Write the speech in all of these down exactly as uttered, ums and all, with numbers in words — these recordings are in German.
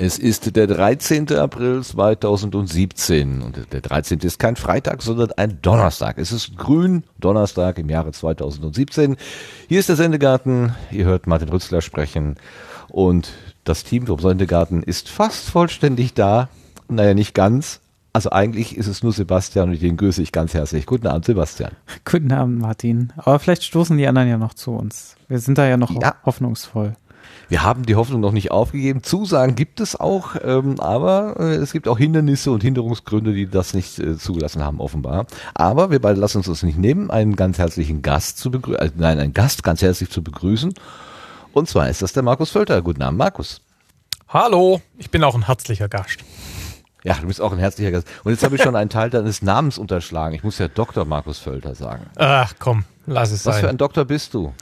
Es ist der dreizehnten April zweitausendsiebzehn und der dreizehnte ist kein Freitag, sondern ein Donnerstag. Es ist Grün-Donnerstag im Jahre zweitausendsiebzehn. Hier ist der Sendegarten, ihr hört Martin Rützler sprechen und das Team vom Sendegarten ist fast vollständig da. Naja, nicht ganz. Also eigentlich ist es nur Sebastian und den grüße ich ganz herzlich. Guten Abend, Sebastian. Guten Abend, Martin. Aber vielleicht stoßen die anderen ja noch zu uns. Wir sind da ja noch ja. hoffnungsvoll. Wir haben die Hoffnung noch nicht aufgegeben. Zusagen gibt es auch, ähm, aber äh, es gibt auch Hindernisse und Hinderungsgründe, die das nicht äh, zugelassen haben, offenbar. Aber wir beide lassen uns das nicht nehmen, einen ganz herzlichen Gast zu begrüßen, äh, nein, einen Gast ganz herzlich zu begrüßen. Und zwar ist das der Markus Völter. Guten Abend, Markus. Hallo, ich bin auch ein herzlicher Gast. Ja, du bist auch ein herzlicher Gast. Und jetzt habe ich schon einen Teil deines Namens unterschlagen. Ich muss ja Doktor Markus Völter sagen. Ach komm, lass es sein. Was für ein Doktor bist du?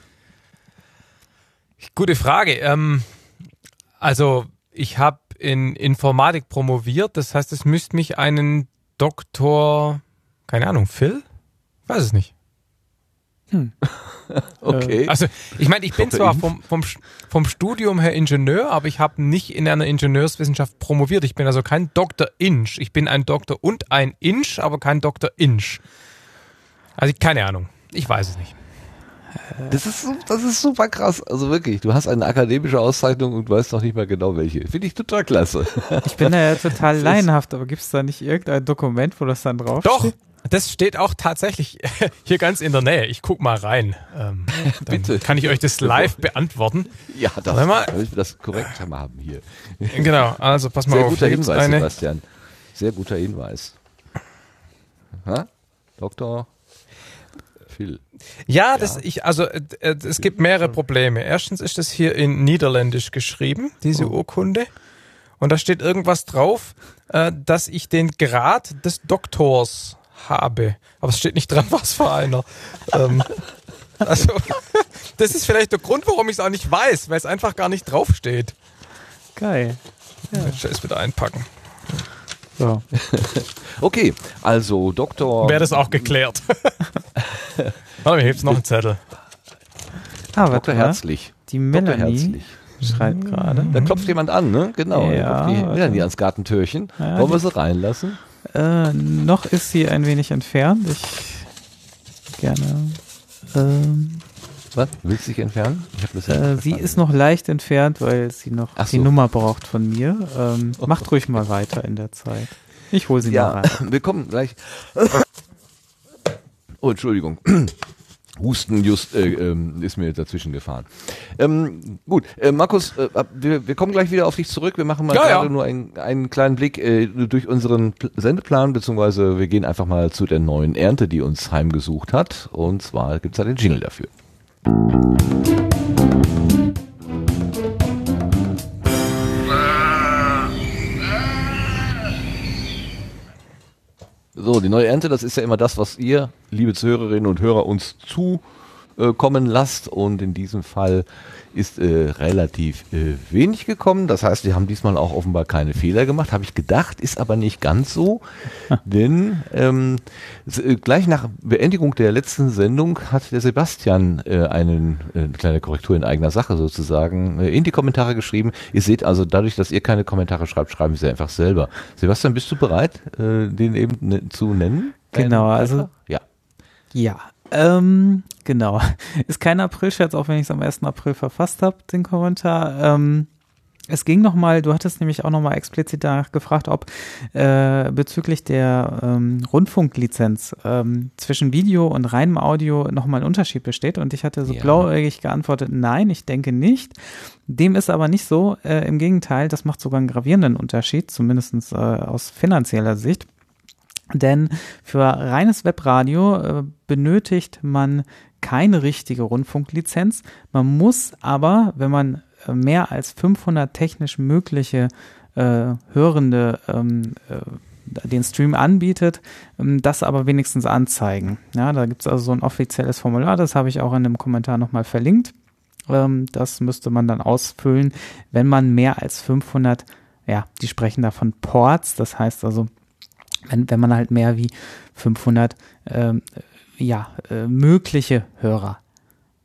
Gute Frage. Ähm, also ich habe in Informatik promoviert, das heißt, es müsste mich einen Doktor, keine Ahnung, Phil? Weiß es nicht. Hm. Okay. Also ich meine, ich bin zwar vom, vom, vom Studium her Ingenieur, aber ich habe nicht in einer Ingenieurswissenschaft promoviert. Ich bin also kein Doktor Insch. Ich bin ein Doktor und ein Insch, aber kein Doktor Insch. Also keine Ahnung. Ich weiß es nicht. Das ist, das ist super krass. Also wirklich, du hast eine akademische Auszeichnung und weißt noch nicht mal genau welche. Finde ich total klasse. Ich bin da ja total laienhaft, aber gibt es da nicht irgendein Dokument, wo das dann draufsteht? Doch, das steht auch tatsächlich hier ganz in der Nähe. Ich guck mal rein. Ähm, Bitte. Kann ich euch das live beantworten? Ja, das, mal, damit wir das korrekt haben hier. Genau, also pass mal Sehr auf. Guter Hinweis, eine Sebastian. Sehr guter Hinweis. Ha? Doktor Phil. Ja, das ja. ich also äh, es gibt mehrere Probleme. Erstens ist das hier in Niederländisch geschrieben, diese oh. Urkunde. Und da steht irgendwas drauf, äh, dass ich den Grad des Doktors habe. Aber es steht nicht dran, was für einer. ähm, also das ist vielleicht der Grund, warum ich es auch nicht weiß, weil es einfach gar nicht draufsteht. Geil. Ja. Ich will es wieder einpacken. So. Okay, also Doktor... Wäre das auch geklärt. Warte, mir hebt's noch einen Zettel. Ah, Doktor Herzlich. Die Melanie Herzlich. schreibt gerade. Da klopft jemand an, ne? Genau. Ja, da klopft die Melanie ans Gartentürchen. Ja, Wollen wir sie reinlassen? Äh, noch ist sie ein wenig entfernt. Ich gerne... Ähm, Was? Willst du dich entfernen? Ich hab das äh, sie ist noch leicht entfernt, weil sie noch Ach die so. Nummer braucht von mir. Ähm, oh. Macht ruhig mal weiter in der Zeit. Ich hole sie ja, mal rein. Wir kommen gleich. Oh, Entschuldigung. Husten just äh, ähm, ist mir dazwischen gefahren. Ähm, gut, äh, Markus, äh, wir, wir kommen gleich wieder auf dich zurück. Wir machen mal ja, gerade ja. nur einen, einen kleinen Blick äh, durch unseren Pl- Sendeplan, beziehungsweise wir gehen einfach mal zu der neuen Ernte, die uns heimgesucht hat. Und zwar gibt es da den Jingle dafür. So, die neue Ernte, das ist ja immer das, was ihr, liebe Zuhörerinnen und Hörer, uns zukommen lasst. Und in diesem Fall ist äh, relativ äh, wenig gekommen. Das heißt, wir haben diesmal auch offenbar keine Fehler gemacht, habe ich gedacht, ist aber nicht ganz so. Denn ähm, äh, gleich nach Beendigung der letzten Sendung hat der Sebastian äh, einen, äh, eine kleine Korrektur in eigener Sache sozusagen äh, in die Kommentare geschrieben. Ihr seht also, dadurch, dass ihr keine Kommentare schreibt, schreiben wir sie einfach selber. Sebastian, bist du bereit, äh, den eben ne, zu nennen? Genau, also ja. Ja, ähm, genau. Ist kein Aprilscherz, auch wenn ich es am ersten April verfasst habe, den Kommentar. Ähm, es ging nochmal, du hattest nämlich auch nochmal explizit danach gefragt, ob äh, bezüglich der ähm, Rundfunklizenz ähm, zwischen Video und reinem Audio nochmal ein Unterschied besteht. Und ich hatte so Ja. blauäugig geantwortet, nein, ich denke nicht. Dem ist aber nicht so. Äh, im Gegenteil, das macht sogar einen gravierenden Unterschied, zumindest äh, aus finanzieller Sicht. Denn für reines Webradio äh, benötigt man keine richtige Rundfunklizenz. Man muss aber, wenn man äh, mehr als fünfhundert technisch mögliche äh, Hörende ähm, äh, den Stream anbietet, ähm, das aber wenigstens anzeigen. Ja, da gibt es also so ein offizielles Formular, das habe ich auch in einem Kommentar nochmal verlinkt. Ähm, das müsste man dann ausfüllen, wenn man mehr als fünfhundert, ja, die sprechen da von Ports, das heißt also, Wenn, wenn man halt mehr wie fünfhundert ähm, ja, äh, mögliche Hörer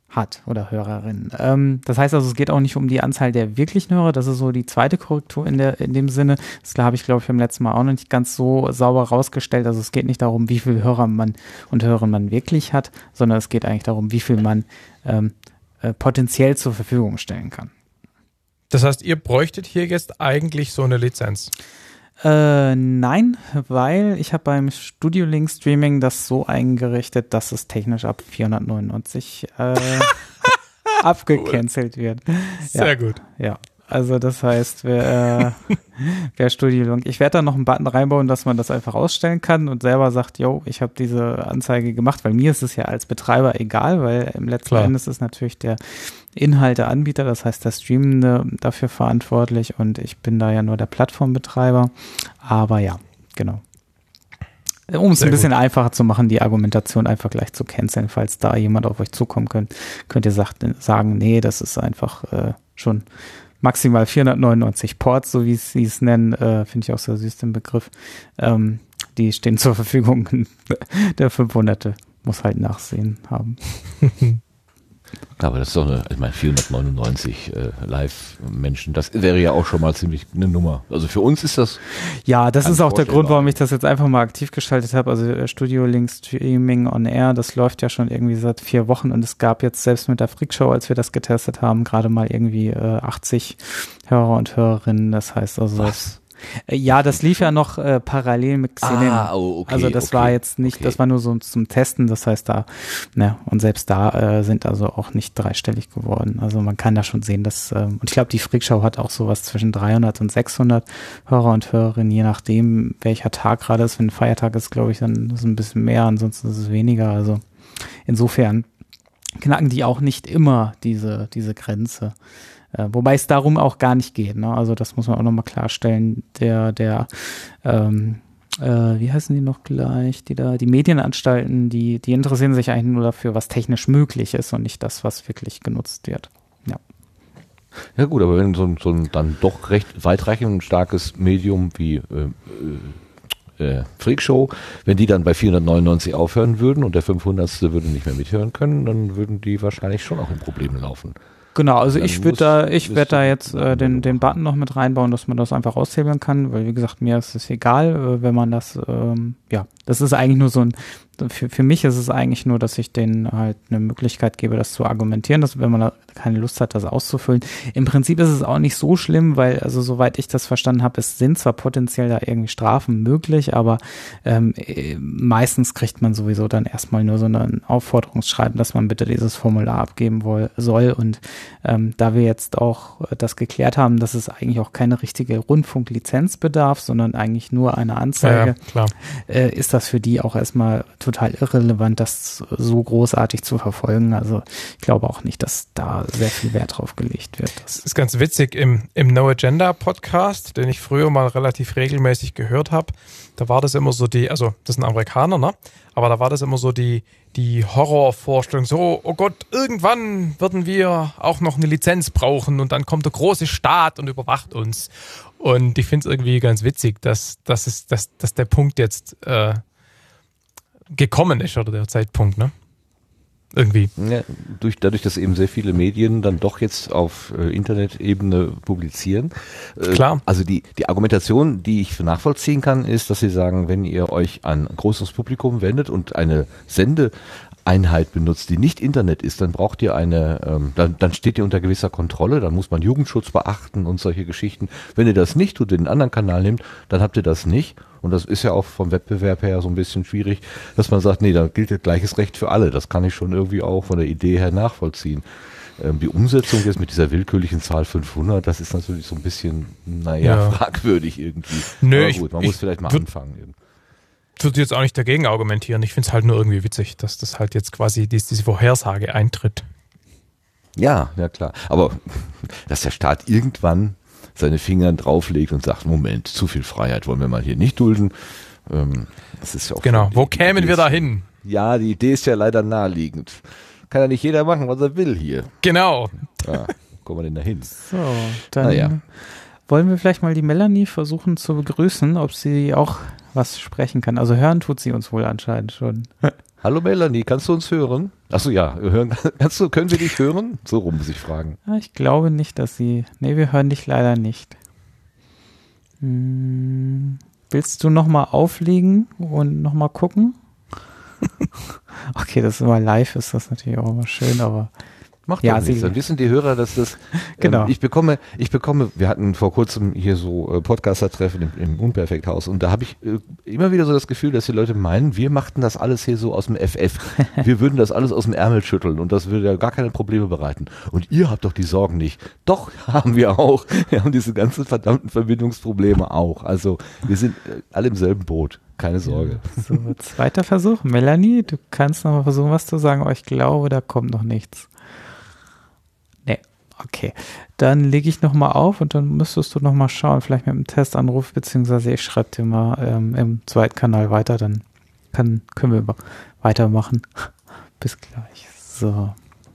hat oder Hörerinnen. Ähm, das heißt also, es geht auch nicht um die Anzahl der wirklichen Hörer. Das ist so die zweite Korrektur in der in dem Sinne. Das habe ich, glaube ich, beim letzten Mal auch noch nicht ganz so sauber rausgestellt. Also es geht nicht darum, wie viele Hörer man und Hörerinnen man wirklich hat, sondern es geht eigentlich darum, wie viel man ähm, äh, potenziell zur Verfügung stellen kann. Das heißt, ihr bräuchtet hier jetzt eigentlich so eine Lizenz? Äh, nein, weil ich habe beim Studio Link Streaming das so eingerichtet, dass es technisch ab vierhundertneunundneunzig äh, abgecancelt cool. wird. Sehr ja, gut. Ja, also das heißt, wer, äh, wer Studio Link, ich werde da noch einen Button reinbauen, dass man das einfach ausstellen kann und selber sagt, yo, ich habe diese Anzeige gemacht, weil mir ist es ja als Betreiber egal, weil im letzten Klar. Endes ist natürlich der Inhalteanbieter, das heißt der Streamende dafür verantwortlich und ich bin da ja nur der Plattformbetreiber, aber ja, genau. Um es ein bisschen gut. einfacher zu machen, die Argumentation einfach gleich zu canceln, falls da jemand auf euch zukommen könnt, könnt ihr sagt, sagen, nee, das ist einfach äh, schon maximal vierhundertneunundneunzig Ports, so wie sie es nennen, äh, finde ich auch sehr süß den Begriff, ähm, die stehen zur Verfügung, der fünfhunderte muss halt Nachsehen haben. Aber das ist doch eine, ich meine, vierhundertneunundneunzig äh, Live-Menschen, das wäre ja auch schon mal ziemlich eine Nummer. Also für uns ist das... Ja, das ist auch der Grund, warum ich das jetzt einfach mal aktiv geschaltet habe. Also Studio Link Streaming on Air, das läuft ja schon irgendwie seit vier Wochen und es gab jetzt selbst mit der Freakshow, als wir das getestet haben, gerade mal irgendwie äh, achtzig Hörer und Hörerinnen. Das heißt also... Was? Ja, das lief ja noch äh, parallel mit Xenem. Ah, oh, okay, also das okay, war jetzt nicht, okay. das war nur so zum Testen, das heißt da, ne, und selbst da äh, sind also auch nicht dreistellig geworden. Also man kann da schon sehen, dass, ähm, und ich glaube, die Freakshow hat auch sowas zwischen dreihundert und sechshundert Hörer und Hörerinnen, je nachdem, welcher Tag gerade ist. Wenn ein Feiertag ist, glaube ich, dann ist es ein bisschen mehr, ansonsten ist es weniger. Also insofern knacken die auch nicht immer diese, diese Grenze. Äh, wobei es darum auch gar nicht geht, ne? Also das muss man auch nochmal klarstellen. Der, der, ähm, äh, wie heißen die noch gleich? Die da, die Medienanstalten, die, die interessieren sich eigentlich nur dafür, was technisch möglich ist und nicht das, was wirklich genutzt wird. Ja. Ja gut, aber wenn so ein, so ein dann doch recht weitreichend und starkes Medium wie äh, äh, Freakshow, wenn die dann bei vierhundertneunundneunzig aufhören würden und der fünfhundertste würde nicht mehr mithören können, dann würden die wahrscheinlich schon auch in Probleme laufen. Genau, also ich würde da, ich werde da jetzt äh, den, den Button noch mit reinbauen, dass man das einfach aushebeln kann, weil wie gesagt, mir ist es egal, äh, wenn man das, ähm, ja, das ist eigentlich nur so ein, für, für mich ist es eigentlich nur, dass ich denen halt eine Möglichkeit gebe, das zu argumentieren, dass wenn man da keine Lust hat, das auszufüllen. Im Prinzip ist es auch nicht so schlimm, weil, also soweit ich das verstanden habe, es sind zwar potenziell da irgendwie Strafen möglich, aber ähm, meistens kriegt man sowieso dann erstmal nur so ein Aufforderungsschreiben, dass man bitte dieses Formular abgeben woll, soll und ähm, da wir jetzt auch das geklärt haben, dass es eigentlich auch keine richtige Rundfunklizenz bedarf, sondern eigentlich nur eine Anzeige, ja, klar. Äh, ist das für die auch erstmal total irrelevant, das so großartig zu verfolgen. Also ich glaube auch nicht, dass da sehr viel Wert drauf gelegt wird. Das ist ganz witzig, im, im No Agenda Podcast, den ich früher mal relativ regelmäßig gehört habe, da war das immer so die, also das sind Amerikaner, ne? Aber da war das immer so die, die Horrorvorstellung, so, oh Gott, irgendwann würden wir auch noch eine Lizenz brauchen und dann kommt der große Staat und überwacht uns. Und ich finde es irgendwie ganz witzig, dass, dass, es, dass, dass der Punkt jetzt äh, gekommen ist, oder der Zeitpunkt, ne? Irgendwie. Ja, durch, dadurch, dass eben sehr viele Medien dann doch jetzt auf äh, Internet-Ebene publizieren. Äh, Klar. Also die, die Argumentation, die ich nachvollziehen kann, ist, dass sie sagen, wenn ihr euch an ein großes Publikum wendet und eine Sendeeinheit benutzt, die nicht Internet ist, dann braucht ihr eine, ähm, dann, dann steht ihr unter gewisser Kontrolle, dann muss man Jugendschutz beachten und solche Geschichten. Wenn ihr das nicht tut, den anderen Kanal nehmt, dann habt ihr das nicht. Und das ist ja auch vom Wettbewerb her so ein bisschen schwierig, dass man sagt, nee, da gilt ja gleiches Recht für alle. Das kann ich schon irgendwie auch von der Idee her nachvollziehen. Ähm, die Umsetzung jetzt mit dieser willkürlichen Zahl fünfhundert, das ist natürlich so ein bisschen, naja, ja. fragwürdig irgendwie. Nö, aber gut, man ich, muss vielleicht mal würd, anfangen. Ich würde jetzt auch nicht dagegen argumentieren. Ich finde es halt nur irgendwie witzig, dass das halt jetzt quasi diese, diese Vorhersage eintritt. Ja, ja klar. Aber dass der Staat irgendwann seine Finger drauflegt und sagt, Moment, zu viel Freiheit wollen wir mal hier nicht dulden. Ähm, das ist ja auch genau, wo kämen wir da hin? Ja, die Idee ist ja leider naheliegend. Kann ja nicht jeder machen, was er will hier. Genau. Ja, kommen wir denn da hin? So, dann naja. wollen wir vielleicht mal die Melanie versuchen zu begrüßen, ob sie auch was sprechen kann. Also hören tut sie uns wohl anscheinend schon. Hallo Melanie, kannst du uns hören? Achso, ja, hören, kannst du, können wir dich hören? So rum muss ich fragen. Ich glaube nicht, dass sie, nee, wir hören dich leider nicht. Hm, willst du nochmal auflegen und nochmal gucken? Okay, das ist immer live, ist das natürlich auch immer schön, aber Macht ja, doch nichts. sie, Dann wissen die Hörer, dass das, genau. ähm, ich bekomme, ich bekomme, wir hatten vor kurzem hier so äh, Podcaster-Treffen im, im Unperfekthaus und da habe ich äh, immer wieder so das Gefühl, dass die Leute meinen, wir machten das alles hier so aus dem F F. Wir würden das alles aus dem Ärmel schütteln und das würde ja gar keine Probleme bereiten. Und ihr habt doch die Sorgen nicht. Doch, haben wir auch. Wir haben diese ganzen verdammten Verbindungsprobleme auch. Also wir sind äh, alle im selben Boot. Keine Sorge. Ja, so, zweiter Versuch. Melanie, du kannst noch mal versuchen, was zu sagen, aber ich glaube, da kommt noch nichts. Nee, okay. Dann lege ich noch mal auf und dann müsstest du noch mal schauen, vielleicht mit einem Testanruf, beziehungsweise ich schreibe dir mal ähm, im zweiten Kanal weiter, dann kann, können wir weitermachen. Bis gleich. So.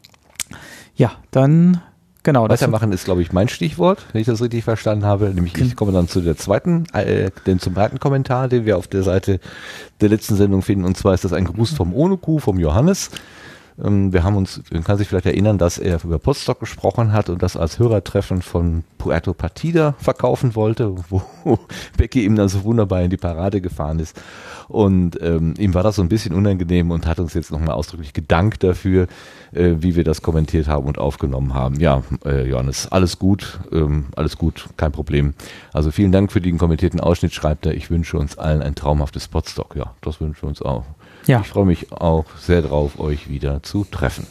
Ja, dann genau. Weitermachen ist, glaube ich, mein Stichwort, wenn ich das richtig verstanden habe. Nämlich ich komme dann zu der zweiten, äh, denn zum zweiten Kommentar, den wir auf der Seite der letzten Sendung finden. Und zwar ist das ein Gruß vom Ohne Kuh, vom Johannes. Ähm, wir haben uns, man kann sich vielleicht erinnern, dass er über Potsdok gesprochen hat und das als Hörertreffen von Puerto Partida verkaufen wollte, wo Becky ihm dann so wunderbar in die Parade gefahren ist. Und ähm, ihm war das so ein bisschen unangenehm und hat uns jetzt nochmal ausdrücklich gedankt dafür, äh, wie wir das kommentiert haben und aufgenommen haben. Ja, äh, Johannes, alles gut, ähm, alles gut, kein Problem. Also vielen Dank für den kommentierten Ausschnitt, schreibt er. Ich wünsche uns allen ein traumhaftes Potsdok. Ja, das wünschen wir uns auch. Ja. Ich freue mich auch sehr drauf, euch wieder zu treffen.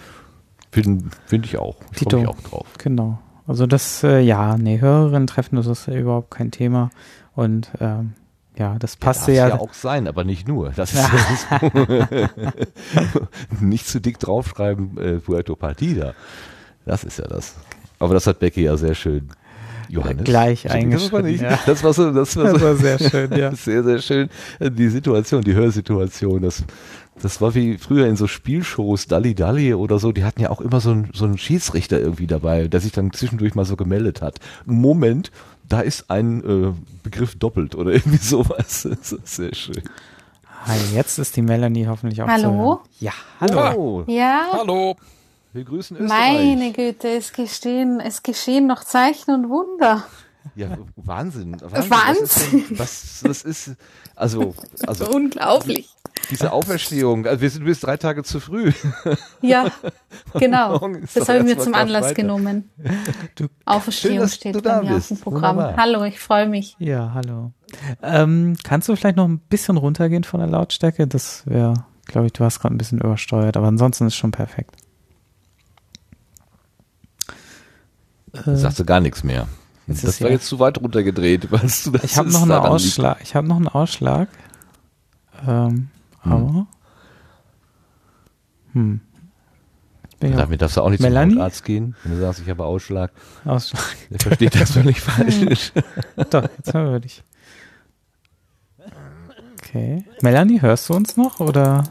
Finde find ich auch. Ich freue mich auch drauf. Genau. Also das, äh, ja, nee, Hörerinnen treffen, das ist ja überhaupt kein Thema. Und ähm, ja, das passt ja. Das ja auch sein, aber nicht nur. Das ist ja nicht zu dick draufschreiben, äh, Puerto Partida. Das ist ja das. Aber das hat Becky ja sehr schön. Johannes. Gleich eingeschrieben. Das, ja. das war so, das war, das so war sehr schön, ja. Sehr, sehr schön. Die Situation, die Hörsituation, das, das war wie früher in so Spielshows, Dalli Dalli oder so, die hatten ja auch immer so einen, so einen Schiedsrichter irgendwie dabei, der sich dann zwischendurch mal so gemeldet hat. Moment, da ist ein äh, Begriff doppelt oder irgendwie sowas. Das ist sehr schön. Hi, jetzt ist die Melanie hoffentlich auch Hallo? Zu ja, hallo. Ja. Hallo. Wir grüßen Österreich. Meine Güte, es geschehen, es geschehen noch Zeichen und Wunder. Ja, Wahnsinn. Wahnsinn. Wahnsinn. Was, was ist, also, also. Unglaublich. Diese Auferstehung, also wir sind bis drei Tage zu früh. Ja, genau. Das habe ich mir zum Anlass weiter. genommen. Du, Auferstehung schön, steht bei mir auf dem Programm. Wunderbar. Hallo, ich freue mich. Ja, hallo. Ähm, kannst du vielleicht noch ein bisschen runtergehen von der Lautstärke? Das wäre, glaube ich, du hast gerade ein bisschen übersteuert, aber ansonsten ist schon perfekt. Äh, Sagst du gar nichts mehr. Das war ja jetzt zu weit runtergedreht. Weißt du, ich habe noch, hab noch einen Ausschlag. Ähm, hm. Aber. Hm. Damit darfst du auch nicht Melanie? zum Arzt gehen, wenn du sagst, ich habe Ausschlag. Ausschlag. Der versteht das völlig falsch. Doch, jetzt hören wir dich. Okay. Melanie, hörst du uns noch, oder?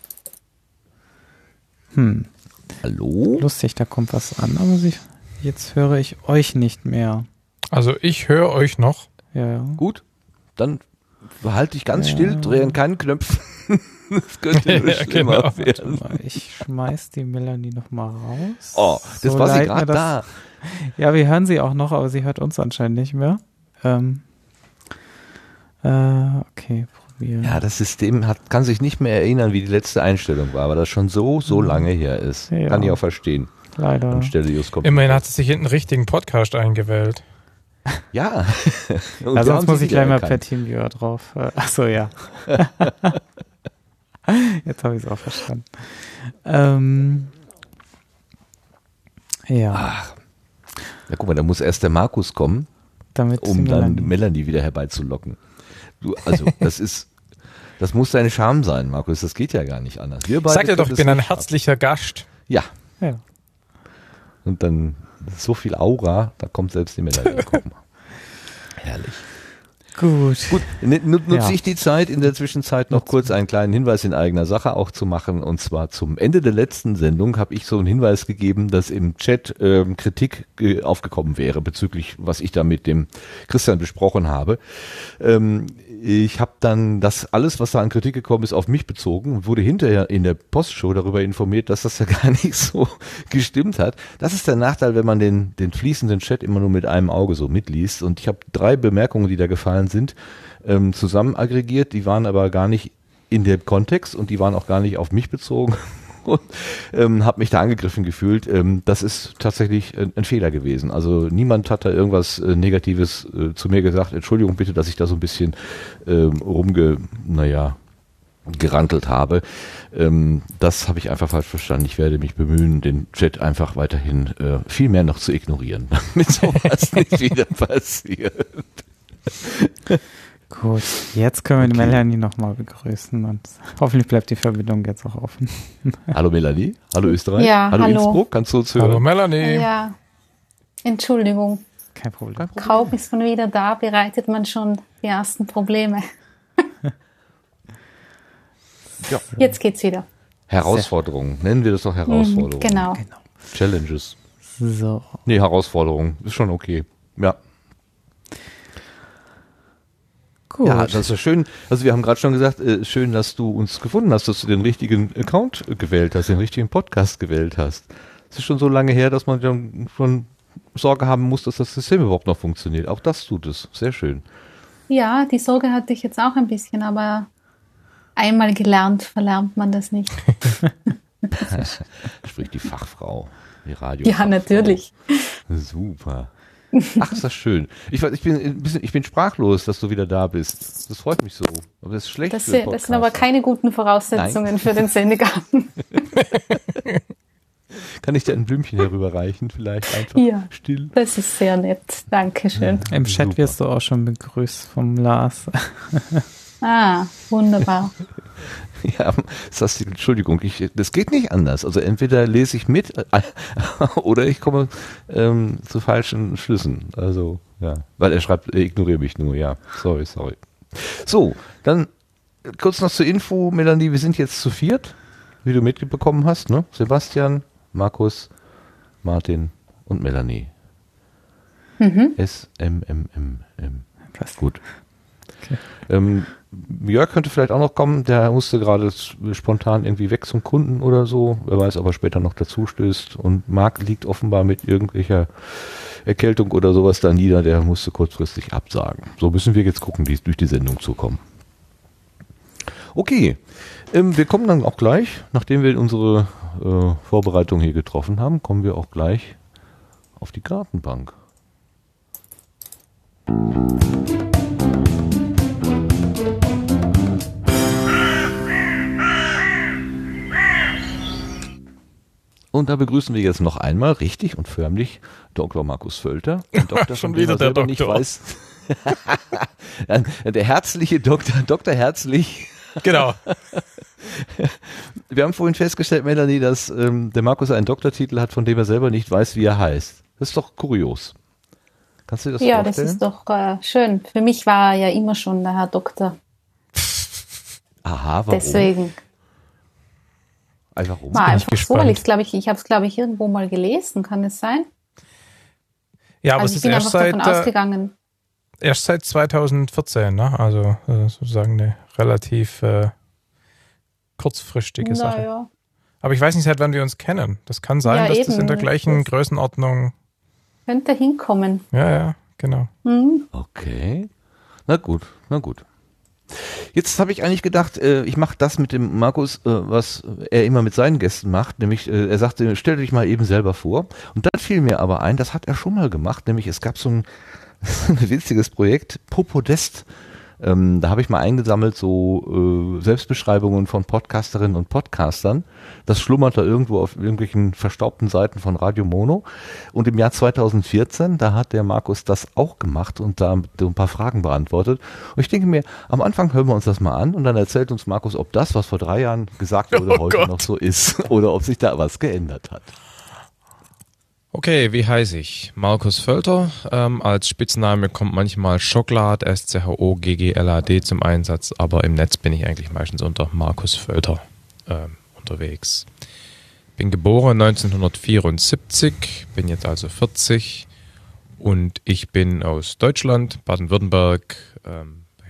Hm. Hallo? Lustig, da kommt was an, aber sie, jetzt höre ich euch nicht mehr. Also ich höre euch noch. Ja. Gut, dann behalte dich ganz ja. still, dreh an keinen Knöpfen. Das könnte nur ja, schlimmer genau. werden. Ich schmeiß die Melanie noch mal raus. Oh, das so war sie gerade da. Ja, wir hören sie auch noch, aber sie hört uns anscheinend nicht mehr. Ähm, äh, okay, probieren. Ja, das System hat, kann sich nicht mehr erinnern, wie die letzte Einstellung war, weil das schon so, so lange her ist. Ja. Kann ich auch verstehen. Leider. Anstelle Just Immerhin hat sie sich in einen richtigen Podcast eingewählt. Ja. Also sonst muss ich gleich mal per Teamviewer drauf. Achso, ja. Jetzt habe ich es auch verstanden. Ähm, ja. Ach. Ja, guck mal, da muss erst der Markus kommen, damit um dann Melanie. Melanie wieder herbeizulocken. Du, also, das ist, das muss deine Scham sein, Markus. Das geht ja gar nicht anders. Wir beide Sag dir doch, ich bin ein herzlicher Gast. Ja. Ja. Und dann so viel Aura, da kommt selbst die Melanie. Guck mal. Herrlich. Gut. Gut, nutze ja. ich die Zeit, in der Zwischenzeit noch kurz einen kleinen Hinweis in eigener Sache auch zu machen. Und zwar zum Ende der letzten Sendung habe ich so einen Hinweis gegeben, dass im Chat ähm, Kritik äh, aufgekommen wäre bezüglich, was ich da mit dem Christian besprochen habe. Ähm, ich habe dann das alles, was da an Kritik gekommen ist, auf mich bezogen und wurde hinterher in der Postshow darüber informiert, dass das ja gar nicht so gestimmt hat. Das ist der Nachteil, wenn man den, den fließenden Chat immer nur mit einem Auge so mitliest. Und ich habe drei Bemerkungen, die da gefallen sind, ähm, zusammen aggregiert. Die waren aber gar nicht in dem Kontext und die waren auch gar nicht auf mich bezogen. Und ähm, habe mich da angegriffen gefühlt. Ähm, das ist tatsächlich ein, ein Fehler gewesen. Also niemand hat da irgendwas äh, Negatives äh, zu mir gesagt. Entschuldigung bitte, dass ich da so ein bisschen ähm, rumge, naja, gerantelt habe. Ähm, das habe ich einfach falsch verstanden. Ich werde mich bemühen, den Chat einfach weiterhin äh, viel mehr noch zu ignorieren, damit sowas nicht wieder passiert. Gut, jetzt können wir okay. die Melanie nochmal begrüßen und hoffentlich bleibt die Verbindung jetzt auch offen. Hallo Melanie, hallo Österreich, ja, hallo, hallo Innsbruck, kannst du uns hören? Hallo Melanie. Ja, Entschuldigung. Kein Problem. Kein Problem. Kaum ist man wieder da, bereitet man schon die ersten Probleme. Ja. Jetzt geht's wieder. Herausforderungen, nennen wir das doch Herausforderungen. Mhm, genau. genau. Challenges. So. Nee, Herausforderungen, ist schon okay. Ja. Gut. Ja, das ist ja schön. Also wir haben gerade schon gesagt, äh, schön, dass du uns gefunden hast, dass du den richtigen Account gewählt hast, den richtigen Podcast gewählt hast. Es ist schon so lange her, dass man dann schon Sorge haben muss, dass das System überhaupt noch funktioniert. Auch das tut es. Sehr schön. Ja, die Sorge hatte ich jetzt auch ein bisschen, aber einmal gelernt, verlernt man das nicht. Spricht die Fachfrau, die Radio. Ja, natürlich. Super. Ach, ist das schön. Ich, ich, bin ein bisschen, ich bin sprachlos, dass du wieder da bist. Das freut mich so. Aber das ist schlecht Das, für den das sind aber keine guten Voraussetzungen Nein. für den Sendegarten. Kann ich dir ein Blümchen herüberreichen? Vielleicht einfach ja, still. Das ist sehr nett. Dankeschön. Ja, im Chat Super. Wirst du auch schon begrüßt vom Lars. Ah, wunderbar. Ja, das heißt, Entschuldigung, ich, das geht nicht anders. Also entweder lese ich mit oder ich komme ähm, zu falschen Schlüssen. Also, ja, weil er schreibt, ignoriere mich nur, ja. Sorry, sorry. So, dann kurz noch zur Info, Melanie, wir sind jetzt zu viert, wie du mitbekommen hast, ne? Sebastian, Markus, Martin und Melanie. Mhm. S, M, M, M, M. Passt gut. Okay. Ähm, Jörg könnte vielleicht auch noch kommen, der musste gerade spontan irgendwie weg zum Kunden oder so, wer weiß, ob er später noch dazu stößt, und Marc liegt offenbar mit irgendwelcher Erkältung oder sowas da nieder, der musste kurzfristig absagen. So müssen wir jetzt gucken, wie es durch die Sendung zukommen. Okay, ähm, wir kommen dann auch gleich, nachdem wir unsere äh, Vorbereitung hier getroffen haben, kommen wir auch gleich auf die Gartenbank. Und da begrüßen wir jetzt noch einmal richtig und förmlich Doktor Markus Völter. Ein Doktor, schon wieder der Doktor. Nicht weiß. Der herzliche Doktor, Doktor Herzlich. Genau. Wir haben vorhin festgestellt, Melanie, dass ähm, der Markus einen Doktortitel hat, von dem er selber nicht weiß, wie er heißt. Das ist doch kurios. Kannst du dir das ja, vorstellen? Ja, das ist doch äh, schön. Für mich war er ja immer schon der Herr Doktor. Aha, warum? Deswegen. Einfach um. War einfach so, weil ich glaube ich, ich habe es glaube ich irgendwo mal gelesen, kann es sein? Ja, aber also es ist ich bin erst einfach seit davon ausgegangen. Erst seit zweitausendvierzehn, ne? Also äh, sozusagen eine relativ äh, kurzfristige Sache. Ja. Aber ich weiß nicht, seit wann wir uns kennen. Das kann sein, ja, dass eben. das in der gleichen das Größenordnung könnte hinkommen. Ja, ja, genau. Mhm. Okay. Na gut, na gut. Jetzt habe ich eigentlich gedacht, äh, ich mache das mit dem Markus, äh, was er immer mit seinen Gästen macht, nämlich äh, er sagte, stell dich mal eben selber vor. Und dann fiel mir aber ein, das hat er schon mal gemacht, nämlich es gab so ein, ein witziges Projekt, Popodest. Ähm, da habe ich mal eingesammelt so äh, Selbstbeschreibungen von Podcasterinnen und Podcastern. Das schlummert da irgendwo auf irgendwelchen verstaubten Seiten von Radio Mono. Und im Jahr zweitausendvierzehn, da hat der Markus das auch gemacht und da ein paar Fragen beantwortet. Und ich denke mir, am Anfang hören wir uns das mal an und dann erzählt uns Markus, ob das, was vor drei Jahren gesagt wurde, oh heute Gott. noch so ist oder ob sich da was geändert hat. Okay, wie heiße ich? Markus Völter. Ähm, als Spitzname kommt manchmal Schoklad, S C H O G G L A D zum Einsatz, aber im Netz bin ich eigentlich meistens unter Markus Völter ähm, unterwegs. Bin geboren neunzehnhundertvierundsiebzig, bin jetzt also vierzig und ich bin aus Deutschland, Baden-Württemberg, ähm,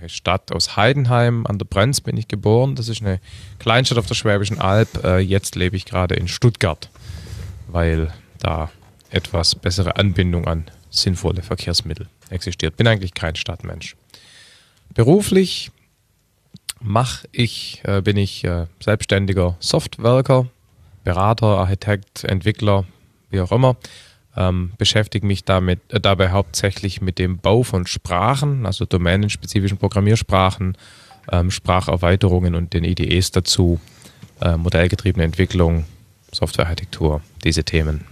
Stadt aus Heidenheim an der Brenz bin ich geboren. Das ist eine Kleinstadt auf der Schwäbischen Alb. Äh, jetzt lebe ich gerade in Stuttgart, weil da etwas bessere Anbindung an sinnvolle Verkehrsmittel existiert. Bin eigentlich kein Stadtmensch. Beruflich mache ich, äh, bin ich äh, selbstständiger Softwerker, Berater, Architekt, Entwickler, wie auch immer. Ähm, beschäftige mich damit, äh, dabei hauptsächlich mit dem Bau von Sprachen, also domänenspezifischen Programmiersprachen, ähm, Spracherweiterungen und den I D Es dazu, äh, modellgetriebene Entwicklung, Softwarearchitektur, diese Themen.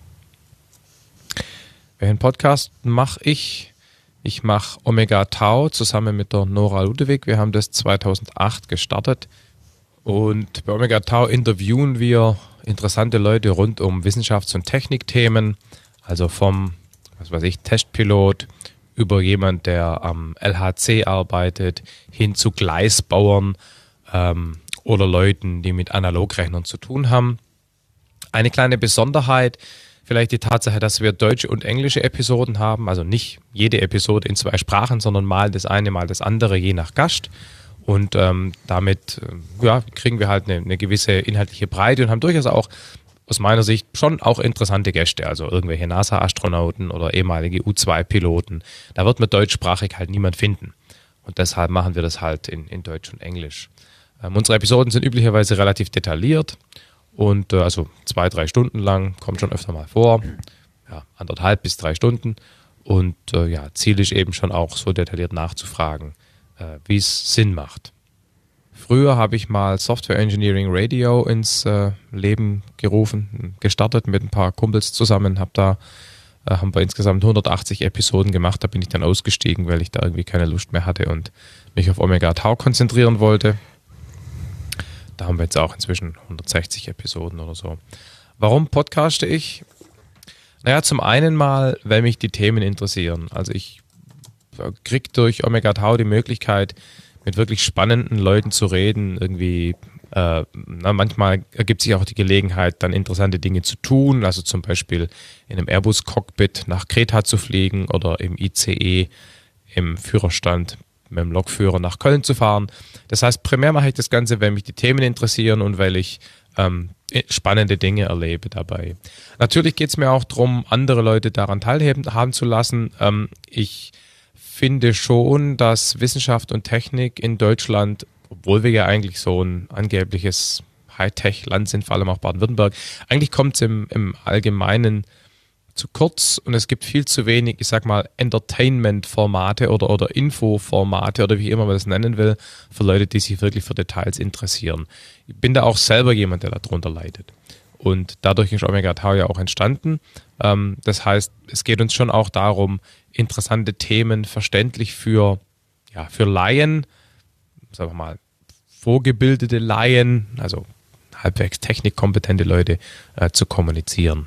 Welchen Podcast mache ich? Ich mache Omega Tau zusammen mit der Nora Ludewig. Wir haben das zweitausendacht gestartet und bei Omega Tau interviewen wir interessante Leute rund um Wissenschafts- und Technikthemen, also vom, was weiß ich, Testpilot über jemand, der am L H C arbeitet, hin zu Gleisbauern ähm, oder Leuten, die mit Analogrechnern zu tun haben. Eine kleine Besonderheit, vielleicht die Tatsache, dass wir deutsche und englische Episoden haben, also nicht jede Episode in zwei Sprachen, sondern mal das eine, mal das andere, je nach Gast. Und ähm, damit ja, kriegen wir halt eine, eine gewisse inhaltliche Breite und haben durchaus auch aus meiner Sicht schon auch interessante Gäste, also irgendwelche NASA-Astronauten oder ehemalige U zwei Piloten. Da wird mit deutschsprachig halt niemand finden. Und deshalb machen wir das halt in, in Deutsch und Englisch. Ähm, unsere Episoden sind üblicherweise relativ detailliert und äh, also zwei, drei Stunden lang, kommt schon öfter mal vor, ja, anderthalb bis drei Stunden. Und äh, ja, Ziel ist eben schon auch so detailliert nachzufragen, äh, wie es Sinn macht. Früher habe ich mal Software Engineering Radio ins äh, Leben gerufen, gestartet mit ein paar Kumpels zusammen, hab da, äh, haben wir insgesamt hundertachtzig Episoden gemacht, da bin ich dann ausgestiegen, weil ich da irgendwie keine Lust mehr hatte und mich auf Omega Tau konzentrieren wollte. Da haben wir jetzt auch inzwischen hundertsechzig Episoden oder so. Warum podcaste ich? Naja, zum einen mal, weil mich die Themen interessieren. Also ich kriege durch Omega Tau die Möglichkeit, mit wirklich spannenden Leuten zu reden. Irgendwie, äh, na, manchmal ergibt sich auch die Gelegenheit, dann interessante Dinge zu tun. Also zum Beispiel in einem Airbus-Cockpit nach Kreta zu fliegen oder im I C E im Führerstand mit dem Lokführer nach Köln zu fahren. Das heißt, primär mache ich das Ganze, weil mich die Themen interessieren und weil ich ähm, spannende Dinge erlebe dabei. Natürlich geht es mir auch darum, andere Leute daran teilhaben haben zu lassen. Ähm, ich finde schon, dass Wissenschaft und Technik in Deutschland, obwohl wir ja eigentlich so ein angebliches Hightech-Land sind, vor allem auch Baden-Württemberg, eigentlich kommt es im, im Allgemeinen zu kurz und es gibt viel zu wenig, ich sag mal, Entertainment-Formate oder, oder Info-Formate oder wie immer man das nennen will, für Leute, die sich wirklich für Details interessieren. Ich bin da auch selber jemand, der darunter leidet. Und dadurch ist Omega Tau ja auch entstanden. Ähm, das heißt, es geht uns schon auch darum, interessante Themen verständlich für, ja, für Laien, sagen wir mal, vorgebildete Laien, also halbwegs technikkompetente Leute, äh, zu kommunizieren.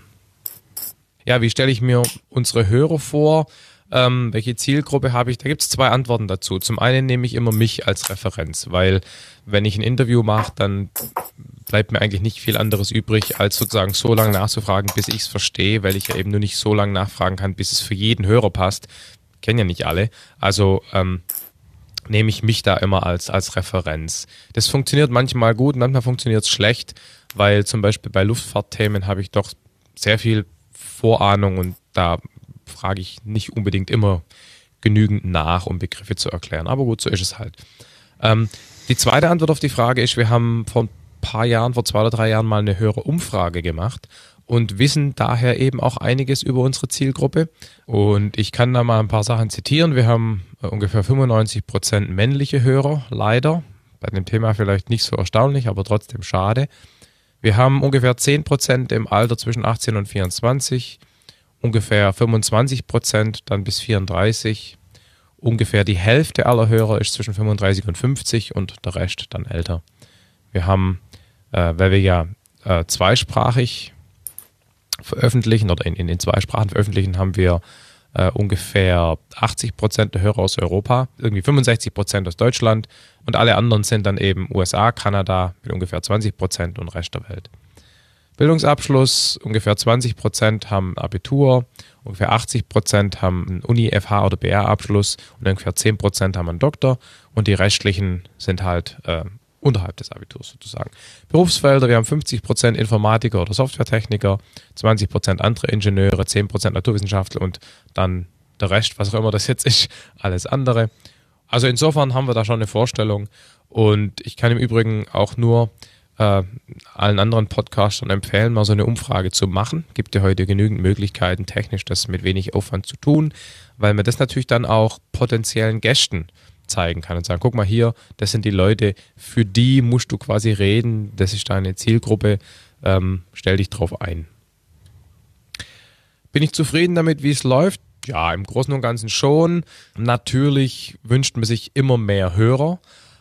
Ja, wie stelle ich mir unsere Hörer vor? Ähm, welche Zielgruppe habe ich? Da gibt es zwei Antworten dazu. Zum einen nehme ich immer mich als Referenz, weil wenn ich ein Interview mache, dann bleibt mir eigentlich nicht viel anderes übrig, als sozusagen so lange nachzufragen, bis ich es verstehe, weil ich ja eben nur nicht so lange nachfragen kann, bis es für jeden Hörer passt. Kennen ja nicht alle. Also ähm, nehme ich mich da immer als, als Referenz. Das funktioniert manchmal gut, manchmal funktioniert es schlecht, weil zum Beispiel bei Luftfahrtthemen habe ich doch sehr viel Vorahnung und da frage ich nicht unbedingt immer genügend nach, um Begriffe zu erklären. Aber gut, so ist es halt. Ähm, die zweite Antwort auf die Frage ist, wir haben vor ein paar Jahren, vor zwei oder drei Jahren mal eine Hörerumfrage gemacht und wissen daher eben auch einiges über unsere Zielgruppe. Und ich kann da mal ein paar Sachen zitieren. Wir haben äh, ungefähr fünfundneunzig Prozent männliche Hörer, leider. Bei dem Thema vielleicht nicht so erstaunlich, aber trotzdem schade. Wir haben ungefähr zehn Prozent im Alter zwischen achtzehn und vierundzwanzig, ungefähr fünfundzwanzig Prozent dann bis vierunddreißig, ungefähr die Hälfte aller Hörer ist zwischen fünfunddreißig und fünfzig und der Rest dann älter. Wir haben, äh, weil wir ja äh, zweisprachig veröffentlichen oder in, in den zwei Sprachen veröffentlichen, haben wir äh, ungefähr achtzig Prozent der Hörer aus Europa, irgendwie fünfundsechzig Prozent aus Deutschland und alle anderen sind dann eben U S A, Kanada mit ungefähr zwanzig Prozent und Rest der Welt. Bildungsabschluss, ungefähr zwanzig Prozent haben Abitur, ungefähr achtzig Prozent haben einen Uni-, F H- oder B R-Abschluss und ungefähr zehn Prozent haben einen Doktor und die restlichen sind halt äh, unterhalb des Abiturs sozusagen. Berufsfelder, wir haben fünfzig Prozent Informatiker oder Softwaretechniker, zwanzig Prozent andere Ingenieure, zehn Prozent Naturwissenschaftler und dann der Rest, was auch immer das jetzt ist, alles andere. Also insofern haben wir da schon eine Vorstellung und ich kann im Übrigen auch nur äh, allen anderen Podcastern empfehlen, mal so eine Umfrage zu machen. Gibt ja heute genügend Möglichkeiten, technisch das mit wenig Aufwand zu tun, weil man das natürlich dann auch potenziellen Gästen zeigen kann und sagen, guck mal hier, das sind die Leute, für die musst du quasi reden, das ist deine Zielgruppe, ähm, stell dich drauf ein. Bin ich zufrieden damit, wie es läuft? Ja, im Großen und Ganzen schon. Natürlich wünscht man sich immer mehr Hörer,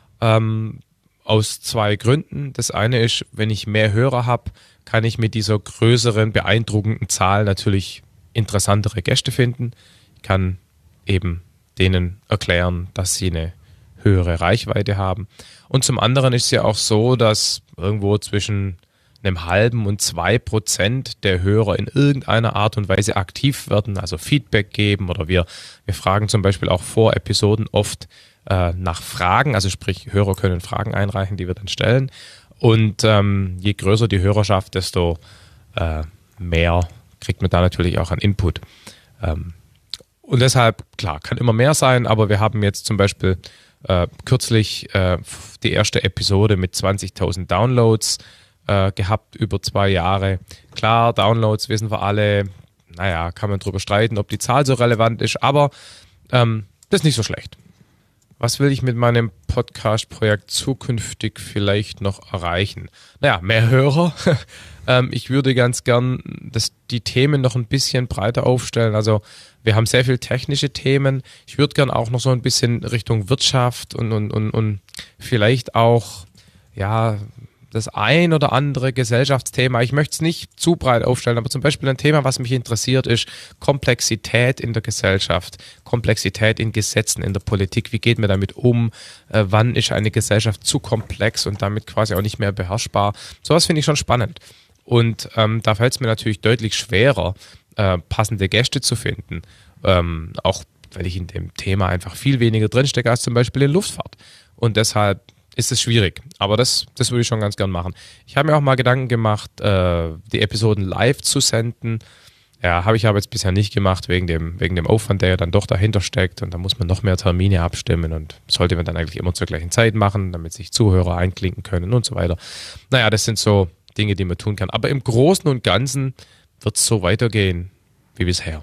ähm, aus zwei Gründen. Das eine ist, wenn ich mehr Hörer habe, kann ich mit dieser größeren, beeindruckenden Zahl natürlich interessantere Gäste finden. Ich kann eben denen erklären, dass sie eine höhere Reichweite haben. Und zum anderen ist es ja auch so, dass irgendwo zwischen einem halben und zwei Prozent der Hörer in irgendeiner Art und Weise aktiv werden, also Feedback geben oder wir, wir fragen zum Beispiel auch vor Episoden oft äh, nach Fragen, also sprich Hörer können Fragen einreichen, die wir dann stellen und ähm, je größer die Hörerschaft, desto äh, mehr kriegt man da natürlich auch an Input. Ähm, und deshalb, klar, kann immer mehr sein, aber wir haben jetzt zum Beispiel äh, kürzlich äh, die erste Episode mit zwanzigtausend Downloads gehabt über zwei Jahre. Klar, Downloads wissen wir alle, naja, kann man drüber streiten, ob die Zahl so relevant ist, aber ähm, das ist nicht so schlecht. Was will ich mit meinem Podcast-Projekt zukünftig vielleicht noch erreichen? Naja, mehr Hörer. ähm, ich würde ganz gern das, die Themen noch ein bisschen breiter aufstellen. Also wir haben sehr viel technische Themen. Ich würde gern auch noch so ein bisschen Richtung Wirtschaft und, und, und, und vielleicht auch, ja, das ein oder andere Gesellschaftsthema. Ich möchte es nicht zu breit aufstellen, aber zum Beispiel ein Thema, was mich interessiert, ist Komplexität in der Gesellschaft, Komplexität in Gesetzen, in der Politik. Wie geht man damit um? Äh, wann ist eine Gesellschaft zu komplex und damit quasi auch nicht mehr beherrschbar? Sowas finde ich schon spannend. Und ähm, da fällt es mir natürlich deutlich schwerer, äh, passende Gäste zu finden. Ähm, auch weil ich in dem Thema einfach viel weniger drinstecke als zum Beispiel in Luftfahrt. Und deshalb ist es schwierig, aber das, das würde ich schon ganz gern machen. Ich habe mir auch mal Gedanken gemacht, äh, die Episoden live zu senden. Ja, habe ich aber jetzt bisher nicht gemacht, wegen dem, wegen dem Aufwand, der ja dann doch dahinter steckt und da muss man noch mehr Termine abstimmen und sollte man dann eigentlich immer zur gleichen Zeit machen, damit sich Zuhörer einklinken können und so weiter. Naja, das sind so Dinge, die man tun kann. Aber im Großen und Ganzen wird es so weitergehen wie bisher.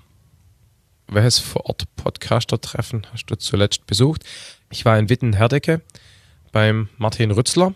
Welches Vor-Ort-Podcaster-Treffen hast du zuletzt besucht? Ich war in Witten-Herdecke beim Martin Rützler.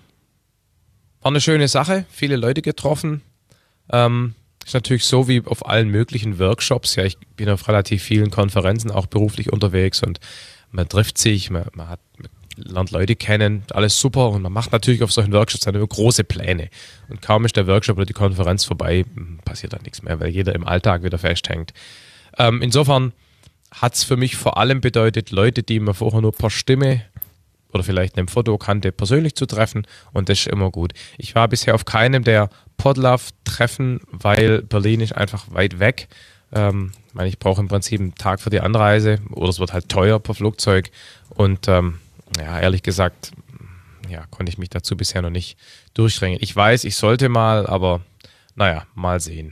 War eine schöne Sache, viele Leute getroffen. Ähm, ist natürlich so wie auf allen möglichen Workshops. Ja, ich bin auf relativ vielen Konferenzen auch beruflich unterwegs und man trifft sich, man, man, hat, man lernt Leute kennen, alles super und man macht natürlich auf solchen Workshops dann immer große Pläne. Und kaum ist der Workshop oder die Konferenz vorbei, passiert dann nichts mehr, weil jeder im Alltag wieder festhängt. Ähm, insofern hat es für mich vor allem bedeutet, Leute, die man vorher nur per Stimme oder vielleicht einem Foto kannte, persönlich zu treffen und das ist immer gut. Ich war bisher auf keinem der Podlove-Treffen, weil Berlin ist einfach weit weg. Ähm, ich meine, ich brauche im Prinzip einen Tag für die Anreise oder es wird halt teuer per Flugzeug und ähm, ja, ehrlich gesagt, ja, konnte ich mich dazu bisher noch nicht durchdrängen. Ich weiß, ich sollte mal, aber naja, mal sehen.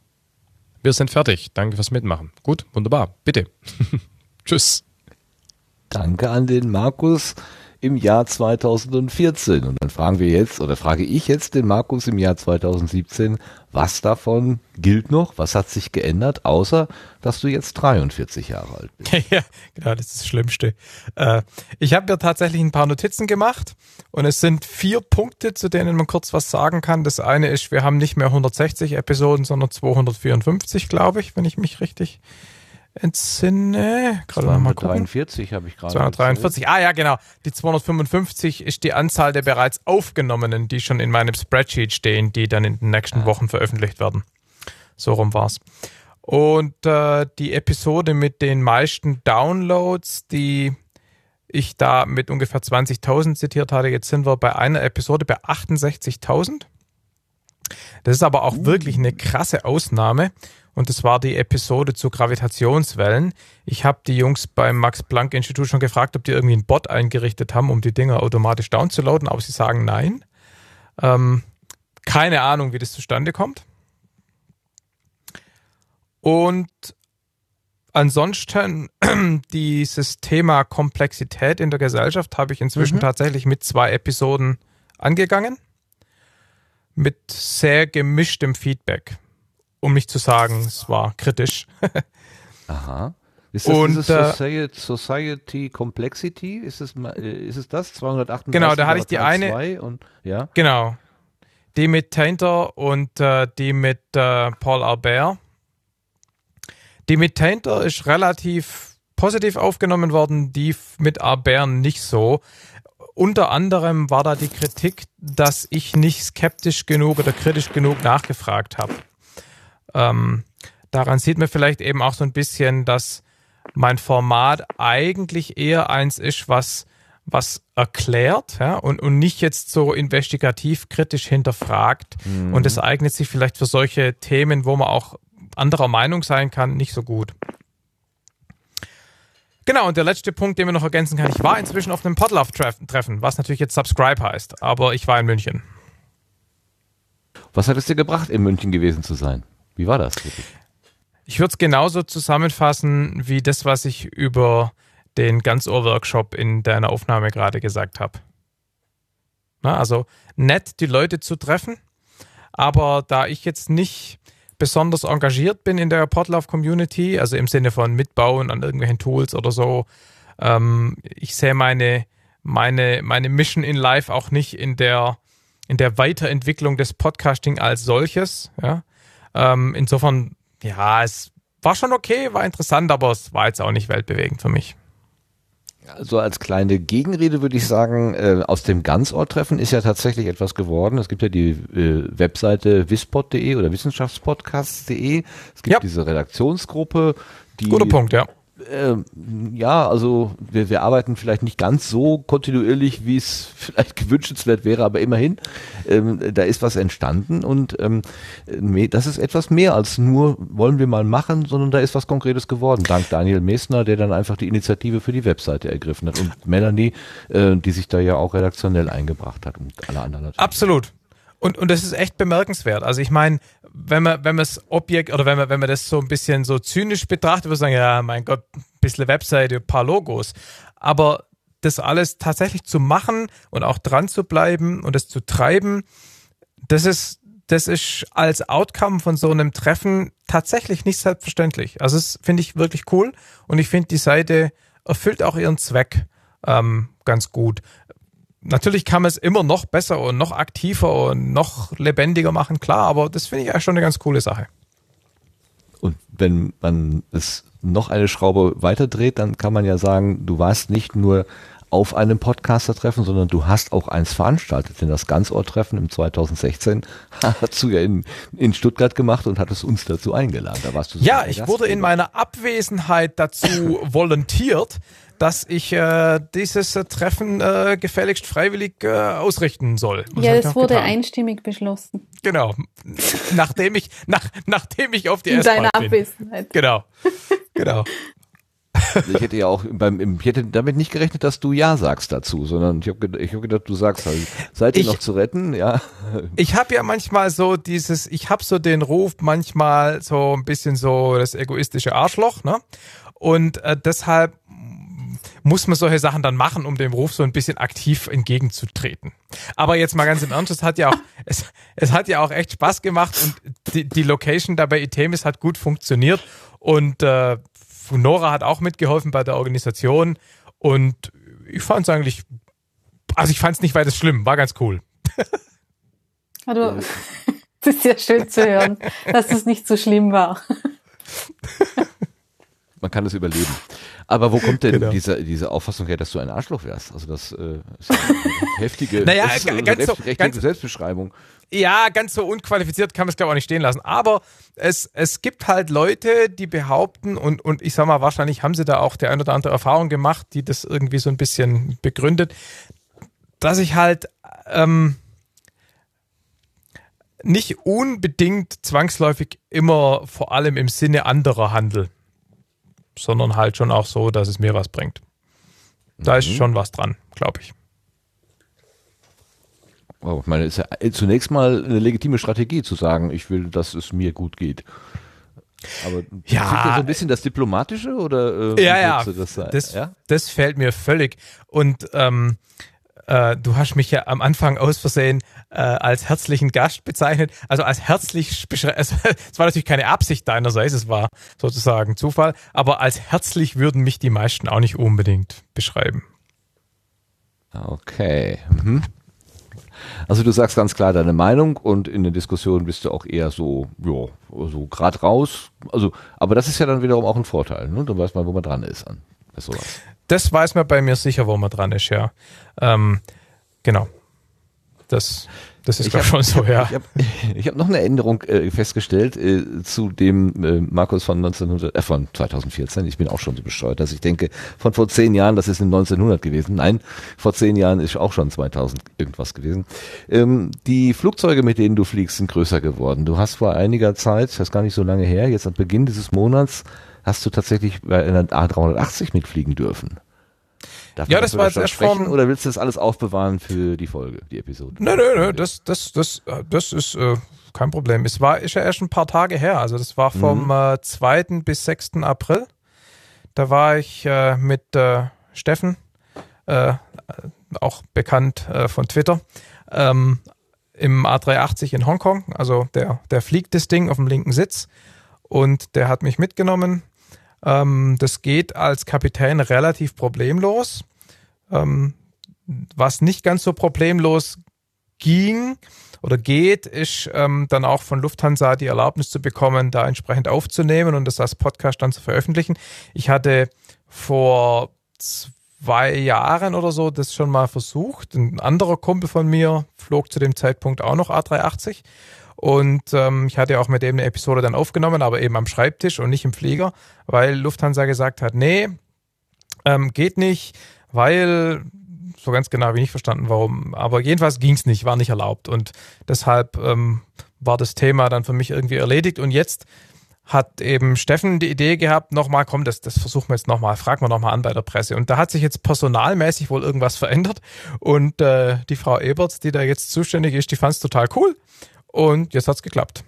Wir sind fertig. Danke fürs Mitmachen. Gut, wunderbar. Bitte. Tschüss. Danke an den Markus im Jahr zweitausendvierzehn. Und dann fragen wir jetzt, oder frage ich jetzt den Markus im Jahr zweitausendsiebzehn, was davon gilt noch? Was hat sich geändert, außer dass du jetzt dreiundvierzig Jahre alt bist? Ja, genau, das ist das Schlimmste. Äh, ich habe mir tatsächlich ein paar Notizen gemacht und es sind vier Punkte, zu denen man kurz was sagen kann. Das eine ist, wir haben nicht mehr hundertsechzig Episoden, sondern zweihundertvierundfünfzig, glaube ich, wenn ich mich richtig entsinne. zweihundertdreiundvierzig habe ich gerade. zweihundertdreiundvierzig, ah ja, genau. Die zweihundertfünfundfünfzig ist die Anzahl der bereits aufgenommenen, die schon in meinem Spreadsheet stehen, die dann in den nächsten ah. Wochen veröffentlicht werden. So rum war's. Und äh, die Episode mit den meisten Downloads, die ich da mit ungefähr zwanzigtausend zitiert hatte, jetzt sind wir bei einer Episode bei achtundsechzigtausend. Das ist aber auch wirklich eine krasse Ausnahme. Und das war die Episode zu Gravitationswellen. Ich habe die Jungs beim Max-Planck-Institut schon gefragt, ob die irgendwie einen Bot eingerichtet haben, um die Dinger automatisch downzuladen, aber sie sagen nein. Ähm, keine Ahnung, wie das zustande kommt. Und ansonsten dieses Thema Komplexität in der Gesellschaft habe ich inzwischen mhm. tatsächlich mit zwei Episoden angegangen. Mit sehr gemischtem Feedback. Um nicht zu sagen, es war kritisch. Aha. Ist das und, Society, Society Complexity? Ist es, ist es das? zweihundertachtunddreißig Genau, da hatte ich die eine. Und, ja. Genau. Die mit Tainter und äh, die mit äh, Paul Albert. Die mit Tainter ist relativ positiv aufgenommen worden, die mit Albert nicht so. Unter anderem war da die Kritik, dass ich nicht skeptisch genug oder kritisch genug nachgefragt habe. Ähm, daran sieht man vielleicht eben auch so ein bisschen, dass mein Format eigentlich eher eins ist, was, was erklärt, ja, und, und nicht jetzt so investigativ kritisch hinterfragt. Mhm. Und es eignet sich vielleicht für solche Themen, wo man auch anderer Meinung sein kann, nicht so gut. Genau, und der letzte Punkt, den wir noch ergänzen kann, ich war inzwischen auf einem Podlove-Treffen, was natürlich jetzt Subscribe heißt, aber ich war in München. Was hat es dir gebracht, in München gewesen zu sein? Wie war das? Ich würde es genauso zusammenfassen, wie das, was ich über den Ganzohr-Workshop in deiner Aufnahme gerade gesagt habe. Na, also nett, die Leute zu treffen, aber da ich jetzt nicht besonders engagiert bin in der Podlove-Community, also im Sinne von Mitbauen an irgendwelchen Tools oder so, ähm, ich sehe meine, meine, meine Mission in Life auch nicht in der, in der Weiterentwicklung des Podcasting als solches, ja. Ähm, insofern, ja, es war schon okay, war interessant, aber es war jetzt auch nicht weltbewegend für mich. Also als kleine Gegenrede würde ich sagen, äh, aus dem Ganzort-Treffen ist ja tatsächlich etwas geworden. Es gibt ja die äh, Webseite wispod punkt de oder wissenschaftspodcasts punkt de. Es gibt ja diese Redaktionsgruppe, die... Guter Punkt, ja. Äh, ja, also wir, wir arbeiten vielleicht nicht ganz so kontinuierlich, wie es vielleicht gewünschenswert wäre, aber immerhin, ähm, da ist was entstanden und ähm, das ist etwas mehr als nur wollen wir mal machen, sondern da ist was Konkretes geworden, dank Daniel Mesner, der dann einfach die Initiative für die Webseite ergriffen hat und Melanie, äh, die sich da ja auch redaktionell eingebracht hat und alle anderen natürlich. Absolut. Und, und das ist echt bemerkenswert. Also ich meine, wenn man, wenn man das Objekt oder wenn man, wenn man das so ein bisschen so zynisch betrachtet, würde man sagen, ja, mein Gott, ein bisschen Webseite, ein paar Logos. Aber das alles tatsächlich zu machen und auch dran zu bleiben und das zu treiben, das ist, das ist als Outcome von so einem Treffen tatsächlich nicht selbstverständlich. Also das finde ich wirklich cool und ich finde, die Seite erfüllt auch ihren Zweck ähm, ganz gut. Natürlich kann man es immer noch besser und noch aktiver und noch lebendiger machen, klar, aber das finde ich eigentlich schon eine ganz coole Sache. Und wenn man es noch eine Schraube weiter dreht, dann kann man ja sagen, du warst nicht nur auf einem Podcaster-Treffen, sondern du hast auch eins veranstaltet, denn das Ganzort-Treffen im zweitausendsechzehn hast du ja in, in Stuttgart gemacht und hattest uns dazu eingeladen. Da warst du so ja, ich wurde in meiner Abwesenheit dazu volontiert, dass ich äh, dieses äh, Treffen äh, gefälligst freiwillig äh, ausrichten soll. Das ja, das wurde getan. einstimmig beschlossen. Genau. nachdem ich nach, nachdem ich auf die in S-Bahn deiner bin. Abwesenheit. Genau. Genau. Ich hätte ja auch beim, ich hätte damit nicht gerechnet, dass du Ja sagst dazu, sondern ich habe ich hab gedacht, du sagst halt, seid ihr ich, noch zu retten? Ja. Ich habe ja manchmal so dieses, ich habe so den Ruf manchmal so ein bisschen so das egoistische Arschloch, ne? Und äh, deshalb muss man solche Sachen dann machen, um dem Ruf so ein bisschen aktiv entgegenzutreten. Aber jetzt mal ganz im Ernst, es hat ja auch, es, es hat ja auch echt Spaß gemacht und die, die Location da bei Itemis hat gut funktioniert und äh, Nora hat auch mitgeholfen bei der Organisation und ich fand es eigentlich, also ich fand es nicht weiter schlimm, war ganz cool. Also, das ist ja schön zu hören, dass es nicht so schlimm war. Man kann es überleben. Aber wo kommt denn genau. diese, diese Auffassung her, dass du ein Arschloch wärst? Also das äh, ist ja eine heftige, naja, das ist eine ganz so, ganz, Selbstbeschreibung. Ja, ganz so unqualifiziert kann man es glaube ich auch nicht stehen lassen. Aber es, es gibt halt Leute, die behaupten und, und ich sag mal, wahrscheinlich haben sie da auch die ein oder andere Erfahrung gemacht, die das irgendwie so ein bisschen begründet, dass ich halt ähm, nicht unbedingt zwangsläufig immer vor allem im Sinne anderer handle, sondern halt schon auch so, dass es mir was bringt. Da mhm. ist schon was dran, glaube ich. Oh, ich meine, es ist ja zunächst mal eine legitime Strategie zu sagen, ich will, dass es mir gut geht. Aber ja, fehlt dir so ein bisschen das Diplomatische oder? Äh, ja, ja. Das, das, ja, das fehlt mir völlig. Und ähm, äh, du hast mich ja am Anfang aus Versehen äh, als herzlichen Gast bezeichnet. Also als herzlich, es war natürlich keine Absicht deinerseits, es war sozusagen Zufall. Aber als herzlich würden mich die meisten auch nicht unbedingt beschreiben. Okay. Mhm. Also du sagst ganz klar deine Meinung und in der Diskussion bist du auch eher so, ja, so grad raus. Also, aber das ist ja dann wiederum auch ein Vorteil, ne? Dann weiß man, wo man dran ist an sowas. Das weiß man bei mir sicher, wo man dran ist, ja. Ähm, genau. Das, das ist glaube schon so, ja. Ich habe ich hab noch eine Änderung äh, festgestellt äh, zu dem äh, Markus von neunzehnhundert, äh, von zweitausendvierzehn. Ich bin auch schon so bescheuert, dass ich denke, von vor zehn Jahren, das ist in neunzehnhundert gewesen. Nein, vor zehn Jahren ist auch schon zweitausend irgendwas gewesen. Ähm, die Flugzeuge, mit denen du fliegst, sind größer geworden. Du hast vor einiger Zeit, das ist gar nicht so lange her, jetzt am Beginn dieses Monats, hast du tatsächlich bei einer A drei achtzig mitfliegen dürfen. Darf ja, das war jetzt erst sprechen, oder willst du das alles aufbewahren für die Folge, die Episode? Nö, nö, nö, das, das, das, das ist äh, kein Problem. Es war, ist ja erst ein paar Tage her, also das war vom mhm. äh, zweiten bis sechsten April. Da war ich äh, mit äh, Steffen, äh, auch bekannt äh, von Twitter, ähm, im A drei achtzig in Hongkong. Also der, der fliegt das Ding auf dem linken Sitz und der hat mich mitgenommen. Das geht als Kapitän relativ problemlos. Was nicht ganz so problemlos ging oder geht, ist dann auch von Lufthansa die Erlaubnis zu bekommen, da entsprechend aufzunehmen und das als Podcast dann zu veröffentlichen. Ich hatte vor zwei Jahren oder so das schon mal versucht. Ein anderer Kumpel von mir flog zu dem Zeitpunkt auch noch A drei achtzig. Und ähm, ich hatte auch mit dem eine Episode dann aufgenommen, aber eben am Schreibtisch und nicht im Flieger, weil Lufthansa gesagt hat, nee, ähm, geht nicht, weil, so ganz genau habe ich nicht verstanden, warum, aber jedenfalls ging es nicht, war nicht erlaubt und deshalb ähm, war das Thema dann für mich irgendwie erledigt und jetzt hat eben Steffen die Idee gehabt, nochmal, komm, das, das versuchen wir jetzt nochmal, fragen wir nochmal an bei der Presse. Und da hat sich jetzt personalmäßig wohl irgendwas verändert und äh, die Frau Eberts, die da jetzt zuständig ist, die fand es total cool. Und jetzt hat's geklappt.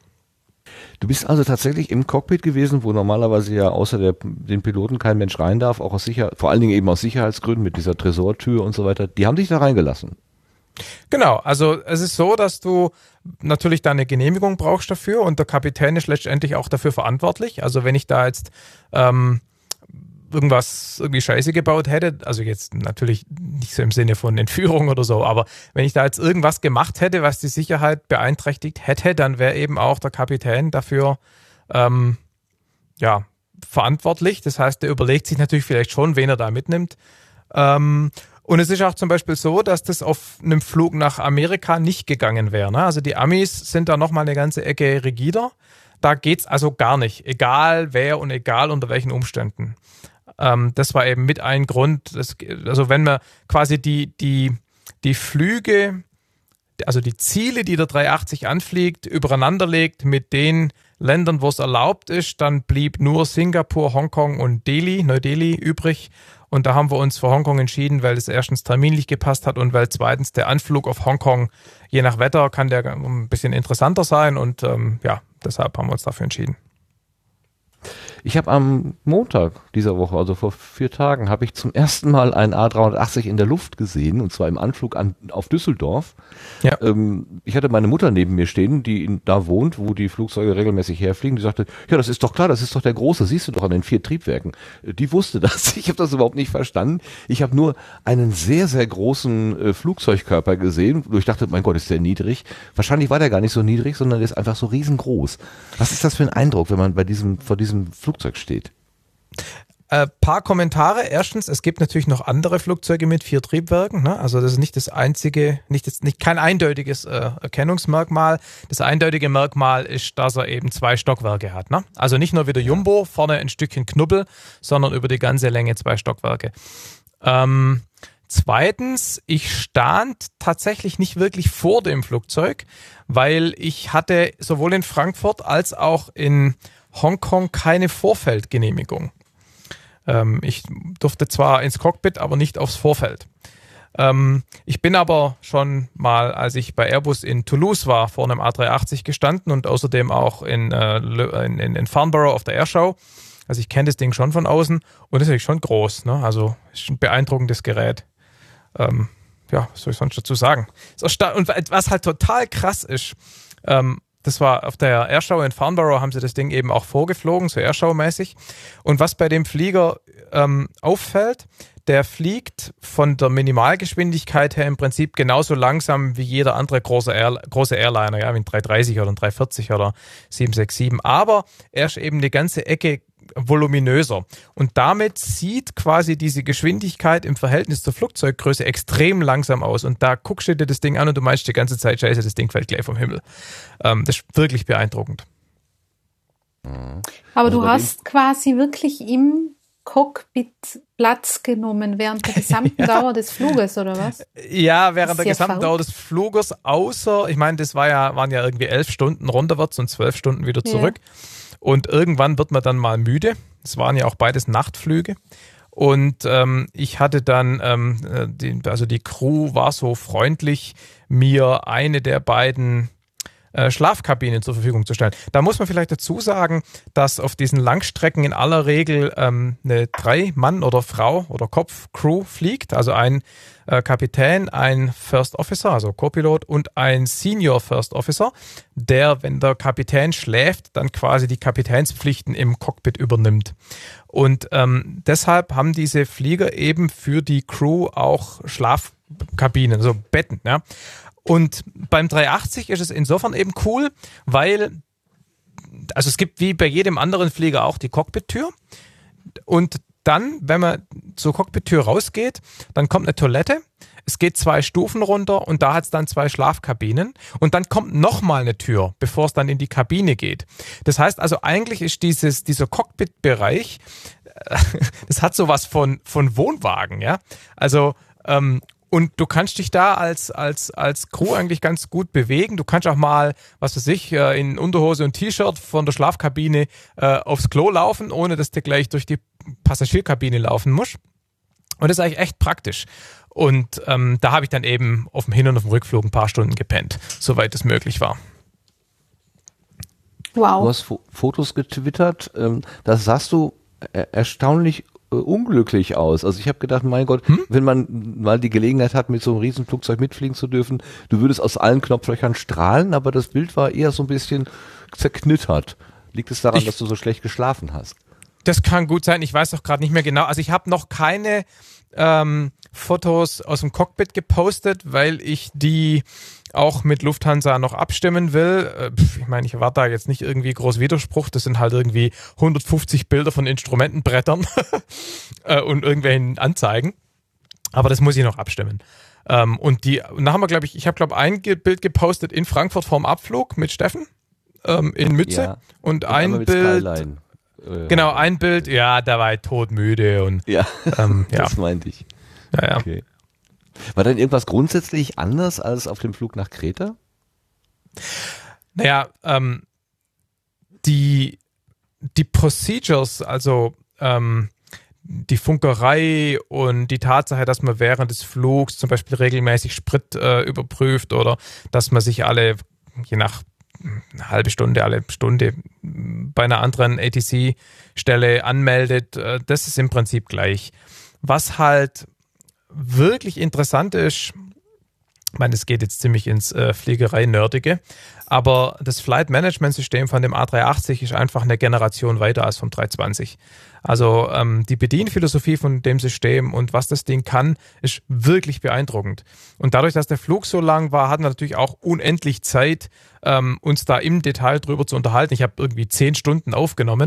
Du bist also tatsächlich im Cockpit gewesen, wo normalerweise ja außer der, den Piloten kein Mensch rein darf, auch aus Sicher, vor allen Dingen eben aus Sicherheitsgründen mit dieser Tresortür und so weiter. Die haben dich da reingelassen. Genau, also es ist so, dass du natürlich deine Genehmigung brauchst dafür und der Kapitän ist letztendlich auch dafür verantwortlich. Also wenn ich da jetzt ähm, irgendwas irgendwie Scheiße gebaut hätte, also jetzt natürlich nicht so im Sinne von Entführung oder so, aber wenn ich da jetzt irgendwas gemacht hätte, was die Sicherheit beeinträchtigt hätte, dann wäre eben auch der Kapitän dafür ähm, ja verantwortlich. Das heißt, der überlegt sich natürlich vielleicht schon, wen er da mitnimmt. Ähm, und es ist auch zum Beispiel so, dass das auf einem Flug nach Amerika nicht gegangen wäre. Ne? Also die Amis sind da nochmal eine ganze Ecke rigider. Da geht's also gar nicht, egal wer und egal unter welchen Umständen. Ähm, das war eben mit ein Grund, das, also wenn man quasi die, die, die Flüge, also die Ziele, die der drei achtzig anfliegt, übereinander legt mit den Ländern, wo es erlaubt ist, dann blieb nur Singapur, Hongkong und Delhi, Neu-Delhi übrig. Und da haben wir uns für Hongkong entschieden, weil es erstens terminlich gepasst hat und weil zweitens der Anflug auf Hongkong, je nach Wetter, kann der ein bisschen interessanter sein. Und ähm, ja, deshalb haben wir uns dafür entschieden. Ich habe am Montag dieser Woche, also vor vier Tagen, habe ich zum ersten Mal einen A drei achtzig in der Luft gesehen, und zwar im Anflug an, auf Düsseldorf. Ja. Ähm, ich hatte meine Mutter neben mir stehen, die in, da wohnt, wo die Flugzeuge regelmäßig herfliegen. Die sagte, ja, das ist doch klar, das ist doch der große, siehst du doch an den vier Triebwerken. Die wusste das. Ich habe das überhaupt nicht verstanden. Ich habe nur einen sehr, sehr großen äh, Flugzeugkörper gesehen, wo ich dachte, mein Gott, ist der niedrig. Wahrscheinlich war der gar nicht so niedrig, sondern der ist einfach so riesengroß. Was ist das für ein Eindruck, wenn man bei diesem, vor diesem Flugzeug steht? Äh, paar Kommentare. Erstens, es gibt natürlich noch andere Flugzeuge mit vier Triebwerken. Ne? Also das ist nicht das einzige, nicht, das, nicht kein eindeutiges äh, Erkennungsmerkmal. Das eindeutige Merkmal ist, dass er eben zwei Stockwerke hat. Ne? Also nicht nur wie der Jumbo, vorne ein Stückchen Knubbel, sondern über die ganze Länge zwei Stockwerke. Ähm, Zweitens, ich stand tatsächlich nicht wirklich vor dem Flugzeug, weil ich hatte sowohl in Frankfurt als auch in Hongkong keine Vorfeldgenehmigung. Ähm, ich durfte zwar ins Cockpit, aber nicht aufs Vorfeld. Ähm, ich bin aber schon mal, als ich bei Airbus in Toulouse war, vor einem A drei achtzig gestanden und außerdem auch in, äh, in, in Farnborough auf der Airshow. Also ich kenne das Ding schon von außen und das ist natürlich schon groß, ne? Also ist ein beeindruckendes Gerät. Ähm, ja, was soll ich sonst dazu sagen? Und was halt total krass ist, ähm, das war auf der Airshow in Farnborough, haben sie das Ding eben auch vorgeflogen, so Airshow-mäßig. Und was bei dem Flieger ähm, auffällt, der fliegt von der Minimalgeschwindigkeit her im Prinzip genauso langsam wie jeder andere große, Air, große Airliner, ja, wie ein drei dreißig oder ein drei vierzig oder sieben sechs sieben. Aber er ist eben eine ganze Ecke voluminöser. Und damit sieht quasi diese Geschwindigkeit im Verhältnis zur Flugzeuggröße extrem langsam aus. Und da guckst du dir das Ding an und du meinst die ganze Zeit, scheiße, das Ding fällt gleich vom Himmel. Ähm, das ist wirklich beeindruckend. Aber also du hast quasi wirklich im Cockpit Platz genommen während der gesamten ja. Dauer des Fluges, oder was? Ja, während der gesamten verrückt. Dauer des Fluges, außer, ich meine, das war ja, waren ja irgendwie elf Stunden runterwärts und zwölf Stunden wieder zurück. Ja. Und irgendwann wird man dann mal müde. Es waren ja auch beides Nachtflüge. Und ähm, ich hatte dann, ähm, die, also die Crew war so freundlich, mir eine der beiden äh, Schlafkabinen zur Verfügung zu stellen. Da muss man vielleicht dazu sagen, dass auf diesen Langstrecken in aller Regel ähm, eine Drei-Mann- oder Frau- oder Kopf-Crew fliegt. Also ein äh, Kapitän, ein First Officer, also Co-Pilot und ein Senior First Officer, der, wenn der Kapitän schläft, dann quasi die Kapitänspflichten im Cockpit übernimmt. Und ähm, deshalb haben diese Flieger eben für die Crew auch Schlafkabinen, also Betten. Ja. Und beim drei achtzig ist es insofern eben cool, weil, also es gibt wie bei jedem anderen Flieger auch die Cockpit-Tür. Und dann, wenn man zur Cockpit-Tür rausgeht, dann kommt eine Toilette. Es geht zwei Stufen runter und da hat es dann zwei Schlafkabinen. Und dann kommt nochmal eine Tür, bevor es dann in die Kabine geht. Das heißt also, eigentlich ist dieses, dieser Cockpit-Bereich, das hat sowas von, von Wohnwagen, ja. Also, ähm, und du kannst dich da als, als, als Crew eigentlich ganz gut bewegen. Du kannst auch mal, was weiß ich, in Unterhose und T-Shirt von der Schlafkabine äh, aufs Klo laufen, ohne dass du gleich durch die Passagierkabine laufen musst. Und das ist eigentlich echt praktisch. Und ähm, da habe ich dann eben auf dem Hin- und auf dem Rückflug ein paar Stunden gepennt, soweit es möglich war. Wow. Du hast Fo- Fotos getwittert. Ähm, das sahst du er- erstaunlich unglücklich aus. Also ich habe gedacht, mein Gott, hm? wenn man mal die Gelegenheit hat, mit so einem Riesenflugzeug mitfliegen zu dürfen, du würdest aus allen Knopflöchern strahlen, aber das Bild war eher so ein bisschen zerknittert. Liegt es daran, ich, dass du so schlecht geschlafen hast? Das kann gut sein. Ich weiß auch gerade nicht mehr genau. Also ich habe noch keine ähm, Fotos aus dem Cockpit gepostet, weil ich die auch mit Lufthansa noch abstimmen will. Ich meine, ich erwarte da jetzt nicht irgendwie groß Widerspruch. Das sind halt irgendwie hundertfünfzig Bilder von Instrumentenbrettern und irgendwelchen Anzeigen. Aber das muss ich noch abstimmen. Und die, und da haben wir, glaube ich, ich habe, glaube ich, ein Bild gepostet in Frankfurt vorm Abflug mit Steffen in Mütze ja. und, und ein Bild. Skyline. Genau, ein Bild, ja, da war ich todmüde und ja, ähm, ja. das meinte ich. Ja, ja. Okay. War dann irgendwas grundsätzlich anders als auf dem Flug nach Kreta? Naja, ähm, die, die Procedures, also ähm, die Funkerei und die Tatsache, dass man während des Flugs zum Beispiel regelmäßig Sprit äh, überprüft oder dass man sich alle, je nach eine halbe Stunde, alle Stunde bei einer anderen A T C-Stelle anmeldet, äh, das ist im Prinzip gleich. Was halt wirklich interessant ist, ich meine, es geht jetzt ziemlich ins äh, Fliegerei-Nerdige, aber das Flight-Management-System von dem A drei achtzig ist einfach eine Generation weiter als vom drei zwanzig. Also ähm, die Bedienphilosophie von dem System und was das Ding kann, ist wirklich beeindruckend. Und dadurch, dass der Flug so lang war, hatten wir natürlich auch unendlich Zeit, ähm, uns da im Detail drüber zu unterhalten. Ich habe irgendwie zehn Stunden aufgenommen.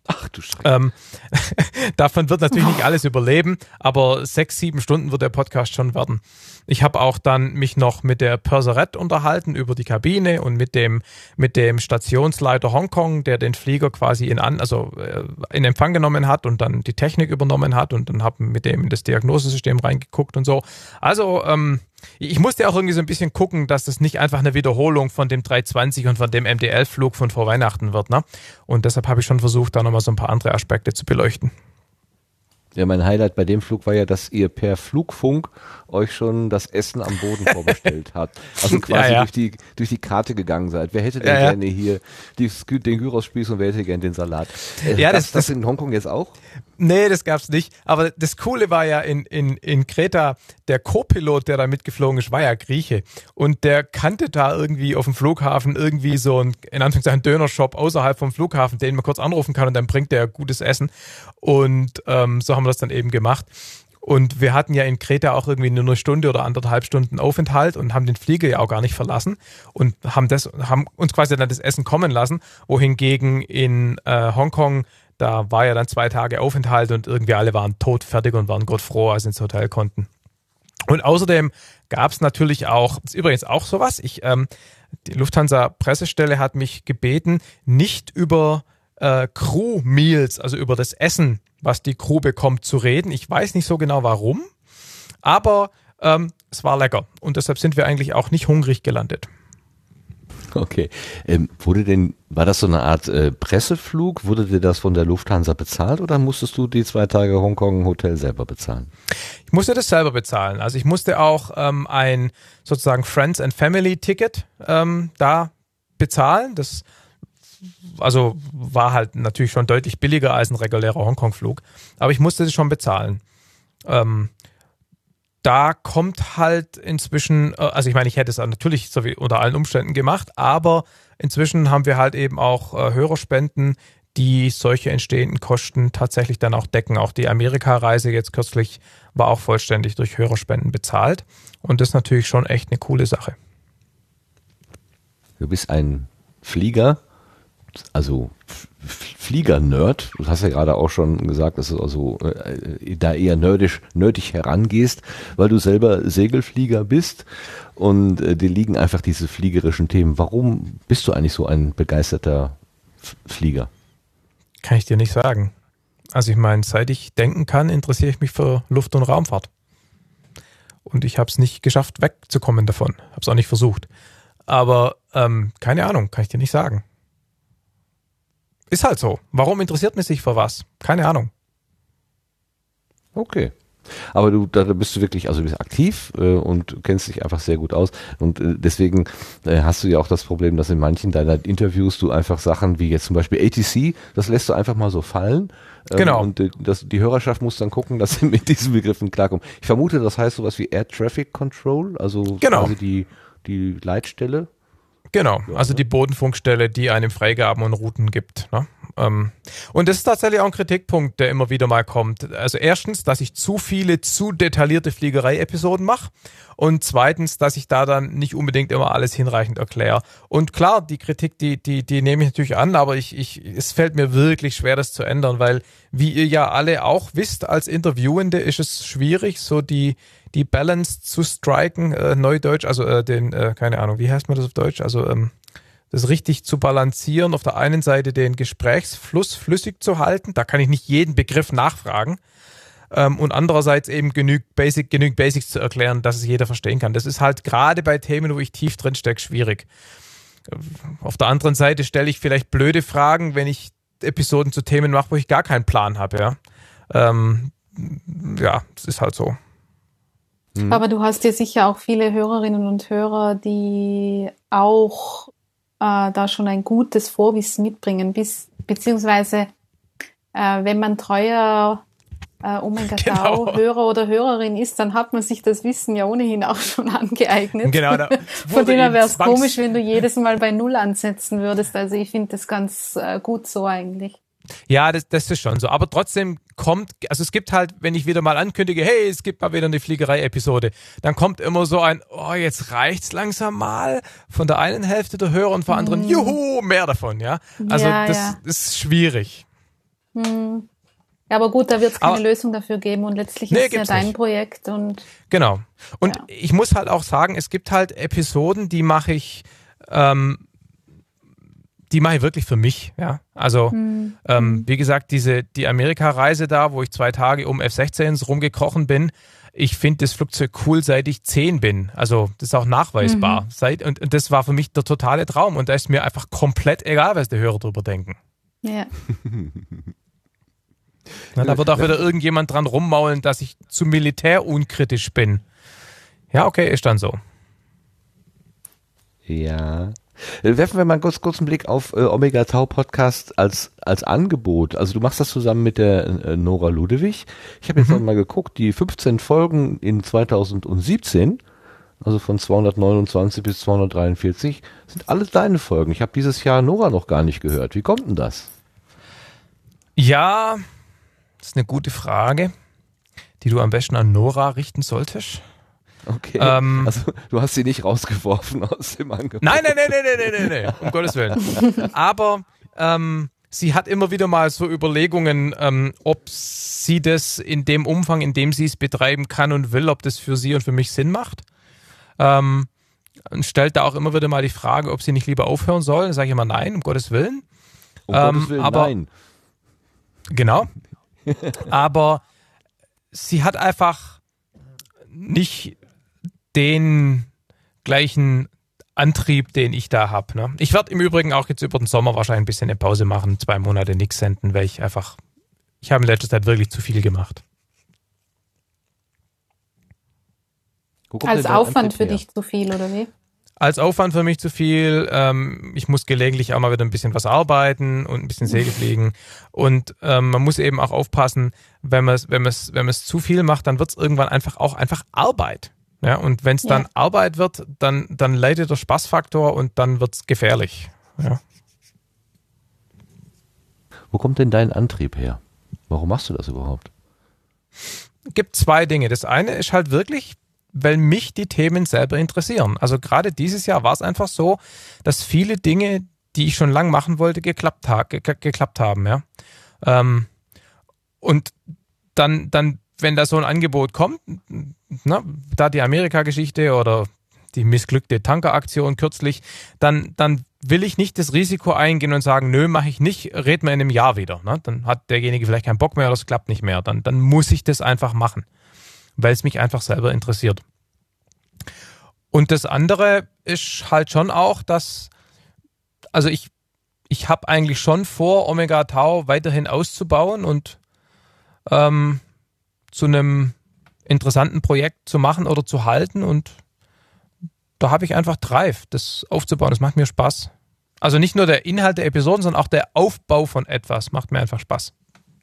Ach du Schreck. Ähm, davon wird natürlich nicht alles überleben, aber sechs, sieben Stunden wird der Podcast schon werden. Ich habe auch dann mich noch mit der Perseret unterhalten über die Kabine und mit dem mit dem Stationsleiter Hongkong, der den Flieger quasi in an also äh, in Empfang genommen hat und dann die Technik übernommen hat und dann habe mit dem in das Diagnosesystem reingeguckt und so. Also ähm, ich musste auch irgendwie so ein bisschen gucken, dass das nicht einfach eine Wiederholung von dem drei zwanzig und von dem M D elf-Flug von vor Weihnachten wird, ne? Und deshalb habe ich schon versucht, da nochmal so ein paar andere Aspekte zu beleuchten. Ja, mein Highlight bei dem Flug war ja, dass ihr per Flugfunk euch schon das Essen am Boden vorbestellt habt. Also quasi ja, ja. durch die durch die Karte gegangen seid. Wer hätte denn ja, ja. gerne hier die, den Gyros-Spieß und wer hätte gerne den Salat? Äh, ja, das, das, das in Hongkong jetzt auch? Nee, das gab's nicht. Aber das Coole war ja in, in, in Kreta, der Co-Pilot, der da mitgeflogen ist, war ja Grieche. Und der kannte da irgendwie auf dem Flughafen irgendwie so ein, in Anführungszeichen, Dönershop außerhalb vom Flughafen, den man kurz anrufen kann und dann bringt der gutes Essen. Und ähm, so haben wir das dann eben gemacht. Und wir hatten ja in Kreta auch irgendwie nur eine Stunde oder anderthalb Stunden Aufenthalt und haben den Flieger ja auch gar nicht verlassen und haben das, haben uns quasi dann das Essen kommen lassen, wohingegen in äh, Hongkong, da war ja dann zwei Tage Aufenthalt und irgendwie alle waren todfertig und waren Gott froh, als sie ins Hotel konnten. Und außerdem gab es natürlich auch, das ist übrigens auch sowas, ich, ähm, die Lufthansa-Pressestelle hat mich gebeten, nicht über äh, Crew-Meals, also über das Essen, was die Crew bekommt, zu reden. Ich weiß nicht so genau warum, aber ähm, es war lecker und deshalb sind wir eigentlich auch nicht hungrig gelandet. Okay. Ähm, wurde denn, war das so eine Art äh, Presseflug? Wurde dir das von der Lufthansa bezahlt oder musstest du die zwei Tage Hongkong Hotel selber bezahlen? Ich musste das selber bezahlen. Also ich musste auch ähm, ein sozusagen Friends and Family Ticket ähm, da bezahlen. Das also war halt natürlich schon deutlich billiger als ein regulärer Hongkong-Flug. Aber ich musste das schon bezahlen. Ähm, da kommt halt inzwischen, also ich meine, ich hätte es natürlich so wie unter allen Umständen gemacht, aber inzwischen haben wir halt eben auch äh, Hörerspenden, die solche entstehenden Kosten tatsächlich dann auch decken. Auch die Amerika-Reise jetzt kürzlich war auch vollständig durch Hörerspenden bezahlt. Und das ist natürlich schon echt eine coole Sache. Du bist ein Flieger, also Flieger-Nerd, du hast ja gerade auch schon gesagt, dass du also äh, da eher nerdisch, nerdig herangehst, weil du selber Segelflieger bist und äh, dir liegen einfach diese fliegerischen Themen. Warum bist du eigentlich so ein begeisterter F- Flieger? Kann ich dir nicht sagen. Also ich meine, seit ich denken kann, interessiere ich mich für Luft- und Raumfahrt. Und ich habe es nicht geschafft, wegzukommen davon. Habe es auch nicht versucht. Aber ähm, keine Ahnung, kann ich dir nicht sagen. Ist halt so. Warum interessiert man sich für was? Keine Ahnung. Okay. Aber du, da bist du wirklich, also du bist aktiv äh, und kennst dich einfach sehr gut aus. Und äh, deswegen äh, hast du ja auch das Problem, dass in manchen deiner Interviews du einfach Sachen wie jetzt zum Beispiel A T C, das lässt du einfach mal so fallen. Ähm, genau. Und äh, das, die Hörerschaft muss dann gucken, dass sie mit diesen Begriffen klarkommen. Ich vermute, das heißt sowas wie Air Traffic Control, also genau. quasi die, die Leitstelle. Genau, also die Bodenfunkstelle, die einem Freigaben und Routen gibt. Ne? Und das ist tatsächlich auch ein Kritikpunkt, der immer wieder mal kommt. Also erstens, dass ich zu viele, zu detaillierte Fliegerei-Episoden mache und zweitens, dass ich da dann nicht unbedingt immer alles hinreichend erkläre. Und klar, die Kritik, die, die, die nehme ich natürlich an, aber ich, ich, es fällt mir wirklich schwer, das zu ändern, weil wie ihr ja alle auch wisst, als Interviewende ist es schwierig, so die die Balance zu striken, äh, Neudeutsch, also äh, den, äh, keine Ahnung, wie heißt man das auf Deutsch, also ähm, das richtig zu balancieren, auf der einen Seite den Gesprächsfluss flüssig zu halten, da kann ich nicht jeden Begriff nachfragen ähm, und andererseits eben genügend Basic, genügend Basics zu erklären, dass es jeder verstehen kann. Das ist halt gerade bei Themen, wo ich tief drin stecke, schwierig. Auf der anderen Seite stelle ich vielleicht blöde Fragen, wenn ich Episoden zu Themen mache, wo ich gar keinen Plan habe, ja. Ähm, ja, das ist halt so. Aber du hast ja sicher auch viele Hörerinnen und Hörer, die auch äh, da schon ein gutes Vorwissen mitbringen, bis, beziehungsweise äh, wenn man treuer äh, Omega-Tau genau. Hörer oder Hörerin ist, dann hat man sich das Wissen ja ohnehin auch schon angeeignet. Genau. Da Von dem her wäre es komisch, wenn du jedes Mal bei Null ansetzen würdest. Also ich finde das ganz äh, gut so eigentlich. Ja, das, das ist schon so. Aber trotzdem kommt, also es gibt halt, wenn ich wieder mal ankündige, hey, es gibt mal wieder eine Fliegerei-Episode, dann kommt immer so ein, oh, jetzt reicht's langsam mal von der einen Hälfte der Hörer und von anderen, mm. juhu, mehr davon, ja. Also ja, das ja. ist schwierig. Hm. Ja, aber gut, da wird es keine aber, Lösung dafür geben und letztlich nee, ist es ja dein nicht. Projekt. Und genau. Und ja. ich muss halt auch sagen, es gibt halt Episoden, die mache ich, ähm, die mache ich wirklich für mich. Ja, also hm. ähm, wie gesagt, diese die Amerika-Reise da, wo ich zwei Tage um F sechzehn rumgekrochen bin. Ich finde das Flugzeug cool, seit ich zehn bin. Also das ist auch nachweisbar. Mhm. Seit, und, und das war für mich der totale Traum. Und da ist mir einfach komplett egal, was die Hörer drüber denken. Ja. Na, da wird auch wieder irgendjemand dran rummaulen, dass ich zu militärunkritisch bin. Ja, okay, ist dann so. Ja. Werfen wir mal kurz, kurz einen Blick auf äh, Omega Tau Podcast als, als Angebot. Also du machst das zusammen mit der äh, Nora Ludewig. Ich habe jetzt mhm. mal geguckt, die fünfzehn Folgen in zweitausendsiebzehn, also von zweihundertneunundzwanzig bis zweihundertdreiundvierzig, sind alle deine Folgen. Ich habe dieses Jahr Nora noch gar nicht gehört. Wie kommt denn das? Ja, das ist eine gute Frage, die du am besten an Nora richten solltest. Okay, ähm, also du hast sie nicht rausgeworfen aus dem Angebot. Nein, nein, nein, nein, nein, nein, nein, nein, um Gottes Willen. Aber ähm, sie hat immer wieder mal so Überlegungen, ähm, ob sie das in dem Umfang, in dem sie es betreiben kann und will, ob das für sie und für mich Sinn macht. Ähm, und stellt da auch immer wieder mal die Frage, ob sie nicht lieber aufhören soll. Dann sage ich immer nein, um Gottes Willen. Um ähm, Gottes Willen, aber, nein. Genau. Aber sie hat einfach nicht den gleichen Antrieb, den ich da habe. Ne? Ich werde im Übrigen auch jetzt über den Sommer wahrscheinlich ein bisschen eine Pause machen, zwei Monate nichts senden, weil ich einfach, ich habe in letzter Zeit wirklich zu viel gemacht. Als Aufwand für dich zu viel, oder wie? Als Aufwand für mich zu viel. Ähm, ich muss gelegentlich auch mal wieder ein bisschen was arbeiten und ein bisschen Segel fliegen. Und ähm, man muss eben auch aufpassen, wenn man es wenn man's, wenn man's zu viel macht, dann wird es irgendwann einfach auch einfach Arbeit. Ja, und wenn es dann ja. Arbeit wird, dann, dann leidet der Spaßfaktor und dann wird es gefährlich. Ja. Wo kommt denn dein Antrieb her? Warum machst du das überhaupt? Es gibt zwei Dinge. Das eine ist halt wirklich, weil mich die Themen selber interessieren. Also gerade dieses Jahr war es einfach so, dass viele Dinge, die ich schon lange machen wollte, geklappt, ha- ge- geklappt haben. Ja. Ähm, und dann, dann, wenn da so ein Angebot kommt, na, da die Amerika-Geschichte oder die missglückte Tankeraktion kürzlich, dann, dann will ich nicht das Risiko eingehen und sagen, nö, mache ich nicht, reden wir in einem Jahr wieder. Ne? Dann hat derjenige vielleicht keinen Bock mehr oder es klappt nicht mehr. Dann, dann muss ich das einfach machen, weil es mich einfach selber interessiert. Und das andere ist halt schon auch, dass, also ich, ich habe eigentlich schon vor, Omega Tau weiterhin auszubauen und ähm, zu einem interessanten Projekt zu machen oder zu halten, und da habe ich einfach Drive, das aufzubauen. Das macht mir Spaß. Also nicht nur der Inhalt der Episoden, sondern auch der Aufbau von etwas macht mir einfach Spaß.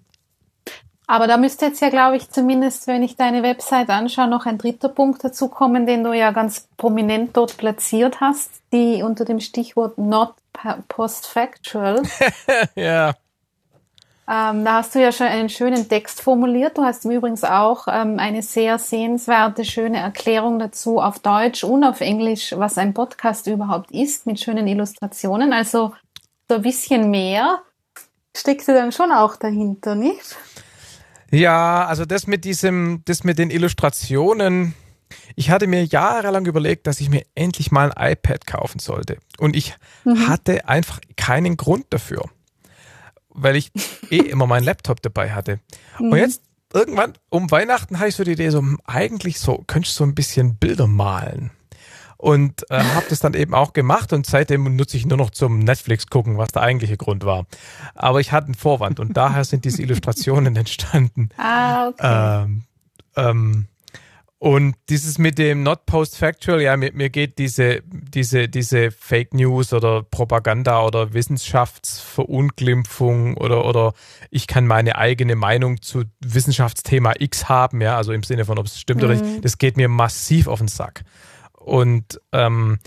Aber da müsste jetzt ja, glaube ich, zumindest, wenn ich deine Website anschaue, noch ein dritter Punkt dazu kommen, den du ja ganz prominent dort platziert hast, die unter dem Stichwort Not Postfactual. Ja. Ähm, da hast du ja schon einen schönen Text formuliert. Du hast im Übrigen auch ähm, eine sehr sehenswerte, schöne Erklärung dazu auf Deutsch und auf Englisch, was ein Podcast überhaupt ist, mit schönen Illustrationen. Also so ein bisschen mehr steckt du dann schon auch dahinter, nicht? Ja, also das mit diesem, das mit den Illustrationen. Ich hatte mir jahrelang überlegt, dass ich mir endlich mal ein iPad kaufen sollte. Und ich mhm. hatte einfach keinen Grund dafür, weil ich eh immer meinen Laptop dabei hatte. Mhm. Und jetzt irgendwann um Weihnachten habe ich so die Idee, so eigentlich so, könntest du so ein bisschen Bilder malen. Und äh, habe das dann eben auch gemacht, und seitdem nutze ich nur noch zum Netflix gucken, was der eigentliche Grund war. Aber ich hatte einen Vorwand und daher sind diese Illustrationen entstanden. Ah, okay. Ähm, ähm, und dieses mit dem Not Post-Factual, ja, mir, mir geht diese, diese, diese Fake News oder Propaganda oder Wissenschaftsverunglimpfung oder, oder ich kann meine eigene Meinung zu Wissenschaftsthema X haben, ja, also im Sinne von, ob es stimmt mhm. oder nicht, das geht mir massiv auf den Sack. Und ähm,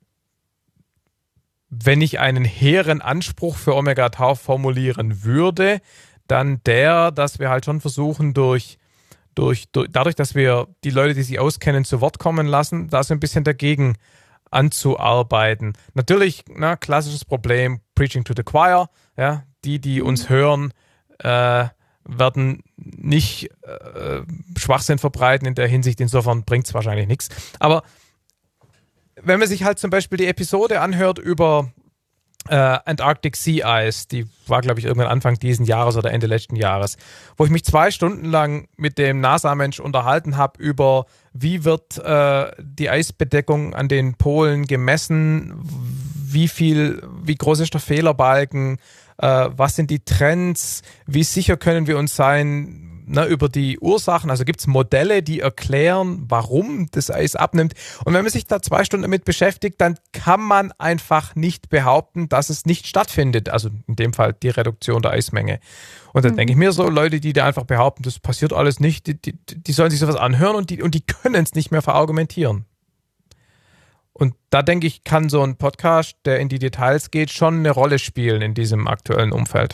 wenn ich einen hehren Anspruch für Omega Tau formulieren würde, dann der, dass wir halt schon versuchen, durch, durch, durch dadurch, dass wir die Leute, die sich auskennen, zu Wort kommen lassen, da so ein bisschen dagegen anzuarbeiten. Natürlich, na, klassisches Problem, Preaching to the Choir, ja, die, die uns hören, äh, werden nicht äh, Schwachsinn verbreiten in der Hinsicht. Insofern bringt es wahrscheinlich nichts. Aber wenn man sich halt zum Beispiel die Episode anhört über äh, Antarctic Sea Ice, die war, glaube ich, irgendwann Anfang diesen Jahres oder Ende letzten Jahres, wo ich mich zwei Stunden lang mit dem NASA-Mensch unterhalten habe über, wie wird äh, die Eisbedeckung an den Polen gemessen, wie viel, wie groß ist der Fehlerbalken, äh, was sind die Trends, wie sicher können wir uns sein, ne, über die Ursachen, also gibt es Modelle, die erklären, warum das Eis abnimmt. Und wenn man sich da zwei Stunden damit beschäftigt, dann kann man einfach nicht behaupten, dass es nicht stattfindet. Also in dem Fall die Reduktion der Eismenge. Und dann mhm. denke ich mir so, Leute, die da einfach behaupten, das passiert alles nicht, die, die, die sollen sich sowas anhören und die, und die können es nicht mehr verargumentieren. Und da denke ich, kann so ein Podcast, der in die Details geht, schon eine Rolle spielen in diesem aktuellen Umfeld.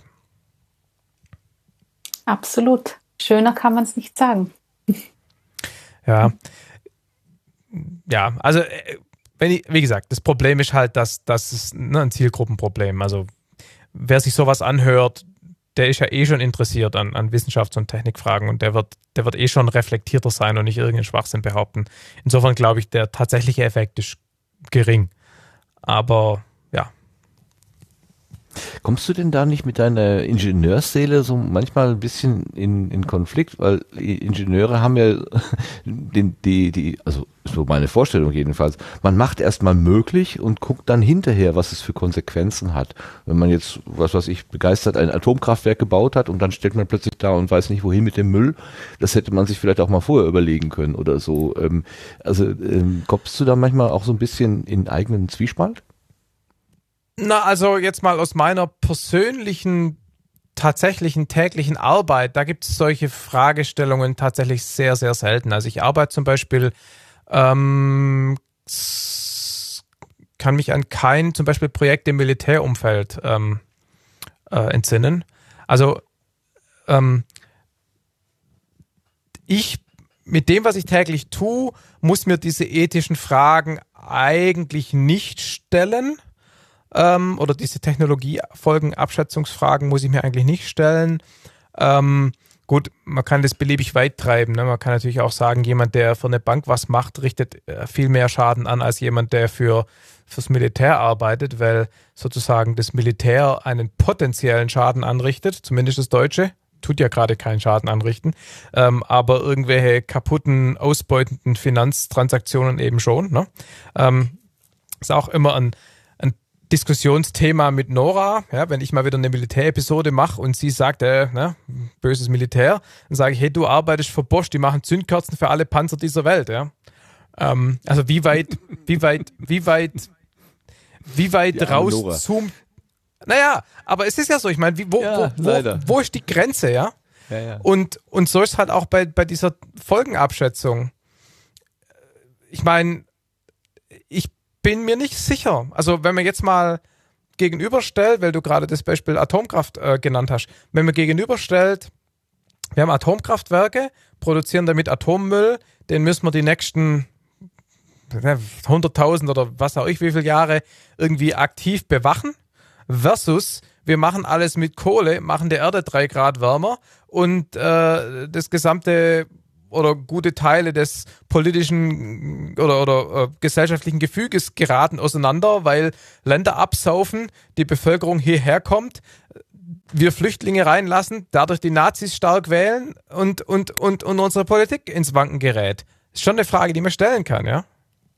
Absolut. Schöner kann man es nicht sagen. Ja. Ja, also wenn ich, wie gesagt, das Problem ist halt, dass das ist ne, ein Zielgruppenproblem. Also wer sich sowas anhört, der ist ja eh schon interessiert an, an Wissenschafts- und Technikfragen und der wird, der wird eh schon reflektierter sein und nicht irgendeinen Schwachsinn behaupten. Insofern glaube ich, der tatsächliche Effekt ist gering. Aber ja. Kommst du denn da nicht mit deiner Ingenieursseele so manchmal ein bisschen in, in Konflikt? Weil Ingenieure haben ja den, die, die, also so meine Vorstellung jedenfalls, man macht erstmal möglich und guckt dann hinterher, was es für Konsequenzen hat. Wenn man jetzt, was weiß ich, begeistert ein Atomkraftwerk gebaut hat und dann steht man plötzlich da und weiß nicht, wohin mit dem Müll, das hätte man sich vielleicht auch mal vorher überlegen können oder so. Also kommst du da manchmal auch so ein bisschen in eigenen Zwiespalt? Na, also jetzt mal aus meiner persönlichen, tatsächlichen täglichen Arbeit, da gibt es solche Fragestellungen tatsächlich sehr, sehr selten. Also ich arbeite zum Beispiel, ähm, kann mich an kein zum Beispiel Projekt im Militärumfeld ähm, äh, entsinnen. Also ähm, ich mit dem, was ich täglich tue, muss mir diese ethischen Fragen eigentlich nicht stellen. Ähm, oder diese Technologiefolgenabschätzungsfragen muss ich mir eigentlich nicht stellen. Ähm, gut, man kann das beliebig weit treiben. Ne? Man kann natürlich auch sagen, jemand, der für eine Bank was macht, richtet äh, viel mehr Schaden an als jemand, der für fürs Militär arbeitet, weil sozusagen das Militär einen potenziellen Schaden anrichtet, zumindest das Deutsche. Tut ja gerade keinen Schaden anrichten, ähm, aber irgendwelche kaputten, ausbeutenden Finanztransaktionen eben schon. Ne? Ähm, ist auch immer ein Diskussionsthema mit Nora, ja, wenn ich mal wieder eine Militärepisode mache und sie sagt, äh, ne, böses Militär, dann sage ich, hey, du arbeitest für Bosch, die machen Zündkerzen für alle Panzer dieser Welt, ja. Ähm, also wie weit, wie weit, wie weit, wie weit ja, rauszoomt. Naja, aber es ist ja so, ich meine, wo, ja, wo, wo, wo ist die Grenze, ja? Ja, ja. Und, und so ist halt auch bei, bei dieser Folgenabschätzung. Ich meine, ich bin mir nicht sicher. Also wenn man jetzt mal gegenüberstellt, weil du gerade das Beispiel Atomkraft äh, genannt hast, wenn man gegenüberstellt, wir haben Atomkraftwerke, produzieren damit Atommüll, den müssen wir die nächsten hunderttausend oder was auch ich, wie viele Jahre irgendwie aktiv bewachen, versus wir machen alles mit Kohle, machen der Erde drei Grad wärmer und äh, das gesamte oder gute Teile des politischen oder, oder äh, gesellschaftlichen Gefüges geraten auseinander, weil Länder absaufen, die Bevölkerung hierher kommt, wir Flüchtlinge reinlassen, dadurch die Nazis stark wählen und, und, und, und unsere Politik ins Wanken gerät. Ist schon eine Frage, die man stellen kann, ja?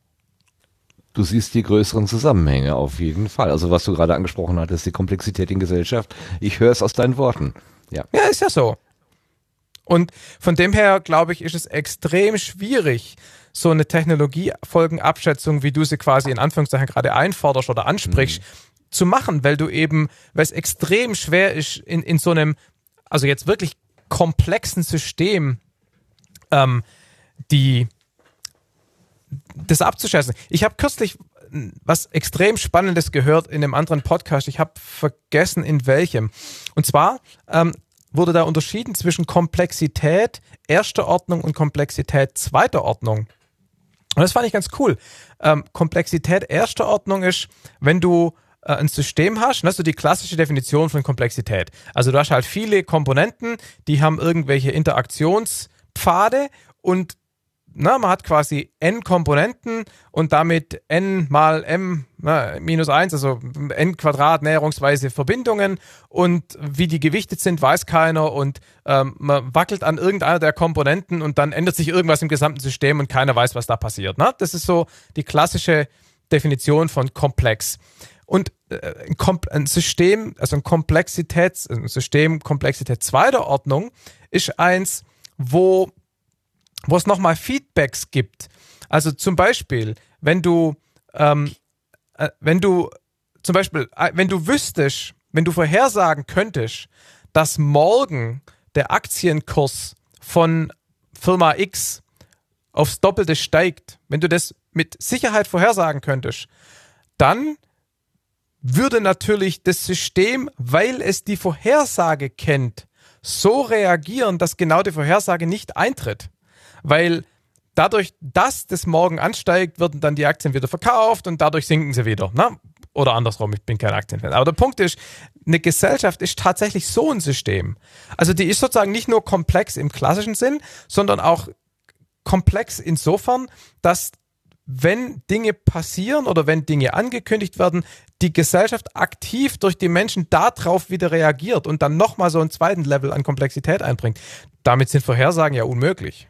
Du siehst die größeren Zusammenhänge auf jeden Fall. Also was du gerade angesprochen hattest, die Komplexität in Gesellschaft. Ich höre es aus deinen Worten. Ja, ja, ist ja so. Und von dem her, glaube ich, ist es extrem schwierig, so eine Technologiefolgenabschätzung, wie du sie quasi in Anführungszeichen gerade einforderst oder ansprichst, mhm. zu machen, weil du eben, weil es extrem schwer ist, in, in so einem, also jetzt wirklich komplexen System, ähm, die, das abzuschätzen. Ich habe kürzlich was extrem Spannendes gehört in einem anderen Podcast. Ich habe vergessen, in welchem. Und zwar, ähm, wurde da unterschieden zwischen Komplexität erster Ordnung und Komplexität zweiter Ordnung. Und das fand ich ganz cool. Ähm, Komplexität erster Ordnung ist, wenn du äh, ein System hast, und das ist so die klassische Definition von Komplexität. Also du hast halt viele Komponenten, die haben irgendwelche Interaktionspfade und na, man hat quasi n Komponenten und damit n mal m na, minus eins, also n Quadrat näherungsweise Verbindungen, und wie die gewichtet sind, weiß keiner, und ähm, man wackelt an irgendeiner der Komponenten und dann ändert sich irgendwas im gesamten System und keiner weiß, was da passiert. Ne? Das ist so die klassische Definition von komplex. Und äh, ein, Kom- ein System, also ein Komplexitäts, ein System Komplexität zweiter Ordnung ist eins, wo wo es nochmal Feedbacks gibt. Also zum Beispiel, wenn du, ähm, äh, wenn du, zum Beispiel, äh, wenn du wüsstest, wenn du vorhersagen könntest, dass morgen der Aktienkurs von Firma X aufs Doppelte steigt, wenn du das mit Sicherheit vorhersagen könntest, dann würde natürlich das System, weil es die Vorhersage kennt, so reagieren, dass genau die Vorhersage nicht eintritt. Weil dadurch, dass das morgen ansteigt, werden dann die Aktien wieder verkauft und dadurch sinken sie wieder. Ne? Oder andersrum, ich bin kein Aktienfan. Aber der Punkt ist, eine Gesellschaft ist tatsächlich so ein System. Also die ist sozusagen nicht nur komplex im klassischen Sinn, sondern auch komplex insofern, dass wenn Dinge passieren oder wenn Dinge angekündigt werden, die Gesellschaft aktiv durch die Menschen darauf wieder reagiert und dann nochmal so einen zweiten Level an Komplexität einbringt. Damit sind Vorhersagen ja unmöglich.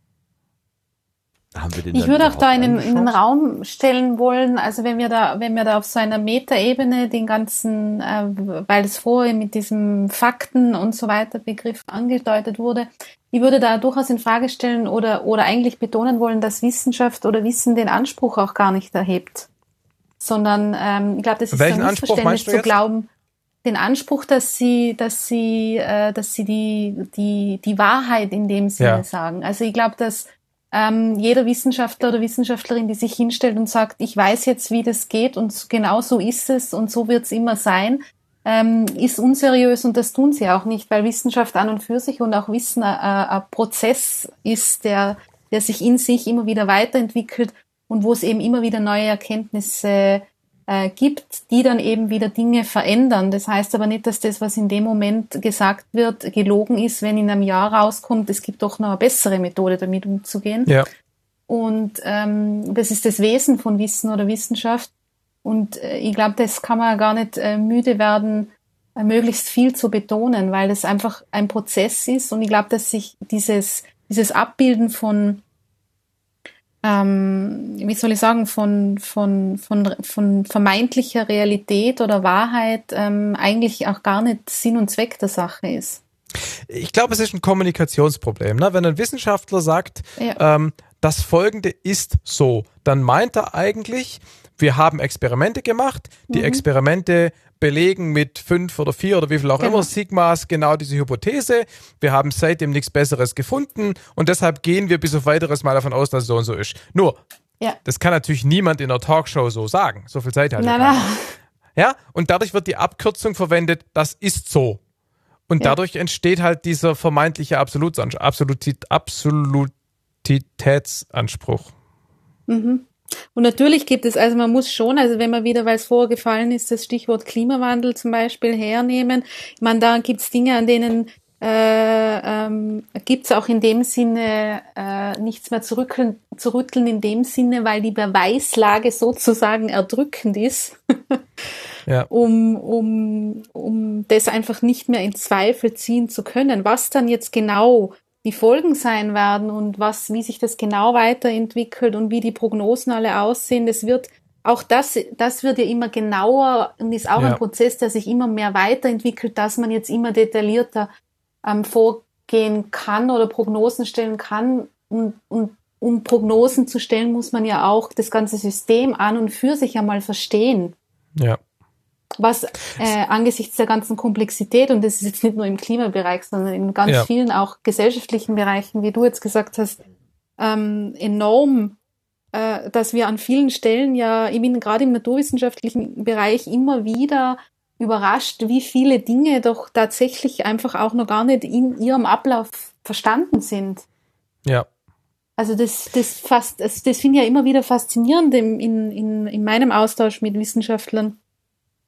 Haben wir den Ich würde auch da in den, in den Raum stellen wollen, also wenn wir da, wenn wir da auf so einer Metaebene den ganzen, äh, weil es vorher mit diesem Fakten und so weiter Begriff angedeutet wurde, ich würde da durchaus in Frage stellen oder, oder eigentlich betonen wollen, dass Wissenschaft oder Wissen den Anspruch auch gar nicht erhebt, sondern ähm, ich glaube, das ist Welchen ein Anspruch Missverständnis zu jetzt? glauben, den Anspruch, dass sie, dass sie, äh, dass sie die, die, die Wahrheit in dem Sinne Ja. sagen. Also ich glaube, dass Ähm, jeder Wissenschaftler oder Wissenschaftlerin, die sich hinstellt und sagt, ich weiß jetzt, wie das geht und genau so ist es und so wird es immer sein, ähm, ist unseriös, und das tun sie auch nicht, weil Wissenschaft an und für sich und auch Wissen äh, ein Prozess ist, der, der sich in sich immer wieder weiterentwickelt und wo es eben immer wieder neue Erkenntnisse äh, gibt, die dann eben wieder Dinge verändern. Das heißt aber nicht, dass das, was in dem Moment gesagt wird, gelogen ist, wenn in einem Jahr rauskommt, es gibt doch noch eine bessere Methode, damit umzugehen. Ja. Und ähm, das ist das Wesen von Wissen oder Wissenschaft. Und äh, ich glaube, das kann man gar nicht äh, müde werden, äh, möglichst viel zu betonen, weil es einfach ein Prozess ist. Und ich glaube, dass sich dieses, dieses Abbilden von Ähm, wie soll ich sagen, von, von, von, von vermeintlicher Realität oder Wahrheit ähm, eigentlich auch gar nicht Sinn und Zweck der Sache ist. Ich glaube, es ist ein Kommunikationsproblem. Ne? Wenn ein Wissenschaftler sagt, Ja. ähm, das Folgende ist so, dann meint er eigentlich, wir haben Experimente gemacht, die Mhm. Experimente belegen mit fünf oder vier oder wie viel auch Genau. immer Sigmas genau diese Hypothese. Wir haben seitdem nichts Besseres gefunden und deshalb gehen wir bis auf weiteres mal davon aus, dass es so und so ist. Nur, Ja. das kann natürlich niemand in einer Talkshow so sagen. So viel Zeit hat ja Nein, keiner. nein. Ja, und dadurch wird die Abkürzung verwendet, das ist so. Und Ja. dadurch entsteht halt dieser vermeintliche Absolutans- Absolutit- Absolutitätsanspruch. Mhm. Und natürlich gibt es, also man muss schon, also wenn man wieder, weil es vorgefallen ist, das Stichwort Klimawandel zum Beispiel hernehmen, ich meine, da gibt es Dinge, an denen äh, ähm, gibt es auch in dem Sinne äh, nichts mehr zu rütteln, zu rütteln in dem Sinne, weil die Beweislage sozusagen erdrückend ist, Ja. um, um, um das einfach nicht mehr in Zweifel ziehen zu können. Was dann jetzt genau die Folgen sein werden und was, wie sich das genau weiterentwickelt und wie die Prognosen alle aussehen, das wird, auch das, das wird ja immer genauer und ist auch Ja. ein Prozess, der sich immer mehr weiterentwickelt, dass man jetzt immer detaillierter ähm, vorgehen kann oder Prognosen stellen kann. Und, und um Prognosen zu stellen, muss man ja auch das ganze System an und für sich einmal verstehen. Ja. Was äh, angesichts der ganzen Komplexität, und das ist jetzt nicht nur im Klimabereich, sondern in ganz Ja. vielen auch gesellschaftlichen Bereichen, wie du jetzt gesagt hast, ähm, enorm, äh, dass wir an vielen Stellen ja, ich bin gerade im naturwissenschaftlichen Bereich immer wieder überrascht, wie viele Dinge doch tatsächlich einfach auch noch gar nicht in ihrem Ablauf verstanden sind. Ja. Also das, das fast, das, das finde ich ja immer wieder faszinierend im, in, in, in meinem Austausch mit Wissenschaftlern.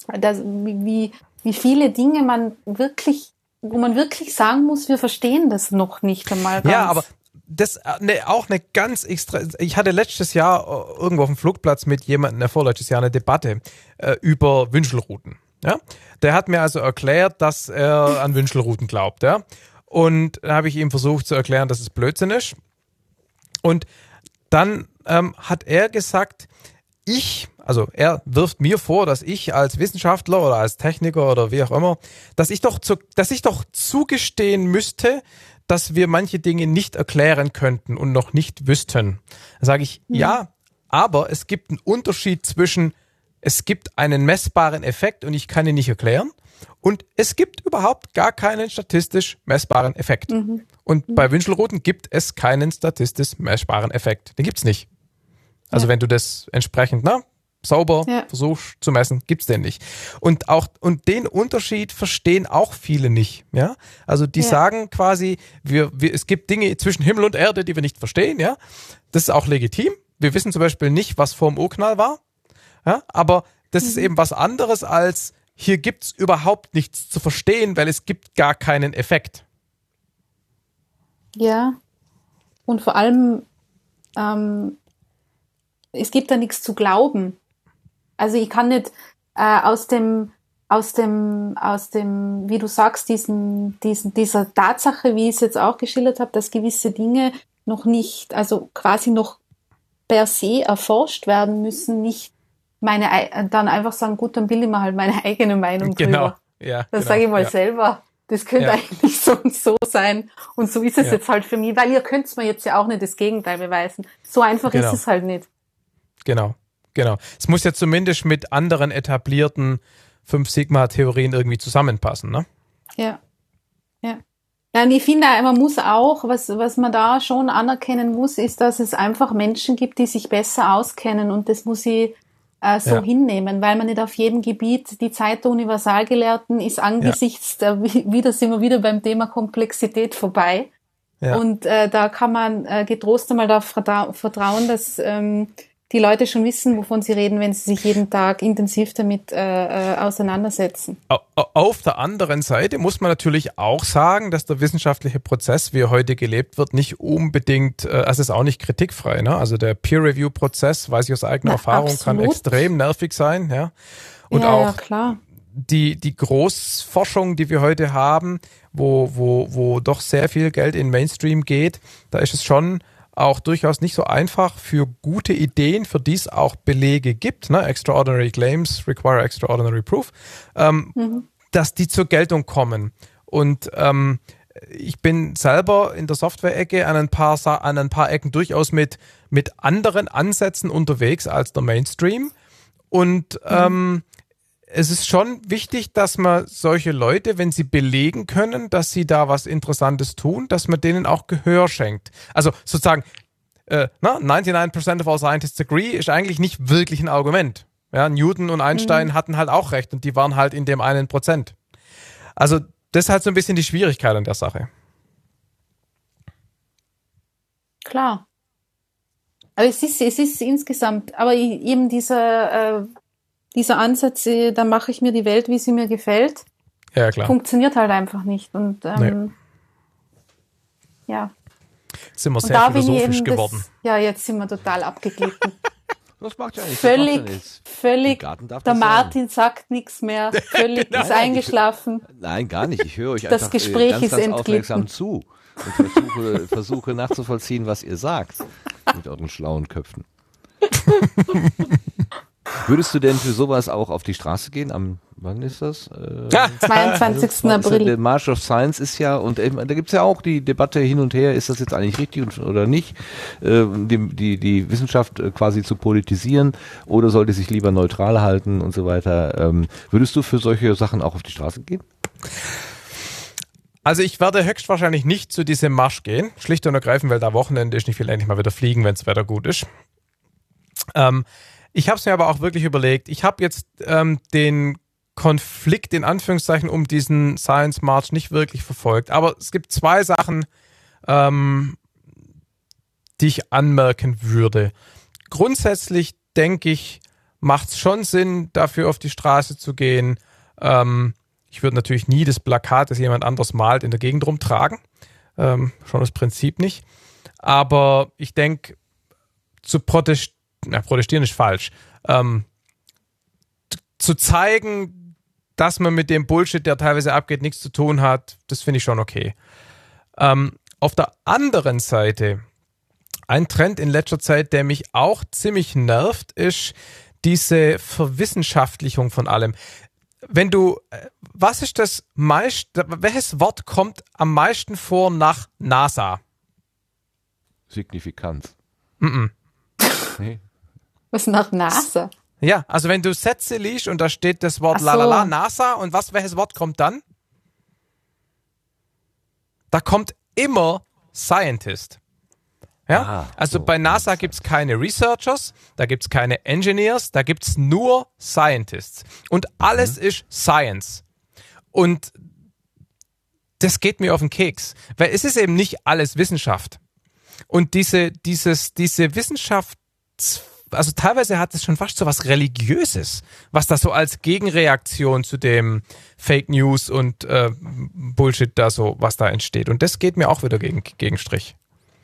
das, wie, wie viele Dinge man wirklich, wo man wirklich sagen muss, wir verstehen das noch nicht einmal ganz. Ja, aber das ne, auch eine ganz extra. Ich hatte letztes Jahr irgendwo auf dem Flugplatz mit jemandem, ne, vorletztes Jahr eine Debatte äh, über Wünschelrouten. Ja, der hat mir also erklärt, dass er an Wünschelrouten glaubt. Ja, und da habe ich ihm versucht zu erklären, dass es Blödsinn ist. Und dann ähm, hat er gesagt, ich, also er wirft mir vor, dass ich als Wissenschaftler oder als Techniker oder wie auch immer, dass ich doch, zu, dass ich doch zugestehen müsste, dass wir manche Dinge nicht erklären könnten und noch nicht wüssten. Dann sage ich, mhm. ja, aber es gibt einen Unterschied zwischen, es gibt einen messbaren Effekt und ich kann ihn nicht erklären, und es gibt überhaupt gar keinen statistisch messbaren Effekt. Mhm. Und mhm. bei Wünschelrouten gibt es keinen statistisch messbaren Effekt. Den gibt's nicht. Also ja. wenn du das entsprechend ne, sauber ja. versuchst zu messen, gibt's den nicht. Und auch und den Unterschied verstehen auch viele nicht. Ja, also die ja. sagen quasi, wir, wir es gibt Dinge zwischen Himmel und Erde, die wir nicht verstehen. Ja, das ist auch legitim. Wir wissen zum Beispiel nicht, was vor dem Urknall war. Ja, aber das mhm. ist eben was anderes als hier gibt's überhaupt nichts zu verstehen, weil es gibt gar keinen Effekt. Ja, und vor allem ähm, es gibt da nichts zu glauben. Also ich kann nicht äh, aus dem, aus dem, aus dem, wie du sagst, diesen, diesen, dieser Tatsache, wie ich es jetzt auch geschildert habe, dass gewisse Dinge noch nicht, also quasi noch per se erforscht werden müssen, nicht meine, dann einfach sagen, gut, dann bilde ich mir halt meine eigene Meinung genau. drüber. Ja, das genau. sage ich mal ja. selber. Das könnte ja. eigentlich so und so sein. Und so ist es ja. jetzt halt für mich, weil ihr könnt es mir jetzt ja auch nicht das Gegenteil beweisen. So einfach genau. ist es halt nicht. Genau, genau. Es muss ja zumindest mit anderen etablierten Fünf-Sigma-Theorien irgendwie zusammenpassen, ne? Ja, ja. Ja, und ich finde, man muss auch, was, was man da schon anerkennen muss, ist, dass es einfach Menschen gibt, die sich besser auskennen, und das muss ich äh, so ja. hinnehmen, weil man nicht auf jedem Gebiet, die Zeit der Universalgelehrten ist angesichts ja. der, wieder sind wir wieder beim Thema Komplexität vorbei. Ja. Und äh, da kann man äh, getrost einmal darauf vertrauen, dass ähm, die Leute schon wissen, wovon sie reden, wenn sie sich jeden Tag intensiv damit äh, äh, auseinandersetzen. Auf der anderen Seite muss man natürlich auch sagen, dass der wissenschaftliche Prozess, wie er heute gelebt wird, nicht unbedingt, äh, es ist auch nicht kritikfrei. Ne? Also der Peer-Review-Prozess, weiß ich aus eigener Na, Erfahrung, absolut. Kann extrem nervig sein. Ja? Und ja, auch ja, klar. Die, die Großforschung, die wir heute haben, wo, wo, wo doch sehr viel Geld in Mainstream geht, da ist es schon auch durchaus nicht so einfach für gute Ideen, für die es auch Belege gibt, ne? Extraordinary claims require extraordinary proof, ähm, mhm. dass die zur Geltung kommen. Und ähm, ich bin selber in der Software-Ecke an ein paar an ein paar Ecken durchaus mit mit anderen Ansätzen unterwegs als der Mainstream. Und mhm. ähm, es ist schon wichtig, dass man solche Leute, wenn sie belegen können, dass sie da was Interessantes tun, dass man denen auch Gehör schenkt. Also sozusagen, äh, na, neunundneunzig Prozent of all scientists agree ist eigentlich nicht wirklich ein Argument. Ja, Newton und Einstein mhm. hatten halt auch recht und die waren halt in dem einen Prozent. Also das ist halt so ein bisschen die Schwierigkeit an der Sache. Klar. Aber es ist, es ist insgesamt, aber eben dieser... Äh Dieser Ansatz, da mache ich mir die Welt, wie sie mir gefällt, ja, klar. funktioniert halt einfach nicht. Und ähm, nee. ja. Sind wir sehr philosophisch geworden. Das, ja, jetzt sind wir total abgeglitten. Das macht ja nicht. Völlig, völlig, der Martin sein. sagt nichts mehr, völlig genau. ist eingeschlafen. Ich, nein, gar nicht. Ich höre euch das einfach Gespräch ganz, ist ganz entglitten. aufmerksam zu und versuche, versuche nachzuvollziehen, was ihr sagt mit euren schlauen Köpfen. Würdest du denn für sowas auch auf die Straße gehen? Am, wann ist das? Äh, zweiundzwanzigsten April. Der March of Science ist ja, und äh, da gibt's ja auch die Debatte hin und her, ist das jetzt eigentlich richtig und, oder nicht, äh, die, die, die Wissenschaft äh, quasi zu politisieren oder sollte sich lieber neutral halten und so weiter. Ähm, würdest du für solche Sachen auch auf die Straße gehen? Also ich werde höchstwahrscheinlich nicht zu diesem Marsch gehen, schlicht und ergreifend, weil da Wochenende ist, ich will endlich mal wieder fliegen, wenn das Wetter gut ist. Ähm, Ich habe es mir aber auch wirklich überlegt. Ich habe jetzt ähm, den Konflikt in Anführungszeichen um diesen Science March nicht wirklich verfolgt. Aber es gibt zwei Sachen, ähm, die ich anmerken würde. Grundsätzlich denke ich, macht es schon Sinn, dafür auf die Straße zu gehen. Ähm, ich würde natürlich nie das Plakat, das jemand anderes malt, in der Gegend rumtragen. Ähm, schon das Prinzip nicht. Aber ich denke, zu protestieren, na, protestieren ist falsch, ähm, t- zu zeigen, dass man mit dem Bullshit, der teilweise abgeht, nichts zu tun hat, das finde ich schon okay. Ähm, auf der anderen Seite, ein Trend in letzter Zeit, der mich auch ziemlich nervt, ist diese Verwissenschaftlichung von allem. Wenn du, was ist das meiste, welches Wort kommt am meisten vor nach NASA? Signifikanz. Mm-mm. Nee. Was nach NASA? Ja, also wenn du Sätze liest und da steht das Wort Ach so. lalala, NASA und was, welches Wort kommt dann? Da kommt immer Scientist. Ja, Ah, also so. bei NASA gibt's keine Researchers, da gibt's keine Engineers, da gibt's nur Scientists. Und alles Mhm. ist Science. Und das geht mir auf den Keks, weil es ist eben nicht alles Wissenschaft. Und diese, dieses, diese Wissenschaft, also teilweise hat es schon fast so was Religiöses, was da so als Gegenreaktion zu dem Fake News und äh, Bullshit da so, was da entsteht. Und das geht mir auch wieder gegen, gegen Strich.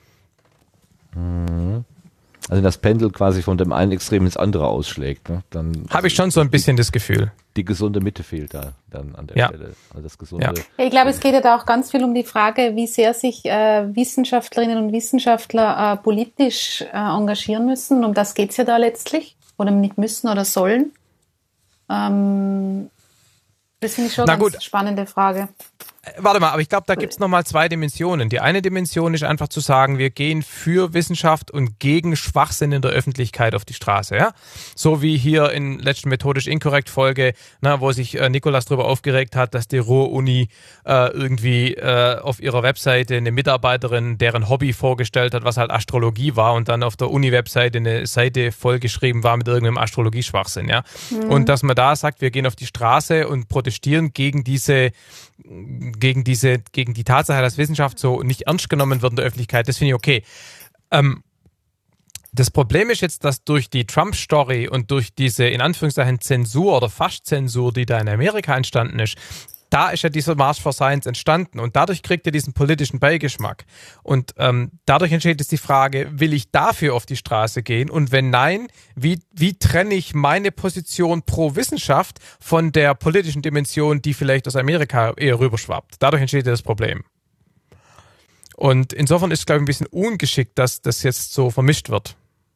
Also das Pendel quasi von dem einen Extrem ins andere ausschlägt. Ne? Dann Habe ich schon so ein bisschen das Gefühl. Die gesunde Mitte fehlt da dann an der Ja. Stelle. Also das gesunde. Ja. Ja, ich glaube, es geht ja da auch ganz viel um die Frage, wie sehr sich äh, Wissenschaftlerinnen und Wissenschaftler äh, politisch äh, engagieren müssen. Um das geht's ja da letztlich. Oder nicht müssen oder sollen. Ähm, das finde ich schon Na eine ganz gut. spannende Frage. Warte mal, aber ich glaube, da gibt's noch mal zwei Dimensionen. Die eine Dimension ist einfach zu sagen, wir gehen für Wissenschaft und gegen Schwachsinn in der Öffentlichkeit auf die Straße. Ja? So wie hier in letzten Methodisch Inkorrekt Folge, na, wo sich äh, Nikolas darüber aufgeregt hat, dass die Ruhr-Uni äh, irgendwie äh, auf ihrer Webseite eine Mitarbeiterin, deren Hobby vorgestellt hat, was halt Astrologie war und dann auf der Uni-Webseite eine Seite vollgeschrieben war mit irgendeinem Astrologie-Schwachsinn. Ja? Mhm. Und dass man da sagt, wir gehen auf die Straße und protestieren gegen diese gegen diese, gegen die Tatsache, dass Wissenschaft so nicht ernst genommen wird in der Öffentlichkeit, das finde ich okay. Ähm, das Problem ist jetzt, dass durch die Trump-Story und durch diese, in Anführungszeichen, Zensur oder Fast-Zensur, die da in Amerika entstanden ist, da ist ja dieser March for Science entstanden und dadurch kriegt er diesen politischen Beigeschmack. Und ähm, dadurch entsteht jetzt die Frage, will ich dafür auf die Straße gehen? Und wenn nein, wie, wie trenne ich meine Position pro Wissenschaft von der politischen Dimension, die vielleicht aus Amerika eher rüberschwappt? Dadurch entsteht ja das Problem. Und insofern ist es, glaube ich, ein bisschen ungeschickt, dass das jetzt so vermischt wird.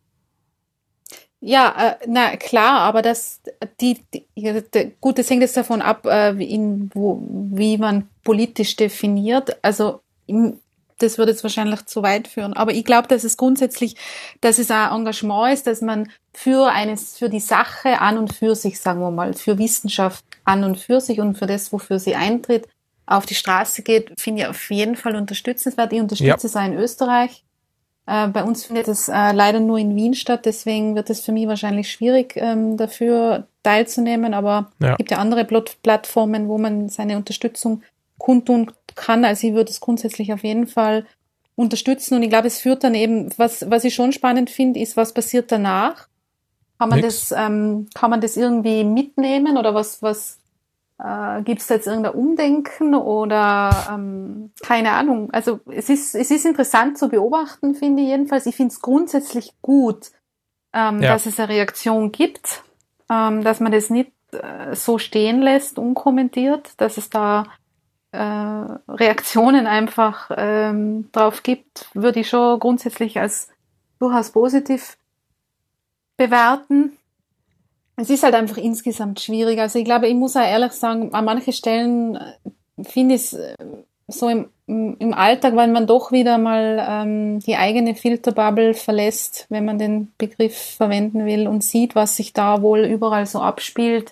Ja, äh, na klar, aber das, die, die, die gut, das hängt jetzt davon ab, äh, wie, in, wo, wie man politisch definiert. Also im, das würde jetzt wahrscheinlich zu weit führen. Aber ich glaube, dass es grundsätzlich, dass es ein Engagement ist, dass man für eines, für die Sache an und für sich, sagen wir mal, für Wissenschaft an und für sich und für das, wofür sie eintritt, auf die Straße geht, finde ich auf jeden Fall unterstützenswert. Ich unterstütze es auch in Österreich. Äh, bei uns findet es äh, leider nur in Wien statt, deswegen wird es für mich wahrscheinlich schwierig, ähm, dafür teilzunehmen, aber es ja. gibt ja andere Pl- Plattformen, wo man seine Unterstützung kundtun kann. Also ich würde es grundsätzlich auf jeden Fall unterstützen und ich glaube, es führt dann eben, was was ich schon spannend finde, ist, was passiert danach? Kann man Nix. das ähm, kann man das irgendwie mitnehmen oder was was Äh, gibt es da jetzt irgendein Umdenken oder ähm, keine Ahnung. Also es ist es ist interessant zu beobachten, finde ich jedenfalls. Ich finde es grundsätzlich gut, ähm, ja. dass es eine Reaktion gibt, ähm, dass man das nicht äh, so stehen lässt, unkommentiert, dass es da äh, Reaktionen einfach ähm, drauf gibt, würde ich schon grundsätzlich als durchaus positiv bewerten. Es ist halt einfach insgesamt schwierig. Also ich glaube, ich muss auch ehrlich sagen, an manchen Stellen finde ich es so im, im Alltag, weil man doch wieder mal ähm, die eigene Filterbubble verlässt, wenn man den Begriff verwenden will und sieht, was sich da wohl überall so abspielt,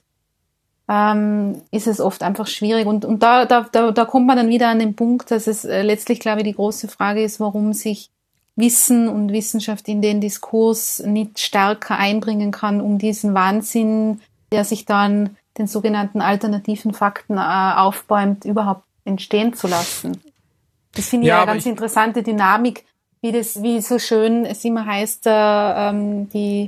ähm, ist es oft einfach schwierig. Und, und da, da, da, da kommt man dann wieder an den Punkt, dass es äh, letztlich, glaube ich, die große Frage ist, warum sich Wissen und Wissenschaft in den Diskurs nicht stärker einbringen kann, um diesen Wahnsinn, der sich dann den sogenannten alternativen Fakten äh, aufbäumt, überhaupt entstehen zu lassen. Das finde ja, ich eine ganz interessante Dynamik, wie das, wie so schön es immer heißt, äh, ähm, die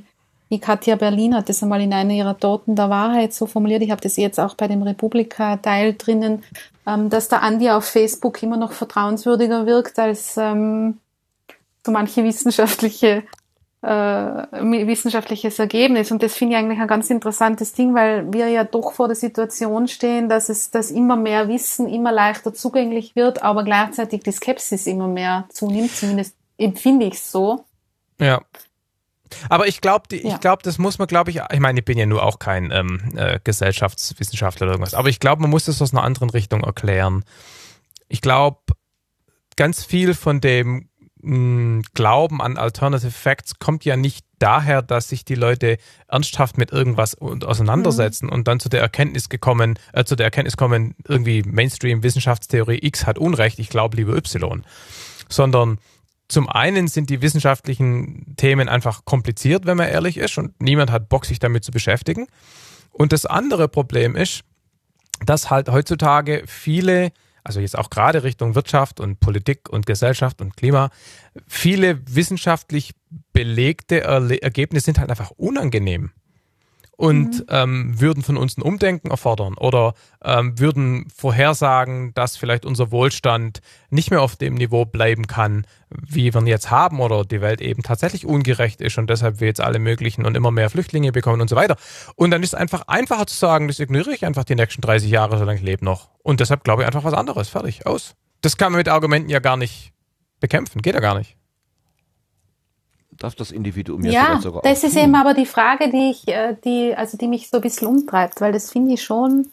die Katja Berlin hat das einmal in einer ihrer Torten der Wahrheit so formuliert, ich habe das jetzt auch bei dem Republika-Teil drinnen, ähm, dass der Andi auf Facebook immer noch vertrauenswürdiger wirkt als ähm, so manche wissenschaftliche äh, wissenschaftliches Ergebnis. Und das finde ich eigentlich ein ganz interessantes Ding, weil wir ja doch vor der Situation stehen, dass es, dass immer mehr Wissen immer leichter zugänglich wird, aber gleichzeitig die Skepsis immer mehr zunimmt, zumindest empfinde ich es so. Ja. Aber ich glaube, Ja. ich glaube, das muss man, glaube ich, ich meine, ich bin ja nur auch kein ähm, äh, Gesellschaftswissenschaftler oder irgendwas, aber ich glaube, man muss das aus einer anderen Richtung erklären. Ich glaube, ganz viel von dem mh, Glauben an Alternative Facts kommt ja nicht daher, dass sich die Leute ernsthaft mit irgendwas auseinandersetzen mhm. und dann zu der Erkenntnis gekommen, äh, zu der Erkenntnis kommen, irgendwie Mainstream-Wissenschaftstheorie X hat Unrecht, ich glaube lieber Y, sondern zum einen sind die wissenschaftlichen Themen einfach kompliziert, wenn man ehrlich ist, und niemand hat Bock, sich damit zu beschäftigen. Und das andere Problem ist, dass halt heutzutage viele, also jetzt auch gerade Richtung Wirtschaft und Politik und Gesellschaft und Klima, viele wissenschaftlich belegte Erle- Ergebnisse sind halt einfach unangenehm. Und mhm. ähm, würden von uns ein Umdenken erfordern oder ähm, würden vorhersagen, dass vielleicht unser Wohlstand nicht mehr auf dem Niveau bleiben kann, wie wir ihn jetzt haben, oder die Welt eben tatsächlich ungerecht ist und deshalb wir jetzt alle möglichen und immer mehr Flüchtlinge bekommen und so weiter. Und dann ist es einfach einfacher zu sagen, das ignoriere ich einfach die nächsten dreißig Jahre, solange ich lebe noch. Und deshalb glaube ich einfach was anderes. Fertig, aus. Das kann man mit Argumenten ja gar nicht bekämpfen. Geht ja gar nicht. Darf das Individuum ja, Ja, sogar das auch ist tun. eben aber die Frage, die ich, äh, die, also die mich so ein bisschen umtreibt, weil das finde ich schon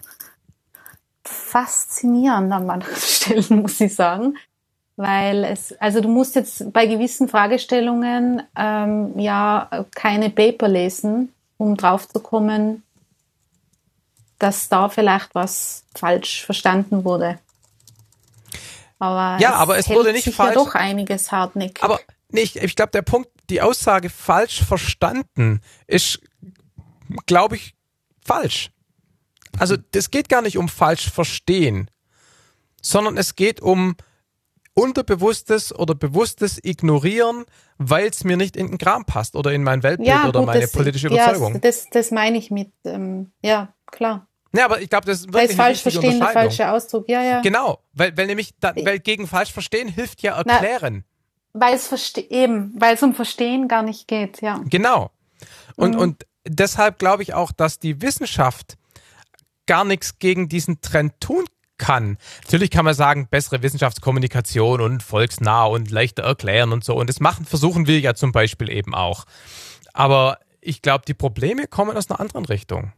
faszinierend an manchen Stellen, muss ich sagen. Weil es, also du musst jetzt bei gewissen Fragestellungen ähm, ja keine Paper lesen, um drauf zu kommen, dass da vielleicht was falsch verstanden wurde. Aber ja, es aber es hält wurde nicht sich falsch. ja doch einiges hartnäckig. Aber nee, ich, ich glaube, der Punkt, die Aussage falsch verstanden, ist, glaube ich, falsch. Also das geht gar nicht um falsch verstehen, sondern es geht um unterbewusstes oder bewusstes Ignorieren, weil es mir nicht in den Kram passt oder in mein Weltbild ja, oder gut, meine das, politische ja, Überzeugung. Das, das meine ich mit, ähm, ja, klar. Ja, aber ich glaube, das ist Da wirklich ist eine falsch wichtige verstehen der Unterscheidung. falsche Ausdruck, ja, ja. Genau, weil, weil nämlich, da, weil gegen falsch verstehen hilft ja erklären. Weil es verste- eben, weil es um Verstehen gar nicht geht, ja. Genau. Und, Mhm. und deshalb glaube ich auch, dass die Wissenschaft gar nichts gegen diesen Trend tun kann. Natürlich kann man sagen, bessere Wissenschaftskommunikation und volksnah und leichter erklären und so. Und das machen, versuchen wir ja zum Beispiel eben auch. Aber ich glaube, die Probleme kommen aus einer anderen Richtung.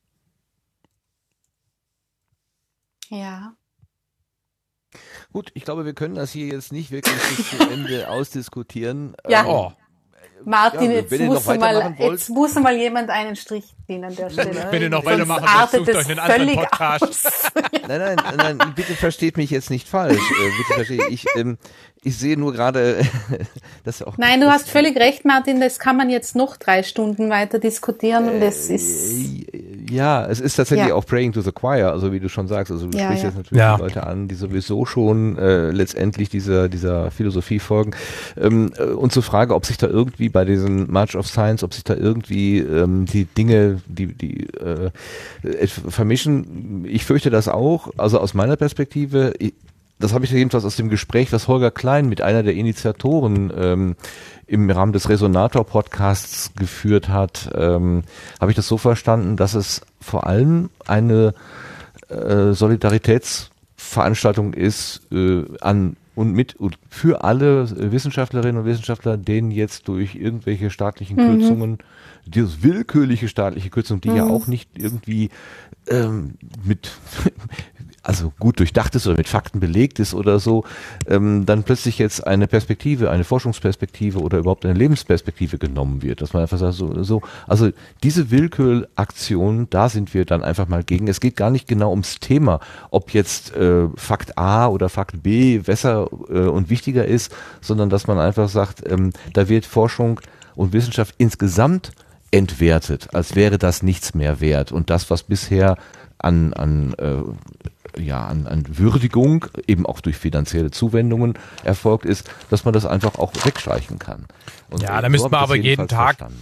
Ja. Gut, ich glaube, wir können das hier jetzt nicht wirklich bis zu Ende ausdiskutieren. Ja. Ähm, Oh. Martin, Ja, jetzt, wenn ihr noch muss mal, weitermachen wollt. jetzt muss mal jemand einen Strich ziehen an der Stelle. Wenn ihr noch Sonst weitermachen wollt, artet sucht es euch einen anderen völlig Podcast. aus. Nein, nein, nein, bitte versteht mich jetzt nicht falsch. Äh, bitte versteht, ich, ähm, ich sehe nur gerade, dass auch. Nein, du das, hast völlig recht, Martin, das kann man jetzt noch drei Stunden weiter diskutieren und das ist, Äh, ja, es ist tatsächlich Ja. auch Praying to the Choir, also wie du schon sagst, also du Ja, sprichst ja. jetzt natürlich Ja. die Leute an, die sowieso schon äh, letztendlich dieser dieser Philosophie folgen. Ähm, äh, und zur Frage, ob sich da irgendwie bei diesen March of Science, ob sich da irgendwie ähm, die Dinge, die die äh, äh, vermischen, ich fürchte das auch, also aus meiner Perspektive, ich, das habe ich jedenfalls aus dem Gespräch, was Holger Klein mit einer der Initiatoren ähm, im Rahmen des Resonator-Podcasts geführt hat, ähm, habe ich das so verstanden, dass es vor allem eine äh, Solidaritätsveranstaltung ist äh, an und mit und für alle Wissenschaftlerinnen und Wissenschaftler, denen jetzt durch irgendwelche staatlichen Mhm. Kürzungen, dieses willkürliche staatliche Kürzung, die Mhm. ja auch nicht irgendwie ähm, mit also gut durchdacht ist oder mit Fakten belegt ist oder so, ähm, dann plötzlich jetzt eine Perspektive, eine Forschungsperspektive oder überhaupt eine Lebensperspektive genommen wird, dass man einfach sagt, so, so also diese Willküraktion, da sind wir dann einfach mal gegen. Es geht gar nicht genau ums Thema, ob jetzt äh, Fakt A oder Fakt B besser äh, und wichtiger ist, sondern dass man einfach sagt, ähm, da wird Forschung und Wissenschaft insgesamt entwertet, als wäre das nichts mehr wert. Und das, was bisher an, an äh, ja, an, an Würdigung, eben auch durch finanzielle Zuwendungen erfolgt ist, dass man das einfach auch wegstreichen kann. Und Ja, äh, da so müsste hab man ich das aber jeden jedenfalls Tag verstanden.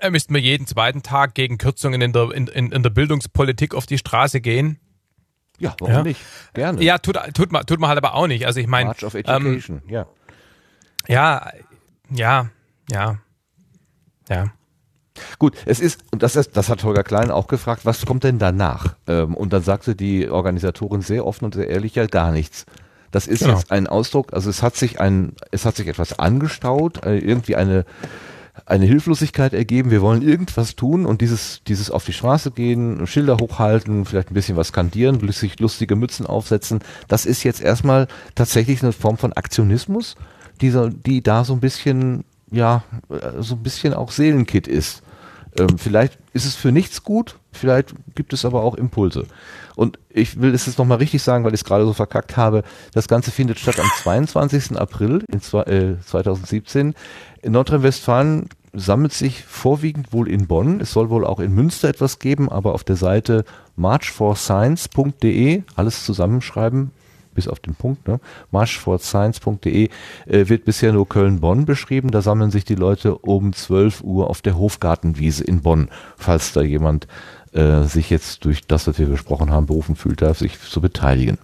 Er müsste mir jeden zweiten Tag gegen Kürzungen in der, in, in, in der Bildungspolitik auf die Straße gehen. Ja, warum Ja. nicht? Gerne. Ja, tut, tut, man, tut man halt aber auch nicht. Also ich meine, March of Education, ähm, ja. ja, ja, ja, ja. Gut, es ist, und das ist, das hat Holger Klein auch gefragt, was kommt denn danach? Ähm, und dann sagte die Organisatorin sehr offen und sehr ehrlich, ja, gar nichts. Das ist Genau. jetzt ein Ausdruck, also es hat sich ein, es hat sich etwas angestaut, äh, irgendwie eine, eine Hilflosigkeit ergeben, wir wollen irgendwas tun und dieses, dieses auf die Straße gehen, Schilder hochhalten, vielleicht ein bisschen was skandieren, lustig, lustige Mützen aufsetzen, das ist jetzt erstmal tatsächlich eine Form von Aktionismus, die, so, die da so ein bisschen, ja, äh, so ein bisschen auch Seelenkit ist. Ähm, vielleicht ist es für nichts gut, vielleicht gibt es aber auch Impulse. Und ich will es jetzt nochmal richtig sagen, weil ich es gerade so verkackt habe, das Ganze findet statt am zweiundzwanzigsten April in zwei, äh, zweitausendsiebzehn. In Nordrhein-Westfalen sammelt sich vorwiegend wohl in Bonn, es soll wohl auch in Münster etwas geben, aber auf der Seite march for science punkt de, alles zusammenschreiben, bis auf den Punkt, ne? march for science punkt de äh, wird bisher nur Köln-Bonn beschrieben. Da sammeln sich die Leute um zwölf Uhr auf der Hofgartenwiese in Bonn, falls da jemand äh, sich jetzt durch das, was wir besprochen haben, berufen fühlt, darf sich zu beteiligen.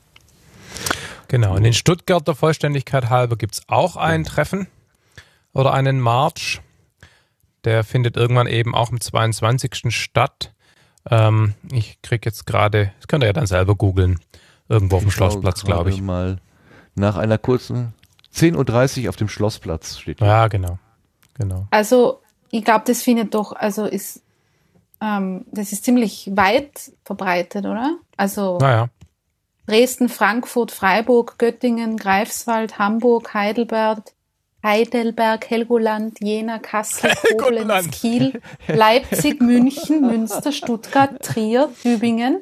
Genau. Und in Stuttgart der Vollständigkeit halber gibt's auch ein Treffen oder einen March. Der findet irgendwann eben auch am zweiundzwanzigsten statt. Ähm, ich krieg jetzt gerade, das könnt ihr ja dann selber googeln, irgendwo auf dem Schlossplatz, glaube ich. Mal nach einer kurzen zehn Uhr dreißig auf dem Schlossplatz steht. Ja, genau. genau. Also ich glaube, das findet doch, also ist, ähm, das ist ziemlich weit verbreitet, oder? Also Naja. Dresden, Frankfurt, Freiburg, Göttingen, Greifswald, Hamburg, Heidelberg, Heidelberg, Helgoland, Jena, Kassel, Koblenz, Helgoland. Kiel, Leipzig, München, Münster, Stuttgart, Trier, Tübingen.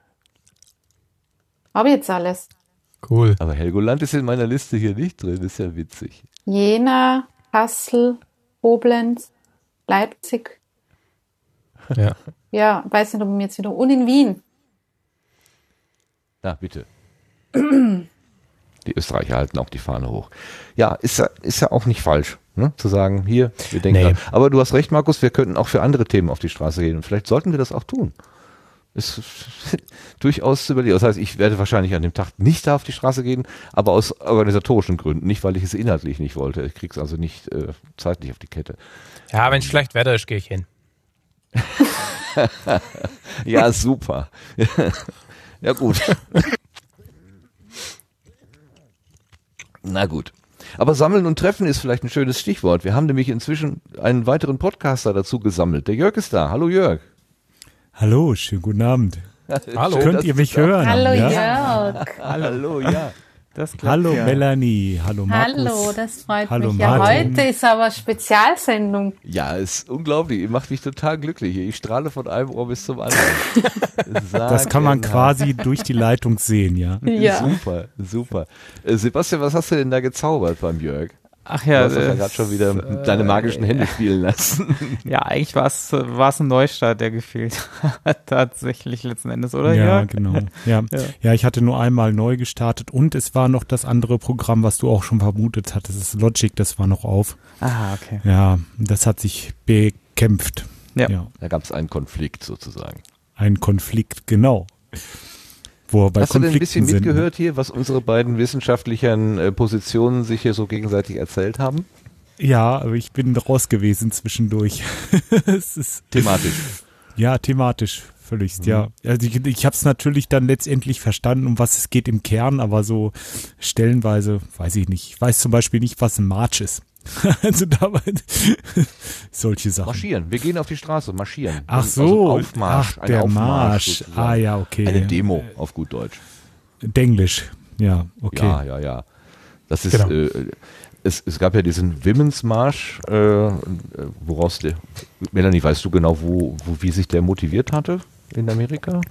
Habe ich jetzt alles. Cool. Aber Helgoland ist in meiner Liste hier nicht drin, ist ja witzig. Jena, Kassel, Koblenz, Leipzig. Ja. Ja, weiß nicht, ob mir jetzt wieder. Und in Wien. Na, bitte. Die Österreicher halten auch die Fahne hoch. Ja, ist ja, ist ja auch nicht falsch, ne? Zu sagen, hier, wir denken Nee. dran. Aber du hast recht, Markus, wir könnten auch für andere Themen auf die Straße gehen. Und vielleicht sollten wir das auch tun. Ist durchaus zu überlegen. Das heißt, ich werde wahrscheinlich an dem Tag nicht da auf die Straße gehen, aber aus organisatorischen Gründen, nicht weil ich es inhaltlich nicht wollte. Ich krieg's also nicht äh, zeitlich auf die Kette. Ja, wenn schlecht Wetter ist, gehe ich hin. Ja, super. Ja, gut. Na gut. Aber sammeln und treffen ist vielleicht ein schönes Stichwort. Wir haben nämlich inzwischen einen weiteren Podcaster dazu gesammelt. Der Jörg ist da. Hallo Jörg. Hallo, schönen guten Abend. Hallo. Schön, Könnt dass ihr du mich da hören? Hallo ja? Jörg. Hallo, ja. Das klappt Hallo ja. Melanie, hallo Markus. Hallo, das freut Hallo, mich. Ja, Martin. heute ist aber Spezialsendung. Ja, ist unglaublich. Ihr macht mich total glücklich. Ich strahle von einem Ohr bis zum anderen. Das kann man Sagenhaft. quasi durch die Leitung sehen, ja. Ja. Super, super. Äh, Sebastian, was hast du denn da gezaubert beim Jörg? Ach Du ja, hast doch ja äh, gerade schon wieder deine magischen Hände spielen lassen. ja, eigentlich war es war es ein Neustart, der gefehlt hat, tatsächlich letzten Endes, oder Ja, Jörg? genau. Ja. Ja. ja, ich hatte nur einmal neu gestartet und es war noch das andere Programm, was du auch schon vermutet hattest. Das ist Logic, das war noch auf. Ah, okay. Ja, das hat sich bekämpft. Ja. ja. Da gab es einen Konflikt sozusagen. Ein Konflikt, genau. Wo wir bei Hast du denn ein Konflikten bisschen sind. mitgehört hier, was unsere beiden wissenschaftlichen äh, Positionen sich hier so gegenseitig erzählt haben? Ja, aber ich bin raus gewesen zwischendurch. Es ist Thematisch. Ja, thematisch, völligst, Mhm. ja. Also ich, ich habe es natürlich dann letztendlich verstanden, um was es geht im Kern, aber so stellenweise weiß ich nicht. Ich weiß zum Beispiel nicht, was ein March ist. Also dabei solche Sachen. Marschieren. Wir gehen auf die Straße, marschieren. Ach Also so, Aufmarsch, ach, ein der Aufmarsch Marsch. sozusagen. Ah ja, okay. Eine Demo auf gut Deutsch. Denglisch, ja, okay. Ja, ja, ja. Das ist, Genau. äh, es, es gab ja diesen Women's Marsch, äh, woraus der, Melanie, weißt du genau, wo, wo, wie sich der motiviert hatte in Amerika?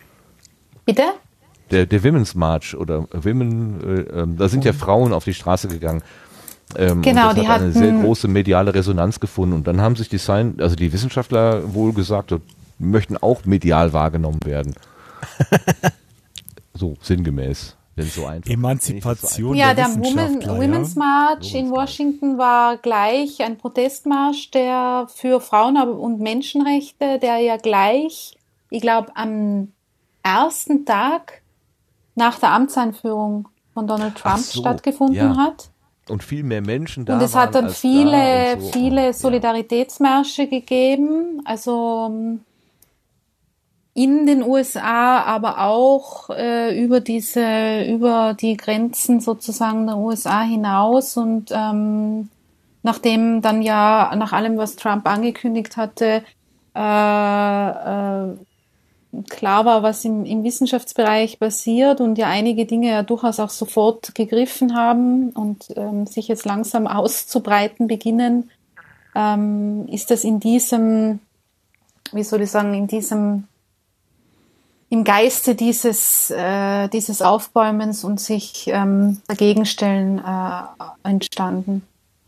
Bitte? Der, der Women's March oder Women, äh, ähm, da sind ja Frauen auf die Straße gegangen. Ähm, Genau, und das die hat eine hatten- sehr große mediale Resonanz gefunden. Und dann haben sich die, Science, also die Wissenschaftler wohl gesagt, wir möchten auch medial wahrgenommen werden. So sinngemäß. Wenn so einfach. Emanzipation Ja, der der Women, Wissenschaftler, Women's ja. March in Washington war gleich ein Protestmarsch, der für Frauen und Menschenrechte, der ja gleich, ich glaube, am ersten Tag nach der Amtseinführung von Donald Trump Ach so, stattgefunden ja. hat. Und viel mehr Menschen da Und es waren hat dann als viele, da und so. viele Ja. Solidaritätsmärsche gegeben, also in den U S A, aber auch äh, über diese, über die Grenzen sozusagen der U S A hinaus. Und ähm, nachdem dann ja nach allem, was Trump angekündigt hatte, äh, äh, klar war, was im, im Wissenschaftsbereich passiert und ja einige Dinge ja durchaus auch sofort gegriffen haben und ähm, sich jetzt langsam auszubreiten beginnen, ähm, ist das in diesem, wie soll ich sagen, in diesem, im Geiste dieses, äh, dieses Aufbäumens und sich ähm, dagegenstellen äh, entstanden.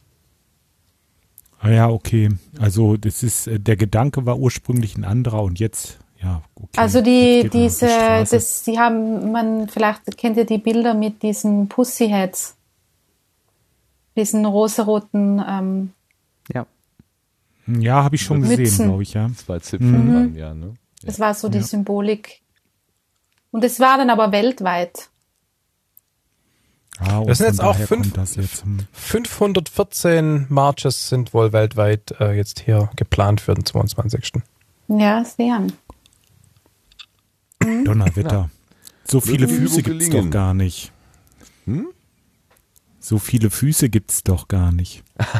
Ah ja, okay. Also das ist, äh, der Gedanke war ursprünglich ein anderer und jetzt, ja, okay. Also Jetzt die, geht man auf diese, die Straße. das, die haben, man, vielleicht kennt ihr die Bilder mit diesen Pussyheads, diesen rosaroten, ähm, Ja. Ja, habe ich schon gesehen, Mützen. glaube ich, ja. Zwei Zipfeln dran, ja, ne? das war so die Ja. Symbolik. Und es war dann aber weltweit. Ah, und Das sind von jetzt auch daher fünf- kommt das jetzt. Hm. fünfhundertvierzehn Marches sind wohl weltweit äh, jetzt hier geplant für den zweiundzwanzigsten Ja, sehen. Donnerwetter. So viele Möge Füße Übung gibt's gelingen. doch gar nicht. Hm? So viele Füße gibt's doch gar nicht.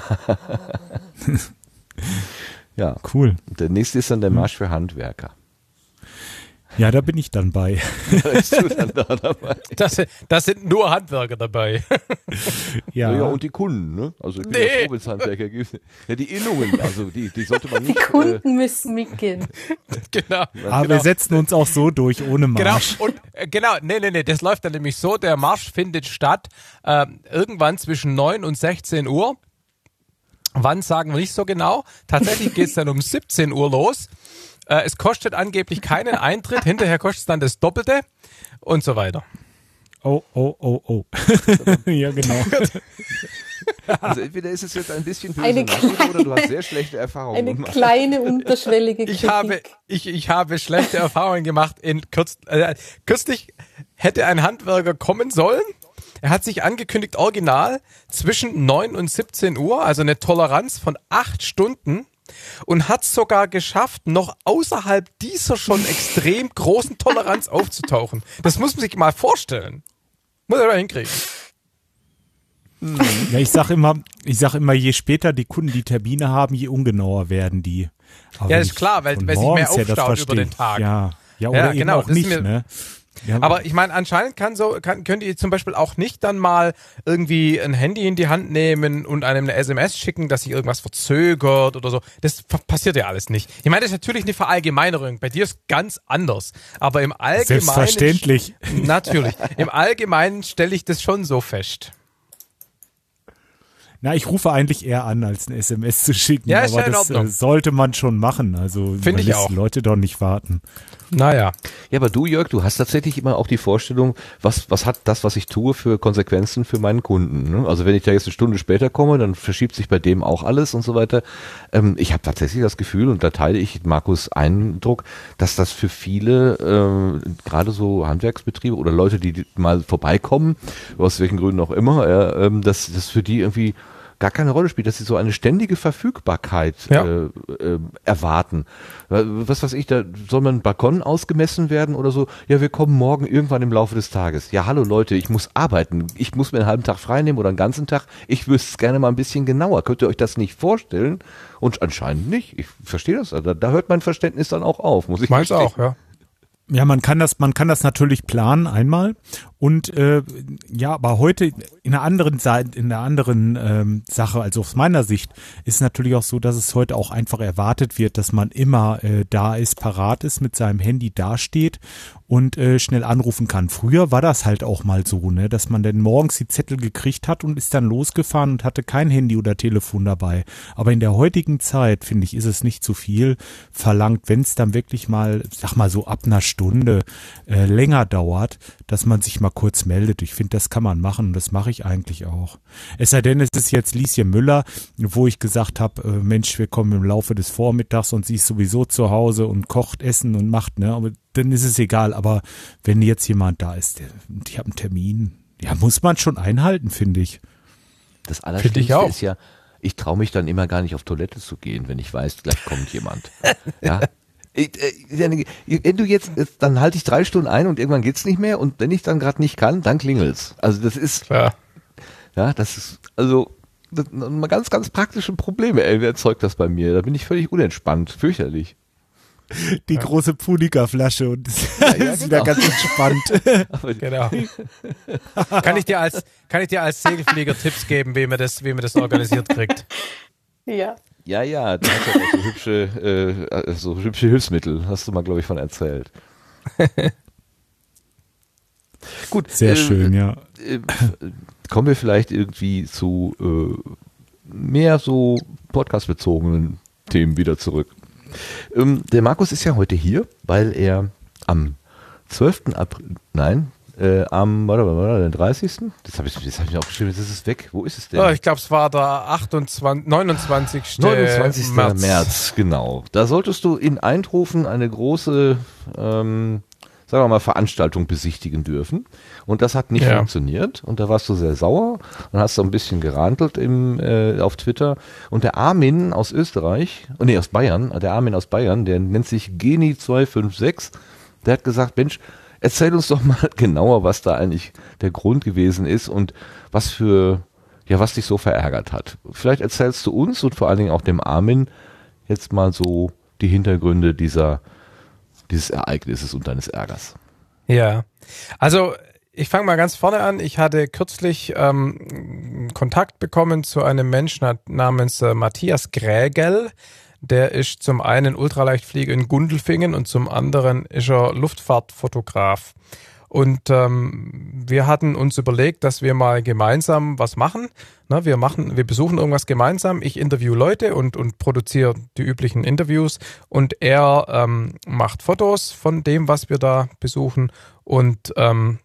Ja. Cool. Und der nächste ist dann der Marsch für Handwerker. Ja, da bin ich dann bei. Da bist du dann da dabei. Das, das sind nur Handwerker dabei. Ja, Ja, ja, und die Kunden, ne? Also ich bin Nee. ja froh, wenn es Handwerker gibt. Ja, die Innungen, also die, die sollte man Die nicht. Kunden müssen mitgehen. Genau. aber genau. wir setzen uns auch so durch, ohne Genau, Marsch. und äh, genau, nee, nee, nee, das läuft dann nämlich so, der Marsch findet statt äh, irgendwann zwischen neun und sechzehn Uhr. Wann sagen wir nicht so genau. Tatsächlich geht es dann um siebzehn Uhr los. Äh, es kostet angeblich keinen Eintritt, hinterher kostet es dann das Doppelte und so weiter. Oh, oh, oh, oh. Ja, genau. Also entweder ist es jetzt ein bisschen böse Eine Nachricht kleine- oder du hast sehr schlechte Erfahrungen Eine gemacht. kleine unterschwellige Kritik. Ich habe, ich, ich habe schlechte Erfahrungen gemacht. In kürz, äh, kürzlich hätte ein Handwerker kommen sollen. Er hat sich angekündigt, original, zwischen neun und siebzehn Uhr, also eine Toleranz von acht Stunden. Und hat sogar geschafft, noch außerhalb dieser schon extrem großen Toleranz aufzutauchen. Das muss man sich mal vorstellen. Muss er mal hinkriegen. Ja, ich sag immer, ich sag immer, je später die Kunden die Termine haben, je ungenauer werden die. Aber Ja, wenn ist ich klar, weil- von weil sich mehr morgens her das aufstaut über verstehe. den Tag. Ja, ja oder Ja, eben genau, auch das ist nicht, mir- ne? Ja, Aber ich meine, anscheinend kann so, kann, könnt ihr zum Beispiel auch nicht dann mal irgendwie ein Handy in die Hand nehmen und einem eine S M S schicken, dass sich irgendwas verzögert oder so. Das f- passiert ja alles nicht. Ich meine, das ist natürlich eine Verallgemeinerung. Bei dir ist ganz anders. Aber im Allgemeinen. Selbstverständlich. Natürlich. Im Allgemeinen stelle ich das schon so fest. Na, ich rufe eigentlich eher an, als eine S M S zu schicken. Ja, ist aber ja in das Ordnung. äh, sollte man schon machen. Also Finde man ich lässt auch. die Leute doch nicht warten. Naja. Ja, aber du, Jörg, du hast tatsächlich immer auch die Vorstellung, was, was hat das, was ich tue, für Konsequenzen für meinen Kunden. Ne? Also wenn ich da jetzt eine Stunde später komme, dann verschiebt sich bei dem auch alles und so weiter. Ähm, ich habe tatsächlich das Gefühl, und da teile ich Markus' Eindruck, dass das für viele, äh, gerade so Handwerksbetriebe oder Leute, die mal vorbeikommen, aus welchen Gründen auch immer, äh, ähm, dass das für die irgendwie gar keine Rolle spielt, dass sie so eine ständige Verfügbarkeit Ja. äh, äh, erwarten. Was weiß ich, da soll man ein Balkon ausgemessen werden oder so? Ja, wir kommen morgen irgendwann im Laufe des Tages. Ja, hallo Leute, ich muss arbeiten. Ich muss mir einen halben Tag frei nehmen oder einen ganzen Tag. Ich wüsste es gerne mal ein bisschen genauer. Könnt ihr euch das nicht vorstellen? Und anscheinend nicht. Ich verstehe das. Da, da hört mein Verständnis dann auch auf, muss ich Meins gestehen. auch, ja. Ja, man kann das, man kann das natürlich planen einmal und äh, ja, aber heute in einer anderen Seite, in einer anderen ähm, Sache, also aus meiner Sicht, ist natürlich auch so, dass es heute auch einfach erwartet wird, dass man immer äh, da ist, parat ist, mit seinem Handy dasteht und äh, schnell anrufen kann. Früher war das halt auch mal so, ne, dass man dann morgens die Zettel gekriegt hat und ist dann losgefahren und hatte kein Handy oder Telefon dabei. Aber in der heutigen Zeit, finde ich, ist es nicht zu viel verlangt, wenn es dann wirklich mal, sag mal so ab einer Stunde äh, länger dauert, dass man sich mal kurz meldet. Ich finde, das kann man machen und das mache ich eigentlich auch. Es sei denn, es ist jetzt Lieschen Müller, wo ich gesagt habe, äh, Mensch, wir kommen im Laufe des Vormittags und sie ist sowieso zu Hause und kocht Essen und macht, ne, aber dann ist es egal. Aber wenn jetzt jemand da ist, der, ich habe einen Termin, ja, muss man schon einhalten, finde ich. Das Allerschlimmste ist ja, ich traue mich dann immer gar nicht auf Toilette zu gehen, wenn ich weiß, gleich kommt jemand. Ja. Wenn du jetzt, dann halte ich drei Stunden ein und irgendwann geht's nicht mehr und wenn ich dann gerade nicht kann, dann klingelt's. Also das ist, Klar. Ja, das ist, also das, mal ganz, ganz praktische Probleme erzeugt das bei mir. Da bin ich völlig unentspannt, fürchterlich. Die ja. große Punika-Flasche und ja, ja, ist wieder genau. ganz entspannt. Genau. kann ich dir als, kann ich dir als Segelflieger Tipps geben, wie man das, wie man das organisiert kriegt? Ja. Ja, ja, du hast ja auch so hübsche, äh, so hübsche Hilfsmittel, hast du mal, glaube ich, von erzählt. Gut. Sehr äh, schön, ja. Äh, kommen wir vielleicht irgendwie zu äh, mehr so podcastbezogenen Themen wieder zurück. Ähm, der Markus ist ja heute hier, weil er am zwölften April, nein, Äh, am, warte, warte, warte, den dreißigsten Das habe ich, das hab ich mir aufgeschrieben, jetzt ist es weg. Wo ist es denn? Oh, ich glaube, es war der achtundzwanzigste, neunundzwanzigste neunundzwanzigsten März. März, genau. Da solltest du in Eindhoven eine große, ähm, sagen wir mal, Veranstaltung besichtigen dürfen. Und das hat nicht Ja. funktioniert. Und da warst du sehr sauer und hast so ein bisschen gerantelt im, äh, auf Twitter. Und der Armin aus Österreich, oh nee, aus Bayern, der Armin aus Bayern, der nennt sich Geni zwei fünf sechs, der hat gesagt, Mensch, erzähl uns doch mal genauer, was da eigentlich der Grund gewesen ist und was für, ja, was dich so verärgert hat. Vielleicht erzählst du uns und vor allen Dingen auch dem Armin jetzt mal so die Hintergründe dieser, dieses Ereignisses und deines Ärgers. Ja, also ich fange mal ganz vorne an. Ich hatte kürzlich ähm, Kontakt bekommen zu einem Menschen namens äh, Matthias Grägel. Der ist zum einen Ultraleichtflieger in Gundelfingen und zum anderen ist er Luftfahrtfotograf. Und ähm, wir hatten uns überlegt, dass wir mal gemeinsam was machen. Na, wir machen, wir besuchen irgendwas gemeinsam. Ich interview Leute und und produziere die üblichen Interviews und er ähm, macht Fotos von dem, was wir da besuchen und ähm,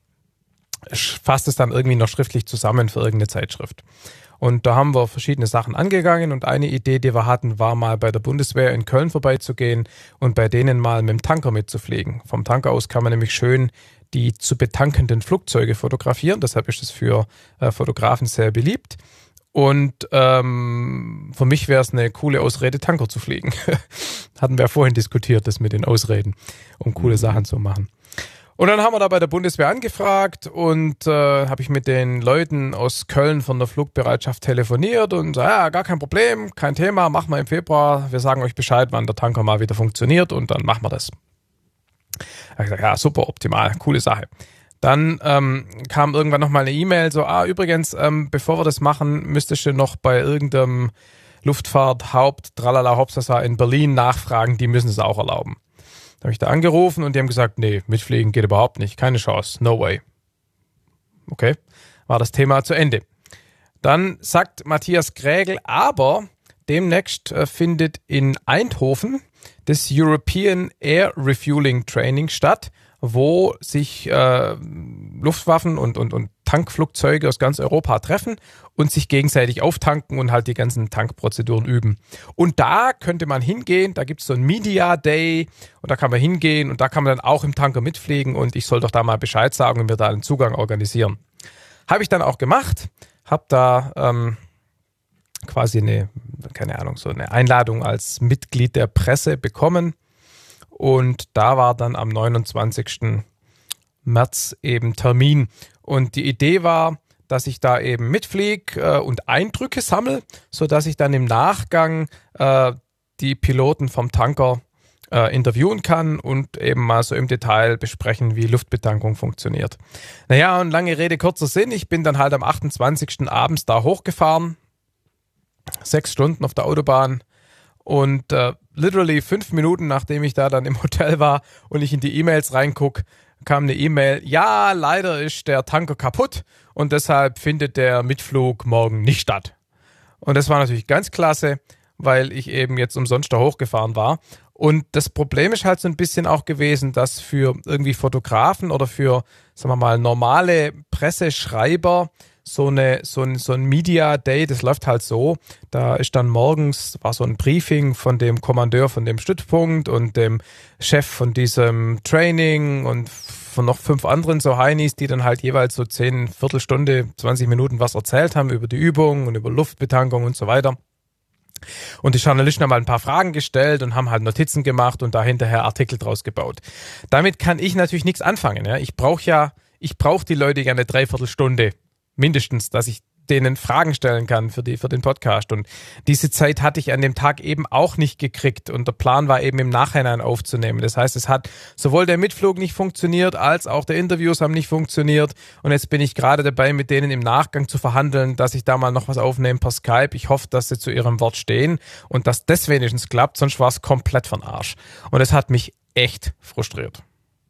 fasst es dann irgendwie noch schriftlich zusammen für irgendeine Zeitschrift. Und da haben wir verschiedene Sachen angegangen und eine Idee, die wir hatten, war mal bei der Bundeswehr in Köln vorbeizugehen und bei denen mal mit dem Tanker mitzufliegen. Vom Tanker aus kann man nämlich schön die zu betankenden Flugzeuge fotografieren, deshalb ist es für äh, Fotografen sehr beliebt. Und ähm, für mich wäre es eine coole Ausrede, Tanker zu fliegen. Hatten wir ja vorhin diskutiert, das mit den Ausreden, um coole Sachen zu machen. Und dann haben wir da bei der Bundeswehr angefragt und äh, habe ich mit den Leuten aus Köln von der Flugbereitschaft telefoniert und so, ja, gar kein Problem, kein Thema, machen wir im Februar. Wir sagen euch Bescheid, wann der Tanker mal wieder funktioniert und dann machen wir das. Da habe ich gesagt, ja, super, optimal, coole Sache. Dann ähm, kam irgendwann nochmal eine E-Mail, so, ah, übrigens, ähm, bevor wir das machen, müsstest du noch bei irgendeinem Luftfahrt-Haupt, Tralala Hopsasa in Berlin nachfragen, die müssen es auch erlauben. Da habe ich da angerufen und die haben gesagt, nee, mitfliegen geht überhaupt nicht, keine Chance, no way. Okay, war das Thema zu Ende. Dann sagt Matthias Grägel, aber demnächst äh, findet in Eindhoven das European Air Refueling Training statt, wo sich äh, Luftwaffen und, und, und Tankflugzeuge aus ganz Europa treffen und sich gegenseitig auftanken und halt die ganzen Tankprozeduren üben. Und da könnte man hingehen, da gibt es so ein Media Day und da kann man hingehen und da kann man dann auch im Tanker mitfliegen und ich soll doch da mal Bescheid sagen und mir da einen Zugang organisieren. Habe ich dann auch gemacht, habe da ähm, quasi eine, keine Ahnung, so eine Einladung als Mitglied der Presse bekommen. Und da war dann am neunundzwanzigsten März eben Termin. Und die Idee war, dass ich da eben mitfliege äh, und Eindrücke sammle, sodass ich dann im Nachgang äh, die Piloten vom Tanker äh, interviewen kann und eben mal so im Detail besprechen, wie Luftbetankung funktioniert. Naja, und lange Rede, kurzer Sinn. Ich bin dann halt am achtundzwanzigsten abends da hochgefahren. Sechs Stunden auf der Autobahn. Und äh, literally fünf Minuten, nachdem ich da dann im Hotel war und ich in die E-Mails reingucke, kam eine E-Mail, ja, leider ist der Tanker kaputt und deshalb findet der Mitflug morgen nicht statt. Und das war natürlich ganz klasse, weil ich eben jetzt umsonst da hochgefahren war. Und das Problem ist halt so ein bisschen auch gewesen, dass für irgendwie Fotografen oder für, sagen wir mal, normale Presseschreiber so eine so ein so ein Media Day, das läuft halt so, da ist dann morgens war so ein Briefing von dem Kommandeur von dem Stützpunkt und dem Chef von diesem Training und von noch fünf anderen so Heinis, die dann halt jeweils so zehn Viertelstunde, zwanzig Minuten was erzählt haben über die Übung und über Luftbetankung und so weiter. Und die Journalisten haben halt ein paar Fragen gestellt und haben halt Notizen gemacht und da hinterher Artikel draus gebaut. Damit kann ich natürlich nichts anfangen. Ja. Ich brauche ja, ich brauche die Leute ja eine Dreiviertelstunde mindestens, dass ich denen Fragen stellen kann für die für den Podcast. Und diese Zeit hatte ich an dem Tag eben auch nicht gekriegt. Und der Plan war eben im Nachhinein aufzunehmen. Das heißt, es hat sowohl der Mitflug nicht funktioniert, als auch der Interviews haben nicht funktioniert. Und jetzt bin ich gerade dabei, mit denen im Nachgang zu verhandeln, dass ich da mal noch was aufnehme per Skype. Ich hoffe, dass sie zu ihrem Wort stehen und dass das wenigstens klappt, sonst war es komplett von Arsch. Und es hat mich echt frustriert.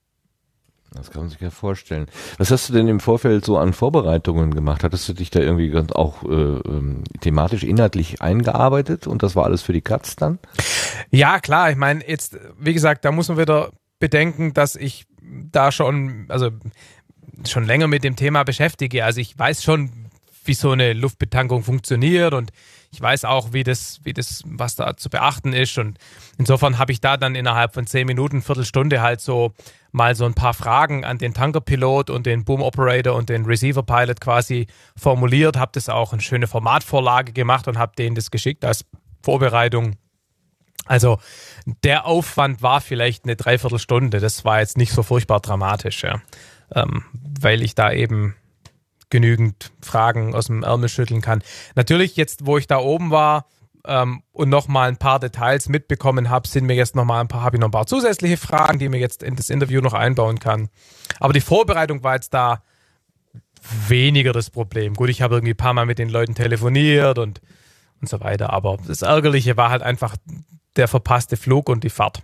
Das kann man sich ja vorstellen. Was hast du denn im Vorfeld so an Vorbereitungen gemacht? Hattest du dich da irgendwie ganz auch äh, ähm, thematisch, inhaltlich eingearbeitet und das war alles für die Katz dann? Ja, klar. Ich meine, jetzt, wie gesagt, da muss man wieder bedenken, dass ich da schon, also schon länger mit dem Thema beschäftige. Also ich weiß schon, wie so eine Luftbetankung funktioniert und ich weiß auch, wie das, wie das, was da zu beachten ist und insofern habe ich da dann innerhalb von zehn Minuten, Viertelstunde halt so mal so ein paar Fragen an den Tankerpilot und den Boom Operator und den Receiver Pilot quasi formuliert, habe das auch eine schöne Formatvorlage gemacht und habe denen das geschickt als Vorbereitung. Also der Aufwand war vielleicht eine Dreiviertelstunde, das war jetzt nicht so furchtbar dramatisch, ja, ähm, weil ich da eben genügend Fragen aus dem Ärmel schütteln kann. Natürlich jetzt, wo ich da oben war ähm, und noch mal ein paar Details mitbekommen habe, sind mir jetzt noch mal ein paar, habe ich noch ein paar zusätzliche Fragen, die mir jetzt in das Interview noch einbauen kann. Aber die Vorbereitung war jetzt da weniger das Problem. Gut, ich habe irgendwie ein paar Mal mit den Leuten telefoniert und und so weiter. Aber das Ärgerliche war halt einfach der verpasste Flug und die Fahrt.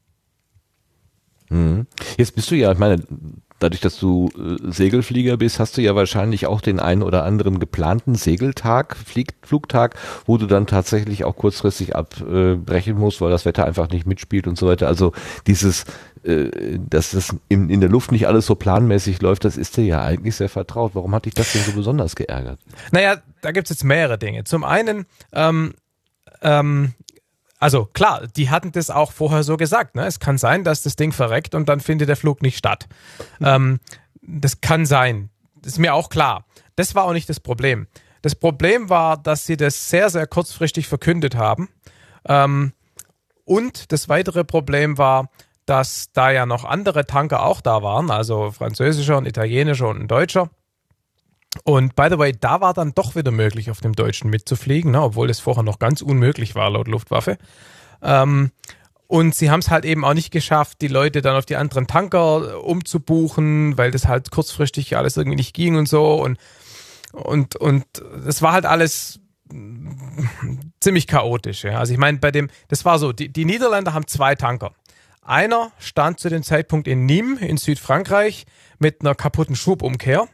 Mhm. Jetzt bist du ja, ich meine, dadurch, dass du äh, Segelflieger bist, hast du ja wahrscheinlich auch den einen oder anderen geplanten Segeltag, Flieg, Flugtag, wo du dann tatsächlich auch kurzfristig abbrechen musst, weil das Wetter einfach nicht mitspielt und so weiter. Also dieses, äh, dass das in, in der Luft nicht alles so planmäßig läuft, das ist dir ja eigentlich sehr vertraut. Warum hat dich das denn so besonders geärgert? Naja, da gibt's jetzt mehrere Dinge. Zum einen, ähm, ähm, also klar, die hatten das auch vorher so gesagt. Ne? Es kann sein, dass das Ding verreckt und dann findet der Flug nicht statt. Mhm. Ähm, das kann sein. Das ist mir auch klar. Das war auch nicht das Problem. Das Problem war, dass sie das sehr, sehr kurzfristig verkündet haben. Ähm, und das weitere Problem war, dass da ja noch andere Tanker auch da waren, also französischer, ein italienischer und ein deutscher. Und by the way, da war dann doch wieder möglich, auf dem Deutschen mitzufliegen, ne, obwohl das vorher noch ganz unmöglich war, laut Luftwaffe. Ähm, und sie haben es halt eben auch nicht geschafft, die Leute dann auf die anderen Tanker umzubuchen, weil das halt kurzfristig alles irgendwie nicht ging und so. Und und und das war halt alles ziemlich chaotisch. Ja. Also ich meine, bei dem, das war so, die, die Niederländer haben zwei Tanker. Einer stand zu dem Zeitpunkt in Nîmes in Südfrankreich mit einer kaputten Schubumkehr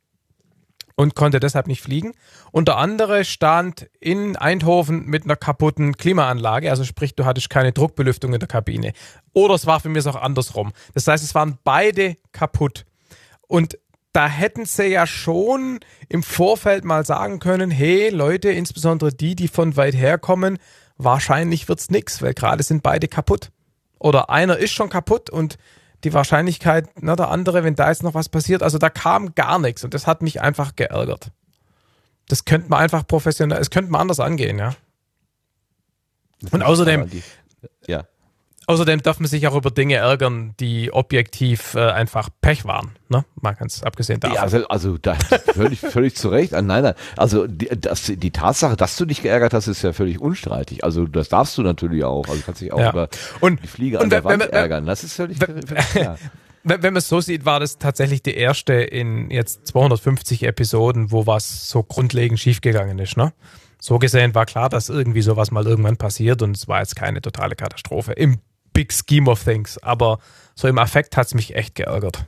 und konnte deshalb nicht fliegen. Und der andere stand in Eindhoven mit einer kaputten Klimaanlage, also sprich, du hattest keine Druckbelüftung in der Kabine. Oder es war für mich auch andersrum. Das heißt, es waren beide kaputt. Und da hätten sie ja schon im Vorfeld mal sagen können, hey Leute, insbesondere die, die von weit her kommen, wahrscheinlich wird's nix, weil gerade sind beide kaputt. Oder einer ist schon kaputt und die Wahrscheinlichkeit, na, der andere, wenn da jetzt noch was passiert, also da kam gar nichts und das hat mich einfach geärgert. Das könnte man einfach professionell, es könnte man anders angehen, ja. Und außerdem, ja. außerdem darf man sich auch über Dinge ärgern, die objektiv äh, einfach Pech waren, ne? Mal ganz abgesehen davon. Ja, also, also da, völlig, völlig zu Recht. Nein, nein, also die, das, die Tatsache, dass du dich geärgert hast, ist ja völlig unstreitig. Also das darfst du natürlich auch. Also kannst dich auch ja. über und, die Fliege und an der wenn, Wand wenn, ärgern. Das ist völlig, wenn, völlig klar. Wenn, wenn man es so sieht, war das tatsächlich die erste in jetzt zweihundertfünfzig Episoden, wo was so grundlegend schiefgegangen ist, ne? So gesehen war klar, dass irgendwie sowas mal irgendwann passiert und es war jetzt keine totale Katastrophe. Im Big Scheme of Things, aber so im Affekt hat es mich echt geärgert.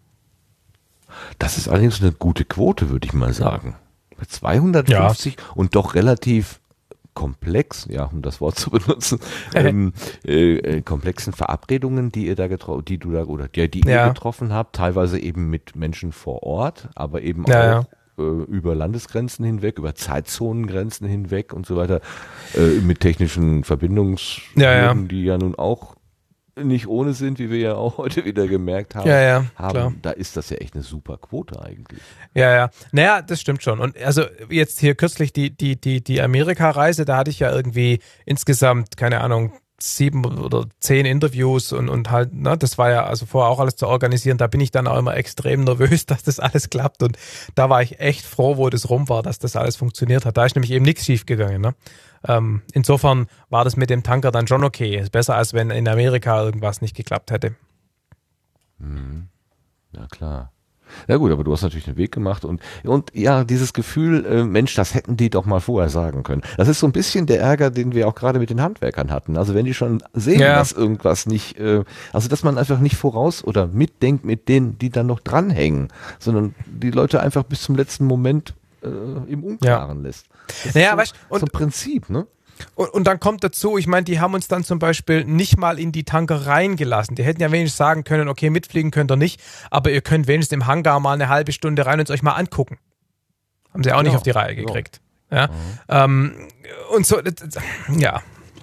Das ist allerdings eine gute Quote, würde ich mal sagen. Bei zweihundertfünfzig ja. Und doch relativ komplex, ja, um das Wort zu benutzen, ähm, äh, komplexen Verabredungen, die ihr da getroffen, die du da oder die, die ja. ihr getroffen habt, teilweise eben mit Menschen vor Ort, aber eben ja, auch ja. äh, über Landesgrenzen hinweg, über Zeitzonengrenzen hinweg und so weiter, äh, mit technischen Verbindungshürden, ja, ja. die ja nun auch nicht ohne sind, wie wir ja auch heute wieder gemerkt haben. Ja, ja, haben. klar. Da ist das ja echt eine super Quote eigentlich. Ja, ja. Naja, das stimmt schon. Und also jetzt hier kürzlich die, die, die, die Amerika-Reise, da hatte ich ja irgendwie insgesamt, keine Ahnung, sieben oder zehn Interviews und, und halt, ne, das war ja also vorher auch alles zu organisieren. Da bin ich dann auch immer extrem nervös, dass das alles klappt. Und da war ich echt froh, wo das rum war, dass das alles funktioniert hat. Da ist nämlich eben nichts schief gegangen, ne? Ähm, insofern war das mit dem Tanker dann schon okay. Ist besser, als wenn in Amerika irgendwas nicht geklappt hätte. Mhm. Ja, klar. Na gut, aber du hast natürlich einen Weg gemacht und, und ja, dieses Gefühl, äh, Mensch, das hätten die doch mal vorher sagen können. Das ist so ein bisschen der Ärger, den wir auch gerade mit den Handwerkern hatten. Also wenn die schon sehen, ja. dass irgendwas nicht, äh, also dass man einfach nicht voraus oder mitdenkt mit denen, die dann noch dranhängen, sondern die Leute einfach bis zum letzten Moment äh, im Unklaren ja. lässt. Das naja, ist so, weißt, und, so ein Prinzip, ne? Und, und dann kommt dazu, ich meine, die haben uns dann zum Beispiel nicht mal in die Tanker reingelassen. Die hätten ja wenigstens sagen können, okay, mitfliegen könnt ihr nicht, aber ihr könnt wenigstens im Hangar mal eine halbe Stunde rein und es euch mal angucken. Haben sie auch nicht ja, auf die Reihe gekriegt. Ja. Ja. Mhm. Ähm, und so, ja.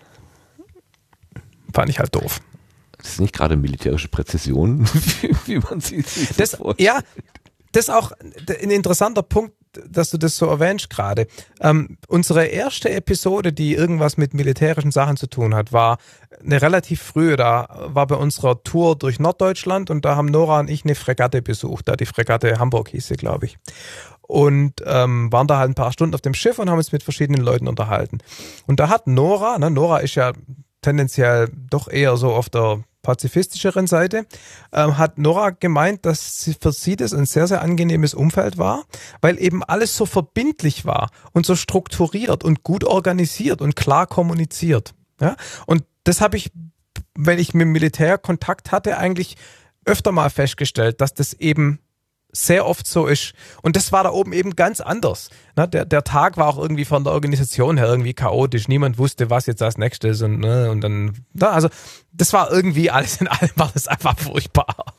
Fand ich halt doof. Das ist nicht gerade militärische Präzision, wie, wie man sieht. Sich das, so ja, das ist auch ein interessanter Punkt, dass du das so erwähnst gerade. Ähm, unsere erste Episode, die irgendwas mit militärischen Sachen zu tun hat, war eine relativ frühe, da war bei unserer Tour durch Norddeutschland und da haben Nora und ich eine Fregatte besucht, da die Fregatte Hamburg hieß sie, glaube ich. Und ähm, waren da halt ein paar Stunden auf dem Schiff und haben uns mit verschiedenen Leuten unterhalten. Und da hat Nora, ne, Nora ist ja tendenziell doch eher so auf der pazifistischeren Seite, ähm, hat Nora gemeint, dass sie, für sie das ein sehr, sehr angenehmes Umfeld war, weil eben alles so verbindlich war und so strukturiert und gut organisiert und klar kommuniziert. Ja? Und das habe ich, wenn ich mit dem Militär Kontakt hatte, eigentlich öfter mal festgestellt, dass das eben sehr oft so ist. Und das war da oben eben ganz anders. Ne, der, der Tag war auch irgendwie von der Organisation her irgendwie chaotisch. Niemand wusste, was jetzt als nächstes und, ne, und dann, na, also das war irgendwie alles in allem war das einfach furchtbar.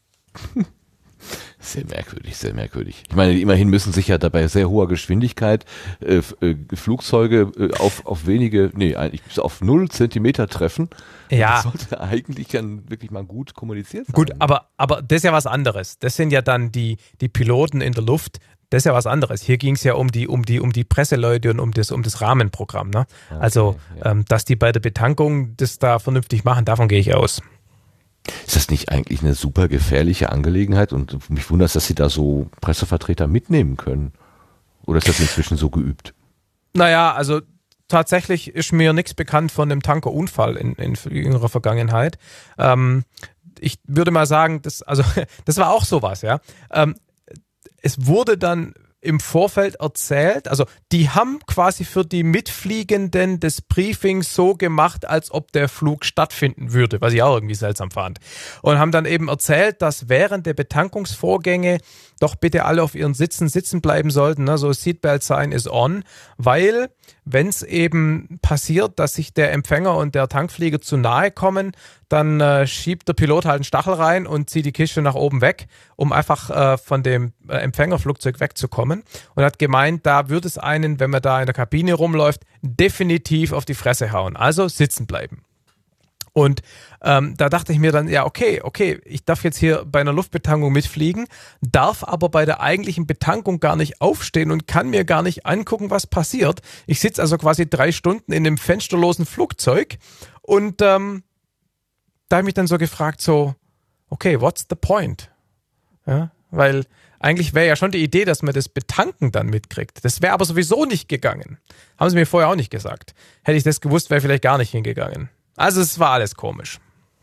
Sehr merkwürdig, sehr merkwürdig. Ich meine, immerhin müssen sich ja dabei sehr hoher Geschwindigkeit äh, äh, Flugzeuge äh, auf, auf wenige, nee, eigentlich auf null Zentimeter treffen. Ja. Das sollte eigentlich dann wirklich mal gut kommuniziert sein. Gut, aber, aber das ist ja was anderes. Das sind ja dann die, die Piloten in der Luft. Das ist ja was anderes. Hier ging es ja um die, um die, um die Presseleute und um das, um das Rahmenprogramm. Ne? Okay, also, ja. ähm, dass die bei der Betankung das da vernünftig machen, davon gehe ich aus. Ist das nicht eigentlich eine super gefährliche Angelegenheit? Und mich wundert es, dass Sie da so Pressevertreter mitnehmen können. Oder ist das inzwischen so geübt? Naja, also tatsächlich ist mir nichts bekannt von einem Tankerunfall in, in jüngerer Vergangenheit. Ähm, ich würde mal sagen, das, also, das war auch sowas, ja. Ähm, es wurde dann im Vorfeld erzählt, also die haben quasi für die Mitfliegenden das Briefing so gemacht, als ob der Flug stattfinden würde, was ich auch irgendwie seltsam fand. Und haben dann eben erzählt, dass während der Betankungsvorgänge doch bitte alle auf ihren Sitzen sitzen bleiben sollten, ne? So Seatbelt Sign is on, weil wenn es eben passiert, dass sich der Empfänger und der Tankflieger zu nahe kommen, dann äh, schiebt der Pilot halt einen Stachel rein und zieht die Kiste nach oben weg, um einfach äh, von dem äh, Empfängerflugzeug wegzukommen. Und hat gemeint, da würde es einen, wenn man da in der Kabine rumläuft, definitiv auf die Fresse hauen. Also sitzen bleiben. Und ähm, da dachte ich mir dann, ja okay, okay, ich darf jetzt hier bei einer Luftbetankung mitfliegen, darf aber bei der eigentlichen Betankung gar nicht aufstehen und kann mir gar nicht angucken, was passiert. Ich sitze also quasi drei Stunden in einem fensterlosen Flugzeug und ähm, da habe ich mich dann so gefragt, so, okay, what's the point? Ja, weil eigentlich wäre ja schon die Idee, dass man das Betanken dann mitkriegt. Das wäre aber sowieso nicht gegangen. Haben sie mir vorher auch nicht gesagt. Hätte ich das gewusst, wäre ich vielleicht gar nicht hingegangen. Also es war alles komisch.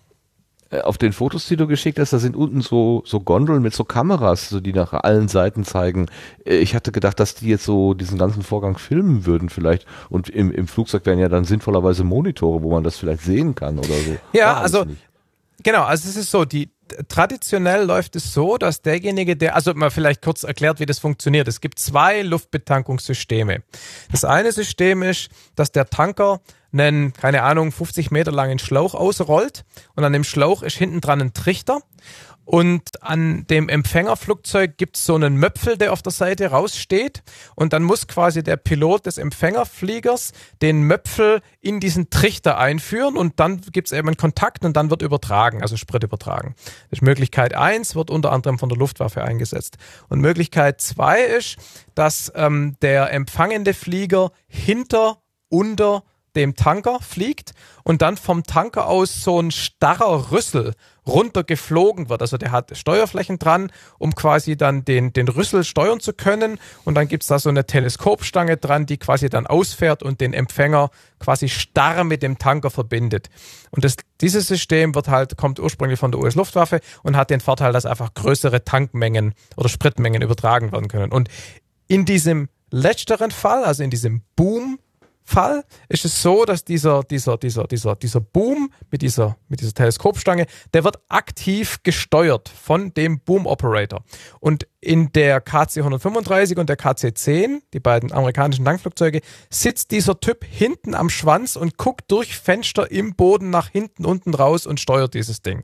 Auf den Fotos, die du geschickt hast, da sind unten so, so Gondeln mit so Kameras, so die nach allen Seiten zeigen. Ich hatte gedacht, dass die jetzt so diesen ganzen Vorgang filmen würden vielleicht. Und im, im Flugzeug wären ja dann sinnvollerweise Monitore, wo man das vielleicht sehen kann oder so. Ja, also genau, also es ist so, die, traditionell läuft es so, dass derjenige, der, also mal vielleicht kurz erklärt, wie das funktioniert. Es gibt zwei Luftbetankungssysteme. Das eine System ist, dass der Tanker einen, keine Ahnung, fünfzig Meter langen Schlauch ausrollt und an dem Schlauch ist hinten dran ein Trichter. Und an dem Empfängerflugzeug gibt es so einen Möpfel, der auf der Seite raussteht. Und dann muss quasi der Pilot des Empfängerfliegers den Möpfel in diesen Trichter einführen. Und dann gibt es eben einen Kontakt und dann wird übertragen, also Sprit übertragen. Das ist Möglichkeit eins, wird unter anderem von der Luftwaffe eingesetzt. Und Möglichkeit zwei ist, dass ähm, der empfangende Flieger hinter, unter dem Tanker fliegt und dann vom Tanker aus so ein starrer Rüssel runtergeflogen wird. Also der hat Steuerflächen dran, um quasi dann den, den Rüssel steuern zu können. Und dann gibt's da so eine Teleskopstange dran, die quasi dann ausfährt und den Empfänger quasi starr mit dem Tanker verbindet. Und das, dieses System wird halt, kommt ursprünglich von der U S-Luftwaffe und hat den Vorteil, dass einfach größere Tankmengen oder Spritmengen übertragen werden können. Und in diesem letzteren Fall, also in diesem Boom, Fall ist es so, dass dieser, dieser, dieser, dieser, dieser Boom mit dieser, mit dieser Teleskopstange, der wird aktiv gesteuert von dem Boom Operator. Und in der K C hundertfünfunddreißig und der K C zehn, die beiden amerikanischen Tankflugzeuge, sitzt dieser Typ hinten am Schwanz und guckt durch Fenster im Boden nach hinten unten raus und steuert dieses Ding.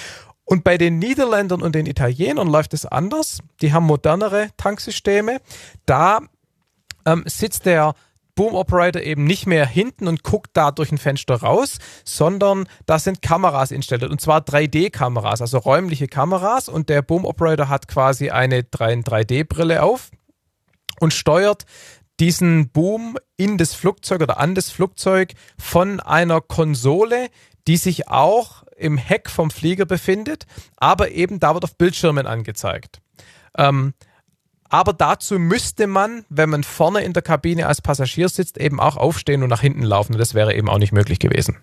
Und bei den Niederländern und den Italienern läuft es anders. Die haben modernere Tanksysteme. Da ähm, sitzt der Boom Operator eben nicht mehr hinten und guckt da durch ein Fenster raus, sondern da sind Kameras installiert, und zwar drei D-Kameras, also räumliche Kameras, und der Boom Operator hat quasi eine drei D Brille auf und steuert diesen Boom in das Flugzeug oder an das Flugzeug von einer Konsole, die sich auch im Heck vom Flieger befindet, aber eben da wird auf Bildschirmen angezeigt. Ähm, Aber dazu müsste man, wenn man vorne in der Kabine als Passagier sitzt, eben auch aufstehen und nach hinten laufen. Und das wäre eben auch nicht möglich gewesen.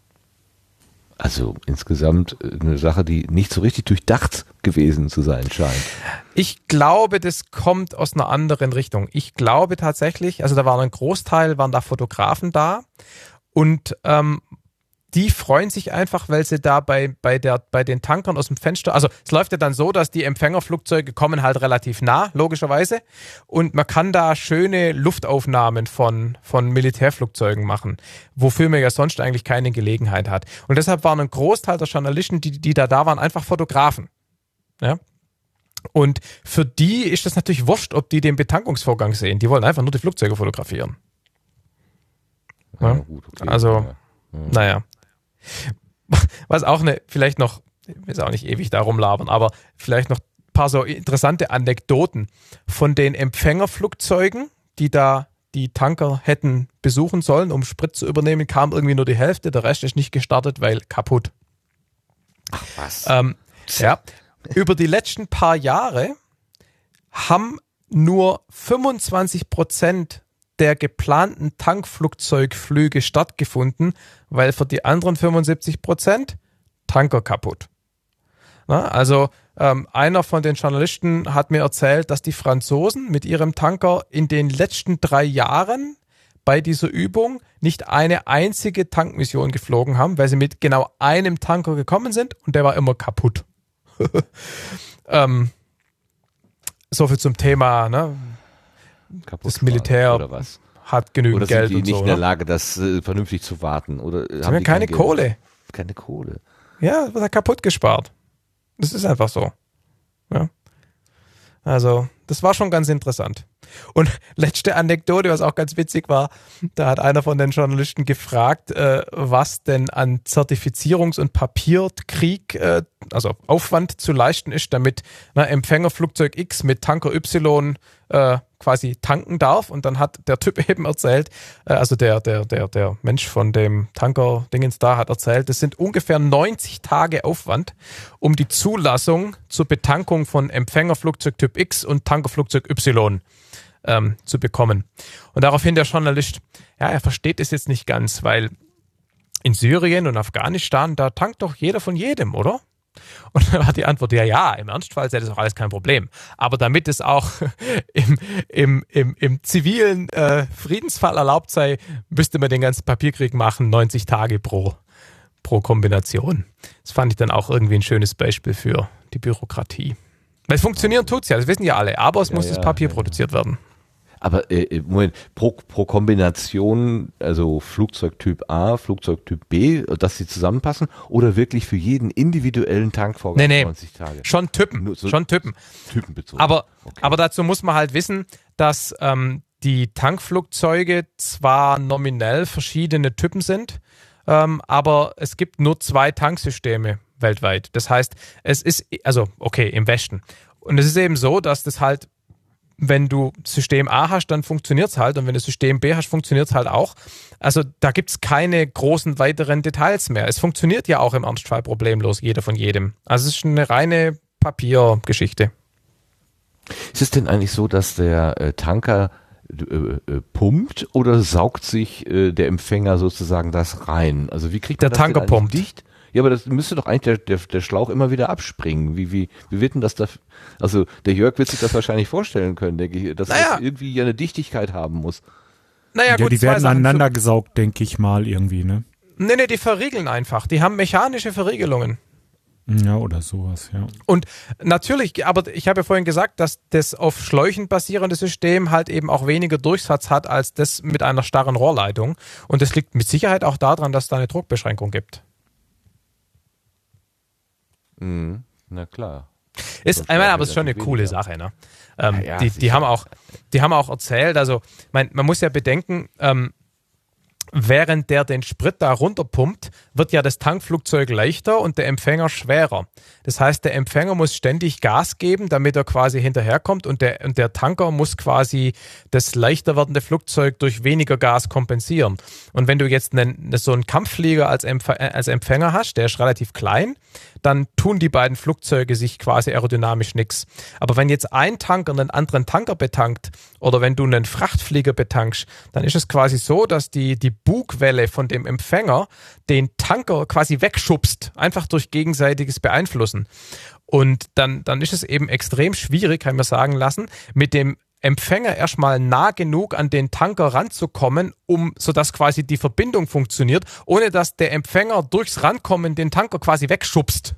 Also insgesamt eine Sache, die nicht so richtig durchdacht gewesen zu sein scheint. Ich glaube, das kommt aus einer anderen Richtung. Ich glaube tatsächlich, also da waren ein Großteil, waren da Fotografen da. Und ähm, die freuen sich einfach, weil sie da bei, bei, der, bei den Tankern aus dem Fenster, also es läuft ja dann so, dass die Empfängerflugzeuge kommen halt relativ nah, logischerweise, und man kann da schöne Luftaufnahmen von, von Militärflugzeugen machen, wofür man ja sonst eigentlich keine Gelegenheit hat. Und deshalb waren ein Großteil der Journalisten, die, die da da waren, einfach Fotografen. Ja? Und für die ist das natürlich wurscht, ob die den Betankungsvorgang sehen. Die wollen einfach nur die Flugzeuge fotografieren. Ja? Ja, gut, okay. Also, ja. Ja. Naja. Was auch eine, vielleicht noch, ich will auch nicht ewig darum labern, aber vielleicht noch ein paar so interessante Anekdoten von den Empfängerflugzeugen, die da die Tanker hätten besuchen sollen, um Sprit zu übernehmen, kam irgendwie nur die Hälfte, der Rest ist nicht gestartet, weil kaputt. Ach was. Ähm, ja, über die letzten paar Jahre haben nur fünfundzwanzig Prozent der geplanten Tankflugzeugflüge stattgefunden, weil für die anderen fünfundsiebzig Prozent Tanker kaputt. Na, also ähm, einer von den Journalisten hat mir erzählt, dass die Franzosen mit ihrem Tanker in den letzten drei Jahren bei dieser Übung nicht eine einzige Tankmission geflogen haben, weil sie mit genau einem Tanker gekommen sind und der war immer kaputt. ähm, so viel zum Thema, ne? Kaputt das Militär oder was? Hat genügend oder sind Geld die und nicht so, in der ne? Lage, das äh, vernünftig zu warten? Oder Sie haben haben die keine kein Kohle. Geld? Keine Kohle. Ja, wird ja kaputt gespart. Das ist einfach so. Ja. Also, das war schon ganz interessant. Und letzte Anekdote, was auch ganz witzig war, da hat einer von den Journalisten gefragt, äh, was denn an Zertifizierungs- und Papierkrieg, äh, also Aufwand zu leisten ist, damit na, Empfängerflugzeug X mit Tanker Y äh, quasi tanken darf. Und dann hat der Typ eben erzählt, äh, also der, der, der, der Mensch von dem Tanker-Dingens da hat erzählt, das sind ungefähr neunzig Tage Aufwand, um die Zulassung zur Betankung von Empfängerflugzeug Typ X und Tankerflugzeug Y ähm, zu bekommen. Und daraufhin der Journalist, ja, er versteht es jetzt nicht ganz, weil in Syrien und Afghanistan, da tankt doch jeder von jedem, oder? Und dann war die Antwort, ja, ja, im Ernstfall sei das auch alles kein Problem. Aber damit es auch im, im, im, im zivilen äh, Friedensfall erlaubt sei, müsste man den ganzen Papierkrieg machen, neunzig Tage pro, pro Kombination. Das fand ich dann auch irgendwie ein schönes Beispiel für die Bürokratie. Weil funktionieren tut's ja, das wissen ja alle, aber es Ja, muss ja, das Papier ja, produziert werden. Aber äh, Moment, pro, pro Kombination, also Flugzeugtyp A, Flugzeugtyp B, dass sie zusammenpassen oder wirklich für jeden individuellen Tankvorgang Nee, nee. neunzig Tage? Schon Typen, Nur so schon Typen. Typenbezogen. Aber, Okay. aber dazu muss man halt wissen, dass ähm, die Tankflugzeuge zwar nominell verschiedene Typen sind, ähm, aber es gibt nur zwei Tanksysteme weltweit. Das heißt, es ist, also okay, im Westen. Und es ist eben so, dass das halt, wenn du System A hast, dann funktioniert es halt. Und wenn du System B hast, funktioniert es halt auch. Also da gibt es keine großen weiteren Details mehr. Es funktioniert ja auch im Ernstfall problemlos, jeder von jedem. Also es ist eine reine Papiergeschichte. Ist es denn eigentlich so, dass der äh, Tanker äh, äh, pumpt oder saugt sich äh, der Empfänger sozusagen das rein? Also wie kriegt man Der das Tanker denn eigentlich pumpt. dicht? Ja, aber das müsste doch eigentlich der, der, der Schlauch immer wieder abspringen. Wie, wie, wie wird denn das da? Also der Jörg wird sich das wahrscheinlich vorstellen können, denke ich, dass Naja. das irgendwie eine Dichtigkeit haben muss. Naja, Ja, gut, die zwei werden Sachen aneinander zu- gesaugt, denke ich mal, irgendwie, ne? Nee, nee, die verriegeln einfach. Die haben mechanische Verriegelungen. Ja, oder sowas, ja. Und natürlich, aber ich habe ja vorhin gesagt, dass das auf Schläuchen basierende System halt eben auch weniger Durchsatz hat als das mit einer starren Rohrleitung. Und das liegt mit Sicherheit auch daran, dass es da eine Druckbeschränkung gibt. Mhm. Na klar. Ist, So ich meine, stark aber es ist schon eine relativ coole weniger. Sache, ne? Ähm, Ja, ja, die, die sicher. haben auch, die haben auch erzählt, also mein, man muss ja bedenken, ähm, während der den Sprit da runterpumpt, wird ja das Tankflugzeug leichter und der Empfänger schwerer. Das heißt, der Empfänger muss ständig Gas geben, damit er quasi hinterherkommt und der, und der Tanker muss quasi das leichter werdende Flugzeug durch weniger Gas kompensieren. Und wenn du jetzt einen, so einen Kampfflieger als, Empf- äh, als Empfänger hast, der ist relativ klein, dann tun die beiden Flugzeuge sich quasi aerodynamisch nichts. Aber wenn jetzt ein Tanker einen anderen Tanker betankt oder wenn du einen Frachtflieger betankst, dann ist es quasi so, dass die, die Bugwelle von dem Empfänger den Tanker quasi wegschubst, einfach durch gegenseitiges Beeinflussen. Und dann, dann ist es eben extrem schwierig, kann man sagen lassen, mit dem Empfänger erstmal nah genug an den Tanker ranzukommen, um, sodass quasi die Verbindung funktioniert, ohne dass der Empfänger durchs Rankommen den Tanker quasi wegschubst.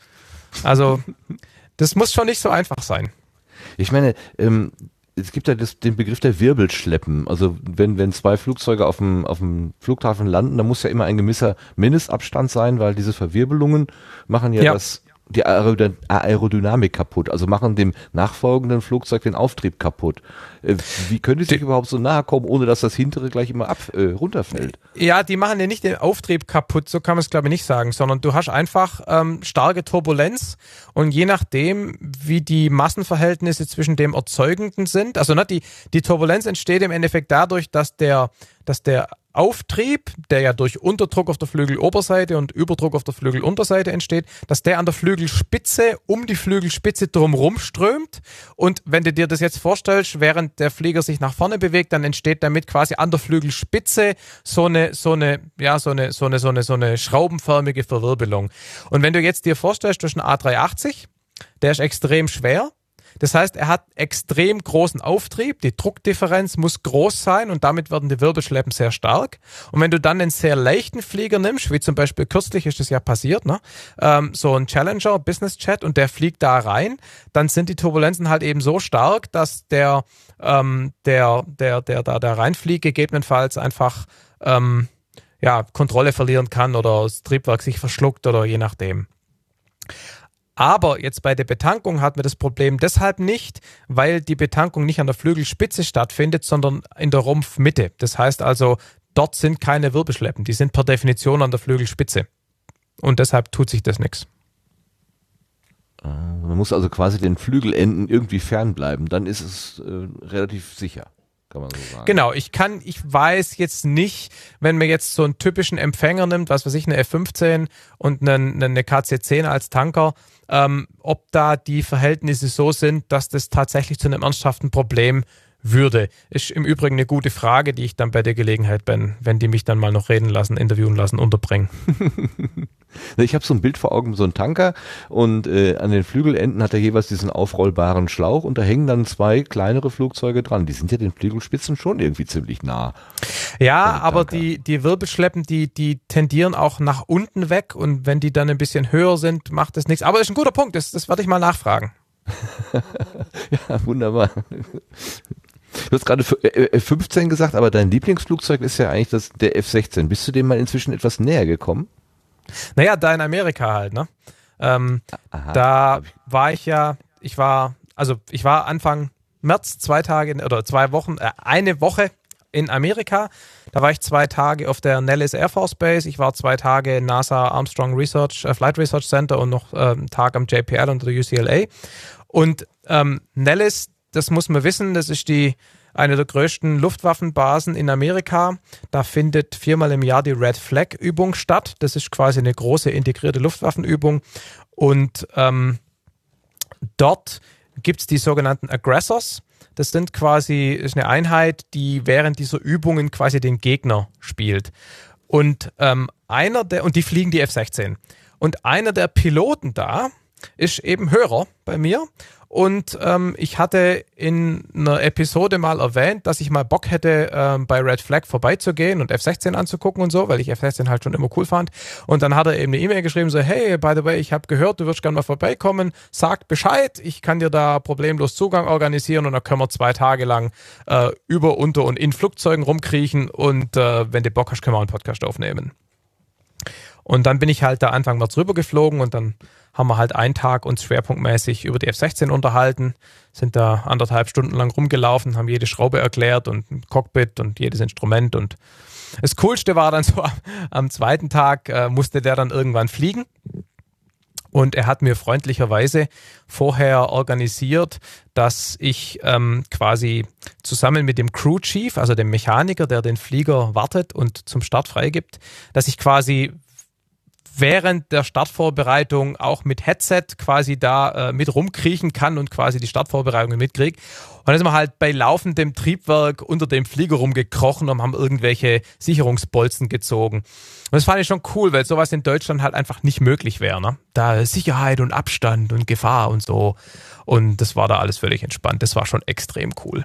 Also, das muss schon nicht so einfach sein. Ich meine, ähm, es gibt ja das, den Begriff der Wirbelschleppen. Also wenn, wenn zwei Flugzeuge auf dem, auf dem Flughafen landen, dann muss ja immer ein gewisser Mindestabstand sein, weil diese Verwirbelungen machen ja, Ja. das die Aerody- Aerodynamik kaputt, also machen dem nachfolgenden Flugzeug den Auftrieb kaputt. Äh, Wie könnte es sich überhaupt so nahe kommen, ohne dass das hintere gleich immer ab äh, runterfällt? Ja, die machen ja nicht den Auftrieb kaputt, so kann man es glaube ich nicht sagen, sondern du hast einfach ähm, starke Turbulenz und je nachdem, wie die Massenverhältnisse zwischen dem Erzeugenden sind, also ne, die, die Turbulenz entsteht im Endeffekt dadurch, dass der, dass der Auftrieb, der ja durch Unterdruck auf der Flügeloberseite und Überdruck auf der Flügelunterseite entsteht, dass der an der Flügelspitze um die Flügelspitze drumherum strömt. Und wenn du dir das jetzt vorstellst, während der Flieger sich nach vorne bewegt, dann entsteht damit quasi an der Flügelspitze so eine, so eine, ja, so eine, so eine, so eine, so eine schraubenförmige Verwirbelung. Und wenn du jetzt dir vorstellst, durch einen A drei achtzig, der ist extrem schwer. Das heißt, er hat extrem großen Auftrieb, die Druckdifferenz muss groß sein und damit werden die Wirbelschleppen sehr stark. Und wenn du dann einen sehr leichten Flieger nimmst, wie zum Beispiel kürzlich ist das ja passiert, ne? ähm, so ein Challenger Business Jet und der fliegt da rein, dann sind die Turbulenzen halt eben so stark, dass der, ähm, der, der, der da da reinfliegt, gegebenenfalls einfach ähm, ja, Kontrolle verlieren kann oder das Triebwerk sich verschluckt oder je nachdem. Aber jetzt bei der Betankung hat man das Problem deshalb nicht, weil die Betankung nicht an der Flügelspitze stattfindet, sondern in der Rumpfmitte. Das heißt also, dort sind keine Wirbelschleppen. Die sind per Definition an der Flügelspitze. Und deshalb tut sich das nichts. Man muss also quasi den Flügelenden irgendwie fernbleiben, dann ist es äh, relativ sicher, kann man so sagen. Genau, ich kann, ich weiß jetzt nicht, wenn man jetzt so einen typischen Empfänger nimmt, was weiß ich, eine F fünfzehn und eine, eine K C zehn als Tanker, ähm, ob da die Verhältnisse so sind, dass das tatsächlich zu einem ernsthaften Problem würde. Ist im Übrigen eine gute Frage, die ich dann bei der Gelegenheit, Ben, wenn die mich dann mal noch reden lassen, interviewen lassen, unterbringen. Ich habe so ein Bild vor Augen, so ein Tanker und äh, an den Flügelenden hat er jeweils diesen aufrollbaren Schlauch und da hängen dann zwei kleinere Flugzeuge dran. Die sind ja den Flügelspitzen schon irgendwie ziemlich nah. Ja, aber die, die Wirbelschleppen, die, die tendieren auch nach unten weg und wenn die dann ein bisschen höher sind, macht das nichts. Aber das ist ein guter Punkt, das, das werde ich mal nachfragen. Ja, wunderbar. Du hast gerade F fünfzehn gesagt, aber dein Lieblingsflugzeug ist ja eigentlich das, der F sechzehn. Bist du dem mal inzwischen etwas näher gekommen? Naja, da in Amerika halt, ne? Ähm, Aha, da war ich ja, ich war, also ich war Anfang März zwei Tage oder zwei Wochen, äh, eine Woche in Amerika. Da war ich zwei Tage auf der Nellis Air Force Base. Ich war zwei Tage NASA Armstrong Research, äh, Flight Research Center und noch äh, einen Tag am J P L und der U C L A. Und ähm, Nellis, das muss man wissen, das ist die eine der größten Luftwaffenbasen in Amerika. Da findet viermal im Jahr die Red Flag Übung statt. Das ist quasi eine große integrierte Luftwaffenübung. Und ähm, dort gibt es die sogenannten Aggressors. Das sind quasi, ist eine Einheit, die während dieser Übungen quasi den Gegner spielt. Und ähm, einer der, und die fliegen die F sechzehn. Und einer der Piloten da ist eben Hörer bei mir. Und ähm, ich hatte in einer Episode mal erwähnt, dass ich mal Bock hätte, ähm, bei Red Flag vorbeizugehen und F sechzehn anzugucken und so, weil ich F sechzehn halt schon immer cool fand. Und dann hat er eben eine E-Mail geschrieben, so, hey, by the way, ich habe gehört, du würdest gerne mal vorbeikommen, sag Bescheid, ich kann dir da problemlos Zugang organisieren und dann können wir zwei Tage lang äh, über, unter und in Flugzeugen rumkriechen und äh, wenn du Bock hast, können wir auch einen Podcast aufnehmen. Und dann bin ich halt da Anfang März rüber geflogen und dann haben wir halt einen Tag uns schwerpunktmäßig über die F sechzehn unterhalten, sind da anderthalb Stunden lang rumgelaufen, haben jede Schraube erklärt und ein Cockpit und jedes Instrument. Und das Coolste war dann so, am zweiten Tag äh, musste der dann irgendwann fliegen. Und er hat mir freundlicherweise vorher organisiert, dass ich ähm, quasi zusammen mit dem Crew Chief, also dem Mechaniker, der den Flieger wartet und zum Start freigibt, dass ich quasi während der Startvorbereitung auch mit Headset quasi da äh, mit rumkriechen kann und quasi die Startvorbereitungen mitkriege. Und dann sind wir halt bei laufendem Triebwerk unter dem Flieger rumgekrochen und haben irgendwelche Sicherungsbolzen gezogen. Und das fand ich schon cool, weil sowas in Deutschland halt einfach nicht möglich wäre. Ne? Da Sicherheit und Abstand und Gefahr und so. Und das war da alles völlig entspannt. Das war schon extrem cool.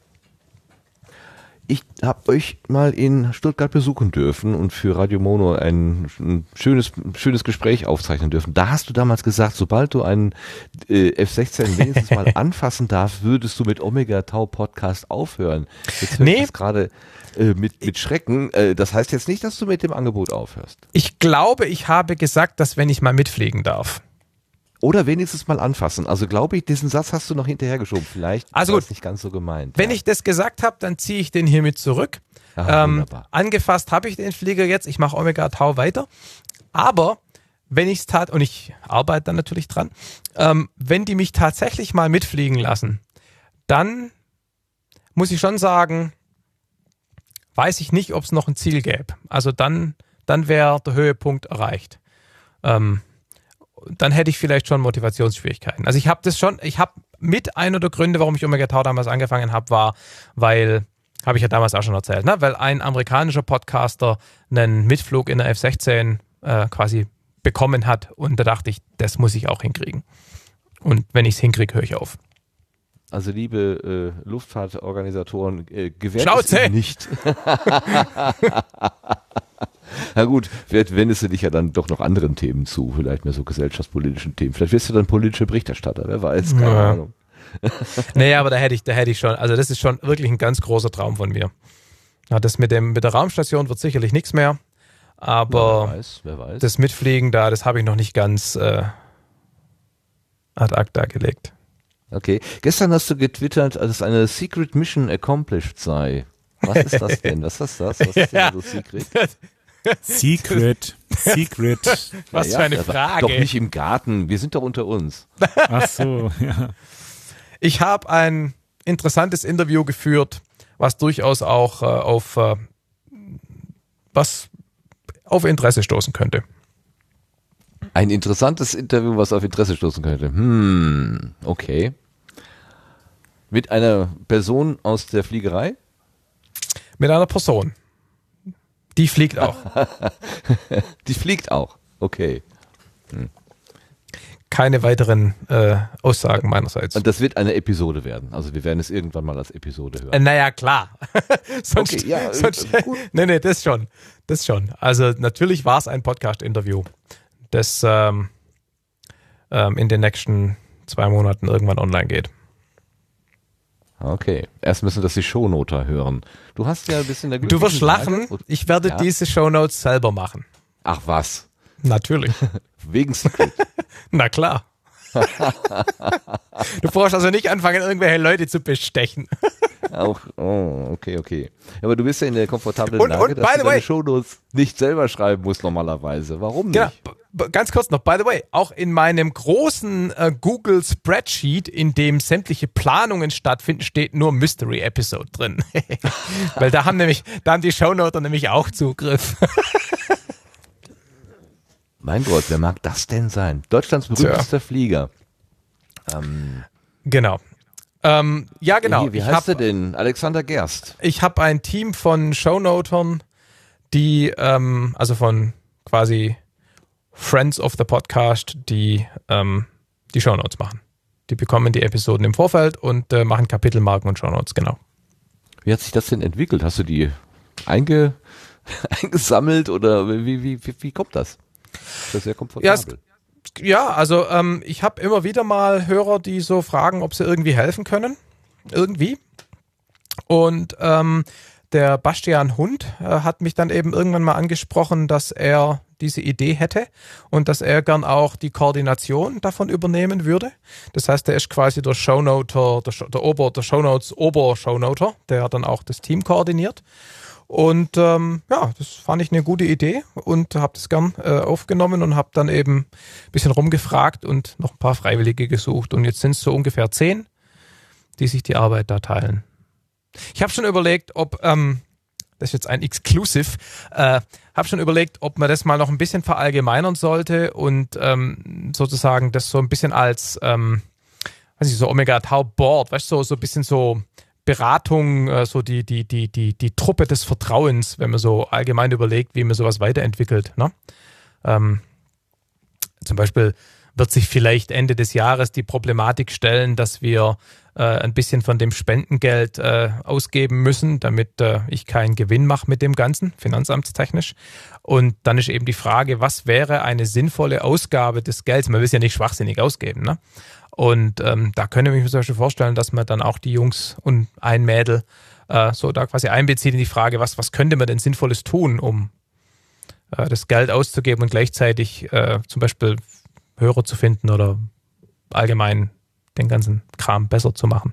Ich habe euch mal in Stuttgart besuchen dürfen und für Radio Mono ein, ein schönes, schönes Gespräch aufzeichnen dürfen. Da hast du damals gesagt, sobald du einen äh, F sechzehn wenigstens mal anfassen darfst, würdest du mit Omega Tau Podcast aufhören. Jetzt höre nee. ich das gerade äh, mit, mit Schrecken. Äh, das heißt jetzt nicht, dass du mit dem Angebot aufhörst. Ich glaube, ich habe gesagt, dass wenn ich mal mitfliegen darf. Oder wenigstens mal anfassen. Also glaube ich, diesen Satz hast du noch hinterhergeschoben. Vielleicht also war gut, es nicht ganz so gemeint. Wenn ja. ich das gesagt habe, dann ziehe ich den hiermit zurück. Aha, ähm, angefasst habe ich den Flieger jetzt. Ich mache Omega Tau weiter. Aber wenn ich es tat, und ich arbeite dann natürlich dran, ähm, wenn die mich tatsächlich mal mitfliegen lassen, dann muss ich schon sagen, weiß ich nicht, ob es noch ein Ziel gäbe. Also dann, dann wäre der Höhepunkt erreicht. Ähm, dann hätte ich vielleicht schon Motivationsschwierigkeiten. Also ich habe das schon, ich habe mit einer der Gründe, warum ich Omega Tau damals angefangen habe, war, weil, habe ich ja damals auch schon erzählt, ne? Weil ein amerikanischer Podcaster einen Mitflug in der F sechzehn äh, quasi bekommen hat und da dachte ich, das muss ich auch hinkriegen. Und wenn ich es hinkriege, höre ich auf. Also liebe äh, Luftfahrtorganisatoren, äh, gewährt Schnauze! es Ihnen nicht. Na gut, vielleicht wendest du dich ja dann doch noch anderen Themen zu, vielleicht mehr so gesellschaftspolitischen Themen. Vielleicht wirst du dann politischer Berichterstatter, wer weiß, keine ja. Ahnung. Naja, aber da hätte ich, da hätte ich schon, also das ist schon wirklich ein ganz großer Traum von mir. Ja, das mit dem, mit der Raumstation wird sicherlich nichts mehr, aber wer weiß, wer weiß. Das Mitfliegen da, das habe ich noch nicht ganz äh, ad acta gelegt. Okay, gestern hast du getwittert, als es eine Secret Mission accomplished sei. Was ist das denn? Was ist das? Was ist denn so Secret? Secret, Secret. Was ja, für eine ja, Frage. Doch nicht im Garten, wir sind doch unter uns. Ach so, ja. Ich habe ein interessantes Interview geführt, was durchaus auch äh, auf äh, was auf Interesse stoßen könnte. Ein interessantes Interview, was auf Interesse stoßen könnte. Hm, okay. Mit einer Person aus der Fliegerei? Mit einer Person. Die fliegt auch. Die fliegt auch. Okay. Hm. Keine weiteren äh, Aussagen meinerseits. Und das wird eine Episode werden. Also wir werden es irgendwann mal als Episode hören. Äh, naja, klar. sonst, Okay, ja, sonst, gut. nee, nee, das schon. Das schon. Also natürlich war es ein Podcast-Interview, das ähm, ähm, in den nächsten zwei Monaten irgendwann online geht. Okay. Erst müssen das die Shownoter hören. Du hast ja ein bisschen der Du wirst lachen. Ich werde Ja? diese Shownotes selber machen. Ach was. Natürlich. Wegen Secret. Na klar. Du brauchst also nicht anfangen, irgendwelche Leute zu bestechen. Auch, oh, okay, okay. Ja, aber du bist ja in der komfortablen Und- Lage, und, dass by du the deine way- Shownotes nicht selber schreiben musst normalerweise. Warum Genau. nicht? B- b- Ganz kurz noch, by the way, auch in meinem großen äh, Google Spreadsheet, in dem sämtliche Planungen stattfinden, steht nur Mystery Episode drin. Weil da haben nämlich, da haben die Shownoter nämlich auch Zugriff. Mein Gott, wer mag das denn sein? Deutschlands berühmtester Flieger. Ähm, Genau. Ähm, ja, genau. Wie, wie ich heißt er habe denn? Alexander Gerst. ich hab ein Team von Shownotern, die, ähm, also von quasi Friends of the Podcast, die ähm, die Shownotes machen. Die bekommen die Episoden im Vorfeld und äh, machen Kapitelmarken und Shownotes, genau. Wie hat sich das denn entwickelt? Hast du die einge, eingesammelt oder wie, wie, wie, wie kommt das? Das ist sehr komfortabel. Ja, es- Ja, also ähm, ich habe immer wieder mal Hörer, die so fragen, ob sie irgendwie helfen können. Irgendwie. Und ähm, der Bastian Hund äh, hat mich dann eben irgendwann mal angesprochen, dass er diese Idee hätte und dass er gern auch die Koordination davon übernehmen würde. Das heißt, er ist quasi der Shownoter, der, Show- der, Ober, der Shownotes Ober-Shownoter, der dann auch das Team koordiniert. Und ähm, ja, das fand ich eine gute Idee und habe das gern äh, aufgenommen und habe dann eben ein bisschen rumgefragt und noch ein paar Freiwillige gesucht. Und jetzt sind es so ungefähr zehn, die sich die Arbeit da teilen. Ich habe schon überlegt, ob, ähm, das ist jetzt ein Exclusive, äh, habe schon überlegt, ob man das mal noch ein bisschen verallgemeinern sollte und ähm, sozusagen das so ein bisschen als, ähm, weiß ich, so Omega-Tau Board, weißt du, so, so ein bisschen so Beratung, äh, so die, die, die, die, die Truppe des Vertrauens, wenn man so allgemein überlegt, wie man sowas weiterentwickelt. Ne? Ähm, zum Beispiel wird sich vielleicht Ende des Jahres die Problematik stellen, dass wir äh, ein bisschen von dem Spendengeld äh, ausgeben müssen, damit äh, ich keinen Gewinn mache mit dem Ganzen, finanzamtstechnisch. Und dann ist eben die Frage, was wäre eine sinnvolle Ausgabe des Gelds? Man will es ja nicht schwachsinnig ausgeben, ne? Und ähm, da könnte ich mir zum Beispiel vorstellen, dass man dann auch die Jungs und ein Mädel äh, so da quasi einbezieht in die Frage, was, was könnte man denn Sinnvolles tun, um äh, das Geld auszugeben und gleichzeitig äh, zum Beispiel Hörer zu finden oder allgemein den ganzen Kram besser zu machen.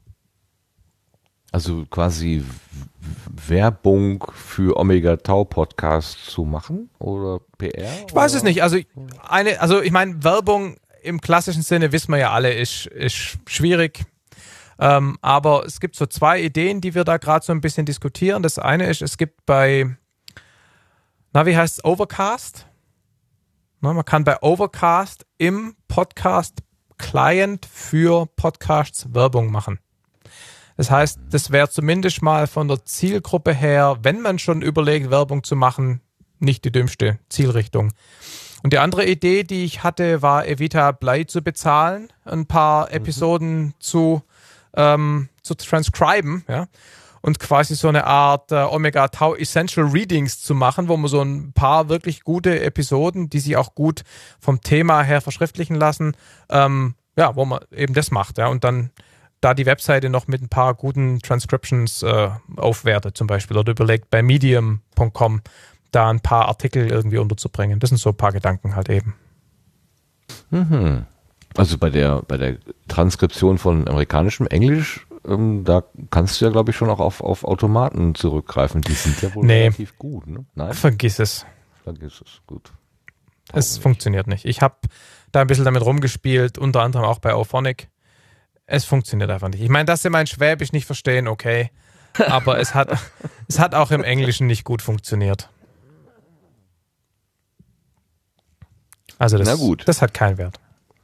Also quasi W- Werbung für Omega Tau Podcast zu machen oder P R? Ich weiß es nicht. Also eine, also ich meine, Werbung im klassischen Sinne, wissen wir ja alle, ist, ist schwierig. Ähm, aber es gibt so zwei Ideen, die wir da gerade so ein bisschen diskutieren. Das eine ist, es gibt bei, na, wie heißt es, Overcast? Na, man kann bei Overcast im Podcast-Client für Podcasts Werbung machen. Das heißt, das wäre zumindest mal von der Zielgruppe her, wenn man schon überlegt, Werbung zu machen, nicht die dümmste Zielrichtung. Und die andere Idee, die ich hatte, war Evita Blei zu bezahlen, ein paar Episoden mhm. zu, ähm, zu transcriben, ja, und quasi so eine Art äh, Omega Tau Essential Readings zu machen, wo man so ein paar wirklich gute Episoden, die sich auch gut vom Thema her verschriftlichen lassen, ähm, ja, wo man eben das macht, ja, und dann da die Webseite noch mit ein paar guten Transcriptions äh, aufwertet zum Beispiel oder überlegt bei medium punkt com da ein paar Artikel irgendwie unterzubringen. Das sind so ein paar Gedanken halt eben. Mhm. Also bei der bei der Transkription von amerikanischem Englisch, ähm, da kannst du ja, glaube ich, schon auch auf, auf Automaten zurückgreifen. Die sind ja wohl nee. relativ gut, ne? Nein? Vergiss es. Vergiss es, gut. Es funktioniert nicht. Ich habe da ein bisschen damit rumgespielt, unter anderem auch bei Auphonic. Es funktioniert einfach nicht. Ich meine, dass sie mein Schwäbisch nicht verstehen, okay. Aber es hat, es hat auch im Englischen nicht gut funktioniert. Also das, Na gut. das hat keinen Wert.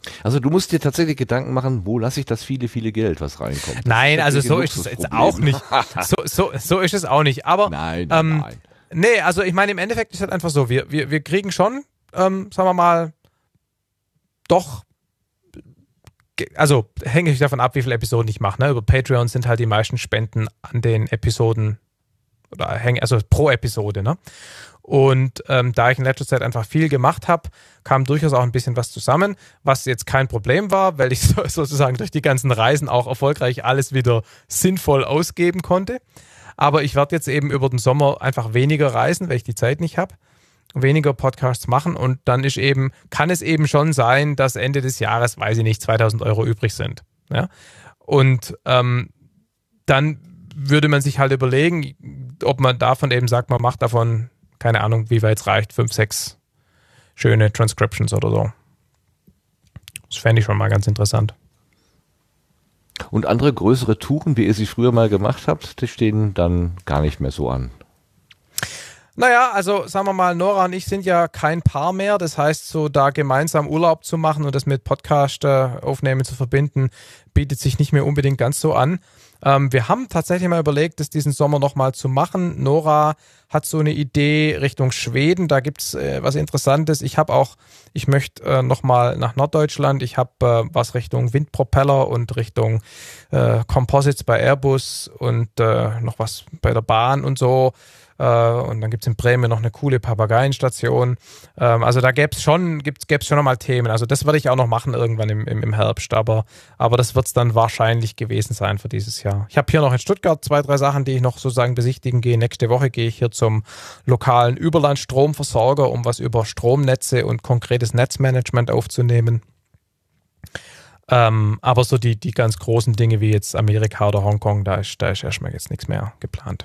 Also du musst dir tatsächlich Gedanken machen, wo lasse ich das viele, viele Geld, was reinkommt. Das Nein, ist also so ein ist es jetzt Luxusproblem. auch nicht. So, so, so ist es auch nicht. Aber Nein, nein, ähm, nein. nee, also ich meine, im Endeffekt ist es halt einfach so, wir, wir, wir kriegen schon, ähm, sagen wir mal, doch, also hänge ich davon ab, wie viele Episoden ich mache. Ne? Über Patreon sind halt die meisten Spenden an den Episoden, oder hängen, also pro Episode, ne? Und ähm, da ich in letzter Zeit einfach viel gemacht habe, kam durchaus auch ein bisschen was zusammen, was jetzt kein Problem war, weil ich so, sozusagen durch die ganzen Reisen auch erfolgreich alles wieder sinnvoll ausgeben konnte. Aber ich werde jetzt eben über den Sommer einfach weniger reisen, weil ich die Zeit nicht habe, weniger Podcasts machen und dann ist eben, kann es eben schon sein, dass Ende des Jahres, weiß ich nicht, zweitausend Euro übrig sind. Ja? Und ähm, dann würde man sich halt überlegen, ob man davon eben sagt, man macht davon, keine Ahnung, wie weit es reicht, fünf, sechs schöne Transcriptions oder so. Das fände ich schon mal ganz interessant. Und andere größere Touren, wie ihr sie früher mal gemacht habt, die stehen dann gar nicht mehr so an. Naja, also sagen wir mal, Nora und ich sind ja kein Paar mehr. Das heißt, so da gemeinsam Urlaub zu machen und das mit Podcast äh, aufnehmen zu verbinden, bietet sich nicht mehr unbedingt ganz so an. Ähm, wir haben tatsächlich mal überlegt, das diesen Sommer nochmal zu machen. Nora hat so eine Idee Richtung Schweden. Da gibt's äh, was Interessantes. Ich habe auch, ich möchte äh, nochmal nach Norddeutschland. Ich habe äh, was Richtung Windpropeller und Richtung äh, Composites bei Airbus und äh, noch was bei der Bahn und so. Und dann gibt es in Bremen noch eine coole Papageienstation. Also da gäbe es schon, gibt's, gäb's schon nochmal Themen. Also das werde ich auch noch machen irgendwann im, im, im Herbst. Aber, aber das wird es dann wahrscheinlich gewesen sein für dieses Jahr. Ich habe hier noch in Stuttgart zwei, drei Sachen, die ich noch sozusagen besichtigen gehe. Nächste Woche gehe ich hier zum lokalen Überlandstromversorger, um was über Stromnetze und konkretes Netzmanagement aufzunehmen. Ähm, aber so die, die ganz großen Dinge wie jetzt Amerika oder Hongkong, da ist, da ist erstmal jetzt nichts mehr geplant.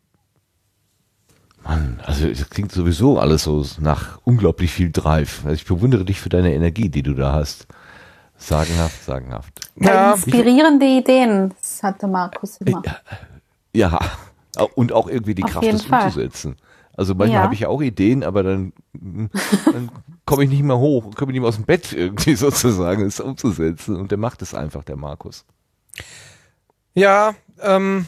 Mann, also das klingt sowieso alles so nach unglaublich viel Drive. Also ich bewundere dich für deine Energie, die du da hast. Sagenhaft, sagenhaft. Ja, inspirierende Ideen, das hat der Markus immer. Ja, und auch irgendwie die Auf Kraft, jeden das Fall. umzusetzen. Also manchmal Ja. habe ich ja auch Ideen, aber dann, dann komme ich nicht mehr hoch, komme ich nicht mehr aus dem Bett irgendwie sozusagen, es umzusetzen. Und der macht es einfach, der Markus. Ja, ähm,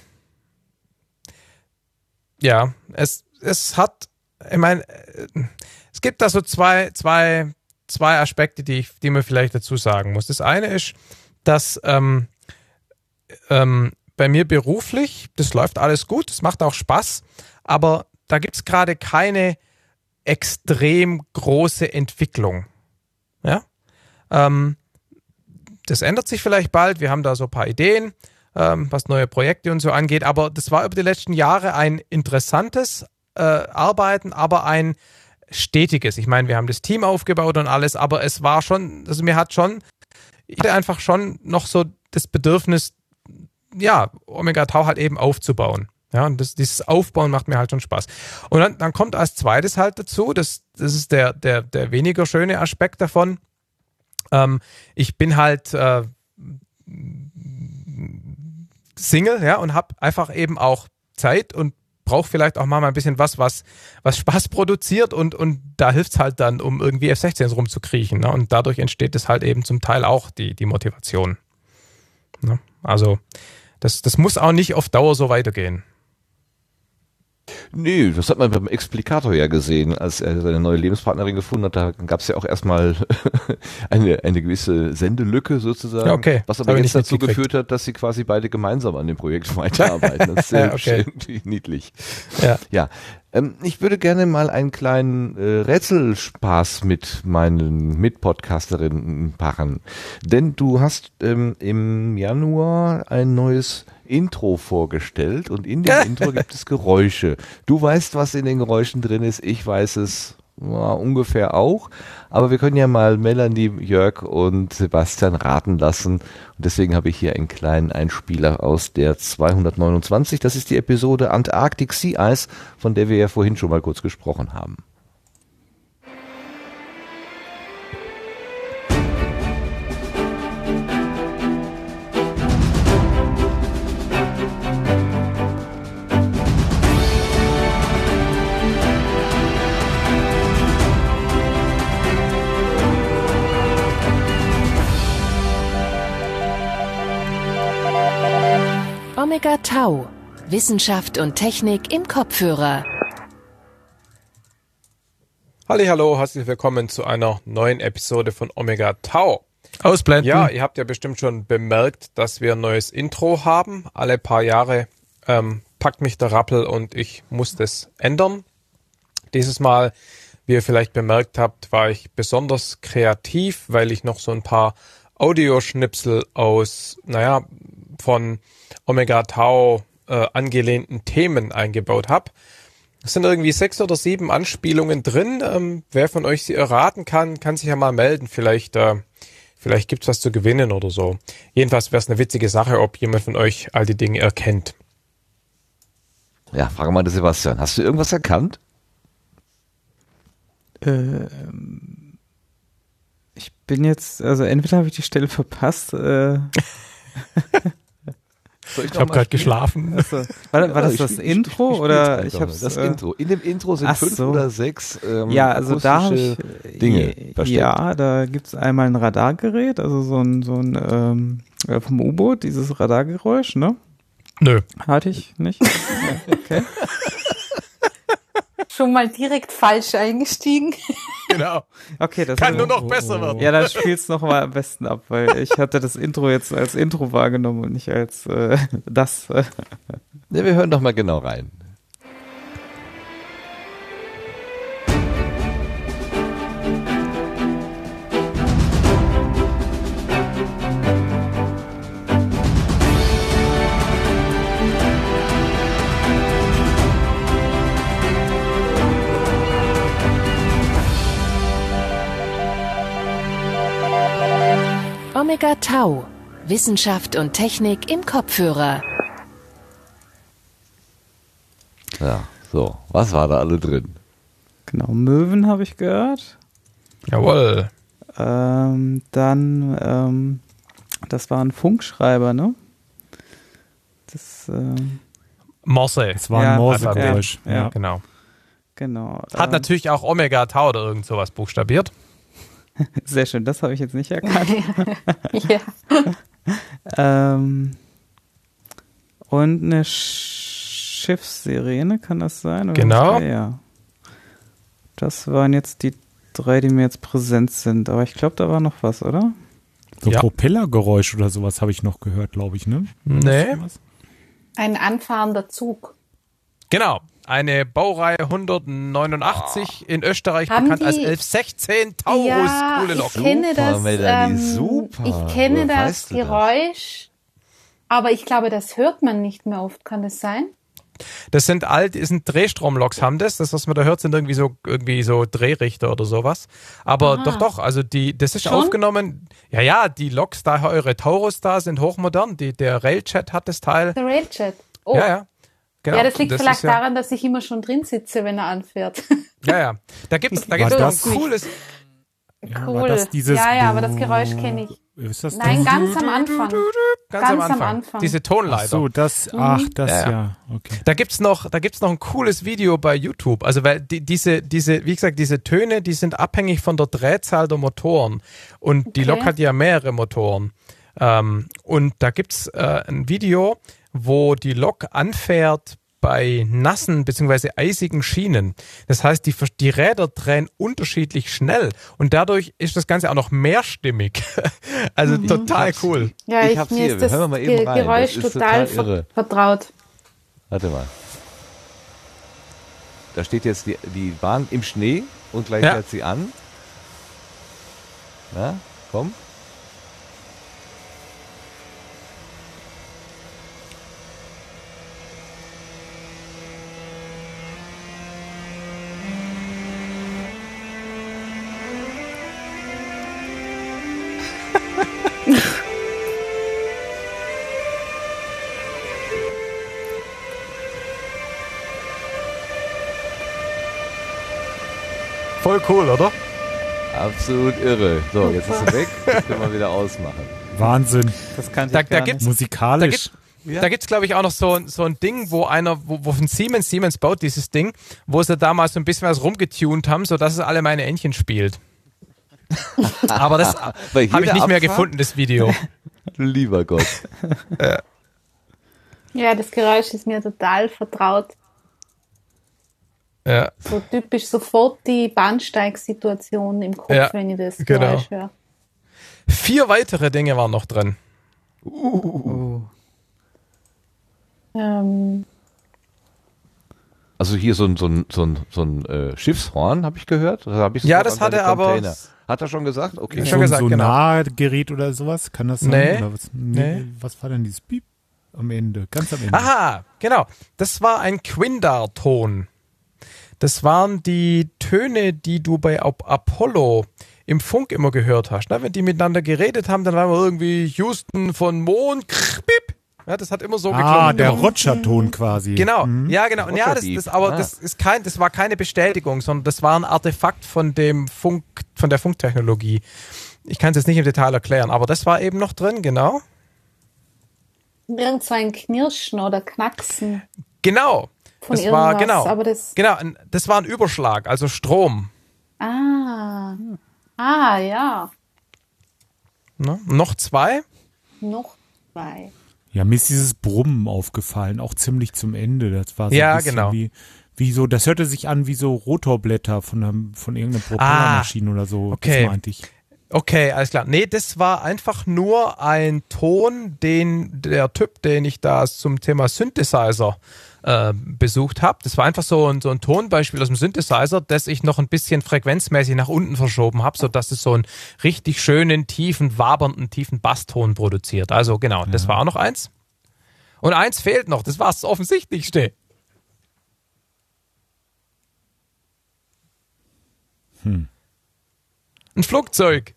ja, es, es hat, ich meine, es gibt da so zwei, zwei, zwei Aspekte, die ich, die man vielleicht dazu sagen muss. Das eine ist, dass ähm, ähm, bei mir beruflich, das läuft alles gut, das macht auch Spaß, aber da gibt es gerade keine extrem große Entwicklung. Ja, ähm, das ändert sich vielleicht bald. Wir haben da so ein paar Ideen, ähm, was neue Projekte und so angeht, aber das war über die letzten Jahre ein interessantes äh, Arbeiten, aber ein stetiges. Ich meine, wir haben das Team aufgebaut und alles, aber es war schon, also mir hat schon, ich hatte einfach schon noch so das Bedürfnis, ja, Omega Tau halt eben aufzubauen. Ja, und das, dieses Aufbauen macht mir halt schon Spaß. Und dann, dann kommt als zweites halt dazu, das, das ist der, der, der weniger schöne Aspekt davon. Ähm, ich bin halt äh, Single, ja, und habe einfach eben auch Zeit und brauche vielleicht auch mal ein bisschen was, was, was Spaß produziert und, und da hilft es halt dann, um irgendwie F sechzehn rumzukriechen. Ne? Und dadurch entsteht es halt eben zum Teil auch die, die Motivation. Ne? Also das, das muss auch nicht auf Dauer so weitergehen. Nee, das hat man beim Explikator ja gesehen, als er seine neue Lebenspartnerin gefunden hat. Da gab es ja auch erstmal eine, eine gewisse Sendelücke sozusagen, Ja, okay. was Das aber habe ich jetzt nicht dazu mitgekriegt. geführt hat, dass sie quasi beide gemeinsam an dem Projekt weiterarbeiten. Das ist sehr Ja, okay. irgendwie niedlich. Ja. Ja, ähm, ich würde gerne mal einen kleinen äh, Rätselspaß mit meinen Mitpodcasterinnen machen. Denn du hast ähm, im Januar ein neues Intro vorgestellt und in dem Intro gibt es Geräusche. Du weißt, was in den Geräuschen drin ist, ich weiß es ja, ungefähr auch, aber wir können ja mal Melanie, Jörg und Sebastian raten lassen und deswegen habe ich hier einen kleinen Einspieler aus der zweihundertneunundzwanzig, das ist die Episode Antarctic Sea Ice, von der wir ja vorhin schon mal kurz gesprochen haben. Omega Tau. Wissenschaft und Technik im Kopfhörer. Hallihallo, herzlich willkommen zu einer neuen Episode von Omega Tau. Ausblenden. Ja, ihr habt ja bestimmt schon bemerkt, dass wir ein neues Intro haben. Alle paar Jahre ähm, packt mich der Rappel und ich muss das ändern. Dieses Mal, wie ihr vielleicht bemerkt habt, war ich besonders kreativ, weil ich noch so ein paar Audioschnipsel aus, naja, von Omega Tau äh, angelehnten Themen eingebaut habe. Es sind irgendwie sechs oder sieben Anspielungen drin. Ähm, wer von euch sie erraten kann, kann sich ja mal melden. Vielleicht, äh, vielleicht gibt's was zu gewinnen oder so. Jedenfalls wäre es eine witzige Sache, ob jemand von euch all die Dinge erkennt. Ja, frage mal den Sebastian. Hast du irgendwas erkannt? Ähm, ich bin jetzt, also entweder habe ich die Stelle verpasst. Äh, Soll Ich habe gerade geschlafen. also, war, war das Ich das spiel- Intro ich spiel- oder ich ich spiel's habe einfach. Das Intro. In dem Intro sind ach fünf so. oder sechs ähm, Ja, also da habe ich akustische Dinge äh, versteckt. ja, da gibt's einmal ein Radargerät, also so ein so ein ähm, äh, vom U-Boot, dieses Radargeräusch, ne? Nö. Hatte ich nicht. Okay. Schon mal direkt falsch eingestiegen. Genau. Okay, das Kann also- nur noch besser werden. Ja, dann spiel's noch mal am besten ab, weil ich hatte das Intro jetzt als Intro wahrgenommen und nicht als äh, das. Äh. Ja, wir hören doch mal genau rein. Omega Tau. Wissenschaft und Technik im Kopfhörer. Ja, so. Was war da alle drin? Genau, Möwen habe ich gehört. Jawohl. Ähm, dann, ähm, das war ein Funkschreiber, ne? Das, ähm, Morse. Es war Ja, ein Morsegeräusch. ja, Ja, ja. Genau. genau. Hat ähm, natürlich auch Omega Tau oder irgend sowas buchstabiert. Sehr schön, das habe ich jetzt nicht erkannt. Ja. ähm, und eine Sch- Schiffssirene, kann das sein? Oder Genau. was? Ja, ja. Das waren jetzt die drei, die mir jetzt präsent sind. Aber ich glaube, da war noch was, oder? So Ja. Propellergeräusch oder sowas habe ich noch gehört, glaube ich, ne? Nee. Ein anfahrender Zug. Genau. Eine Baureihe hundertneunundachtzig in Österreich, Haben bekannt die- als elf sechzehn Taurus. Ja, Coole ich Lok. kenne Super, das. Melanie, ähm, super. Ich kenne Woher das weißt du das? Geräusch, aber ich glaube, das hört man nicht mehr oft. Kann das sein? Das sind alt, das sind Drehstromloks, haben das. Das, was man da hört, sind irgendwie so, irgendwie so Drehrichter oder sowas. Aber Aha. doch, doch, also die, das ist Schon? aufgenommen. Ja, ja, die Loks da, eure Taurus da, sind hochmodern. Die, der Railjet hat das Teil. Der Railjet. Oh. Ja, ja. Genau. Ja, das liegt ist vielleicht ja, daran, dass ich immer schon drin sitze, wenn er anfährt. Ja, ja. Da gibt's, da War gibt's noch ein das- cooles. Ja, Cool. war das dieses Ja, ja, aber das Geräusch kenne ich. Ist das Nein, das? ganz am Anfang. Ganz, Ganz am, am Anfang. Anfang. Diese Ach Tonleiter. so, das, ach, das, Ja, ja, ja. okay. Da gibt's noch, da gibt's noch ein cooles Video bei YouTube. Also weil die, diese, diese, wie gesagt, diese Töne, die sind abhängig von der Drehzahl der Motoren. Und die Okay. Lok hat ja mehrere Motoren. Ähm, und da gibt's äh, ein Video, wo die Lok anfährt bei nassen bzw. eisigen Schienen. Das heißt, die, die Räder drehen unterschiedlich schnell und dadurch ist das Ganze auch noch mehrstimmig. Also total cool. Ja, Ich ich, hab's mir hier. ist Wir das hören mal eben Ge rein. Geräusch Das ist total, total irre. ver vertraut. Warte mal. Da steht jetzt die, die Bahn im Schnee und gleich Ja. fährt sie an. Na, komm. Voll cool, oder? Absolut irre. So, jetzt ist sie weg. Jetzt können wir wieder ausmachen. Wahnsinn. Das kann ich Da, gar da nicht. gibt's, da Musikalisch. gibt's, da gibt's glaube ich auch noch so, so ein Ding, wo einer, wo, wo von Siemens, Siemens baut dieses Ding, wo sie damals so ein bisschen was rumgetunt haben, sodass es alle meine Entchen spielt. Aber das Bei habe ich jeder nicht mehr Abfahrt? gefunden, das Video. Lieber Gott. Ja, das Geräusch ist mir total vertraut. Ja, So typisch sofort die Bahnsteigsituation im Kopf, Ja, wenn ich das genau. Geräusch höre. vier weitere Dinge waren noch drin. Oh. Ähm, Also hier so ein, so ein, so ein, so ein äh, Schiffshorn, habe ich gehört. Das hab ich Ja, sofort das an hat seine er aber- Container. Hat er schon gesagt? Okay. Ja. So Schon ein gesagt, genau. Sonargerät oder sowas, kann das sein? Nee. Oder was? Nee. Nee. Was war denn dieses Piep am Ende? Ganz am Ende. Aha, genau. Das war ein Quindar-Ton. Das waren die Töne, die du bei Ap- Apollo im Funk immer gehört hast. Ne? Wenn die miteinander geredet haben, dann war immer irgendwie Houston von Mond. krr, Bip. Ja, das hat immer so Ah, geklungen. der Roger-Ton quasi. Genau, Mhm. ja genau. Und ja, das, Roger das, Deep. aber Ah. das ist kein, das war keine Bestätigung, sondern das war ein Artefakt von dem Funk, von der Funktechnologie. Ich kann es jetzt nicht im Detail erklären, aber das war eben noch drin, genau. irgend so ein Knirschen oder Knacksen Genau. von das irgendwas. war genau. Aber das. Genau, ein- das war ein Überschlag, also Strom. Ah. Ah, ja. Ne? Noch zwei. Noch zwei. Ja, mir ist dieses Brummen aufgefallen, auch ziemlich zum Ende. Das war so Ja, ein bisschen genau. wie, wie so, das hörte sich an wie so Rotorblätter von, einem, von irgendeiner Propellermaschine oder so. okay. Das meinte ich. Okay, alles klar. Nee, das war einfach nur ein Ton, den der Typ, den ich da zum Thema Synthesizer äh, besucht habe. Das war einfach so ein, so ein Tonbeispiel aus dem Synthesizer, das ich noch ein bisschen frequenzmäßig nach unten verschoben habe, sodass es so einen richtig schönen, tiefen, wabernden, tiefen Basston produziert. Also genau, das war auch noch eins. Und eins fehlt noch, das war das Offensichtlichste. Hm. Ein Flugzeug.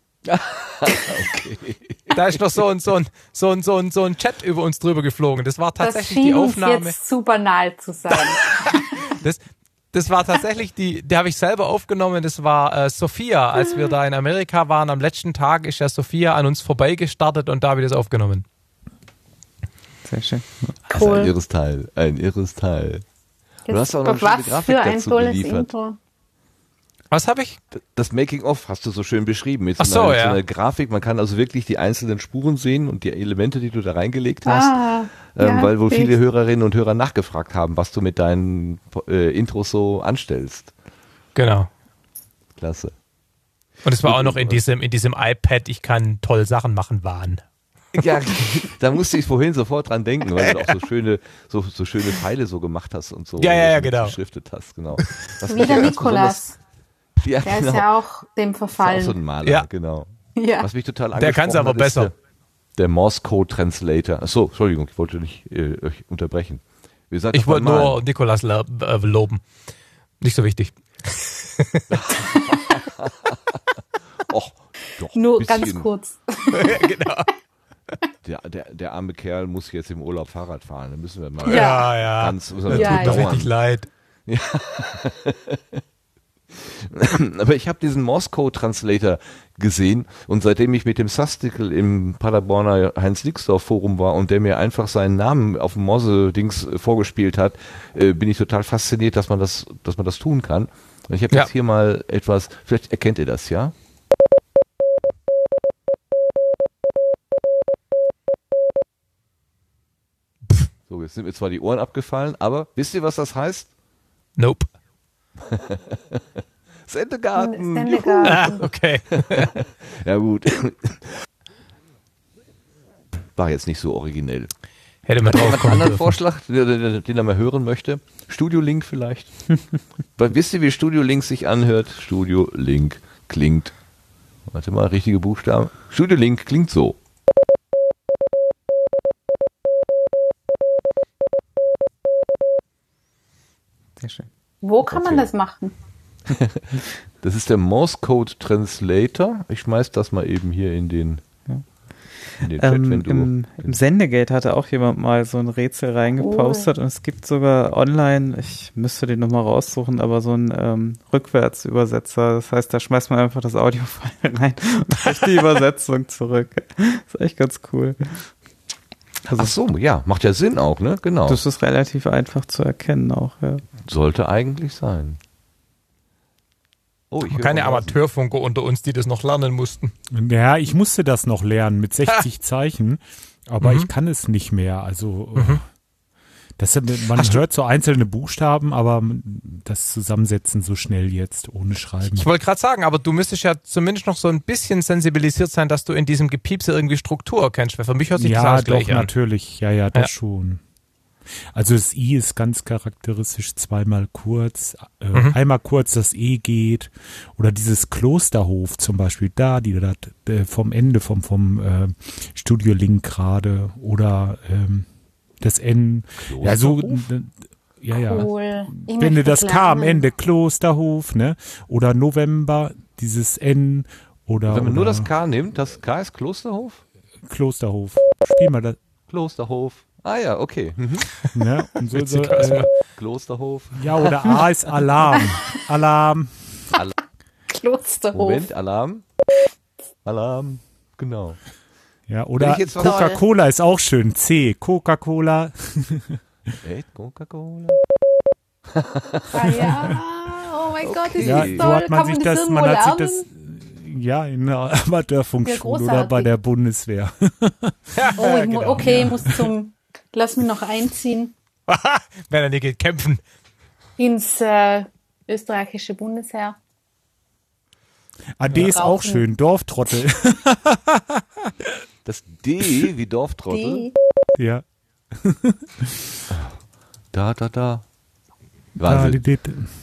Da ist noch so ein, so, ein, so, ein, so, ein, so ein Chat über uns drüber geflogen. Das war Das tatsächlich die schien uns Aufnahme. jetzt super nahe zu sein. Das, das war tatsächlich die, die habe ich selber aufgenommen. Das war äh, Sophia, als wir da in Amerika waren. Am letzten Tag ist ja Sophia an uns vorbeigestartet und da habe ich das aufgenommen. Sehr schön. Das ist ein Cool. irres Teil. Ein irres Teil. Du hast auch noch eine was schöne Grafik für ein dazu tolles geliefert. Intro. Was habe ich? Das Making-of hast du so schön beschrieben. Mit Ach so, so, einer, ja. so einer Grafik. Man kann also wirklich die einzelnen Spuren sehen und die Elemente, die du da reingelegt hast. Ah, ähm, ja, weil wohl sehe viele ich. Hörerinnen und Hörer nachgefragt haben, was du mit deinen äh, Intros so anstellst. Genau. Klasse. Und es war auch noch in diesem, in diesem iPad, ich kann toll Sachen machen, Wahn. Ja, da musste ich vorhin sofort dran denken, weil du auch so schöne, so, so schöne Pfeile so gemacht hast und so. Ja, ja, ja, so genau. Beschriftet hast, genau. Das Wie mich der ja ganz Nikolas. besonders- Ja, Der genau. ist ja auch dem Das ist auch verfallen. so ein Maler, Ja. genau. ja. Was mich total Der angesprochen kann's aber hat, ist besser. Der, der Morse Code Translator. Achso, Entschuldigung, ich wollte nicht äh, euch unterbrechen. Wie gesagt, Ich das war wollte mal- nur Nikolas lo- äh, loben. Nicht so wichtig. Och, doch, Nur ein ganz bisschen. kurz. Genau. Der, der, der arme Kerl muss jetzt im Urlaub Fahrrad fahren. Da müssen wir mal Ja, ja. ganz müssen wir Das mal Ja, tut mir ja. richtig leid. Aber ich habe diesen Morse Code Translator gesehen und seitdem ich mit dem Sastikel im Paderborner Heinz-Nixdorf Forum war und der mir einfach seinen Namen auf dem Morse-Dings äh, vorgespielt hat, äh, bin ich total fasziniert, dass man das, dass man das tun kann. Und ich habe Ja. jetzt hier mal etwas, vielleicht erkennt ihr das, ja? So, jetzt sind mir zwar die Ohren abgefallen, aber wisst ihr, was das heißt? Nope. Sendegarten. Sendegarten. Ah, okay. Ja gut. War jetzt nicht so originell. Hätte man drauf Einen kommen anderen dürfen. Vorschlag, den, den er mal hören möchte? Studio Link vielleicht? Weil wisst ihr, wie Studio Link sich anhört? Studio Link klingt. Warte mal, richtige Buchstaben. Studio Link klingt so. Sehr schön. Wo kann man Okay. das machen? Das ist der Morse Code Translator. Ich schmeiß das mal eben hier in den, in den Chat, Ähm, wenn du. im, Im Sendegate hatte auch jemand mal so ein Rätsel reingepostet und es gibt sogar online, ich müsste den nochmal raussuchen, aber so ein ähm, Rückwärtsübersetzer. Das heißt, da schmeißt man einfach das Audiofile rein und kriegt die Übersetzung zurück. Das ist echt ganz cool. Also Ach so, ja, macht ja Sinn auch, ne? Genau. das ist relativ einfach zu erkennen auch, ja. Sollte eigentlich sein. Oh, ich höre Keine Rasen. Amateurfunker unter uns, die das noch lernen mussten. Ja, ich musste das noch lernen mit sechzig Zeichen. aber Mhm. ich kann es nicht mehr. Also Mhm. das, man Hast du- hört so einzelne Buchstaben, aber das Zusammensetzen so schnell jetzt ohne Schreiben. Ich wollte gerade sagen, aber du müsstest ja zumindest noch so ein bisschen sensibilisiert sein, dass du in diesem Gepiepse irgendwie Struktur erkennst, weil für mich hört sich das Ja, alles doch, gleich an. natürlich. Ja, ja, das Ja. schon. Also das I ist ganz charakteristisch, zweimal kurz, äh, Mhm. einmal kurz das E geht oder dieses Klosterhof zum Beispiel, da, die da äh, vom Ende vom, vom äh, Studio Link gerade oder ähm, das N. Ja, so, äh, ja, ja. Cool. Ich Wenn möchte das K am lernen. Ende, Klosterhof, ne? Oder November, dieses N oder. Wenn man nur oder das K nimmt, das K ist Klosterhof? Klosterhof. Spiel mal das. Klosterhof. Ah ja, okay. Mhm. Ne? Und so, so, Witzig, was äh, man- Klosterhof. ja, oder A ist Alarm. Alarm. Klosterhof. Moment, Alarm. Alarm. Genau. Ja, Wenn oder ich jetzt was- Coca-Cola ist auch schön. C. Coca-Cola. Echt? Coca-Cola? Ah ja, oh mein Gott, ist Ja, das so toll. hat man Kann sich man das das, irgendwo man hat sich lernen? das, ja, in der Amateurfunkschule Ja, oder großartig. bei der Bundeswehr. Oh, ich mu genau. okay, ich muss zum, lass mich noch einziehen Wenn er nicht geht, kämpfen. ins äh, österreichische Bundesheer. A D ist auch Rauchen. schön. Dorftrottel. Das D wie Dorftrottel. Die, Ja. Da, da, da. Da, die, Wahnsinn, die,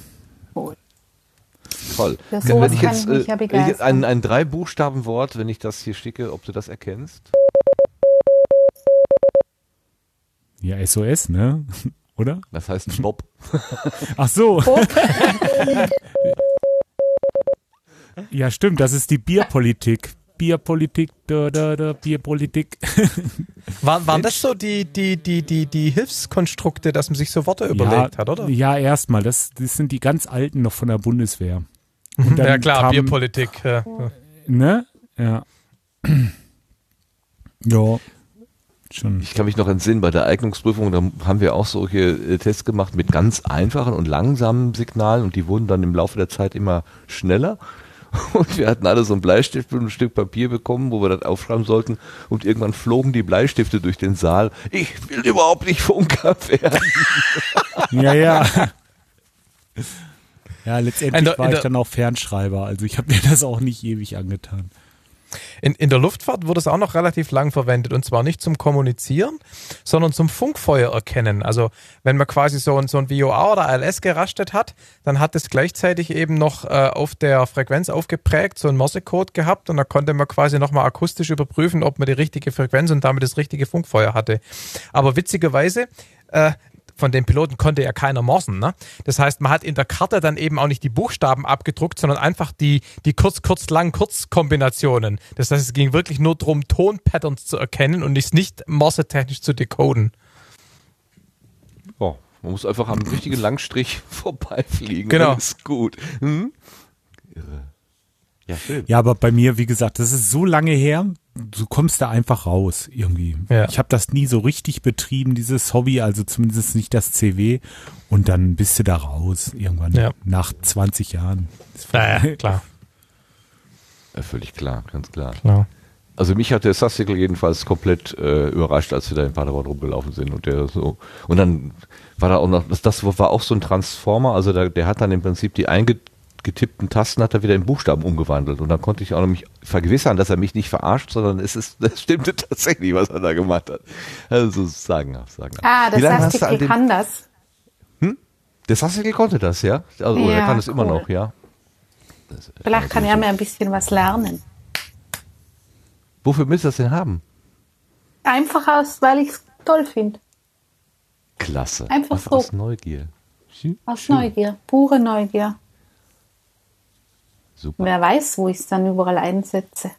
toll. Ja, Wenn sowas ich kann jetzt ich mich ja äh, wenn ich begeistern. ein, ein Drei-Buchstaben-Wort, wenn ich das hier schicke, ob du das erkennst? ja, S O S, ne? Oder? Das heißt Bob. Ach so. Bob. Ja, stimmt. Das ist die Bierpolitik. Bierpolitik, da, da, da, Bierpolitik. Waren, waren das so die, die, die, die, die Hilfskonstrukte, dass man sich so Worte überlegt ja, hat, oder? Ja, erstmal. Das, das sind die ganz alten noch von der Bundeswehr. Und dann Ja klar, kam, Bierpolitik. Ja. Ne? Ja. Ja. Schon. Ich kann mich noch entsinnen, bei der Eignungsprüfung, da haben wir auch solche äh, Tests gemacht mit ganz einfachen und langsamen Signalen und die wurden dann im Laufe der Zeit immer schneller. Und wir hatten alle so einen Bleistift und ein Stück Papier bekommen, wo wir das aufschreiben sollten und irgendwann flogen die Bleistifte durch den Saal. Ich will überhaupt nicht Funker werden. Ja, ja. Ja, letztendlich In der- war in ich der- dann auch Fernschreiber. Also ich habe mir das auch nicht ewig angetan. In, in der Luftfahrt wurde es auch noch relativ lang verwendet und zwar nicht zum Kommunizieren, sondern zum Funkfeuer erkennen. Also wenn man quasi so ein, so ein V O A oder A L S gerastet hat, dann hat es gleichzeitig eben noch äh, auf der Frequenz aufgeprägt, so ein Morsecode gehabt und da konnte man quasi nochmal akustisch überprüfen, ob man die richtige Frequenz und damit das richtige Funkfeuer hatte. Aber witzigerweise, äh, von den Piloten konnte ja keiner morsen. Ne? Das heißt, man hat in der Karte dann eben auch nicht die Buchstaben abgedruckt, sondern einfach die, die Kurz-Kurz-Lang-Kurz-Kombinationen. Das heißt, es ging wirklich nur darum, Tonpatterns zu erkennen und es nicht morsetechnisch zu decoden. Oh, man muss einfach am richtigen Langstrich vorbeifliegen. Genau. Dann ist gut. Hm? Irre. Ja, schön. Ja, aber bei mir, wie gesagt, das ist so lange her, du kommst da einfach raus irgendwie. Ja. Ich habe das nie so richtig betrieben, dieses Hobby, also zumindest nicht das C W. Und dann bist du da raus, irgendwann Ja. nach zwanzig Jahren. Naja, klar, Ja, völlig klar, ganz klar. klar. Also mich hat der Sassikel jedenfalls komplett äh, überrascht, als wir da in Paderborn rumgelaufen sind und der so und dann war da auch noch das, das war auch so ein Transformer, also der, der hat dann im Prinzip die eingetippten Tasten hat er wieder in Buchstaben umgewandelt und dann konnte ich auch noch mich vergewissern, dass er mich nicht verarscht, sondern es ist das stimmte tatsächlich, was er da gemacht hat. Also sagenhaft, sagenhaft. Ah, Wie das lange heißt, hast du an ich dem, kann das. der Sassikel konnte das, ja? Also oder er Ja, kann es immer cool. noch, ja. Das, Vielleicht kann also er so- mir ein bisschen was lernen. Wofür willst du das denn haben? Einfach aus, weil ich es toll finde. Klasse. Einfach Einfach so. aus Neugier. Schön. Aus Schön. Neugier, pure Neugier. Super. Wer weiß, wo ich es dann überall einsetze.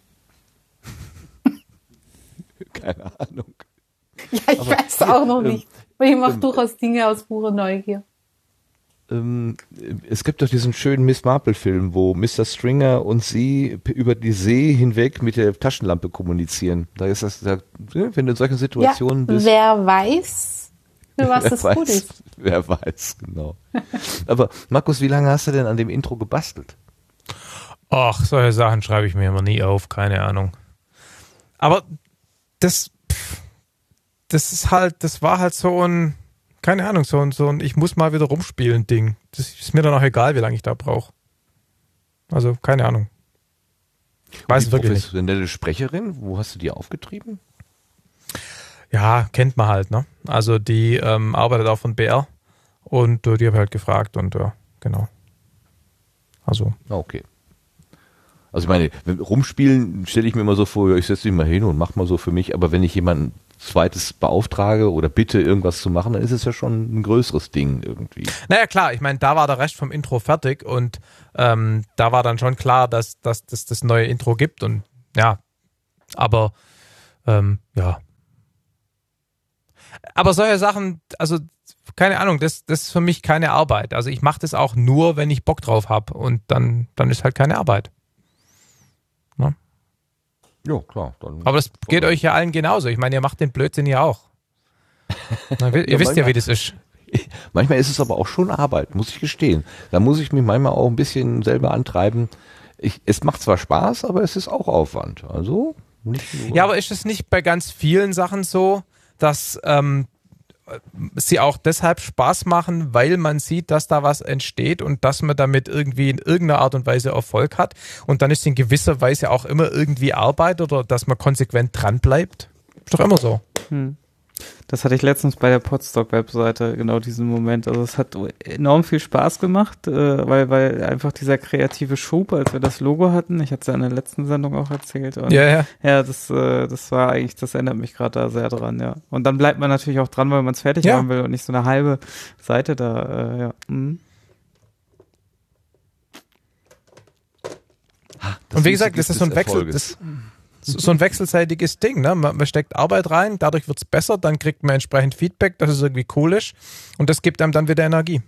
Keine Ahnung. Ja, ich Aber- weiß auch noch ähm, nicht. Aber ich mache ähm, durchaus Dinge aus purer Neugier. Ähm, es gibt doch diesen schönen Miss Marple-Film, wo Mister Stringer und sie p- über die See hinweg mit der Taschenlampe kommunizieren. Da ist das, da, wenn du in solchen Ja, Situationen bist. wer weiß, für was wer das weiß, gut ist. Wer weiß, genau. Aber Markus, wie lange hast du denn an dem Intro gebastelt? Ach, solche Sachen schreibe ich mir immer nie auf, keine Ahnung. Aber das, pff, das ist halt, das war halt so ein, keine Ahnung, so ein, so ein ich muss mal wieder rumspielen Ding. Das ist mir dann auch egal, wie lange ich da brauche. Also, keine Ahnung. Weiß die wirklich nicht. Professionelle Sprecherin, wo hast du die aufgetrieben? Ja, kennt man halt, ne? Also die ähm, arbeitet auch von B R und äh, die habe ich halt gefragt und ja, genau. Also. Okay. Also ich meine, wenn- rumspielen stelle ich mir immer so vor, ja, ich setze mich mal hin und mach mal so für mich, aber wenn ich jemanden zweites beauftrage oder bitte irgendwas zu machen, dann ist es ja schon ein größeres Ding irgendwie. Naja, klar, ich meine, da war der Rest vom Intro fertig und ähm, da war dann schon klar, dass dass das das neue Intro gibt und ja, aber ähm, ja. Aber solche Sachen, also keine Ahnung, das, das ist für mich keine Arbeit. Also ich mache das auch nur, wenn ich Bock drauf habe und dann, dann ist halt keine Arbeit. Ne? Ja, klar. Dann Aber das geht euch ja allen genauso. Ich meine, ihr macht den Blödsinn ja auch. Na, ihr Ja, wisst ja, manchmal- wie das ist. Manchmal ist es aber auch schon Arbeit, muss ich gestehen. Da muss ich mich manchmal auch ein bisschen selber antreiben. Ich, es macht zwar Spaß, aber es ist auch Aufwand. Also nicht nur. Ja, aber ist es nicht bei ganz vielen Sachen so, dass ähm, sie auch deshalb Spaß machen, weil man sieht, dass da was entsteht und dass man damit irgendwie in irgendeiner Art und Weise Erfolg hat und dann ist in gewisser Weise auch immer irgendwie Arbeit oder dass man konsequent dran bleibt? Ist doch immer so. Hm. Das hatte ich letztens bei der Podstock-Webseite, genau diesen Moment. Also es hat enorm viel Spaß gemacht, äh, weil, weil einfach dieser kreative Schub, als wir das Logo hatten, ich hatte es ja in der letzten Sendung auch erzählt. Und Ja, ja. ja, das, äh, das war eigentlich, das erinnert mich gerade da sehr dran, ja. Und dann bleibt man natürlich auch dran, weil man es fertig Ja. haben will und nicht so eine halbe Seite da, äh, ja. Mhm. Das Und wie gesagt, Wichtigste das ist so ein des Wechsel, Erfolges. das, so ein wechselseitiges Ding, ne? Man, man steckt Arbeit rein, dadurch wird's besser, dann kriegt man entsprechend Feedback, dass es irgendwie cool ist und das gibt einem dann wieder Energie.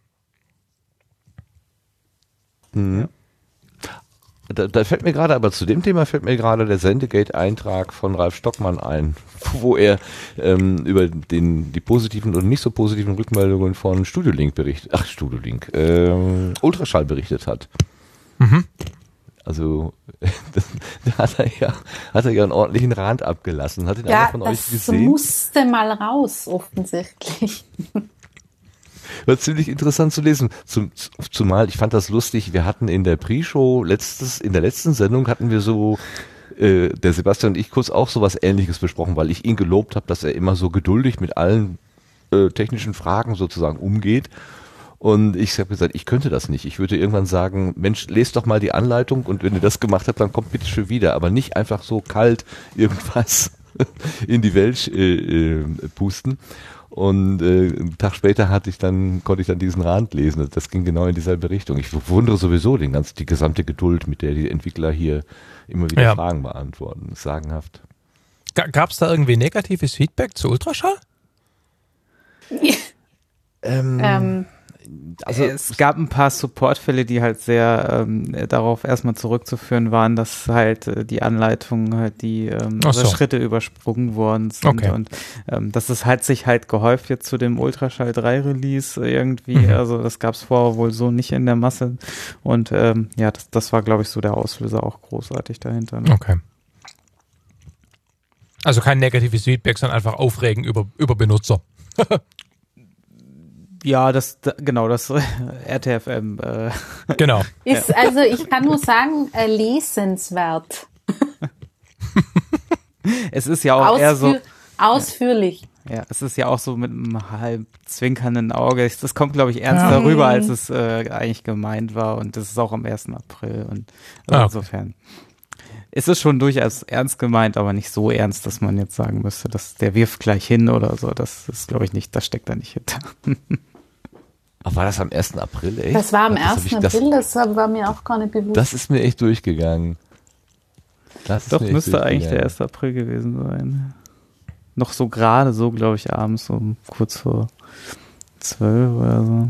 Mhm. Da, da fällt mir gerade, aber zu dem Thema fällt mir gerade der Sendegate-Eintrag von Ralf Stockmann ein, wo er ähm, über den, die positiven und nicht so positiven Rückmeldungen von Studiolink berichtet, ach Studiolink, ähm, Ultraschall berichtet hat. Mhm. Also da hat er ja, hat er ja einen ordentlichen Rand abgelassen. Hat ihn einer Ja, von euch das gesehen? musste mal raus, offensichtlich. War ziemlich interessant zu lesen. Zum, zumal, ich fand das lustig, wir hatten in der Pre-Show, letztes, in der letzten Sendung hatten wir so, äh, der Sebastian und ich kurz auch sowas Ähnliches besprochen, weil ich ihn gelobt habe, dass er immer so geduldig mit allen äh, technischen Fragen sozusagen umgeht. Und ich habe gesagt, ich könnte das nicht. Ich würde irgendwann sagen, Mensch, lest doch mal die Anleitung und wenn ihr das gemacht habt, dann kommt bitte schon wieder. Aber nicht einfach so kalt irgendwas in die Welt äh, äh, pusten. Und äh, einen Tag später hatte ich dann, konnte ich dann diesen Rand lesen. Das ging genau in dieselbe Richtung. Ich bewundere sowieso den ganzen, die gesamte Geduld, mit der die Entwickler hier immer wieder Ja. Fragen beantworten. Das ist sagenhaft. Gab es da irgendwie negatives Feedback zu Ultraschall? Ähm, ähm, also es gab ein paar Supportfälle, die halt sehr ähm, darauf erstmal zurückzuführen waren, dass halt äh, die Anleitungen halt die ähm, Ach so. Schritte übersprungen worden sind Okay. und ähm, das ist halt sich halt gehäuft jetzt zu dem Ultraschall drei Release irgendwie, Mhm. also das gab es vorher wohl so nicht in der Masse und ähm, ja, das, das war glaube ich so der Auslöser auch großartig dahinter. Ne? Okay. Also kein negatives Feedback, sondern einfach Aufregen über, über Benutzer. Ja, das da, genau, das R T F M äh, Genau. ist, also ich kann nur sagen, äh, lesenswert. es ist ja auch eher so Ausführ ausführlich. Ja, es ist ja auch so mit einem halb zwinkernden Auge. Das kommt, glaube ich, ernster Ja. rüber, als es äh, eigentlich gemeint war. Und das ist auch am ersten April. Und also Ah, okay. insofern ist es schon durchaus ernst gemeint, aber nicht so ernst, dass man jetzt sagen müsste, dass der wirft gleich hin oder so. Das ist, glaube ich, nicht, das steckt da nicht hinter. ach, war das am ersten April, echt? Das war am Das hab ersten ich- das- April, das war mir auch gar nicht bewusst. Das ist mir echt durchgegangen. Das ist Doch, mir echt müsste eigentlich der durchgegangen. erste April gewesen sein. Noch so gerade so, glaube ich, abends, so kurz vor zwölf oder so.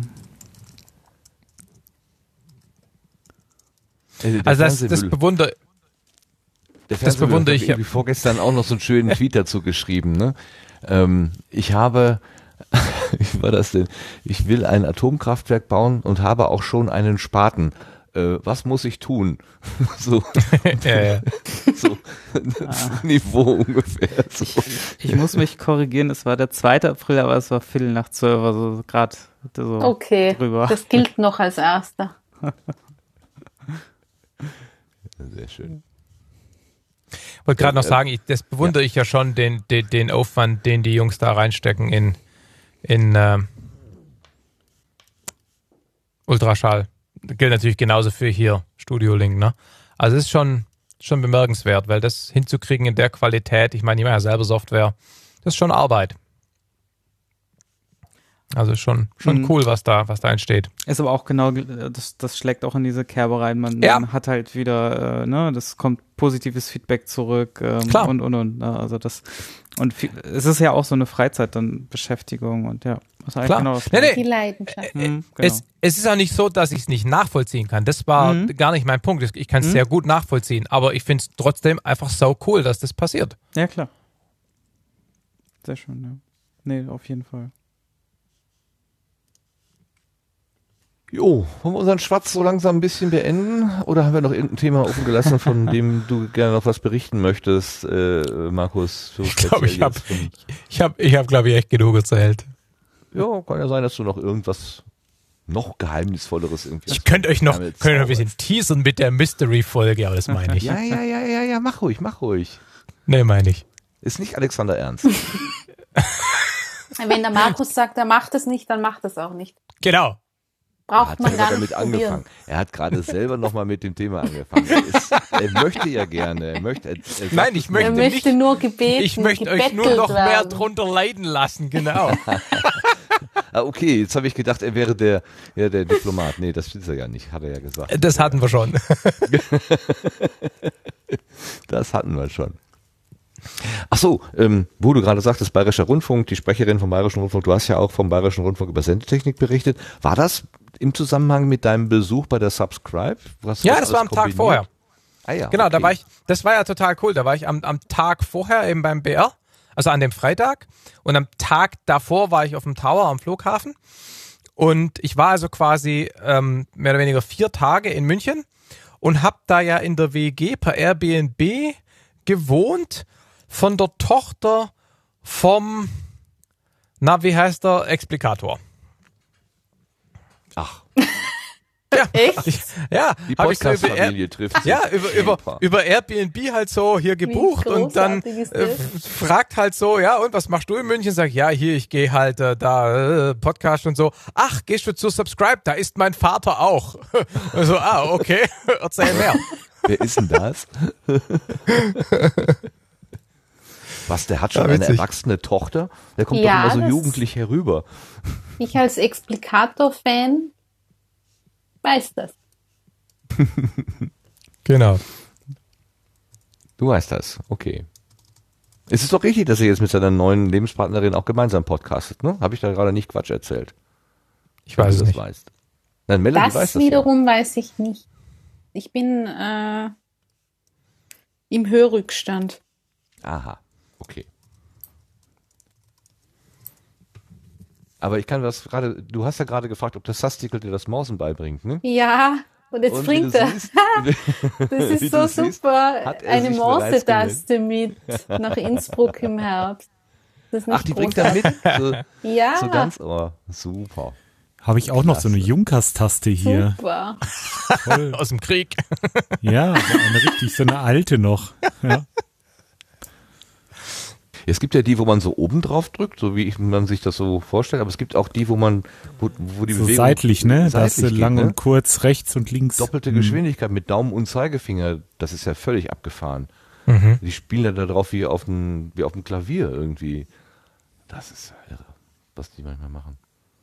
Äh, der Also das, das Fernsehmüll- bewundere der das Fernsehmüll bewundere hat ich, irgendwie vorgestern auch noch so einen schönen Tweet dazu geschrieben. Ne? Ähm, ich habe, wie war das denn? Ich will ein Atomkraftwerk bauen und habe auch schon einen Spaten. äh, was muss ich tun? so, ja, ja. so das Niveau ungefähr. So. Ich muss mich korrigieren, es war der zweite April, aber es war Viertel nach zwölf, also gerade so Okay, drüber. das gilt noch als erster. Sehr schön. Ich wollte gerade noch sagen, ich, das bewundere ja. ich ja schon, den, den, den Aufwand, den die Jungs da reinstecken in, in ähm, Ultraschall. Das gilt natürlich genauso für hier, Studio Link, ne? Also es ist schon, schon bemerkenswert, weil das hinzukriegen in der Qualität, ich meine, ich mache ja selber Software, das ist schon Arbeit. Also schon, schon Mhm. cool, was da, was da entsteht. Ist aber auch genau, das, das schlägt auch in diese Kerbe rein. Man, Ja. man hat halt wieder, äh, ne, das kommt positives Feedback zurück ähm, Klar. und und und. Ne, also das und viel, es ist ja auch so eine Freizeit dann Beschäftigung und ja, ist eigentlich Klar. genau das Nee, nee. Die Leidenschaft. Mhm, genau. Es, es ist auch nicht so, dass ich es nicht nachvollziehen kann. Das war Mhm. gar nicht mein Punkt. Ich kann es Mhm. sehr gut nachvollziehen, aber ich finde es trotzdem einfach so cool, dass das passiert. Ja, klar. Sehr schön, ja. Nee, auf jeden Fall. Jo, wollen wir unseren Schwatz so langsam ein bisschen beenden? Oder haben wir noch irgendein Thema offen gelassen, von dem du gerne noch was berichten möchtest, äh, Markus? So Ich glaube, ich speziell habe, jetzt von- ich habe, ich habe, glaube ich, echt genug erzählt. Ja, kann ja sein, dass du noch irgendwas noch Geheimnisvolleres irgendwie Ich könnte euch noch, Damit könnte noch ein bisschen zauberst. teasern mit der Mystery-Folge, aber das meine ich. Ja, ja, ja, ja, ja, mach ruhig, mach ruhig. Nee, meine ich. Ist nicht Alexander Ernst. Wenn der Markus sagt, er macht es nicht, dann macht es auch nicht. Genau. Er Braucht hat man selber gar damit nicht angefangen. probieren. Er hat gerade selber nochmal mit dem Thema angefangen. Er, ist, er möchte ja gerne. Er möchte, er, er sagt Nein, ich es möchte Er nur. möchte nicht- nur gebeten, Ich möchte euch nur gebettelt noch mehr werden. drunter leiden lassen, genau. Ah, okay, jetzt habe ich gedacht, er wäre der, ja, der Diplomat. Nee, das ist er ja nicht, hat er ja gesagt. Das hatten wir schon. Das hatten wir schon. Ach so, ähm, wo du gerade sagtest, Bayerischer Rundfunk, die Sprecherin vom Bayerischen Rundfunk, du hast ja auch vom Bayerischen Rundfunk über Sendetechnik berichtet. War das im Zusammenhang mit deinem Besuch bei der Subscribe? Was, Ja, was das war am alles Tag kombiniert? vorher. Ah ja, Genau, okay. da war ich, das war ja total cool. Da war ich am, am Tag vorher eben beim B R, also an dem Freitag. Und am Tag davor war ich auf dem Tower am Flughafen. Und ich war also quasi ähm, mehr oder weniger vier Tage in München und habe da ja in der W G per Airbnb gewohnt von der Tochter vom, na, wie heißt der, Explikator. Ach, Echt? Ja, die hab ich so über, Air, Podcast-Familie trifft sich. ja, über, über, Super. über Airbnb halt so hier gebucht und dann großartig ist äh, das? f- fragt halt so, ja, und was machst du in München? Sag, ja, hier, ich gehe halt äh, da, äh, Podcast und so. Ach, gehst du zu Subscribe? Da ist mein Vater auch. Also, ah, okay, erzähl mehr. Wer ist denn das? Was, der hat schon Ja, eine witzig. erwachsene Tochter? Der kommt Ja, doch immer so das- jugendlich herüber. Ich als Explikator-Fan weiß das. Genau. Du weißt das, okay. Es ist doch richtig, dass er jetzt mit seiner neuen Lebenspartnerin auch gemeinsam podcastet, ne? Habe ich da gerade nicht Quatsch erzählt? Ich weiß Wenn es du das nicht. weißt. Nein, Melanie Das weiß das wiederum weiß ich nicht. Ich bin äh, im Hörrückstand. ja. Aha, okay. Aber ich kann das gerade, du hast ja gerade gefragt, ob das Sastikel dir das Mausen beibringt, ne? Ja, und jetzt Und wie bringt du er. siehst- Das wie ist du so siehst, super. hat er Eine sich bereits Morsetaste mit nach Innsbruck im Herbst. Das ist nicht Ach, die bringt er großartig. mit? So, Ja, so ganz, oh, super. Habe ich auch noch so eine Junkers-Taste hier. super. Voll. Aus dem Krieg. Ja, so eine richtig, so eine alte noch. Ja. Es gibt ja die, wo man so oben drauf drückt, so wie man sich das so vorstellt, aber es gibt auch die, wo man, wo, wo die So Bewegung seitlich, ne? Da hast du seitlich lang geht, ne? und kurz, rechts und links. Doppelte Hm. Geschwindigkeit mit Daumen und Zeigefinger, das ist ja völlig abgefahren. Mhm. Die spielen ja da drauf wie auf dem, wie auf dem Klavier irgendwie. Das ist ja irre, was die manchmal machen.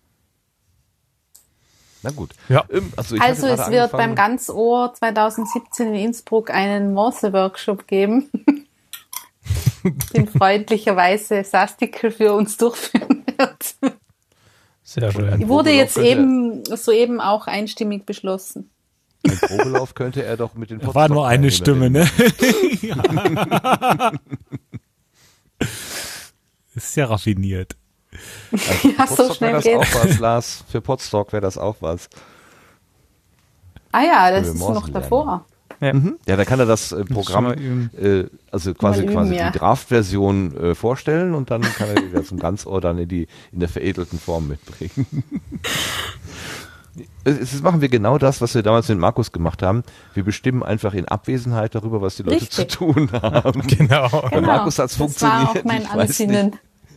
Na gut. Ja. Ähm, also ich Also hatte es gerade wird beim angefangen- Ganzohr zwanzig siebzehn in Innsbruck einen Morse-Workshop geben, den freundlicherweise Sastikel für uns durchführen wird. Sehr schön. Ein Wurde Probelauf jetzt könnte eben soeben auch einstimmig beschlossen. er- Ein Probelauf könnte er doch mit den Da war nur eine Stimme, ne? Ist ja raffiniert. Also Ja, für so Potsdok schnell wäre das geht's. auch was, Lars. Für Potsdok wäre das auch was. Ah ja, das Wenn wir ist Morsen noch lernen. davor. Ja. Mhm. Ja, da kann er das äh, Schon Programm, mal üben. äh, also quasi, Mal üben, quasi ja. die Draft-Version äh, vorstellen und dann kann er die wieder zum Ganzohr dann in, die, in der veredelten Form mitbringen. Jetzt machen wir genau das, was wir damals mit Markus gemacht haben. Wir bestimmen einfach in Abwesenheit darüber, was die Leute Richtig. zu tun haben. Genau. Genau, Markus hat's das war funktioniert, auch mein ich weiß Ansinnen.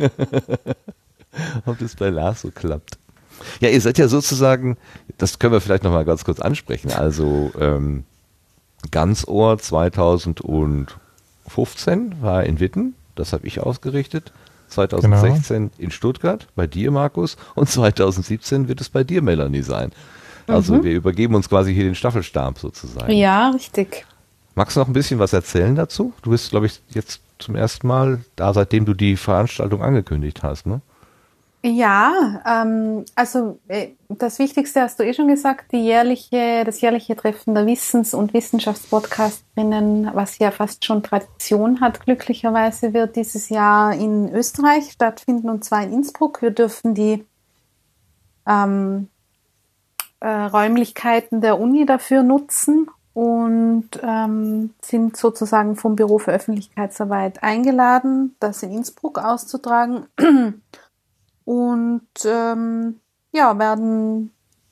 Ob das bei Lars so klappt. Ja, ihr seid ja sozusagen, das können wir vielleicht nochmal ganz kurz ansprechen, also ähm, Ganzohr zweitausendfünfzehn war in Witten, das habe ich ausgerichtet, zweitausendsechzehn in Stuttgart, bei dir Markus, und zweitausendsiebzehn wird es bei dir Melanie sein. Also Mhm. wir übergeben uns quasi hier den Staffelstab sozusagen. Ja, richtig. Magst du noch ein bisschen was erzählen dazu? Du bist, glaube ich, jetzt zum ersten Mal da, seitdem du die Veranstaltung angekündigt hast, ne? Ja, ähm, also äh, das Wichtigste hast du eh schon gesagt, die jährliche, das jährliche Treffen der Wissens- und Wissenschaftspodcasterinnen, was ja fast schon Tradition hat, glücklicherweise wird dieses Jahr in Österreich stattfinden, und zwar in Innsbruck. Wir dürfen die ähm, äh, Räumlichkeiten der Uni dafür nutzen und ähm, sind sozusagen vom Büro für Öffentlichkeitsarbeit eingeladen, das in Innsbruck auszutragen. Und ähm, ja, werden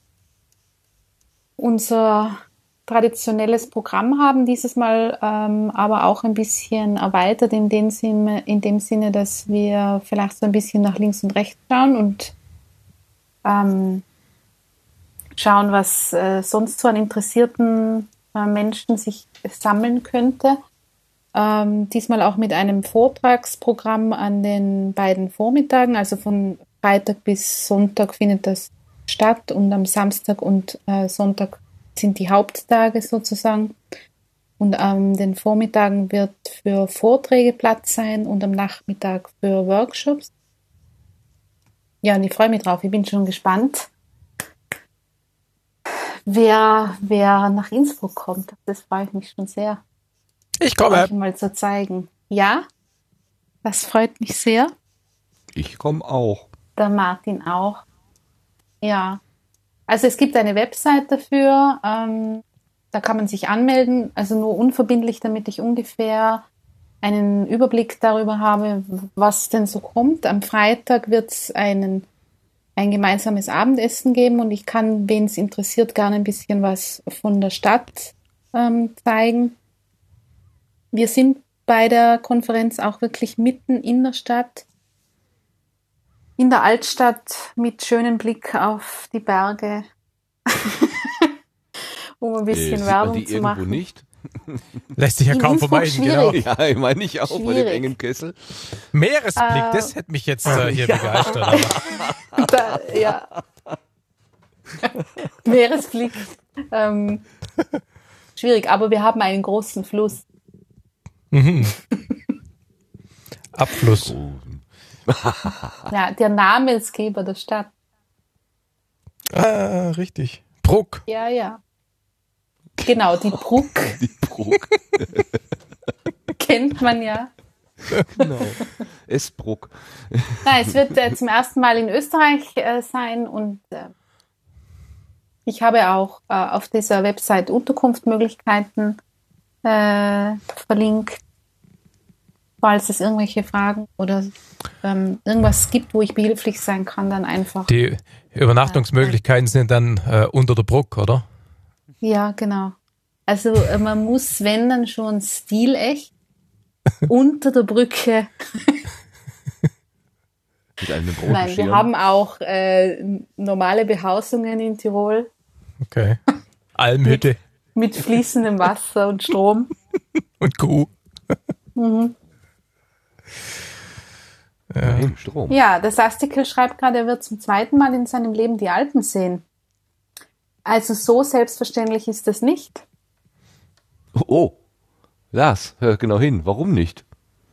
unser traditionelles Programm haben, dieses Mal ähm, aber auch ein bisschen erweitert in dem Sinne, in dem Sinne, dass wir vielleicht so ein bisschen nach links und rechts schauen und ähm, schauen, was äh, sonst so an interessierten äh, Menschen sich sammeln könnte. Ähm, diesmal auch mit einem Vortragsprogramm an den beiden Vormittagen, also von Freitag bis Sonntag findet das statt, und am Samstag und äh, Sonntag sind die Haupttage sozusagen. Und an den Vormittagen wird für Vorträge Platz sein und am Nachmittag für Workshops. Ja, und ich freue mich drauf, ich bin schon gespannt, wer, wer nach Innsbruck kommt. Das freue ich mich schon sehr. Ich komme. Euch mal zu zeigen. Ja, das freut mich sehr. Ich komme auch. Der Martin auch. Ja, also es gibt eine Website dafür, ähm, da kann man sich anmelden, also nur unverbindlich, damit ich ungefähr einen Überblick darüber habe, was denn so kommt. Am Freitag wird es einen ein gemeinsames Abendessen geben, und ich kann, wen es interessiert, gerne ein bisschen was von der Stadt ähm, zeigen. Wir sind bei der Konferenz auch wirklich mitten in der Stadt, in der Altstadt, mit schönem Blick auf die Berge, um ein bisschen Äh, sieht Werbung man die zu irgendwo machen. nicht? Lässt sich ja In kaum Innsbruck vermeiden, genau. schwierig. Ja, ich meine ich auch bei dem Schwierig. engen Kessel. Meeresblick, Äh, das hätte mich jetzt äh, hier begeistert. Aber. Da, ja. Meeresblick. Ähm, schwierig, aber wir haben einen großen Fluss. Mhm. Abfluss. Ja, der Namensgeber der Stadt. Ah, richtig. Bruck. Ja, ja. Genau, die Bruck Die Bruck. kennt man ja. Genau. Esbruck. Nein, es wird äh, zum ersten Mal in Österreich äh, sein, und äh, ich habe auch äh, auf dieser Website Unterkunftsmöglichkeiten äh, verlinkt, falls es irgendwelche Fragen oder ähm, irgendwas gibt, wo ich behilflich sein kann, dann einfach. Die Übernachtungsmöglichkeiten sind dann äh, unter der Bruck, oder? Ja, genau. Also äh, man muss, wenn dann schon stilecht, unter der Brücke. Mit einem roten Nein, wir Schirm. haben auch äh, normale Behausungen in Tirol Okay. Almhütte mit fließendem Wasser und Strom. und Kuh. Mhm. Nein, Strom. Ja, der Sastikel schreibt gerade, er wird zum zweiten Mal in seinem Leben die Alpen sehen. Also so selbstverständlich ist das nicht. Oh, oh. Lars, hör genau hin. Warum nicht?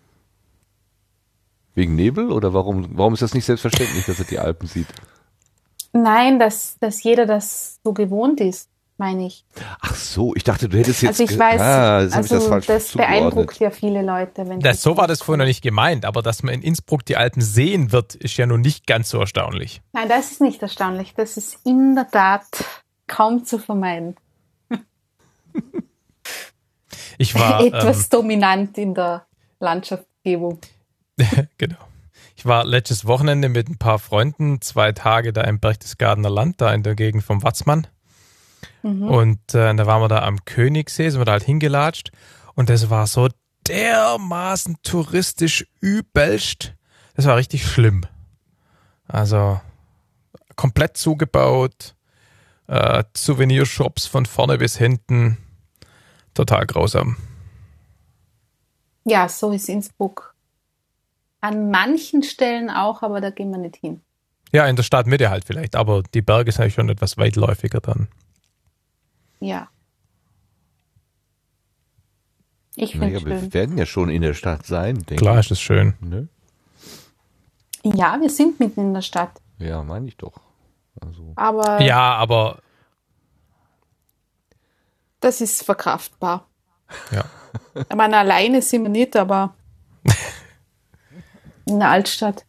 Wegen Nebel oder warum, warum ist das nicht selbstverständlich, dass er die Alpen sieht? Nein, dass, dass jeder das so gewohnt ist, meine ich. Ach so, ich dachte, du hättest jetzt... Also ich ge- weiß, ah, das hab ich also das falsch das zugeordnet. beeindruckt ja viele Leute. Wenn Das, sie so war das kommen. vorhin noch nicht gemeint, aber dass man in Innsbruck die Alpen sehen wird, ist ja nun nicht ganz so erstaunlich. Nein, das ist nicht erstaunlich. Das ist in der Tat kaum zu vermeiden. Ich war etwas ähm, dominant in der Landschaftsgebung. genau. Ich war letztes Wochenende mit ein paar Freunden zwei Tage da im Berchtesgadener Land, da in der Gegend vom Watzmann. Mhm. Und äh, da waren wir da am Königssee, sind wir da halt hingelatscht. Und das war so dermaßen touristisch übelst. Das war richtig schlimm. Also komplett zugebaut, äh, Souvenirshops von vorne bis hinten. Total grausam. Ja, so ist Innsbruck. An manchen Stellen auch, aber da gehen wir nicht hin. Ja, in der Stadtmitte halt vielleicht, aber die Berge sind ja schon etwas weitläufiger dann. Ja. Ich finde naja, schön. Wir werden ja schon in der Stadt sein, denke ich. Klar ist es schön. Ne? Ja, wir sind mitten in der Stadt. Ja, meine ich doch. Also. Aber Ja, aber das ist verkraftbar. ja. Ich meine, alleine sind wir nicht, aber in der Altstadt.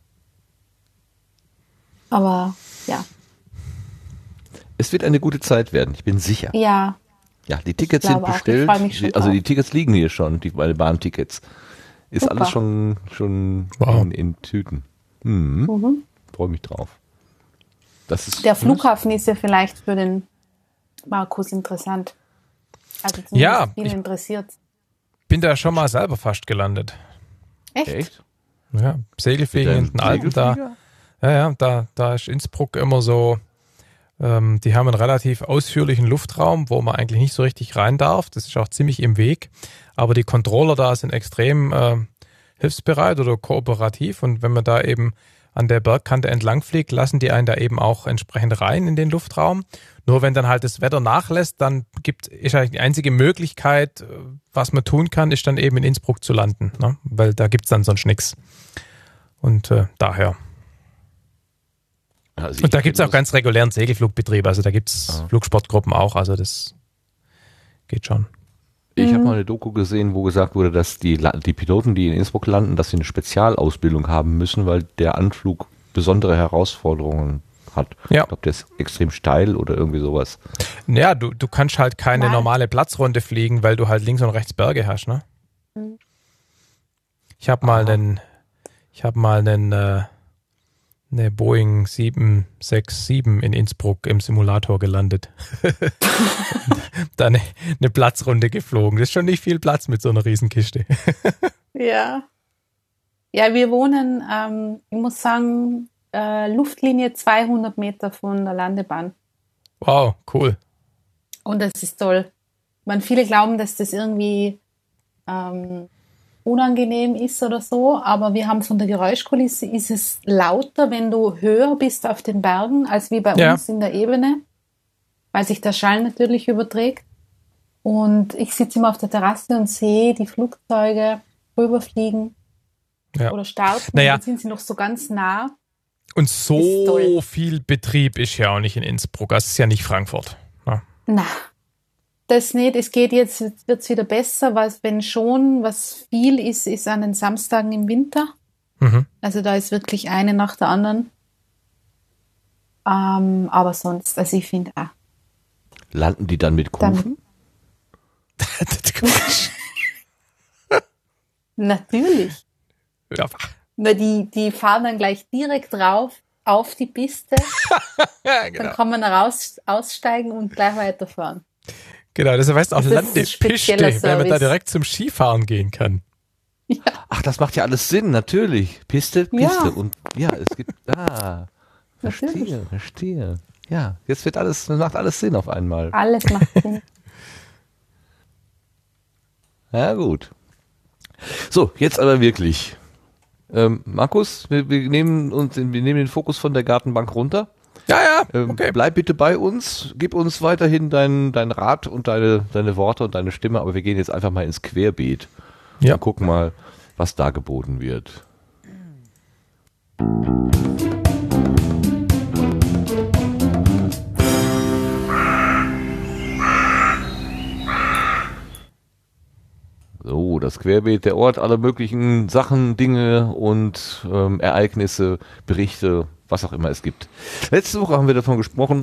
Aber ja. Es wird eine gute Zeit werden, ich bin sicher. Ja. Ja, die Tickets Ich sind glaube auch. Ich bestellt. freu mich schon Die, also drauf. die Tickets liegen hier schon, die meine Bahntickets. Ist Super. alles schon, schon Wow. in, in Tüten. Mhm. Mhm. Freue mich drauf. Das ist Der Flughafen ist ja vielleicht für den Markus interessant. Also zumindest Ja, viel ich- interessiert. Bin da schon mal selber fast gelandet. Echt? Echt? Ja, Segelfliegen in den Alpen, da, ja, ja, da, da ist Innsbruck immer so, ähm, die haben einen relativ ausführlichen Luftraum, wo man eigentlich nicht so richtig rein darf. Das ist auch ziemlich im Weg. Aber die Controller da sind extrem äh, hilfsbereit oder kooperativ. Und wenn man da eben an der Bergkante entlang fliegt, lassen die einen da eben auch entsprechend rein in den Luftraum. Nur wenn dann halt das Wetter nachlässt, dann gibt ist eigentlich die einzige Möglichkeit, was man tun kann, ist dann eben in Innsbruck zu landen, ne? Weil da gibt's dann sonst nichts. Und äh, daher. Also Und da ich gibt's auch finde ganz regulären Segelflugbetrieb, also da gibt's Ah. Flugsportgruppen auch, also das geht schon. das- Ich habe Mhm. mal eine Doku gesehen, wo gesagt wurde, dass die, La- die Piloten, die in Innsbruck landen, dass sie eine Spezialausbildung haben müssen, weil der Anflug besondere Herausforderungen hat. Ja. Ich glaube, der ist extrem steil oder irgendwie sowas. Ja, du, du kannst halt keine Nein. normale Platzrunde fliegen, weil du halt links und rechts Berge hast, ne? Mhm. Ich habe mal Aha. einen, ich habe mal einen, äh, eine Boeing sieben sechs sieben in Innsbruck im Simulator gelandet. Da eine, eine Platzrunde geflogen. Das ist schon nicht viel Platz mit so einer Riesenkiste. Ja. Ja, wir wohnen, ähm, ich muss sagen, äh, Luftlinie zweihundert Meter von der Landebahn. Wow, cool. Und das ist toll. Man, viele glauben, dass das irgendwie ähm, unangenehm ist oder so, aber wir haben von der Geräuschkulisse, ist es lauter, wenn du höher bist auf den Bergen, als wie bei Ja. uns in der Ebene, weil sich der Schall natürlich überträgt. Und ich sitze immer auf der Terrasse und sehe die Flugzeuge rüberfliegen Ja. oder starten. Naja. Dann sind sie noch so ganz nah. Und Ist so toll. viel Betrieb ist ja auch nicht in Innsbruck. Das ist ja nicht Frankfurt. Ja. Na, das nicht. Es geht jetzt, wird es wieder besser, was, wenn schon, was viel ist, ist an den Samstagen im Winter. Mhm. Also da ist wirklich eine nach der anderen. Ähm, aber sonst, also ich finde, ah, Landen die dann mit Kufen? natürlich. Ja. Na, die, die fahren dann gleich direkt drauf auf die Piste. Ja, genau. Dann kann man raus, aussteigen und gleich weiterfahren. Genau, das heißt auch Das ist ein Landepiste, spezieller weil man da Service. direkt zum Skifahren gehen kann. Ach, das macht ja alles Sinn, natürlich. Piste, Piste. Ja. Und ja, es gibt. Ah, verstehe, Natürlich. verstehe. Ja, jetzt wird alles, das macht alles Sinn auf einmal. Alles macht Sinn. Ja, gut. So, jetzt aber wirklich. Ähm, Markus, wir, wir nehmen uns, wir nehmen den Fokus von der Gartenbank runter. Ja, ja, Ähm, okay. Bleib bitte bei uns, gib uns weiterhin deinen dein Rat und deine, deine Worte und deine Stimme, aber wir gehen jetzt einfach mal ins Querbeet Ja. und gucken mal, was da geboten wird. So, das Querbeet, der Ort aller möglichen Sachen, Dinge und ähm, Ereignisse, Berichte, was auch immer es gibt. Letzte Woche haben wir davon gesprochen,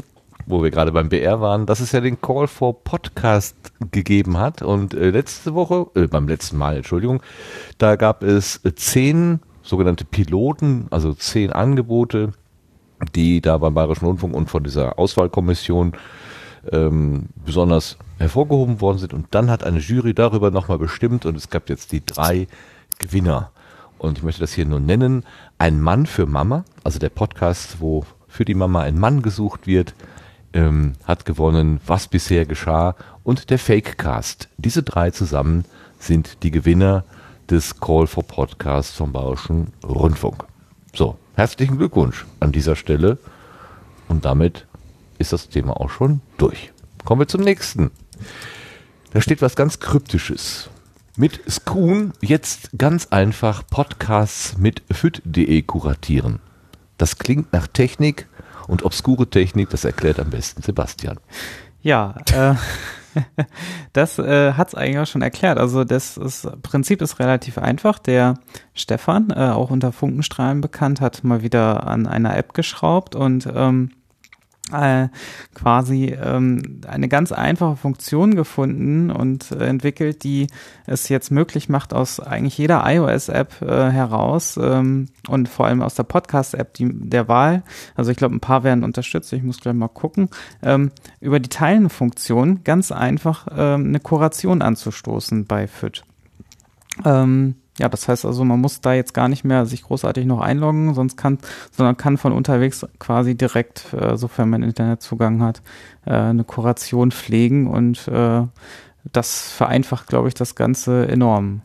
wo wir gerade beim B R waren, dass es ja den Call for Podcast gegeben hat. Und äh, letzte Woche, äh, beim letzten Mal, Entschuldigung, da gab es äh, zehn sogenannte Piloten, also zehn Angebote, die da beim Bayerischen Rundfunk und von dieser Auswahlkommission ähm, besonders hervorgehoben worden sind. Und dann hat eine Jury darüber nochmal bestimmt und es gab jetzt die drei Gewinner. Und ich möchte das hier nur nennen. Ein Mann für Mama, also der Podcast, wo für die Mama ein Mann gesucht wird, ähm, hat gewonnen, was bisher geschah. Und der Fakecast. Diese drei zusammen sind die Gewinner des Call for Podcast vom Bayerischen Rundfunk. So, herzlichen Glückwunsch an dieser Stelle. Und damit ist das Thema auch schon durch. Kommen wir zum nächsten. Da steht was ganz Kryptisches. Mit Skoon jetzt ganz einfach Podcasts mit füt punkt de kuratieren. Das klingt nach Technik und obskure Technik, das erklärt am besten Sebastian. Ja, äh, das äh, hat es eigentlich auch schon erklärt. Also das ist, Prinzip ist relativ einfach. Der Stefan, äh, auch unter Funkenstrahlen bekannt, hat mal wieder an einer App geschraubt und ähm, äh, quasi ähm, eine ganz einfache Funktion gefunden und äh, entwickelt, die es jetzt möglich macht, aus eigentlich jeder iOS-App äh, heraus ähm, und vor allem aus der Podcast-App die, der Wahl, also ich glaube, ein paar werden unterstützt, ich muss gleich mal gucken, ähm, über die Teilen-Funktion ganz einfach ähm, eine Kuration anzustoßen bei füt. Ähm, Ja, das heißt also, man muss da jetzt gar nicht mehr sich großartig noch einloggen, sonst kann, sondern kann von unterwegs quasi direkt, äh, sofern man Internetzugang hat, äh, eine Kuration pflegen und äh, das vereinfacht, glaube ich, das Ganze enorm.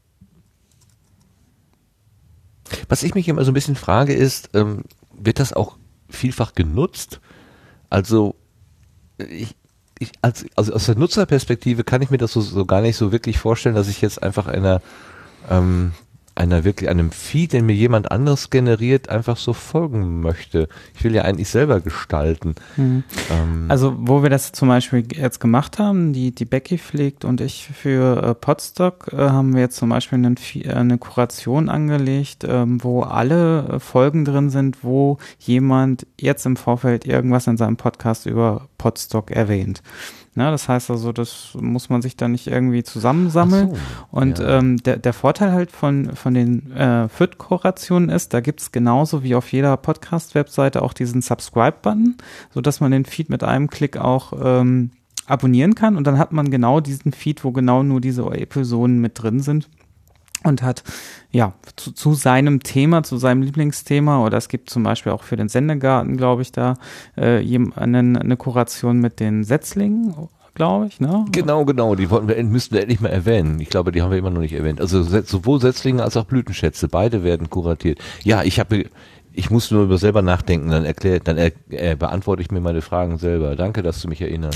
Was ich mich immer so ein bisschen frage ist, ähm, wird das auch vielfach genutzt? Also ich, ich als, also aus der Nutzerperspektive kann ich mir das so, so gar nicht so wirklich vorstellen, dass ich jetzt einfach einer Ähm, einer wirklich einem Feed, den mir jemand anderes generiert, einfach so folgen möchte. Ich will ja eigentlich selber gestalten. Mhm. Ähm, also wo wir das zum Beispiel jetzt gemacht haben, die, die Becky pflegt und ich für äh, Podstock, äh, haben wir jetzt zum Beispiel einen, äh, eine Kuration angelegt, ähm, wo alle äh, Folgen drin sind, wo jemand jetzt im Vorfeld irgendwas in seinem Podcast über Podstock erwähnt. Ja, das heißt also, das muss man sich dann nicht irgendwie zusammensammeln. So, und ja. ähm, der, der Vorteil halt von, von den äh, füt-Kurationen ist, da gibt's genauso wie auf jeder Podcast-Webseite auch diesen Subscribe-Button, sodass man den Feed mit einem Klick auch ähm, abonnieren kann. Und dann hat man genau diesen Feed, wo genau nur diese Episoden mit drin sind. Und hat, ja, zu, zu seinem Thema, zu seinem Lieblingsthema, oder es gibt zum Beispiel auch für den Sendegarten, glaube ich, da äh, eine, eine Kuration mit den Setzlingen, glaube ich, ne? Genau, genau, die wollten wir, müssten wir endlich mal erwähnen. Ich glaube, die haben wir immer noch nicht erwähnt. Also sowohl Setzlinge als auch Blütenschätze, beide werden kuratiert. Ja, ich habe, ich muss nur über selber nachdenken, dann erkläre, dann er, äh, beantworte ich mir meine Fragen selber. Danke, dass du mich erinnerst.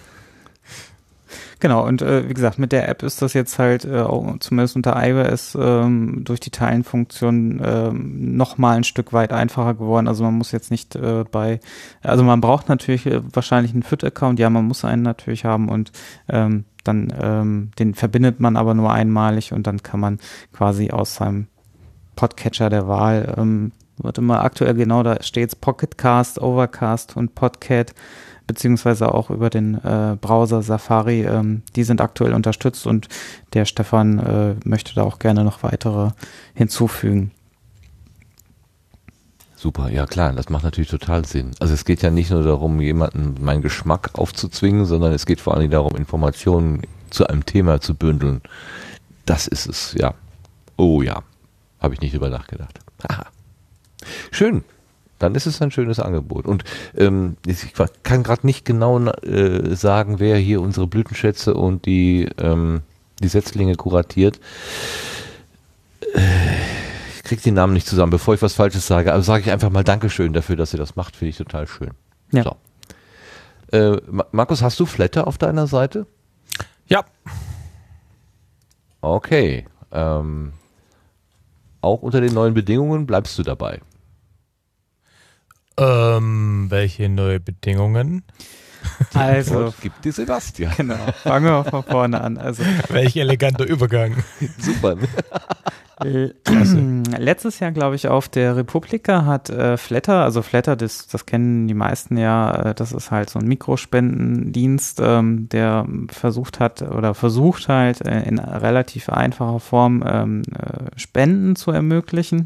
Genau, und äh, wie gesagt, mit der App ist das jetzt halt äh, auch zumindest unter iOS ähm, durch die Teilenfunktion ähm, noch mal ein Stück weit einfacher geworden. Also man muss jetzt nicht äh, bei, also man braucht natürlich äh, wahrscheinlich einen füt-Account, ja, man muss einen natürlich haben und ähm, dann ähm, den verbindet man aber nur einmalig und dann kann man quasi aus seinem Podcatcher der Wahl, ähm, warte mal, aktuell genau, da steht's Pocketcast, Overcast und Podcat, beziehungsweise auch über den äh, Browser Safari, ähm, die sind aktuell unterstützt und der Stefan äh, möchte da auch gerne noch weitere hinzufügen. Super, ja klar, das macht natürlich total Sinn. Also es geht ja nicht nur darum, jemanden meinen Geschmack aufzuzwingen, sondern es geht vor allem darum, Informationen zu einem Thema zu bündeln. Das ist es, ja. Oh ja, habe ich nicht drüber nachgedacht. Aha. Schön. Dann ist es ein schönes Angebot. Und ähm, ich kann gerade nicht genau äh, sagen, wer hier unsere Blütenschätze und die, ähm, die Setzlinge kuratiert. Äh, ich kriege die Namen nicht zusammen, bevor ich was Falsches sage. Also sage ich einfach mal Dankeschön dafür, dass ihr das macht. Finde ich total schön. Ja. So. Äh, Markus, hast du Flatter auf deiner Seite? Ja. Okay. Ähm, auch unter den neuen Bedingungen bleibst du dabei. Ähm, welche neue Bedingungen? Also, gibt die Sebastian. Genau, fangen wir von vorne an. Also, welch eleganter Übergang. Super. Letztes Jahr, glaube ich, auf der Republika hat äh, Flatter, also Flatter, das, das kennen die meisten ja, äh, das ist halt so ein Mikrospendendienst, ähm, der versucht hat oder versucht halt äh, in relativ einfacher Form ähm, äh, Spenden zu ermöglichen,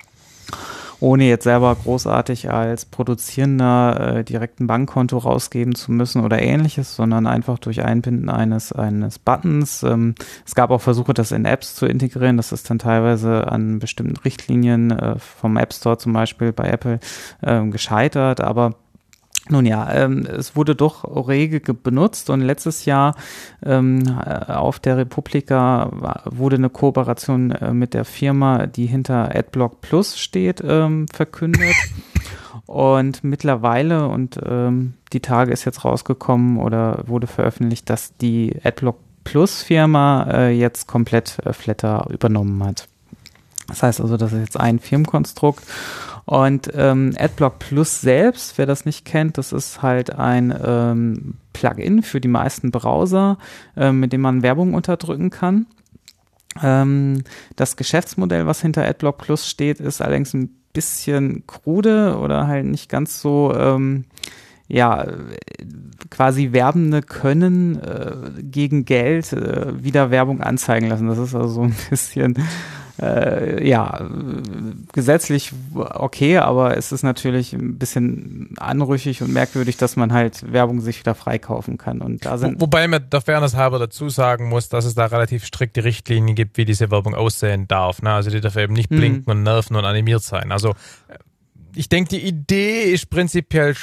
ohne jetzt selber großartig als Produzierender äh, direkt ein Bankkonto rausgeben zu müssen oder ähnliches, sondern einfach durch Einbinden eines, eines Buttons. Ähm, es gab auch Versuche, das in Apps zu integrieren. Das ist dann teilweise an bestimmten Richtlinien äh, vom App Store zum Beispiel bei Apple äh, gescheitert, aber nun ja, ähm, es wurde doch rege ge- benutzt und letztes Jahr ähm, auf der Republika war, wurde eine Kooperation äh, mit der Firma, die hinter Adblock Plus steht, ähm, verkündet. Und mittlerweile, und ähm, die Tage ist jetzt rausgekommen oder wurde veröffentlicht, dass die Adblock Plus Firma äh, jetzt komplett äh, Flatter übernommen hat. Das heißt also, das ist jetzt ein Firmenkonstrukt. Und ähm, Adblock Plus selbst, wer das nicht kennt, das ist halt ein ähm, Plugin für die meisten Browser, äh, mit dem man Werbung unterdrücken kann. Ähm, das Geschäftsmodell, was hinter Adblock Plus steht, ist allerdings ein bisschen krude oder halt nicht ganz so, ähm, ja, quasi Werbende können äh, gegen Geld äh, wieder Werbung anzeigen lassen. Das ist also so ein bisschen Äh, ja, gesetzlich okay, aber es ist natürlich ein bisschen anrüchig und merkwürdig, dass man halt Werbung sich wieder freikaufen kann. Und da sind Wo, wobei man der Fairness halber dazu sagen muss, dass es da relativ strikte Richtlinien gibt, wie diese Werbung aussehen darf. Ne? Also die darf eben nicht blinken und nerven und animiert sein. Also ich denke, die Idee ist prinzipiell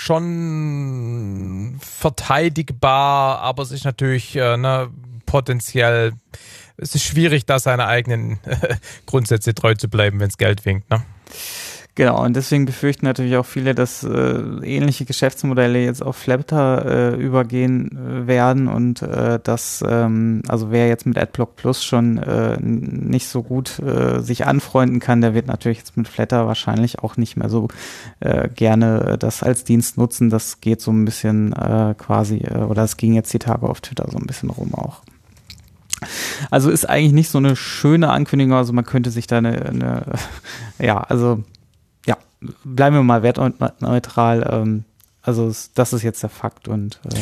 schon verteidigbar, aber es ist natürlich äh, ne, potenziell, es ist schwierig, da seine eigenen äh, Grundsätze treu zu bleiben, wenn es Geld winkt. Ne? Genau, und deswegen befürchten natürlich auch viele, dass äh, ähnliche Geschäftsmodelle jetzt auf Flatter äh, übergehen äh, werden und äh, dass, ähm, also wer jetzt mit Adblock Plus schon äh, nicht so gut äh, sich anfreunden kann, der wird natürlich jetzt mit Flatter wahrscheinlich auch nicht mehr so äh, gerne das als Dienst nutzen. Das geht so ein bisschen äh, quasi, äh, oder es ging jetzt die Tage auf Twitter so ein bisschen rum auch. Also ist eigentlich nicht so eine schöne Ankündigung, also man könnte sich da eine, eine ja, also ja, bleiben wir mal wertneutral. Ähm, also das ist jetzt der Fakt und äh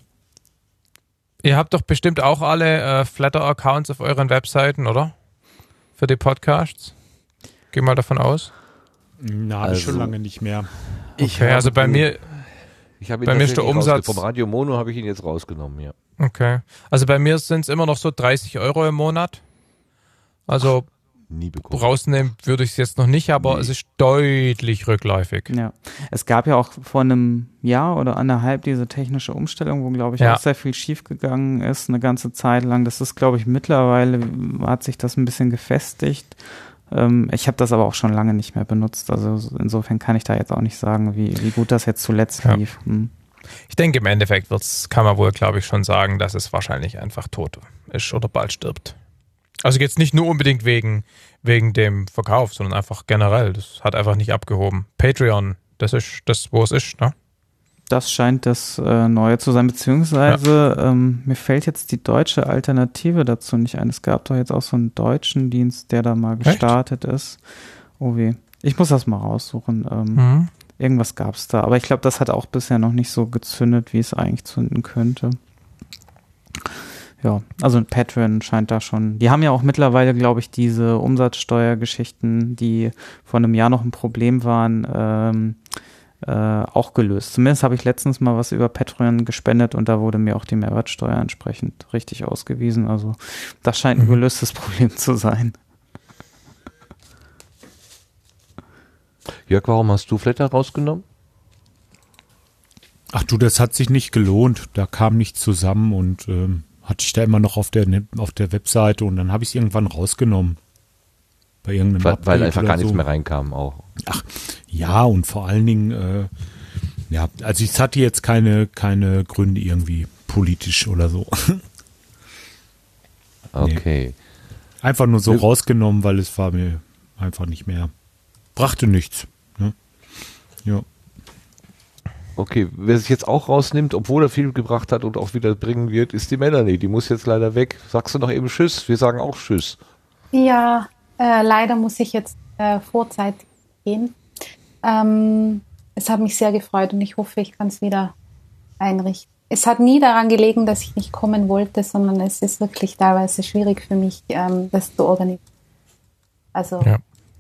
ihr habt doch bestimmt auch alle äh, Flatter-Accounts auf euren Webseiten, oder? Für die Podcasts? Geh mal davon aus. Na, also, schon lange nicht mehr. Ich okay, also bei mir ich habe ihn bei mir ist der Umsatz vom Radio Mono habe ich ihn jetzt rausgenommen, ja. Okay, also bei mir sind es immer noch so dreißig Euro im Monat. Also nie bekommen. Rausnehmen würde ich es jetzt noch nicht, aber nee. Es ist deutlich rückläufig. Ja, es gab ja auch vor einem Jahr oder anderthalb diese technische Umstellung, wo, glaube ich, ja. auch sehr viel schiefgegangen ist, eine ganze Zeit lang. Das ist, glaube ich, mittlerweile hat sich das ein bisschen gefestigt. Ähm, ich habe das aber auch schon lange nicht mehr benutzt. Also insofern kann ich da jetzt auch nicht sagen, wie, wie gut das jetzt zuletzt ja. lief. Hm. Ich denke, im Endeffekt wird's, kann man wohl, glaube ich, schon sagen, dass es wahrscheinlich einfach tot ist oder bald stirbt. Also jetzt nicht nur unbedingt wegen, wegen dem Verkauf, sondern einfach generell. Das hat einfach nicht abgehoben. Patreon, das ist das, wo es ist, ne? Das scheint das äh, Neue zu sein, beziehungsweise ja. ähm, mir fällt jetzt die deutsche Alternative dazu nicht ein. Es gab doch jetzt auch so einen deutschen Dienst, der da mal gestartet Echt? ist. Oh weh. Ich muss das mal raussuchen. Ähm, mhm. Irgendwas gab es da. Aber ich glaube, das hat auch bisher noch nicht so gezündet, wie es eigentlich zünden könnte. Ja, also Patreon scheint da schon. Die haben ja auch mittlerweile, glaube ich, diese Umsatzsteuergeschichten, die vor einem Jahr noch ein Problem waren, ähm, äh, auch gelöst. Zumindest habe ich letztens mal was über Patreon gespendet und da wurde mir auch die Mehrwertsteuer entsprechend richtig ausgewiesen. Also das scheint ein gelöstes Problem zu sein. Jörg, warum hast du Flatter rausgenommen? Ach du, das hat sich nicht gelohnt. Da kam nichts zusammen und ähm, hatte ich da immer noch auf der auf der Webseite und dann habe ich es irgendwann rausgenommen. Bei irgendeinem Weil, weil einfach gar so. nichts mehr reinkam auch. Ach, ja, und vor allen Dingen, äh, ja, also ich hatte jetzt keine, keine Gründe irgendwie politisch oder so. Okay. Nee. Einfach nur so ja. rausgenommen, weil es war mir einfach nicht mehr, brachte nichts. Ne? Ja. Okay, wer sich jetzt auch rausnimmt, obwohl er viel gebracht hat und auch wieder bringen wird, ist die Melanie. Die muss jetzt leider weg. Sagst du noch eben Tschüss? Wir sagen auch Tschüss. Ja, Äh, leider muss ich jetzt äh, vorzeitig gehen. Ähm, es hat mich sehr gefreut und ich hoffe, ich kann es wieder einrichten. Es hat nie daran gelegen, dass ich nicht kommen wollte, sondern es ist wirklich teilweise schwierig für mich, ähm, das zu organisieren. Also, Ja.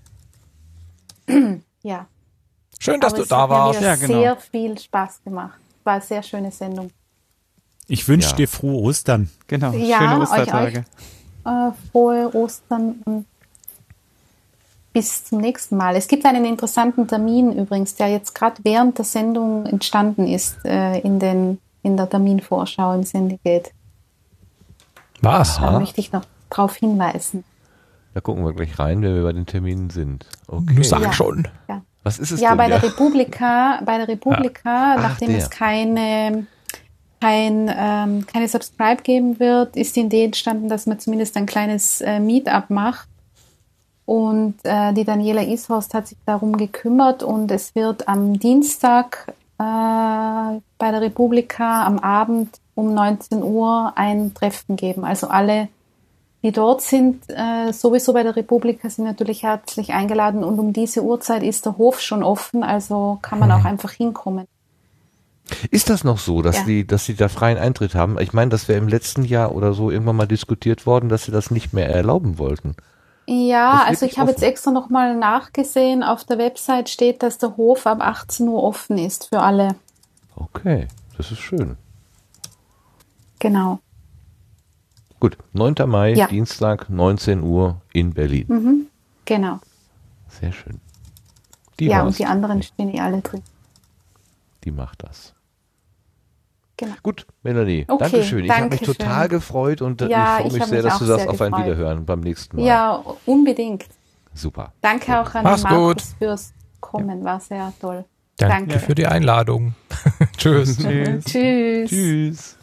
ja. Schön, dass Aber du es da hat warst. mir Ja, genau. sehr viel Spaß gemacht. War eine sehr schöne Sendung. Ich wünsche Ja. dir frohe Ostern. Genau, Ja, schöne euch Ostertage. Äh, frohe Ostern und bis zum nächsten Mal. Es gibt einen interessanten Termin übrigens, der jetzt gerade während der Sendung entstanden ist, äh, in, den, in der Terminvorschau im Sendegate. Was? Da möchte ich noch drauf hinweisen. Da gucken wir gleich rein, wenn wir bei den Terminen sind. Okay. Du sag Ja. schon. Ja, Was ist es ja denn? bei der Ja. Republika, bei der Republika, Ach, nachdem der. es keine, kein, ähm, keine Subscribe geben wird, ist die Idee entstanden, dass man zumindest ein kleines äh, Meetup macht. Und äh, die Daniela Ishorst hat sich darum gekümmert und es wird am Dienstag äh, bei der Republika am Abend um neunzehn Uhr ein Treffen geben. Also alle, die dort sind, äh, sowieso bei der Republika, sind natürlich herzlich eingeladen und um diese Uhrzeit ist der Hof schon offen, also kann man auch einfach hinkommen. Ist das noch so, dass Ja. die, dass sie da freien Eintritt haben? Ich meine, das wäre im letzten Jahr oder so irgendwann mal diskutiert worden, dass sie das nicht mehr erlauben wollten. Ja, Das ist also wirklich ich habe jetzt offen. extra nochmal nachgesehen. Auf der Website steht, dass der Hof ab achtzehn Uhr offen ist für alle. Okay, das ist schön. Genau. Gut, neunter Mai, Ja. Dienstag, neunzehn Uhr in Berlin. Mhm. Genau. Sehr schön. Die ja, war's. und die anderen stehen eh alle drin. Die macht das. Genau. Gut, Melanie, Okay, Dankeschön. Ich habe mich Dankeschön. total gefreut und äh, Ja, ich freue ich mich hab sehr, mich dass auch du sagst, sehr auf ein gefreut. Wiederhören beim nächsten Mal. Ja, unbedingt. Super. Danke auch an Mach's den Markus gut. fürs Kommen. War sehr toll. Danke Danke. für die Einladung. Tschüss. Tschüss. Tschüss. Tschüss.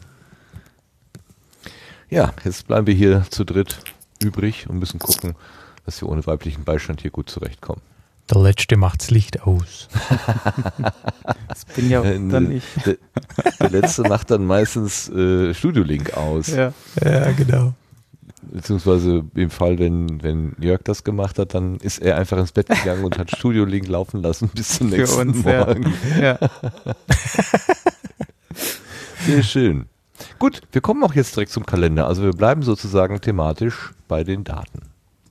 Ja, jetzt bleiben wir hier zu dritt übrig und müssen gucken, dass wir ohne weiblichen Beistand hier gut zurechtkommen. Der Letzte macht's Licht aus. Das bin ja Äh, dann ich. Der, der letzte macht dann meistens äh, Studiolink aus. Ja. Ja, genau. Beziehungsweise im Fall, wenn, wenn Jörg das gemacht hat, dann ist er einfach ins Bett gegangen und hat Studiolink laufen lassen bis zum Für nächsten uns, ja. Morgen. Ja. Sehr schön. Gut, wir kommen auch jetzt direkt zum Kalender. Also wir bleiben sozusagen thematisch bei den Daten.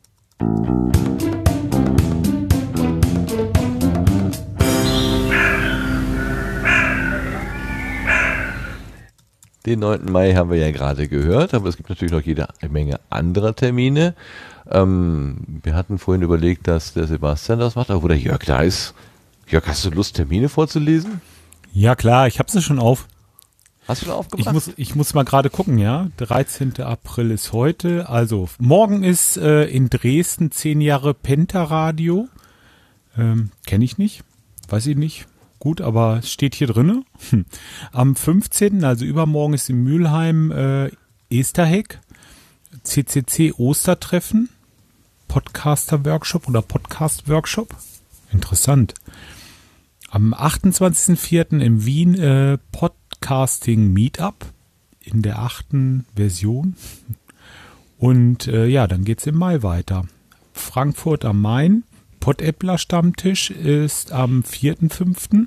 Den neunten Mai haben wir ja gerade gehört, aber es gibt natürlich noch jede Menge anderer Termine. Ähm, wir hatten vorhin überlegt, dass der Sebastian das macht, aber wo der Jörg da ist. Jörg, hast du Lust, Termine vorzulesen? Ja klar, ich habe sie schon auf. Hast du schon Ich aufgebracht? muss, ich muss mal gerade gucken, ja. dreizehnter April ist heute. Also morgen ist äh, in Dresden zehn Jahre Penta-Radio. Ähm, Kenne ich nicht, weiß ich nicht. Gut, aber es steht hier drinne. Hm. Am fünfzehnten, also übermorgen, ist in Mülheim äh, Esterheck, C C C Ostertreffen, Podcaster-Workshop oder Podcast-Workshop. Interessant. Am achtundzwanzigsten vierten in Wien äh, Podcasting Meetup in der achten Version. Und äh, ja, dann geht's im Mai weiter. Frankfurt am Main. Pottäppler Stammtisch ist am vierten fünften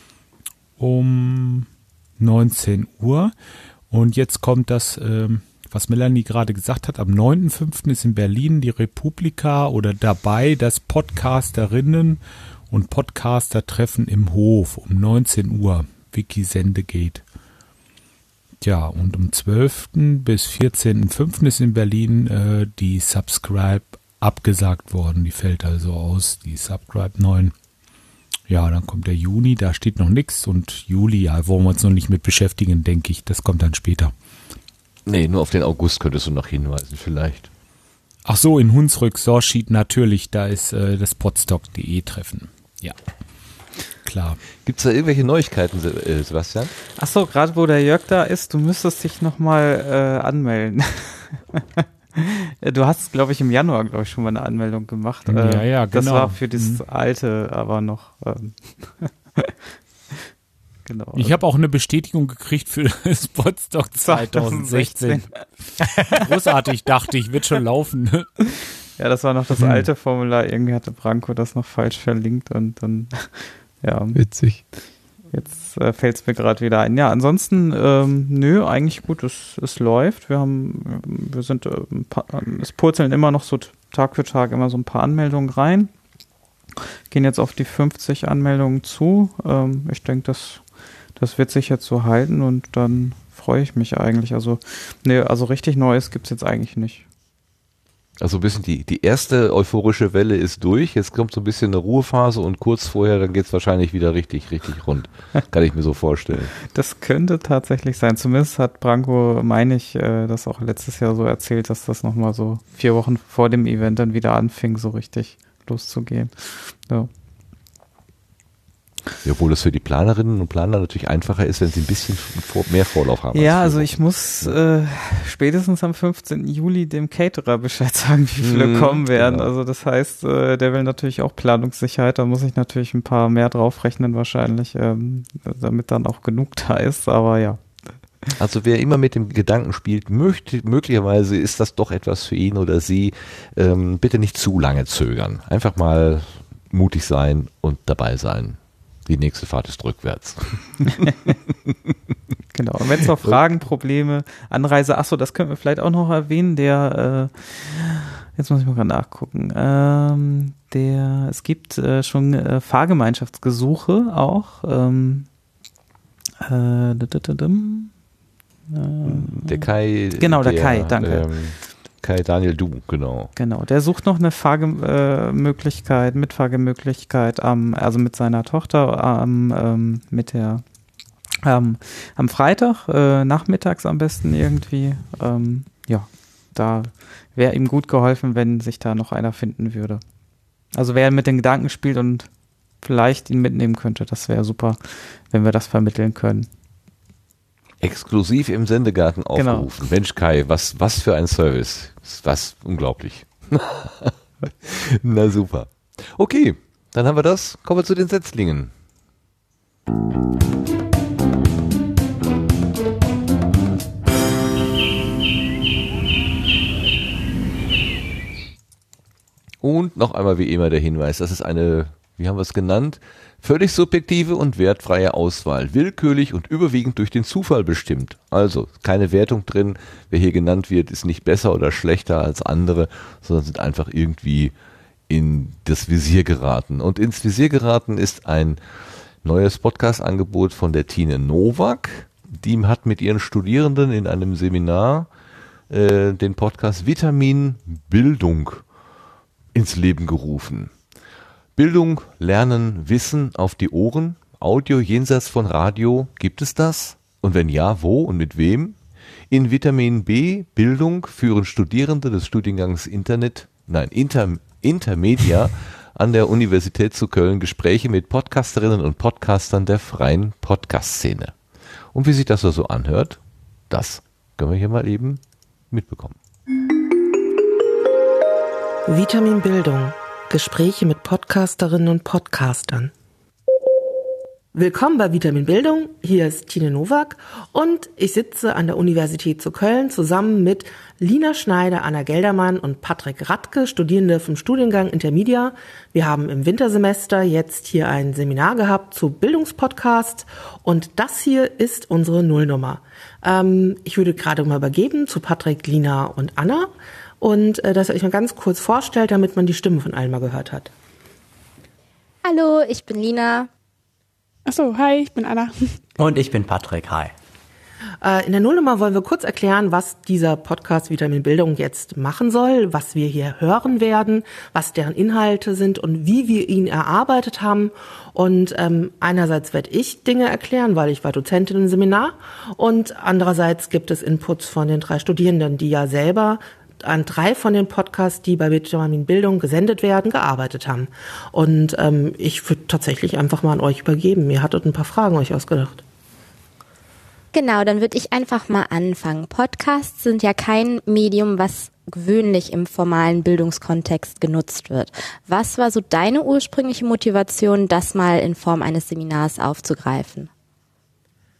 um neunzehn Uhr. Und jetzt kommt das, ähm, was Melanie gerade gesagt hat, am neunten fünften ist in Berlin die Republika oder dabei das Podcasterinnen und Podcaster-Treffen im Hof um neunzehn Uhr. Wiki Sendegate. Ja, und am zwölften bis vierzehnten fünften ist in Berlin äh, die Subscribe abgesagt worden. Die fällt also aus, die Subscribe neun. Ja, dann kommt der Juni, da steht noch nichts. Und Juli, ja, wollen wir uns noch nicht mit beschäftigen, denke ich. Das kommt dann später. Nee, nur auf den August könntest du noch hinweisen, vielleicht. Ach so, in Hunsrück, Sorschied, natürlich, da ist äh, das podstock punkt de Treffen. Ja, klar. Gibt es da irgendwelche Neuigkeiten, Se- äh, Sebastian? Ach so, gerade wo der Jörg da ist, du müsstest dich nochmal äh, anmelden. Du hast, glaube ich, im Januar, glaube ich, schon mal eine Anmeldung gemacht. Ja, Äh, ja, Das genau. war für das Mhm. alte, aber noch. Ähm, genau. Ich habe auch eine Bestätigung gekriegt für das Podstock zwanzig sechzehn. Großartig, dachte ich, wird schon laufen. Ja, das war noch das alte Formular. Irgendwie hatte Branko das noch falsch verlinkt und dann, ja. Witzig. Jetzt äh, fällt es mir gerade wieder ein. Ja, ansonsten, ähm, nö, eigentlich gut, es, es läuft. Wir haben, wir sind, äh, ein paar, es purzeln immer noch so Tag für Tag immer so ein paar Anmeldungen rein. Gehen jetzt auf die fünfzig Anmeldungen zu. Ähm, ich denke, das, das wird sich jetzt so halten und dann freue ich mich eigentlich. Also, nee, also richtig Neues gibt es jetzt eigentlich nicht. Also ein bisschen die, die erste euphorische Welle ist durch, jetzt kommt so ein bisschen eine Ruhephase und kurz vorher, dann geht es wahrscheinlich wieder richtig, richtig rund. Kann ich mir so vorstellen. Das könnte tatsächlich sein. Zumindest hat Branko, meine ich, äh, das auch letztes Jahr so erzählt, dass das nochmal so vier Wochen vor dem Event dann wieder anfing, so richtig loszugehen. Ja. Obwohl es für die Planerinnen und Planer natürlich einfacher ist, wenn sie ein bisschen vor, mehr Vorlauf haben. Ja, also ich muss äh, spätestens am fünfzehnten Juli dem Caterer Bescheid sagen, wie viele mmh, kommen werden. Genau. Also das heißt, äh, der will natürlich auch Planungssicherheit. Da muss ich natürlich ein paar mehr draufrechnen wahrscheinlich, ähm, damit dann auch genug da ist. Aber ja. Also wer immer mit dem Gedanken spielt, möchte, möglicherweise ist das doch etwas für ihn oder sie. Ähm, bitte nicht zu lange zögern. Einfach mal mutig sein und dabei sein. Die nächste Fahrt ist rückwärts. Genau. Und wenn es noch Fragen, Probleme, Anreise, achso, das könnten wir vielleicht auch noch erwähnen, der, äh, jetzt muss ich mal gerade nachgucken, ähm, der, es gibt äh, schon äh, Fahrgemeinschaftsgesuche auch, ähm, äh, der Kai. Genau, der, der Kai, danke. Ähm, Kai Daniel Du, genau. Genau, der sucht noch eine Fahrgemöglichkeit, Mitfahrgemöglichkeit, ähm, also mit seiner Tochter ähm, ähm, mit der ähm, am Freitag, äh, nachmittags am besten irgendwie. Ähm, ja, da wäre ihm gut geholfen, wenn sich da noch einer finden würde. Also wer mit den Gedanken spielt und vielleicht ihn mitnehmen könnte, das wäre super, wenn wir das vermitteln können. Exklusiv im Sendegarten aufgerufen. Genau. Mensch Kai, was, was für ein Service. Was unglaublich. Na super. Okay, dann haben wir das. Kommen wir zu den Setzlingen. Und noch einmal wie immer der Hinweis, das ist eine, wie haben wir es genannt, völlig subjektive und wertfreie Auswahl, willkürlich und überwiegend durch den Zufall bestimmt. Also keine Wertung drin, wer hier genannt wird, ist nicht besser oder schlechter als andere, sondern sind einfach irgendwie in das Visier geraten. Und ins Visier geraten ist ein neues Podcast-Angebot von der Tine Nowak. Die hat mit ihren Studierenden in einem Seminar äh, den Podcast Vitamin Bildung ins Leben gerufen. Bildung, Lernen, Wissen auf die Ohren, Audio jenseits von Radio, gibt es das? Und wenn ja, wo und mit wem? In Vitamin B Bildung führen Studierende des Studiengangs Internet, nein, Inter, Intermedia an der Universität zu Köln Gespräche mit Podcasterinnen und Podcastern der freien Podcast-Szene. Und wie sich das so anhört, das können wir hier mal eben mitbekommen. Vitamin Bildung. Gespräche mit Podcasterinnen und Podcastern. Willkommen bei Vitamin Bildung. Hier ist Tine Nowak und ich sitze an der Universität zu Köln zusammen mit Lina Schneider, Anna Geldermann und Patrick Radke, Studierende vom Studiengang Intermedia. Wir haben im Wintersemester jetzt hier ein Seminar gehabt zu Bildungspodcasts und das hier ist unsere Nullnummer. Ähm, ich würde gerade mal übergeben zu Patrick, Lina und Anna. Und äh, dass ihr euch mal ganz kurz vorstellt, damit man die Stimmen von allen mal gehört hat. Hallo, ich bin Lina. Achso, hi, ich bin Anna. Und ich bin Patrick, hi. Äh, in der Nullnummer wollen wir kurz erklären, was dieser Podcast Vitamin Bildung jetzt machen soll, was wir hier hören werden, was deren Inhalte sind und wie wir ihn erarbeitet haben. Und ähm, einerseits werde ich Dinge erklären, weil ich war Dozentin im Seminar. Und andererseits gibt es Inputs von den drei Studierenden, die ja selber an drei von den Podcasts, die bei Vitamin Bildung gesendet werden, gearbeitet haben. Und ähm, ich würde tatsächlich einfach mal an euch übergeben. Ihr hattet ein paar Fragen euch ausgedacht. Genau, dann würde ich einfach mal anfangen. Podcasts sind ja kein Medium, was gewöhnlich im formalen Bildungskontext genutzt wird. Was war so deine ursprüngliche Motivation, das mal in Form eines Seminars aufzugreifen?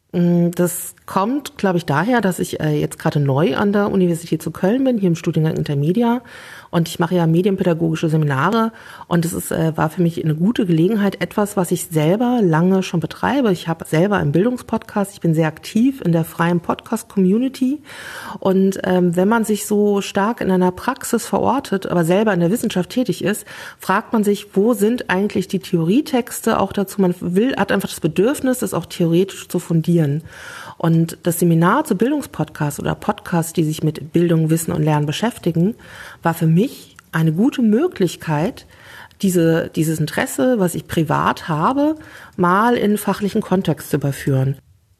Das kommt, glaube ich, daher, dass ich äh, jetzt gerade neu an der Universität zu Köln bin, hier im Studiengang Intermedia. Und ich mache ja medienpädagogische Seminare. Und es ist, äh, war für mich eine gute Gelegenheit, etwas, was ich selber lange schon betreibe. Ich habe selber einen Bildungspodcast. Ich bin sehr aktiv in der freien Podcast-Community. Und ähm, wenn man sich so stark in einer Praxis verortet, aber selber in der Wissenschaft tätig ist, fragt man sich, wo sind eigentlich die Theorietexte auch dazu? Man will, hat einfach das Bedürfnis, das auch theoretisch zu fundieren. Und das Seminar zu Bildungspodcasts oder Podcasts, die sich mit Bildung, Wissen und Lernen beschäftigen, war für mich eine gute Möglichkeit, diese, dieses Interesse, was ich privat habe, mal in fachlichen Kontext zu überführen.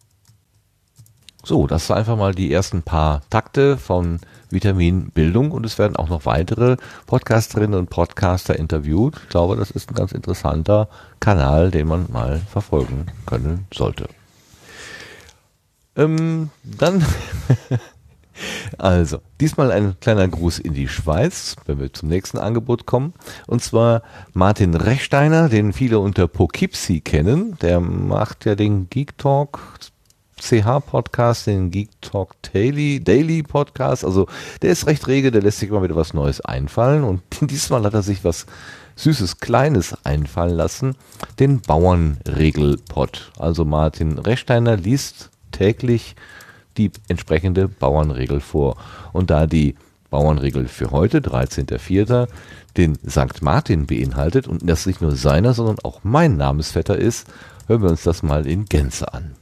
So, das war einfach mal die ersten paar Takte von Vitamin Bildung und es werden auch noch weitere Podcasterinnen und Podcaster interviewt. Ich glaube, das ist ein ganz interessanter Kanal, den man mal verfolgen können sollte. Ähm, dann, also, diesmal ein kleiner Gruß in die Schweiz, wenn wir zum nächsten Angebot kommen. Und zwar Martin Rechsteiner, den viele unter Poughkeepsie kennen. Der macht ja den Geek Talk C H Podcast, den Geek Talk Daily, Daily Podcast. Also, der ist recht rege, der lässt sich immer wieder was Neues einfallen. Und diesmal hat er sich was Süßes, Kleines einfallen lassen. Den Bauernregel-Pod. Also, Martin Rechsteiner liest täglich die entsprechende Bauernregel vor. Und da die Bauernregel für heute, dreizehnter vierter den Sankt Martin beinhaltet und das nicht nur seiner, sondern auch mein Namensvetter ist, hören wir uns das mal in Gänze an.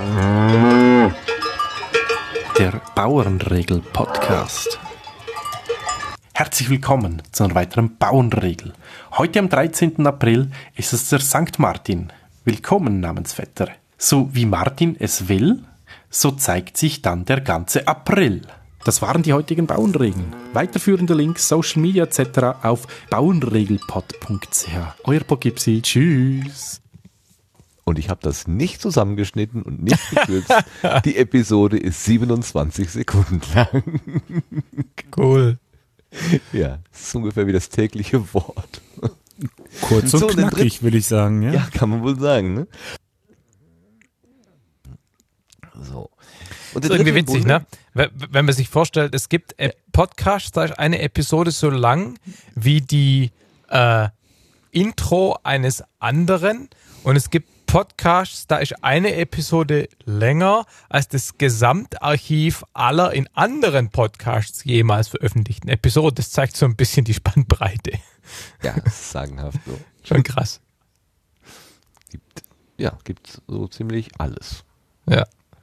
Der Bauernregel-Podcast. Herzlich willkommen zu einer weiteren Bauernregel. Heute am dreizehnten April ist es der Sankt Martin. Willkommen, Namensvetter. So wie Martin es will, so zeigt sich dann der ganze April. Das waren die heutigen Bauernregeln. Weiterführende Links, Social Media et cetera auf bauernregelpod punkt c h. Euer Poughkeepsie. Tschüss. Und ich habe das nicht zusammengeschnitten und nicht gekürzt. Die Episode ist siebenundzwanzig Sekunden lang. Cool. Ja, das ist ungefähr wie das tägliche Wort. Kurz und so, knackig, würde ich sagen. Ja? Ja, kann man wohl sagen. Ne? So. Und das ist irgendwie witzig, ne? Wenn man sich vorstellt, es gibt Podcasts, da ist eine Episode so lang wie die äh, Intro eines anderen und es gibt Podcasts, da ist eine Episode länger als das Gesamtarchiv aller in anderen Podcasts jemals veröffentlichten Episoden. Das zeigt so ein bisschen die Spannbreite. Ja, das ist sagenhaft so. Schon krass. Gibt, ja, gibt so ziemlich alles. Ja.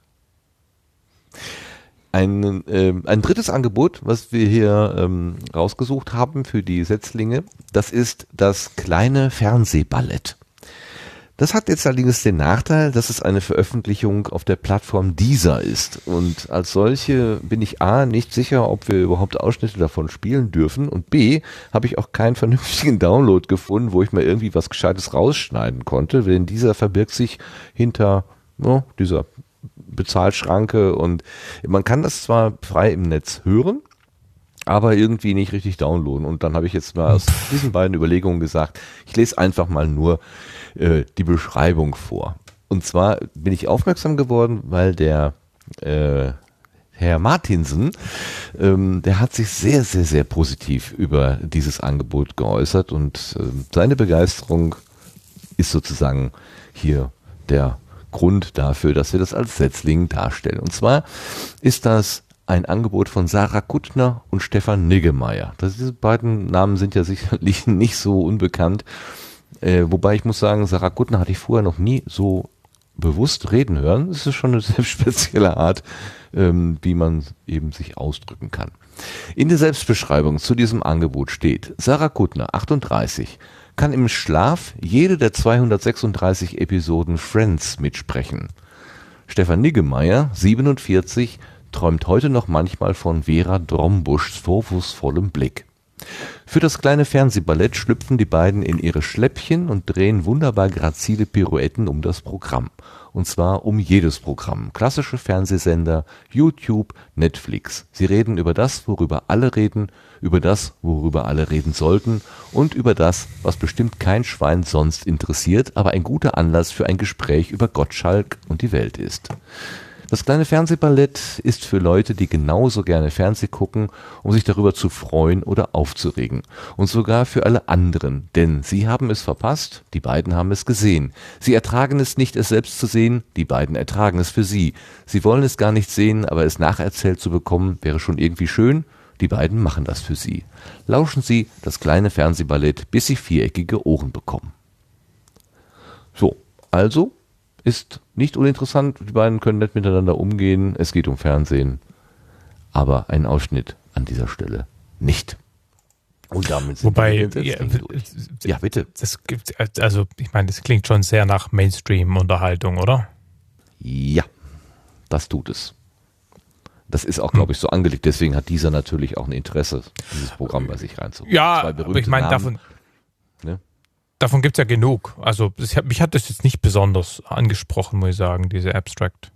Ein, äh, ein drittes Angebot, was wir hier ähm, rausgesucht haben für die Setzlinge, das ist das kleine Fernsehballett. Das hat jetzt allerdings den Nachteil, dass es eine Veröffentlichung auf der Plattform Deezer ist. Und als solche bin ich A, nicht sicher, ob wir überhaupt Ausschnitte davon spielen dürfen. Und B, habe ich auch keinen vernünftigen Download gefunden, wo ich mal irgendwie was Gescheites rausschneiden konnte. Denn dieser verbirgt sich hinter oh, dieser Bezahlschranke. Und man kann das zwar frei im Netz hören, aber irgendwie nicht richtig downloaden. Und dann habe ich jetzt mal aus diesen beiden Überlegungen gesagt, ich lese einfach mal nur äh, die Beschreibung vor. Und zwar bin ich aufmerksam geworden, weil der äh, Herr Martinsen, ähm, der hat sich sehr, sehr, sehr positiv über dieses Angebot geäußert und äh, seine Begeisterung ist sozusagen hier der Grund dafür, dass wir das als Setzling darstellen. Und zwar ist das ein Angebot von Sarah Kuttner und Stefan Niggemeier. Das, diese beiden Namen sind ja sicherlich nicht so unbekannt. Äh, wobei ich muss sagen, Sarah Kuttner hatte ich vorher noch nie so bewusst reden hören. Das ist schon eine sehr spezielle Art, ähm, wie man eben sich ausdrücken kann. In der Selbstbeschreibung zu diesem Angebot steht: Sarah Kuttner, achtunddreißig, kann im Schlaf jede der zweihundertsechsunddreißig Episoden Friends mitsprechen. Stefan Niggemeier, siebenundvierzig, träumt heute noch manchmal von Vera Drombuschs vorwurfsvollem Blick. Für das kleine Fernsehballett schlüpfen die beiden in ihre Schläppchen und drehen wunderbar grazile Pirouetten um das Programm. Und zwar um jedes Programm. Klassische Fernsehsender, YouTube, Netflix. Sie reden über das, worüber alle reden, über das, worüber alle reden sollten und über das, was bestimmt kein Schwein sonst interessiert, aber ein guter Anlass für ein Gespräch über Gottschalk und die Welt ist. Das kleine Fernsehballett ist für Leute, die genauso gerne Fernseh gucken, um sich darüber zu freuen oder aufzuregen. Und sogar für alle anderen, denn sie haben es verpasst, die beiden haben es gesehen. Sie ertragen es nicht, es selbst zu sehen, die beiden ertragen es für sie. Sie wollen es gar nicht sehen, aber es nacherzählt zu bekommen, wäre schon irgendwie schön. Die beiden machen das für sie. Lauschen Sie das kleine Fernsehballett, bis Sie viereckige Ohren bekommen. So, also ist nicht uninteressant, die beiden können nett miteinander umgehen, es geht um Fernsehen, aber ein Ausschnitt an dieser Stelle nicht. Und damit sind Wobei, wir jetzt ja, durch. Ja, bitte. Das gibt, also ich meine, das klingt schon sehr nach Mainstream-Unterhaltung, oder? Ja, das tut es. Das ist auch, glaube ich, so angelegt, deswegen hat dieser natürlich auch ein Interesse, dieses Programm bei sich reinzuholen. Ja, aber ich meine, davon... Ne? Davon gibt es ja genug. Also das, mich hat das jetzt nicht besonders angesprochen, muss ich sagen, diese Abstract.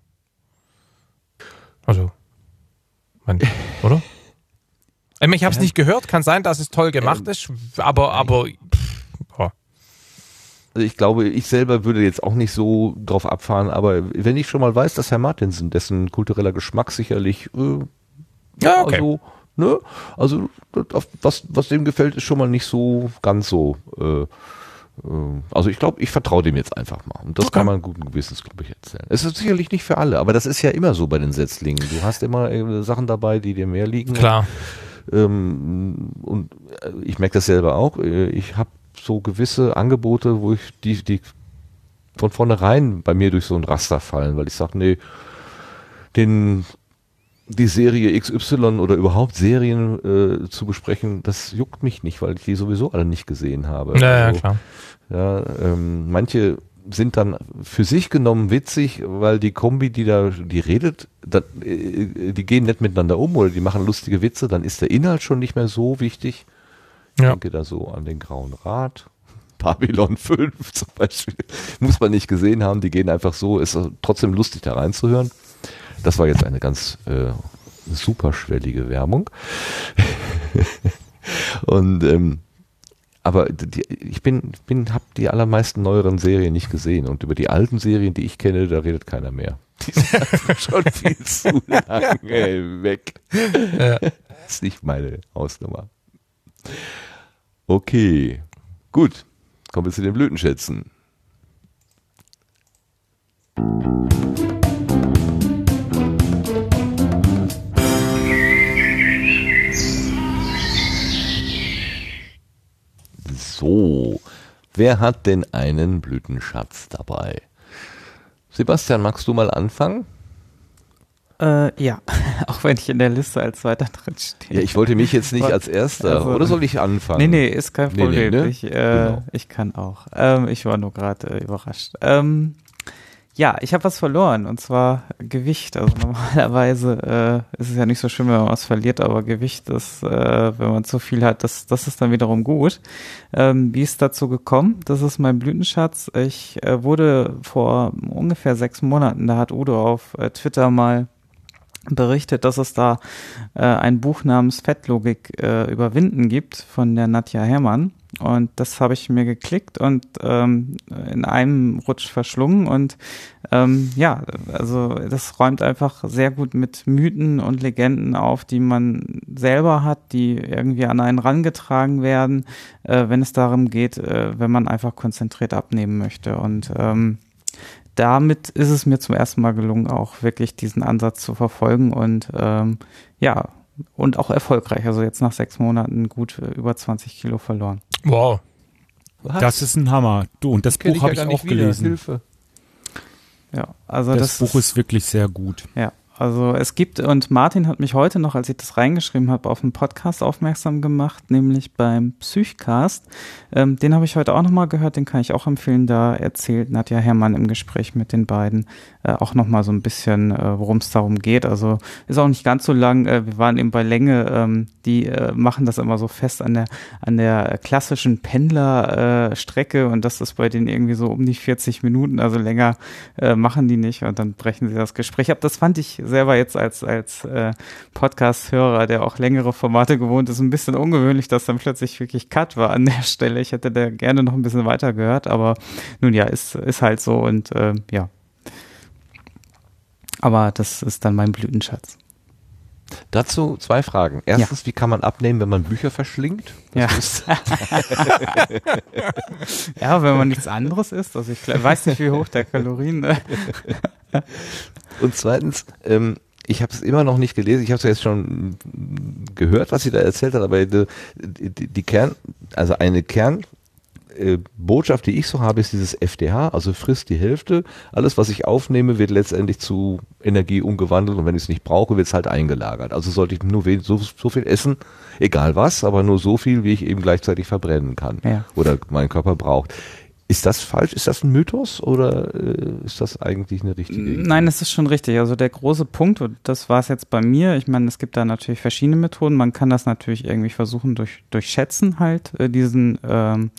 Also, mein, oder? Ich, mein, ich habe es ja. nicht gehört. Kann sein, dass es toll gemacht ähm, ist, aber, aber pff, oh. Also ich glaube, ich selber würde jetzt auch nicht so drauf abfahren, aber wenn ich schon mal weiß, dass Herr Martinsen, dessen kultureller Geschmack sicherlich äh, ja, okay. also, ne, also was, was dem gefällt, ist schon mal nicht so ganz so äh, also ich glaube, ich vertraue dem jetzt einfach mal. Und das okay. kann man guten Gewissens, glaube ich, erzählen. Es ist sicherlich nicht für alle, aber das ist ja immer so bei den Setzlingen. Du hast immer äh, Sachen dabei, die dir mehr liegen. Klar. Ähm, und ich merke das selber auch. Ich habe so gewisse Angebote, wo ich die, die von vornherein bei mir durch so ein Raster fallen, weil ich sage, nee, den die Serie X Y oder überhaupt Serien äh, zu besprechen, das juckt mich nicht, weil ich die sowieso alle nicht gesehen habe. Ja, also, ja klar. Ja, ähm, manche sind dann für sich genommen witzig, weil die Kombi, die da, die redet, da, äh, die gehen nicht miteinander um oder die machen lustige Witze, dann ist der Inhalt schon nicht mehr so wichtig. Ich ja. denke da so an den Grauen Rat. Babylon fünf zum Beispiel. Muss man nicht gesehen haben, die gehen einfach so, ist trotzdem lustig da reinzuhören. Das war jetzt eine ganz äh, superschwellige Werbung. Und ähm, aber die, ich bin, bin habe die allermeisten neueren Serien nicht gesehen und über die alten Serien, die ich kenne, da redet keiner mehr. Die sind schon viel zu lange weg. Ja. Das ist nicht meine Hausnummer. Okay, gut. Kommen wir zu den Blütenschätzen. So, wer hat denn einen Blütenschatz dabei? Sebastian, magst du mal anfangen? Äh, ja, auch wenn ich in der Liste als zweiter drin stehe. Ja, ich wollte mich jetzt nicht als Erster, also, oder soll ich anfangen? Nee, nee, ist kein Problem. Nee, nee, ne? ich, äh, genau. ich kann auch. Ähm, ich war nur gerade äh, überrascht. Ähm, ja, ich habe was verloren und zwar Gewicht. Also normalerweise äh, ist es ja nicht so schön, wenn man was verliert, aber Gewicht ist, äh, wenn man zu viel hat, das, das ist dann wiederum gut. Ähm, wie ist dazu gekommen? Das ist mein Blütenschatz. Ich äh, wurde vor ungefähr sechs Monaten, da hat Udo auf äh, Twitter mal berichtet, dass es da äh, ein Buch namens Fettlogik äh, überwinden gibt von der Nadja Herrmann. Und das habe ich mir geklickt und ähm, in einem Rutsch verschlungen. Und ähm, ja, also das räumt einfach sehr gut mit Mythen und Legenden auf, die man selber hat, die irgendwie an einen rangetragen werden, äh, wenn es darum geht, äh, wenn man einfach konzentriert abnehmen möchte. Und ähm, damit ist es mir zum ersten Mal gelungen, auch wirklich diesen Ansatz zu verfolgen und ähm, ja, und auch erfolgreich. Also jetzt nach sechs Monaten gut äh, über zwanzig Kilo verloren. Wow. Was? Das ist ein Hammer. Du, und das, das Buch habe ich, ja ich auch gelesen. Hilfe. Ja, also das, das Buch ist, ist wirklich sehr gut. Ja, Also es gibt, und Martin hat mich heute noch, als ich das reingeschrieben habe, auf einen Podcast aufmerksam gemacht, nämlich beim Psychcast. Ähm, den habe ich heute auch nochmal gehört, den kann ich auch empfehlen. Da erzählt Nadja Herrmann im Gespräch mit den beiden äh, auch nochmal so ein bisschen, äh, worum es darum geht. Also ist auch nicht ganz so lang. Äh, wir waren eben bei Länge, ähm, die äh, machen das immer so fest an der an der klassischen Pendlerstrecke äh, und das ist bei denen irgendwie so um die vierzig Minuten, also länger äh, machen die nicht und dann brechen sie das Gespräch ab. Das fand ich selber jetzt als als äh, Podcast-Hörer, der auch längere Formate gewohnt ist, ein bisschen ungewöhnlich, dass dann plötzlich wirklich Cut war an der Stelle. Ich hätte da gerne noch ein bisschen weiter gehört, aber nun ja, ist ist halt so und äh, ja. Aber das ist dann mein Blütenschatz. Dazu zwei Fragen. Erstens, ja. Wie kann man abnehmen, wenn man Bücher verschlingt? Das ja. Ja, wenn man nichts anderes isst. Also ich weiß nicht, wie hoch der Kalorien. Und zweitens, ähm, ich habe es immer noch nicht gelesen. Ich habe es ja jetzt schon gehört, was sie da erzählt hat, aber die, die, die Kern, also eine Kern Botschaft, die ich so habe, ist dieses F D H, also frisst die Hälfte. Alles, was ich aufnehme, wird letztendlich zu Energie umgewandelt und wenn ich es nicht brauche, wird es halt eingelagert. Also sollte ich nur so, so viel essen, egal was, aber nur so viel, wie ich eben gleichzeitig verbrennen kann ja. oder mein Körper braucht. Ist das falsch? Ist das ein Mythos oder äh, ist das eigentlich eine richtige Idee? Nein, es ist schon richtig. Also der große Punkt, und das war es jetzt bei mir, ich meine, es gibt da natürlich verschiedene Methoden. Man kann das natürlich irgendwie versuchen, durch, durch Schätzen halt äh, diesen ähm,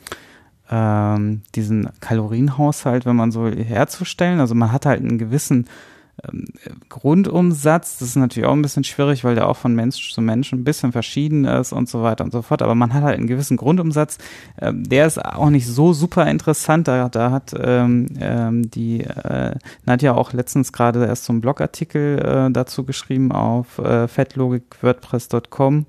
Ähm, diesen Kalorienhaushalt, wenn man so herzustellen. Also man hat halt einen gewissen ähm, Grundumsatz. Das ist natürlich auch ein bisschen schwierig, weil der auch von Mensch zu Mensch ein bisschen verschieden ist und so weiter und so fort. Aber man hat halt einen gewissen Grundumsatz. Ähm, der ist auch nicht so super interessant. Da, da hat ähm, ähm, die äh, Nadja auch letztens gerade erst so einen Blogartikel äh, dazu geschrieben auf äh, fetlogik wordpress punkt com.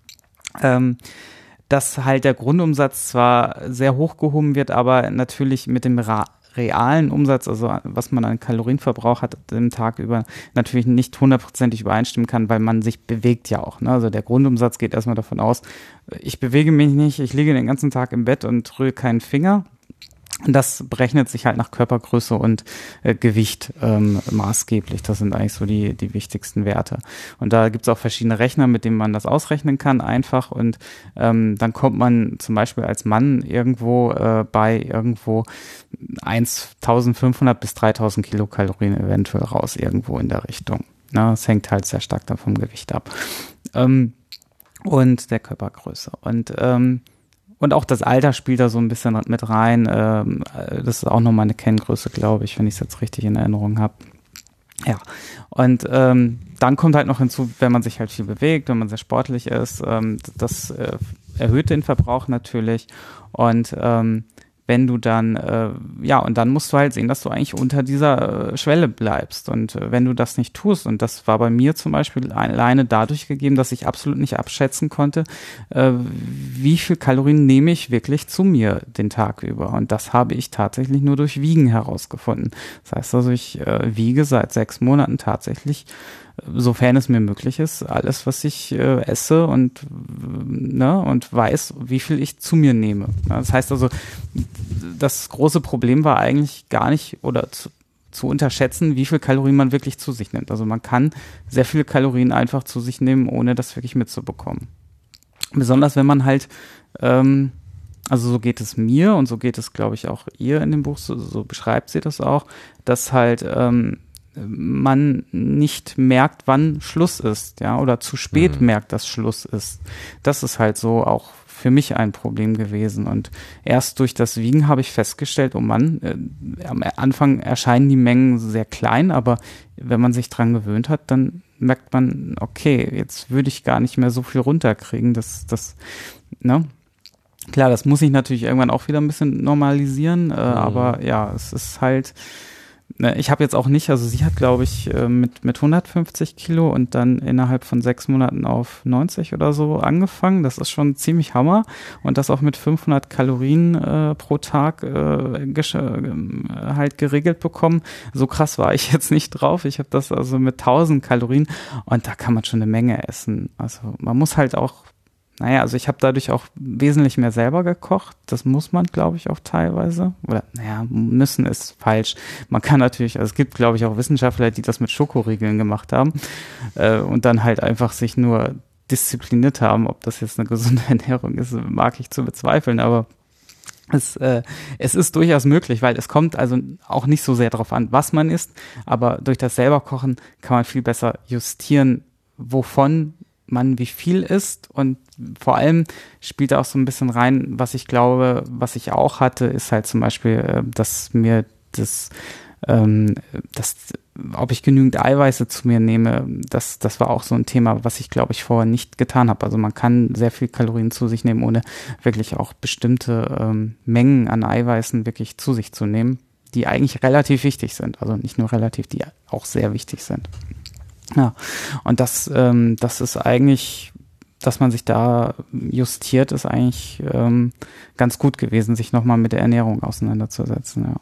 Ähm, dass halt der Grundumsatz zwar sehr hoch gehoben wird, aber natürlich mit dem Ra- realen Umsatz, also was man an Kalorienverbrauch hat im Tag über, natürlich nicht hundertprozentig übereinstimmen kann, weil man sich bewegt ja auch. Ne? Also der Grundumsatz geht erstmal davon aus, ich bewege mich nicht, ich liege den ganzen Tag im Bett und rühre keinen Finger. Das berechnet sich halt nach Körpergröße und äh, Gewicht ähm, maßgeblich. Das sind eigentlich so die die wichtigsten Werte. Und da gibt's auch verschiedene Rechner, mit denen man das ausrechnen kann, einfach. Und ähm, dann kommt man zum Beispiel als Mann irgendwo äh, bei irgendwo eintausendfünfhundert bis dreitausend Kilokalorien eventuell raus, irgendwo in der Richtung. Na, das hängt halt sehr stark dann vom Gewicht ab. Ähm, und der Körpergröße. Und ähm, Und auch das Alter spielt da so ein bisschen mit rein. Ähm, das ist auch nochmal eine Kenngröße, glaube ich, wenn ich es jetzt richtig in Erinnerung habe. Ja, und ähm, dann kommt halt noch hinzu, wenn man sich halt viel bewegt, wenn man sehr sportlich ist, ähm, das äh, erhöht den Verbrauch natürlich. Und ähm, wenn du dann, äh, ja, und dann musst du halt sehen, dass du eigentlich unter dieser äh, Schwelle bleibst. Und äh, wenn du das nicht tust, und das war bei mir zum Beispiel alleine dadurch gegeben, dass ich absolut nicht abschätzen konnte, äh, wie viel Kalorien nehme ich wirklich zu mir den Tag über. Und das habe ich tatsächlich nur durch Wiegen herausgefunden. Das heißt also, ich äh, wiege seit sechs Monaten tatsächlich, sofern es mir möglich ist, alles, was ich äh, esse und ne, und weiß, wie viel ich zu mir nehme. Das heißt also, das große Problem war eigentlich gar nicht oder zu, zu unterschätzen, wie viel Kalorien man wirklich zu sich nimmt. Also man kann sehr viele Kalorien einfach zu sich nehmen, ohne das wirklich mitzubekommen. Besonders wenn man halt, ähm, also so geht es mir und so geht es, glaube ich, auch ihr in dem Buch, so, so beschreibt sie das auch, dass halt ähm, man nicht merkt, wann Schluss ist, ja, oder zu spät mhm. merkt, dass Schluss ist. Das ist halt so auch für mich ein Problem gewesen. Und erst durch das Wiegen habe ich festgestellt, oh Mann, äh, am Anfang erscheinen die Mengen sehr klein, aber wenn man sich dran gewöhnt hat, dann merkt man, okay, jetzt würde ich gar nicht mehr so viel runterkriegen. Das, das, ne? Klar, das muss ich natürlich irgendwann auch wieder ein bisschen normalisieren, äh, mhm. aber ja, es ist halt, ich habe jetzt auch nicht, also sie hat, glaube ich, mit mit hundertfünfzig Kilo und dann innerhalb von sechs Monaten auf neunzig oder so angefangen. Das ist schon ziemlich Hammer. Und das auch mit fünfhundert Kalorien äh, pro Tag äh, gesch- äh, halt geregelt bekommen. So krass war ich jetzt nicht drauf. Ich habe das also mit tausend Kalorien und da kann man schon eine Menge essen. Also man muss halt auch naja, also ich habe dadurch auch wesentlich mehr selber gekocht. Das muss man, glaube ich, auch teilweise. Oder, naja, müssen ist falsch. Man kann natürlich, also es gibt, glaube ich, auch Wissenschaftler, die das mit Schokoriegeln gemacht haben äh, und dann halt einfach sich nur diszipliniert haben. Ob das jetzt eine gesunde Ernährung ist, mag ich zu bezweifeln, aber Es, äh, es ist durchaus möglich, weil es kommt also auch nicht so sehr darauf an, was man isst, aber durch das selberkochen kann man viel besser justieren, wovon man wie viel isst, und vor allem spielt auch so ein bisschen rein, was ich glaube, was ich auch hatte, ist halt zum Beispiel, äh, dass mir das, ähm, das, ob ich genügend Eiweiße zu mir nehme, das, das war auch so ein Thema, was ich, glaube ich, vorher nicht getan habe. Also man kann sehr viel Kalorien zu sich nehmen, ohne wirklich auch bestimmte ähm, Mengen an Eiweißen wirklich zu sich zu nehmen, die eigentlich relativ wichtig sind. Also nicht nur relativ, die auch sehr wichtig sind. Ja, und das, ähm, das ist eigentlich, dass man sich da justiert, ist eigentlich ähm, ganz gut gewesen, sich nochmal mit der Ernährung auseinanderzusetzen, ja.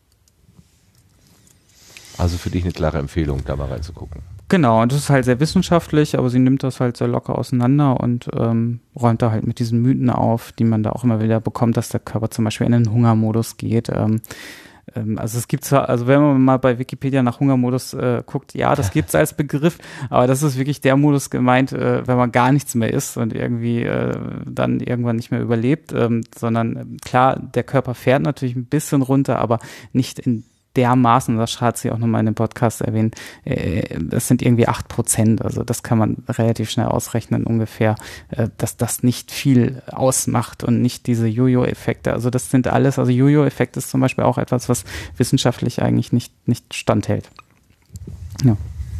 Also für dich eine klare Empfehlung, da mal reinzugucken. Genau, und das ist halt sehr wissenschaftlich, aber sie nimmt das halt sehr locker auseinander und ähm, räumt da halt mit diesen Mythen auf, die man da auch immer wieder bekommt, dass der Körper zum Beispiel in den Hungermodus geht. Ähm, ähm, also es gibt zwar, also wenn man mal bei Wikipedia nach Hungermodus äh, guckt, ja, das gibt es als Begriff, aber das ist wirklich der Modus gemeint, äh, wenn man gar nichts mehr isst und irgendwie äh, dann irgendwann nicht mehr überlebt, ähm, sondern klar, der Körper fährt natürlich ein bisschen runter, aber nicht in dermaßen, das hat sie auch nochmal in dem Podcast erwähnt, äh, das sind irgendwie acht Prozent, also das kann man relativ schnell ausrechnen ungefähr, äh, dass das nicht viel ausmacht und nicht diese Jojo-Effekte, also das sind alles, also Jojo-Effekt ist zum Beispiel auch etwas, was wissenschaftlich eigentlich nicht, nicht standhält. Ja.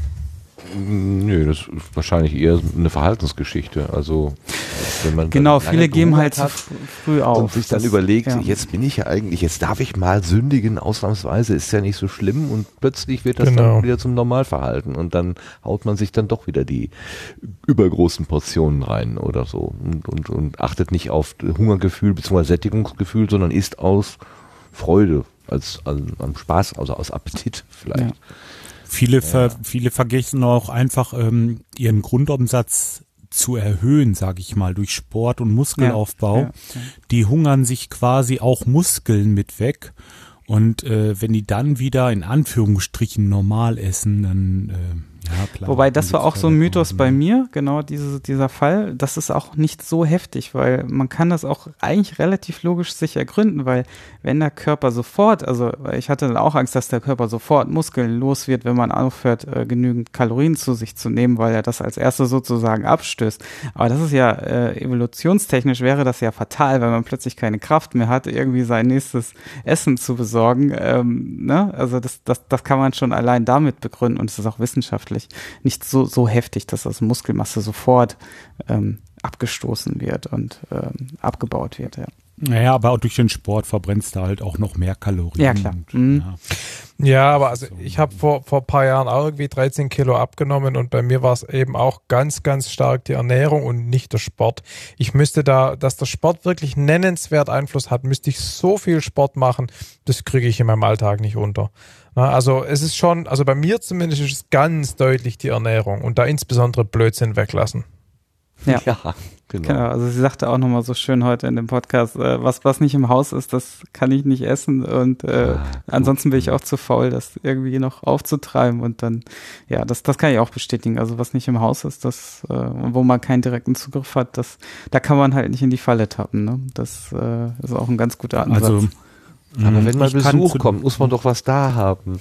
Nö, das ist wahrscheinlich eher eine Verhaltensgeschichte. Also wenn man genau, viele geben halt zu früh auf und sich dann das, überlegt, ja. jetzt bin ich ja eigentlich, jetzt darf ich mal sündigen, ausnahmsweise ist ja nicht so schlimm, und plötzlich wird das Genau. dann wieder zum Normalverhalten und dann haut man sich dann doch wieder die übergroßen Portionen rein oder so und, und, und achtet nicht auf Hungergefühl bzw. Sättigungsgefühl, sondern isst aus Freude, als, an, am Spaß, also aus Appetit vielleicht. Ja. Viele, Ja. ver, viele vergessen auch einfach ähm, ihren Grundumsatz zu erhöhen, sage ich mal, durch Sport und Muskelaufbau. Ja, ja, ja. Die hungern sich quasi auch Muskeln mit weg. Und äh, wenn die dann wieder in Anführungsstrichen normal essen, dann äh, ja klar. Wobei, das dann war auch geht's so ein weiter. Mythos bei mir, genau diese, dieser Fall. Das ist auch nicht so heftig, weil man kann das auch eigentlich relativ logisch sich ergründen, weil wenn der Körper sofort, also ich hatte dann auch Angst, dass der Körper sofort Muskeln los wird, wenn man aufhört, äh, genügend Kalorien zu sich zu nehmen, weil er das als erstes sozusagen abstößt. Aber das ist ja, äh, evolutionstechnisch wäre das ja fatal, wenn man plötzlich keine Kraft mehr hat, irgendwie sein nächstes Essen zu besorgen. Ähm, ne? Also das, das, das kann man schon allein damit begründen, und es ist auch wissenschaftlich nicht so, so heftig, dass das Muskelmasse sofort ähm, abgestoßen wird und ähm, abgebaut wird, ja. Naja, aber auch durch den Sport verbrennst du halt auch noch mehr Kalorien. Ja, klar. Und, Mhm. ja. Ja, aber also ich habe vor vor ein paar Jahren auch irgendwie dreizehn Kilo abgenommen, und bei mir war es eben auch ganz, ganz stark die Ernährung und nicht der Sport. Ich müsste da, dass der Sport wirklich nennenswert Einfluss hat, müsste ich so viel Sport machen, das kriege ich in meinem Alltag nicht unter. Na, also es ist schon, also bei mir zumindest ist es ganz deutlich die Ernährung, und da insbesondere Blödsinn weglassen. Ja. Ja, genau. Genau, also sie sagte auch nochmal so schön heute in dem Podcast, äh, was was nicht im Haus ist, das kann ich nicht essen, und äh, Ah, ansonsten bin ich auch zu faul, das irgendwie noch aufzutreiben, und dann, ja, das das kann ich auch bestätigen, also was nicht im Haus ist, das, äh, wo man keinen direkten Zugriff hat, das, da kann man halt nicht in die Falle tappen, ne? Das äh, ist auch ein ganz guter Ansatz. Also, Aber wenn mal ich kann Besuch zu- kommt, muss man doch was da haben.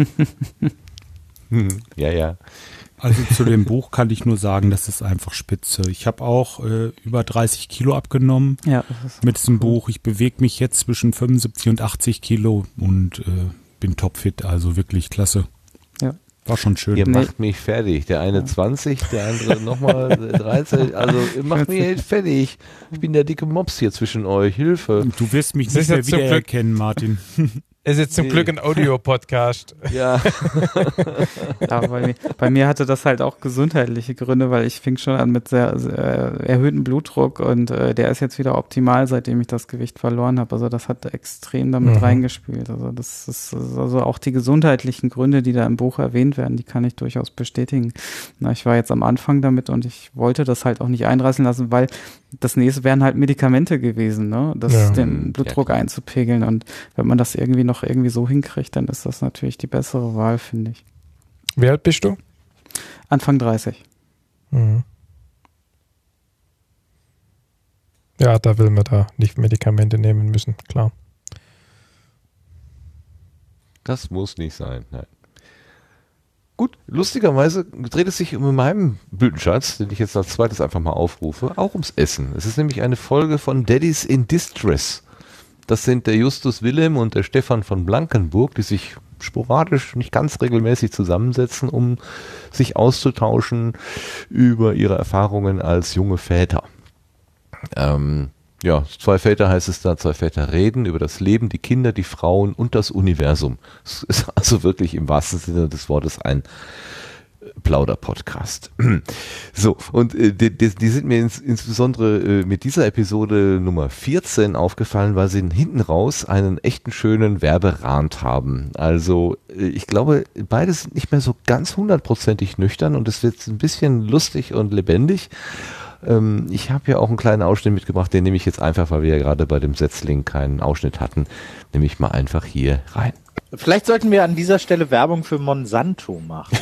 Hm, ja, ja. Also zu dem Buch kann ich nur sagen, das ist einfach spitze. Ich habe auch äh, über dreißig Kilo abgenommen ja, das ist mit diesem Buch. Ich bewege mich jetzt zwischen fünfundsiebzig und achtzig Kilo und äh, bin topfit, also wirklich klasse. Ja. War schon schön. Ihr Nee. macht mich fertig. Der eine zwanzig, der andere nochmal dreizehn. Also ihr macht mich halt fertig. Ich bin der dicke Mops hier zwischen euch. Hilfe. Du wirst mich Das nicht ist mehr jetzt zum Glück- wiedererkennen, Martin. Es ist jetzt zum Nee. Glück ein Audio-Podcast. Ja. Ja, bei, mir, bei mir hatte das halt auch gesundheitliche Gründe, weil ich fing schon an mit sehr, sehr erhöhten Blutdruck, und äh, der ist jetzt wieder optimal, seitdem ich das Gewicht verloren habe. Also das hat extrem damit Mhm. reingespielt. Also das ist also auch die gesundheitlichen Gründe, die da im Buch erwähnt werden, die kann ich durchaus bestätigen. Na, ich war jetzt am Anfang damit, und ich wollte das halt auch nicht einreißen lassen, weil das nächste wären halt Medikamente gewesen, ne? Das Ja. den Blutdruck Ja, einzupegeln. Und wenn man das irgendwie noch irgendwie so hinkriegt, dann ist das natürlich die bessere Wahl, finde ich. Wie alt bist du? Anfang dreißig. Mhm. Ja, da will man da nicht Medikamente nehmen müssen, klar. Das muss nicht sein, nein. Gut, lustigerweise dreht es sich um meinen Blütenschatz, den ich jetzt als zweites einfach mal aufrufe, auch ums Essen. Es ist nämlich eine Folge von Daddies in Distress. Das sind der Justus Wilhelm und der Stefan von Blankenburg, die sich sporadisch, nicht ganz regelmäßig zusammensetzen, um sich auszutauschen über ihre Erfahrungen als junge Väter. Ähm, ja, zwei Väter heißt es da, zwei Väter reden über das Leben, die Kinder, die Frauen und das Universum. Es ist also wirklich im wahrsten Sinne des Wortes ein Plauder-Podcast. So, und äh, die, die, die sind mir ins, insbesondere äh, mit dieser Episode Nummer vierzehn aufgefallen, weil sie hinten raus einen echten schönen Werberand haben. Also äh, ich glaube, beide sind nicht mehr so ganz hundertprozentig nüchtern und es wird ein bisschen lustig und lebendig. Ähm, ich habe ja auch einen kleinen Ausschnitt mitgebracht, den nehme ich jetzt einfach, weil wir ja gerade bei dem Setzling keinen Ausschnitt hatten, nehme ich mal einfach hier rein. Vielleicht sollten wir an dieser Stelle Werbung für Monsanto machen.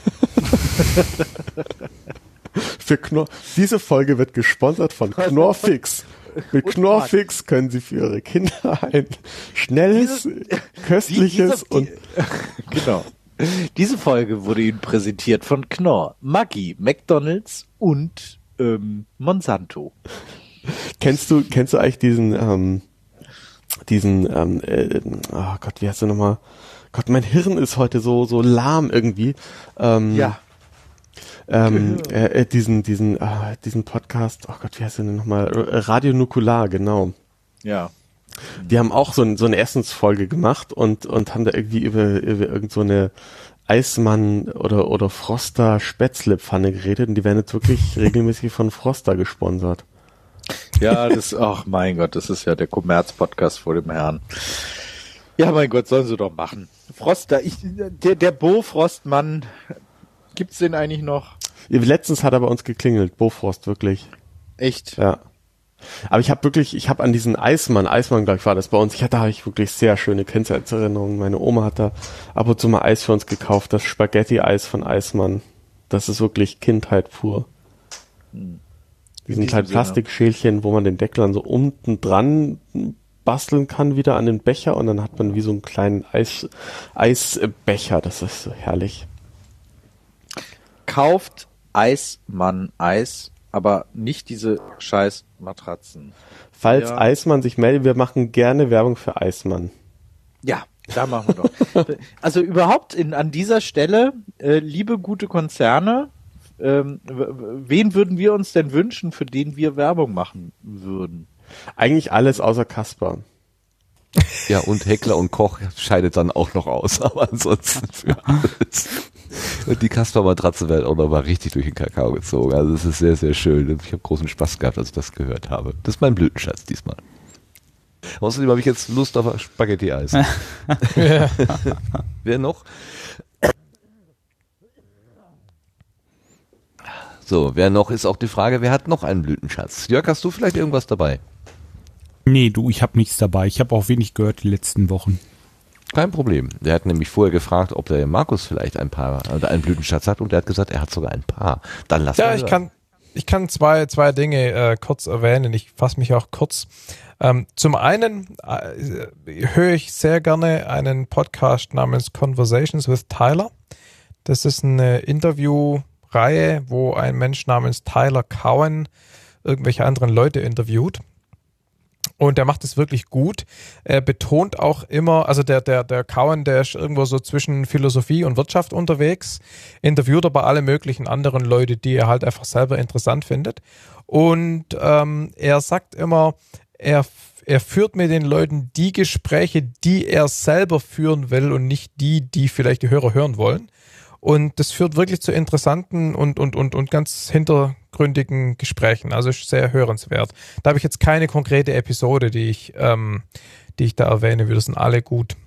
Für Knorr. Diese Folge wird gesponsert von Knorrfix. Mit Knorrfix können Sie für Ihre Kinder ein schnelles, Diese, köstliches die, diese, und die, genau. Diese Folge wurde Ihnen präsentiert von Knorr, Maggi, McDonald's und ähm, Monsanto. Kennst du, kennst du eigentlich diesen, ähm, diesen, ähm, äh, oh Gott, wie heißt der nochmal? Gott, mein Hirn ist heute so, so lahm irgendwie. Ähm, Ja. Ähm, äh, diesen, diesen, ah, diesen Podcast, oh Gott, wie heißt der denn nochmal? Radio Nukular, genau. Ja. Die haben auch so, ein, so eine Essensfolge gemacht und, und haben da irgendwie über, über irgend so eine Eismann oder, oder Froster Spätzlepfanne geredet und die werden jetzt wirklich regelmäßig von Froster gesponsert. Ja, das, ach mein Gott, das ist ja der Kommerz-Podcast vor dem Herrn. Ja, mein Gott, sollen sie doch machen. Froster, ich, der, der Bo-Frostmann, gibt's den eigentlich noch? Letztens hat er bei uns geklingelt, Bofrost, wirklich. Echt? Ja. Aber ich habe wirklich, ich habe an diesen Eismann, Eismann, glaube ich, war das bei uns, ich hatte, da habe ich wirklich sehr schöne Kindheitserinnerungen. Meine Oma hat da ab und zu mal Eis für uns gekauft, das Spaghetti-Eis von Eismann. Das ist wirklich Kindheit pur. Hm. Die sind halt Plastikschälchen, wo man den Deckel dann so unten dran basteln kann wieder an den Becher und dann hat man wie so einen kleinen Eis, Eisbecher. Das ist so herrlich. Kauft Eismann Eis, aber nicht diese scheiß Matratzen. Falls ja. Eismann sich meldet, wir machen gerne Werbung für Eismann. Ja, da machen wir doch. Also überhaupt in, an dieser Stelle, äh, liebe gute Konzerne, ähm, wen würden wir uns denn wünschen, für den wir Werbung machen würden? Eigentlich alles außer Kasper. Ja, und Heckler und Koch scheidet dann auch noch aus, aber ansonsten für alles. Und die Kasper-Matratze wird auch noch mal richtig durch den Kakao gezogen. Also es ist sehr, sehr schön. Ich habe großen Spaß gehabt, als ich das gehört habe. Das ist mein Blütenschatz diesmal. Außerdem habe ich jetzt Lust auf Spaghetti-Eis. Ja. Wer noch? So, wer noch, ist auch die Frage, wer hat noch einen Blütenschatz? Jörg, hast du vielleicht irgendwas dabei? Nee, du, ich habe nichts dabei. Ich habe auch wenig gehört die letzten Wochen. Kein Problem. Der hat nämlich vorher gefragt, ob der Markus vielleicht ein paar oder einen Blütenschatz hat und der hat gesagt, er hat sogar ein paar. Dann lass Ja, mal ich hören. kann, ich kann zwei, zwei Dinge äh, kurz erwähnen. Ich fasse mich auch kurz. Ähm, zum einen äh, höre ich sehr gerne einen Podcast namens Conversations with Tyler. Das ist eine Interviewreihe, wo ein Mensch namens Tyler Cowen irgendwelche anderen Leute interviewt. Und der macht es wirklich gut. Er betont auch immer, also der, der, der Cowen, der ist irgendwo so zwischen Philosophie und Wirtschaft unterwegs, interviewt aber alle möglichen anderen Leute, die er halt einfach selber interessant findet. Und ähm, er sagt immer, er, er führt mit den Leuten die Gespräche, die er selber führen will und nicht die, die vielleicht die Hörer hören wollen. Und das führt wirklich zu interessanten und, und, und, und ganz hintergründigen Gesprächen. Also ist sehr hörenswert. Da habe ich jetzt keine konkrete Episode, die ich, ähm, die ich da erwähne. Wir sind alle gut.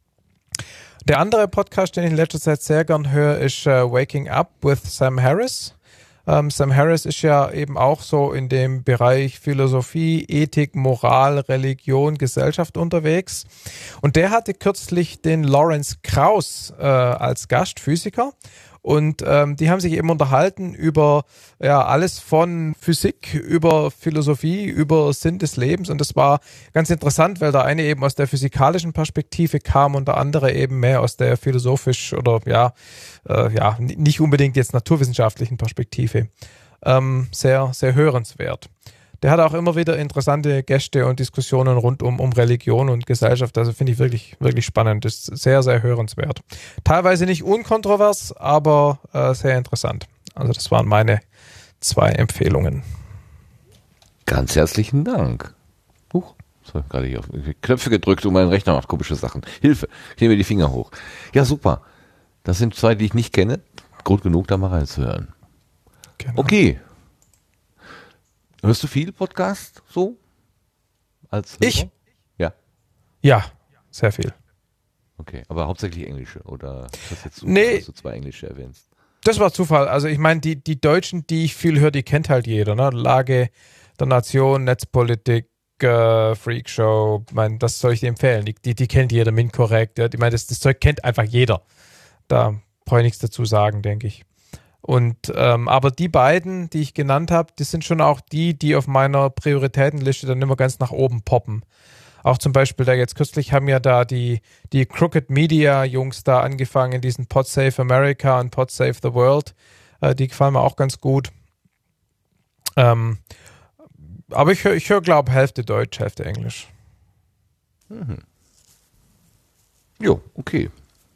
Der andere Podcast, den ich in letzter Zeit sehr gern höre, ist uh, Waking Up with Sam Harris. Ähm, Sam Harris ist ja eben auch so in dem Bereich Philosophie, Ethik, Moral, Religion, Gesellschaft unterwegs. Und der hatte kürzlich den Lawrence Krauss äh, als Gastphysiker. Und ähm, die haben sich eben unterhalten über ja alles von Physik, über Philosophie, über Sinn des Lebens. Und das war ganz interessant, weil der eine eben aus der physikalischen Perspektive kam und der andere eben mehr aus der philosophisch oder ja, äh, ja nicht unbedingt jetzt naturwissenschaftlichen Perspektive. Ähm, sehr, sehr hörenswert. Der hat auch immer wieder interessante Gäste und Diskussionen rund um, um Religion und Gesellschaft. Also finde ich wirklich, wirklich spannend. Das ist sehr, sehr hörenswert. Teilweise nicht unkontrovers, aber äh, sehr interessant. Also das waren meine zwei Empfehlungen. Ganz herzlichen Dank. Huch, so, gerade hier auf Knöpfe gedrückt und mein Rechner macht komische Sachen. Hilfe, ich nehme die Finger hoch. Ja, super. Das sind zwei, die ich nicht kenne. Grund genug, da mal reinzuhören. Genau. Okay. Hörst du viel Podcast so? Als Hörer? Ich? Ja. Ja, sehr viel. Okay, aber hauptsächlich englische oder ist das jetzt so, nee, dass du zwei englische erwähnst? Das war Zufall. Also ich meine, die, die Deutschen, die ich viel höre, die kennt halt jeder. Ne? Lage der Nation, Netzpolitik, äh, Freakshow, ich meine, das soll ich dir empfehlen. Die, die, die kennt jeder, Minkorrekt. Ja? Ich meine, das, das Zeug kennt einfach jeder. Da brauche ich nichts dazu sagen, denke ich. Und ähm, aber die beiden, die ich genannt habe, das sind schon auch die, die auf meiner Prioritätenliste dann immer ganz nach oben poppen. Auch zum Beispiel da jetzt kürzlich haben ja da die, die Crooked Media Jungs da angefangen, diesen Pod Save America und Pod Save the World. Äh, die gefallen mir auch ganz gut. Ähm, aber ich höre, ich hör, glaube Hälfte Deutsch, Hälfte Englisch. Mhm. Jo, okay.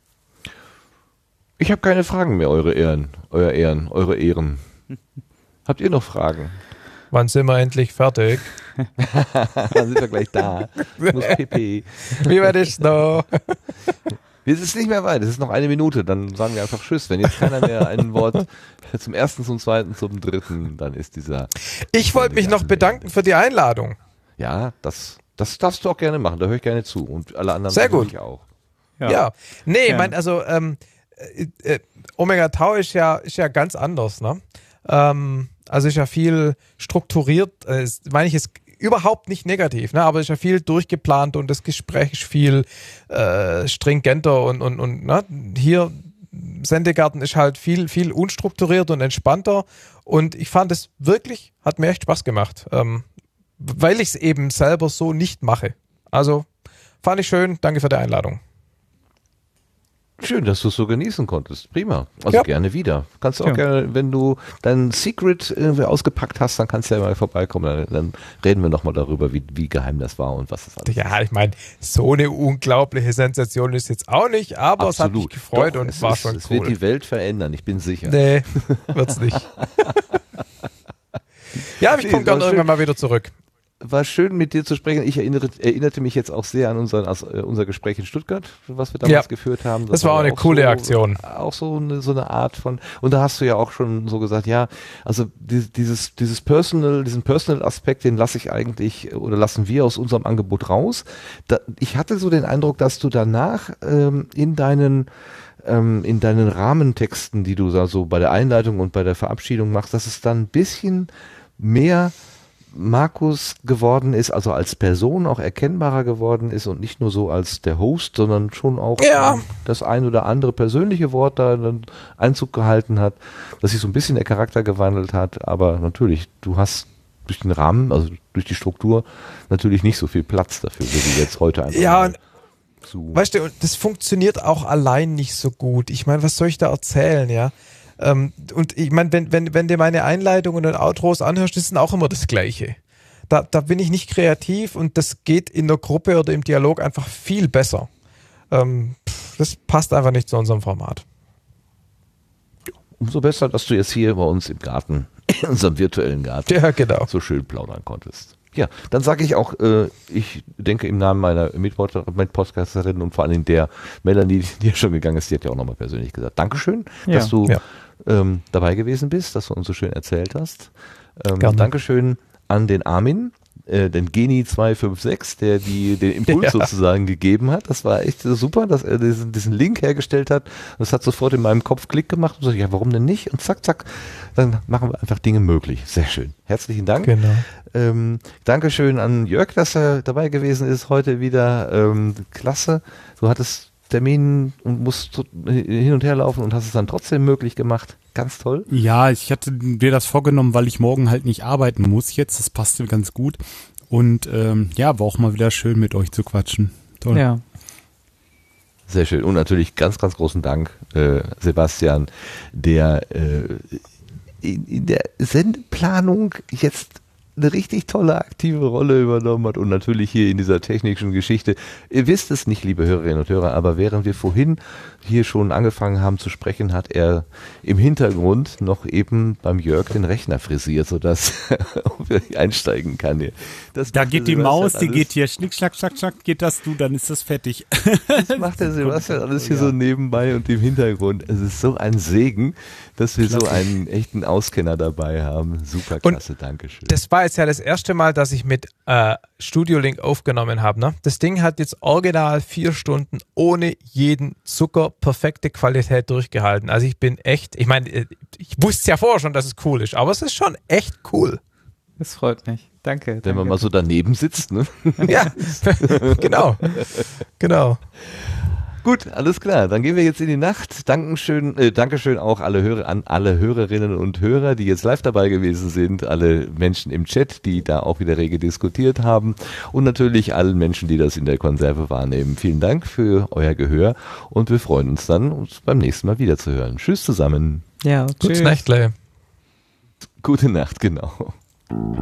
Ich habe keine Fragen mehr, eure Ehren, euer Ehren, eure Ehren. Habt ihr noch Fragen? Wann sind wir endlich fertig? Dann sind wir gleich da. Ich muss pipi. Wie weit ist noch? Es ist nicht mehr weit, es ist noch eine Minute, dann sagen wir einfach Tschüss. Wenn jetzt keiner mehr ein Wort zum ersten, zum zweiten, zum dritten, dann ist dieser... Ich wollte mich noch bedanken für die Einladung. Ja, das, das darfst du auch gerne machen, da höre ich gerne zu. Und alle anderen sehr gut. auch. Ja, ja. Nee, ich meine, also ähm, äh, äh, Omega Tau ist ja, ist ja ganz anders, ne? Ähm, also ist ja viel strukturiert, äh, meine ich jetzt überhaupt nicht negativ, ne? Aber ist ja viel durchgeplant und das Gespräch ist viel äh, stringenter und, und, und ne? Hier Sendegarten ist halt viel, viel unstrukturiert und entspannter und ich fand es wirklich, hat mir echt Spaß gemacht, ähm, weil ich es eben selber so nicht mache. Also fand ich schön, danke für die Einladung. Schön, dass du es so genießen konntest. Prima. Also ja. Gerne wieder. Kannst du auch ja. gerne, wenn du dein Secret irgendwie ausgepackt hast, dann kannst du ja mal vorbeikommen. Dann, dann reden wir nochmal darüber, wie, wie geheim das war und was das alles Ja, ich meine, so eine unglaubliche Sensation ist jetzt auch nicht, aber Absolut. Es hat mich gefreut Doch, und war ist, schon es cool. Es wird die Welt verändern, ich bin sicher. Nee, wird's nicht. Ja, aber ich komme dann irgendwann mal wieder zurück. War schön, mit dir zu sprechen. Ich erinnere, erinnerte mich jetzt auch sehr an unseren, also unser Gespräch in Stuttgart, was wir damals ja, geführt haben. Das, das war auch eine auch coole so, Aktion. Auch so eine, so eine Art von, und da hast du ja auch schon so gesagt, ja, also dieses, dieses Personal, diesen Personal-Aspekt, den lasse ich eigentlich, oder lassen wir aus unserem Angebot raus. Da, ich hatte so den Eindruck, dass du danach ähm, in deinen ähm, in deinen Rahmentexten, die du da so bei der Einleitung und bei der Verabschiedung machst, dass es dann ein bisschen mehr Markus geworden ist, also als Person auch erkennbarer geworden ist und nicht nur so als der Host, sondern schon auch ja. das ein oder andere persönliche Wort da dann Einzug gehalten hat, dass sich so ein bisschen der Charakter gewandelt hat, aber natürlich, du hast durch den Rahmen, also durch die Struktur natürlich nicht so viel Platz dafür, wie jetzt heute einfach. Ja, zu weißt du, das funktioniert auch allein nicht so gut. Ich meine, was soll ich da erzählen, ja? Ähm, und ich meine, wenn, wenn, wenn dir meine Einleitungen und Outros anhörst, das sind auch immer das Gleiche. Da, da bin ich nicht kreativ und das geht in der Gruppe oder im Dialog einfach viel besser. Ähm, das passt einfach nicht zu unserem Format. Umso besser, dass du jetzt hier bei uns im Garten, in unserem virtuellen Garten, ja, genau. so schön plaudern konntest. Ja, dann sage ich auch, äh, ich denke im Namen meiner Mitpodcasterin und vor allem der Melanie, die ja schon gegangen ist, die hat ja auch nochmal persönlich gesagt, Dankeschön, ja. dass du ja. ähm, dabei gewesen bist, dass du uns so schön erzählt hast. Ähm, Dankeschön an den Armin, äh, den Geni zwei fünf sechs, der die, den Impuls ja. sozusagen gegeben hat. Das war echt super, dass er diesen, diesen Link hergestellt hat. Das hat sofort in meinem Kopf Klick gemacht und so, ja, warum denn nicht? Und zack, zack, dann machen wir einfach Dinge möglich. Sehr schön. Herzlichen Dank. Genau. Ähm, Dankeschön an Jörg, dass er dabei gewesen ist heute wieder. Ähm, klasse. Du hattest Termin und musst hin und her laufen und hast es dann trotzdem möglich gemacht. Ganz toll. Ja, ich hatte mir das vorgenommen, weil ich morgen halt nicht arbeiten muss jetzt. Das passte ganz gut. Und ähm, ja, war auch mal wieder schön mit euch zu quatschen. Toll. Ja. Sehr schön. Und natürlich ganz, ganz großen Dank, äh, Sebastian, der äh, in, in der Sendeplanung jetzt eine richtig tolle aktive Rolle übernommen hat und natürlich hier in dieser technischen Geschichte. Ihr wisst es nicht, liebe Hörerinnen und Hörer, aber während wir vorhin hier schon angefangen haben zu sprechen, hat er im Hintergrund noch eben beim Jörg den Rechner frisiert, sodass er einsteigen kann hier. Das da geht die Maus, die geht hier schnick, schnack, schnack, schnack, geht das du, dann ist das fertig. Das macht der Sebastian alles hier so nebenbei und im Hintergrund. Es ist so ein Segen, dass wir klasse. So einen echten Auskenner dabei haben. Super klasse, und Dankeschön. Das war jetzt ja das erste Mal, dass ich mit äh, Studio Link aufgenommen habe. Ne? Das Ding hat jetzt original vier Stunden ohne jeden Zucker perfekte Qualität durchgehalten. Also ich bin echt, ich meine, ich wusste ja vorher schon, dass es cool ist, aber es ist schon echt cool. Das freut mich. Danke. Wenn danke. man mal so daneben sitzt, ne? Ja, genau. Genau. Gut, alles klar. Dann gehen wir jetzt in die Nacht. Dankeschön, äh, Dankeschön auch alle Hörer, an alle Hörerinnen und Hörer, die jetzt live dabei gewesen sind, alle Menschen im Chat, die da auch wieder rege diskutiert haben und natürlich allen Menschen, die das in der Konserve wahrnehmen. Vielen Dank für euer Gehör und wir freuen uns dann, uns beim nächsten Mal wieder zu hören. Tschüss zusammen. Ja, tschüss. Gute Nacht, Gute Nacht, genau.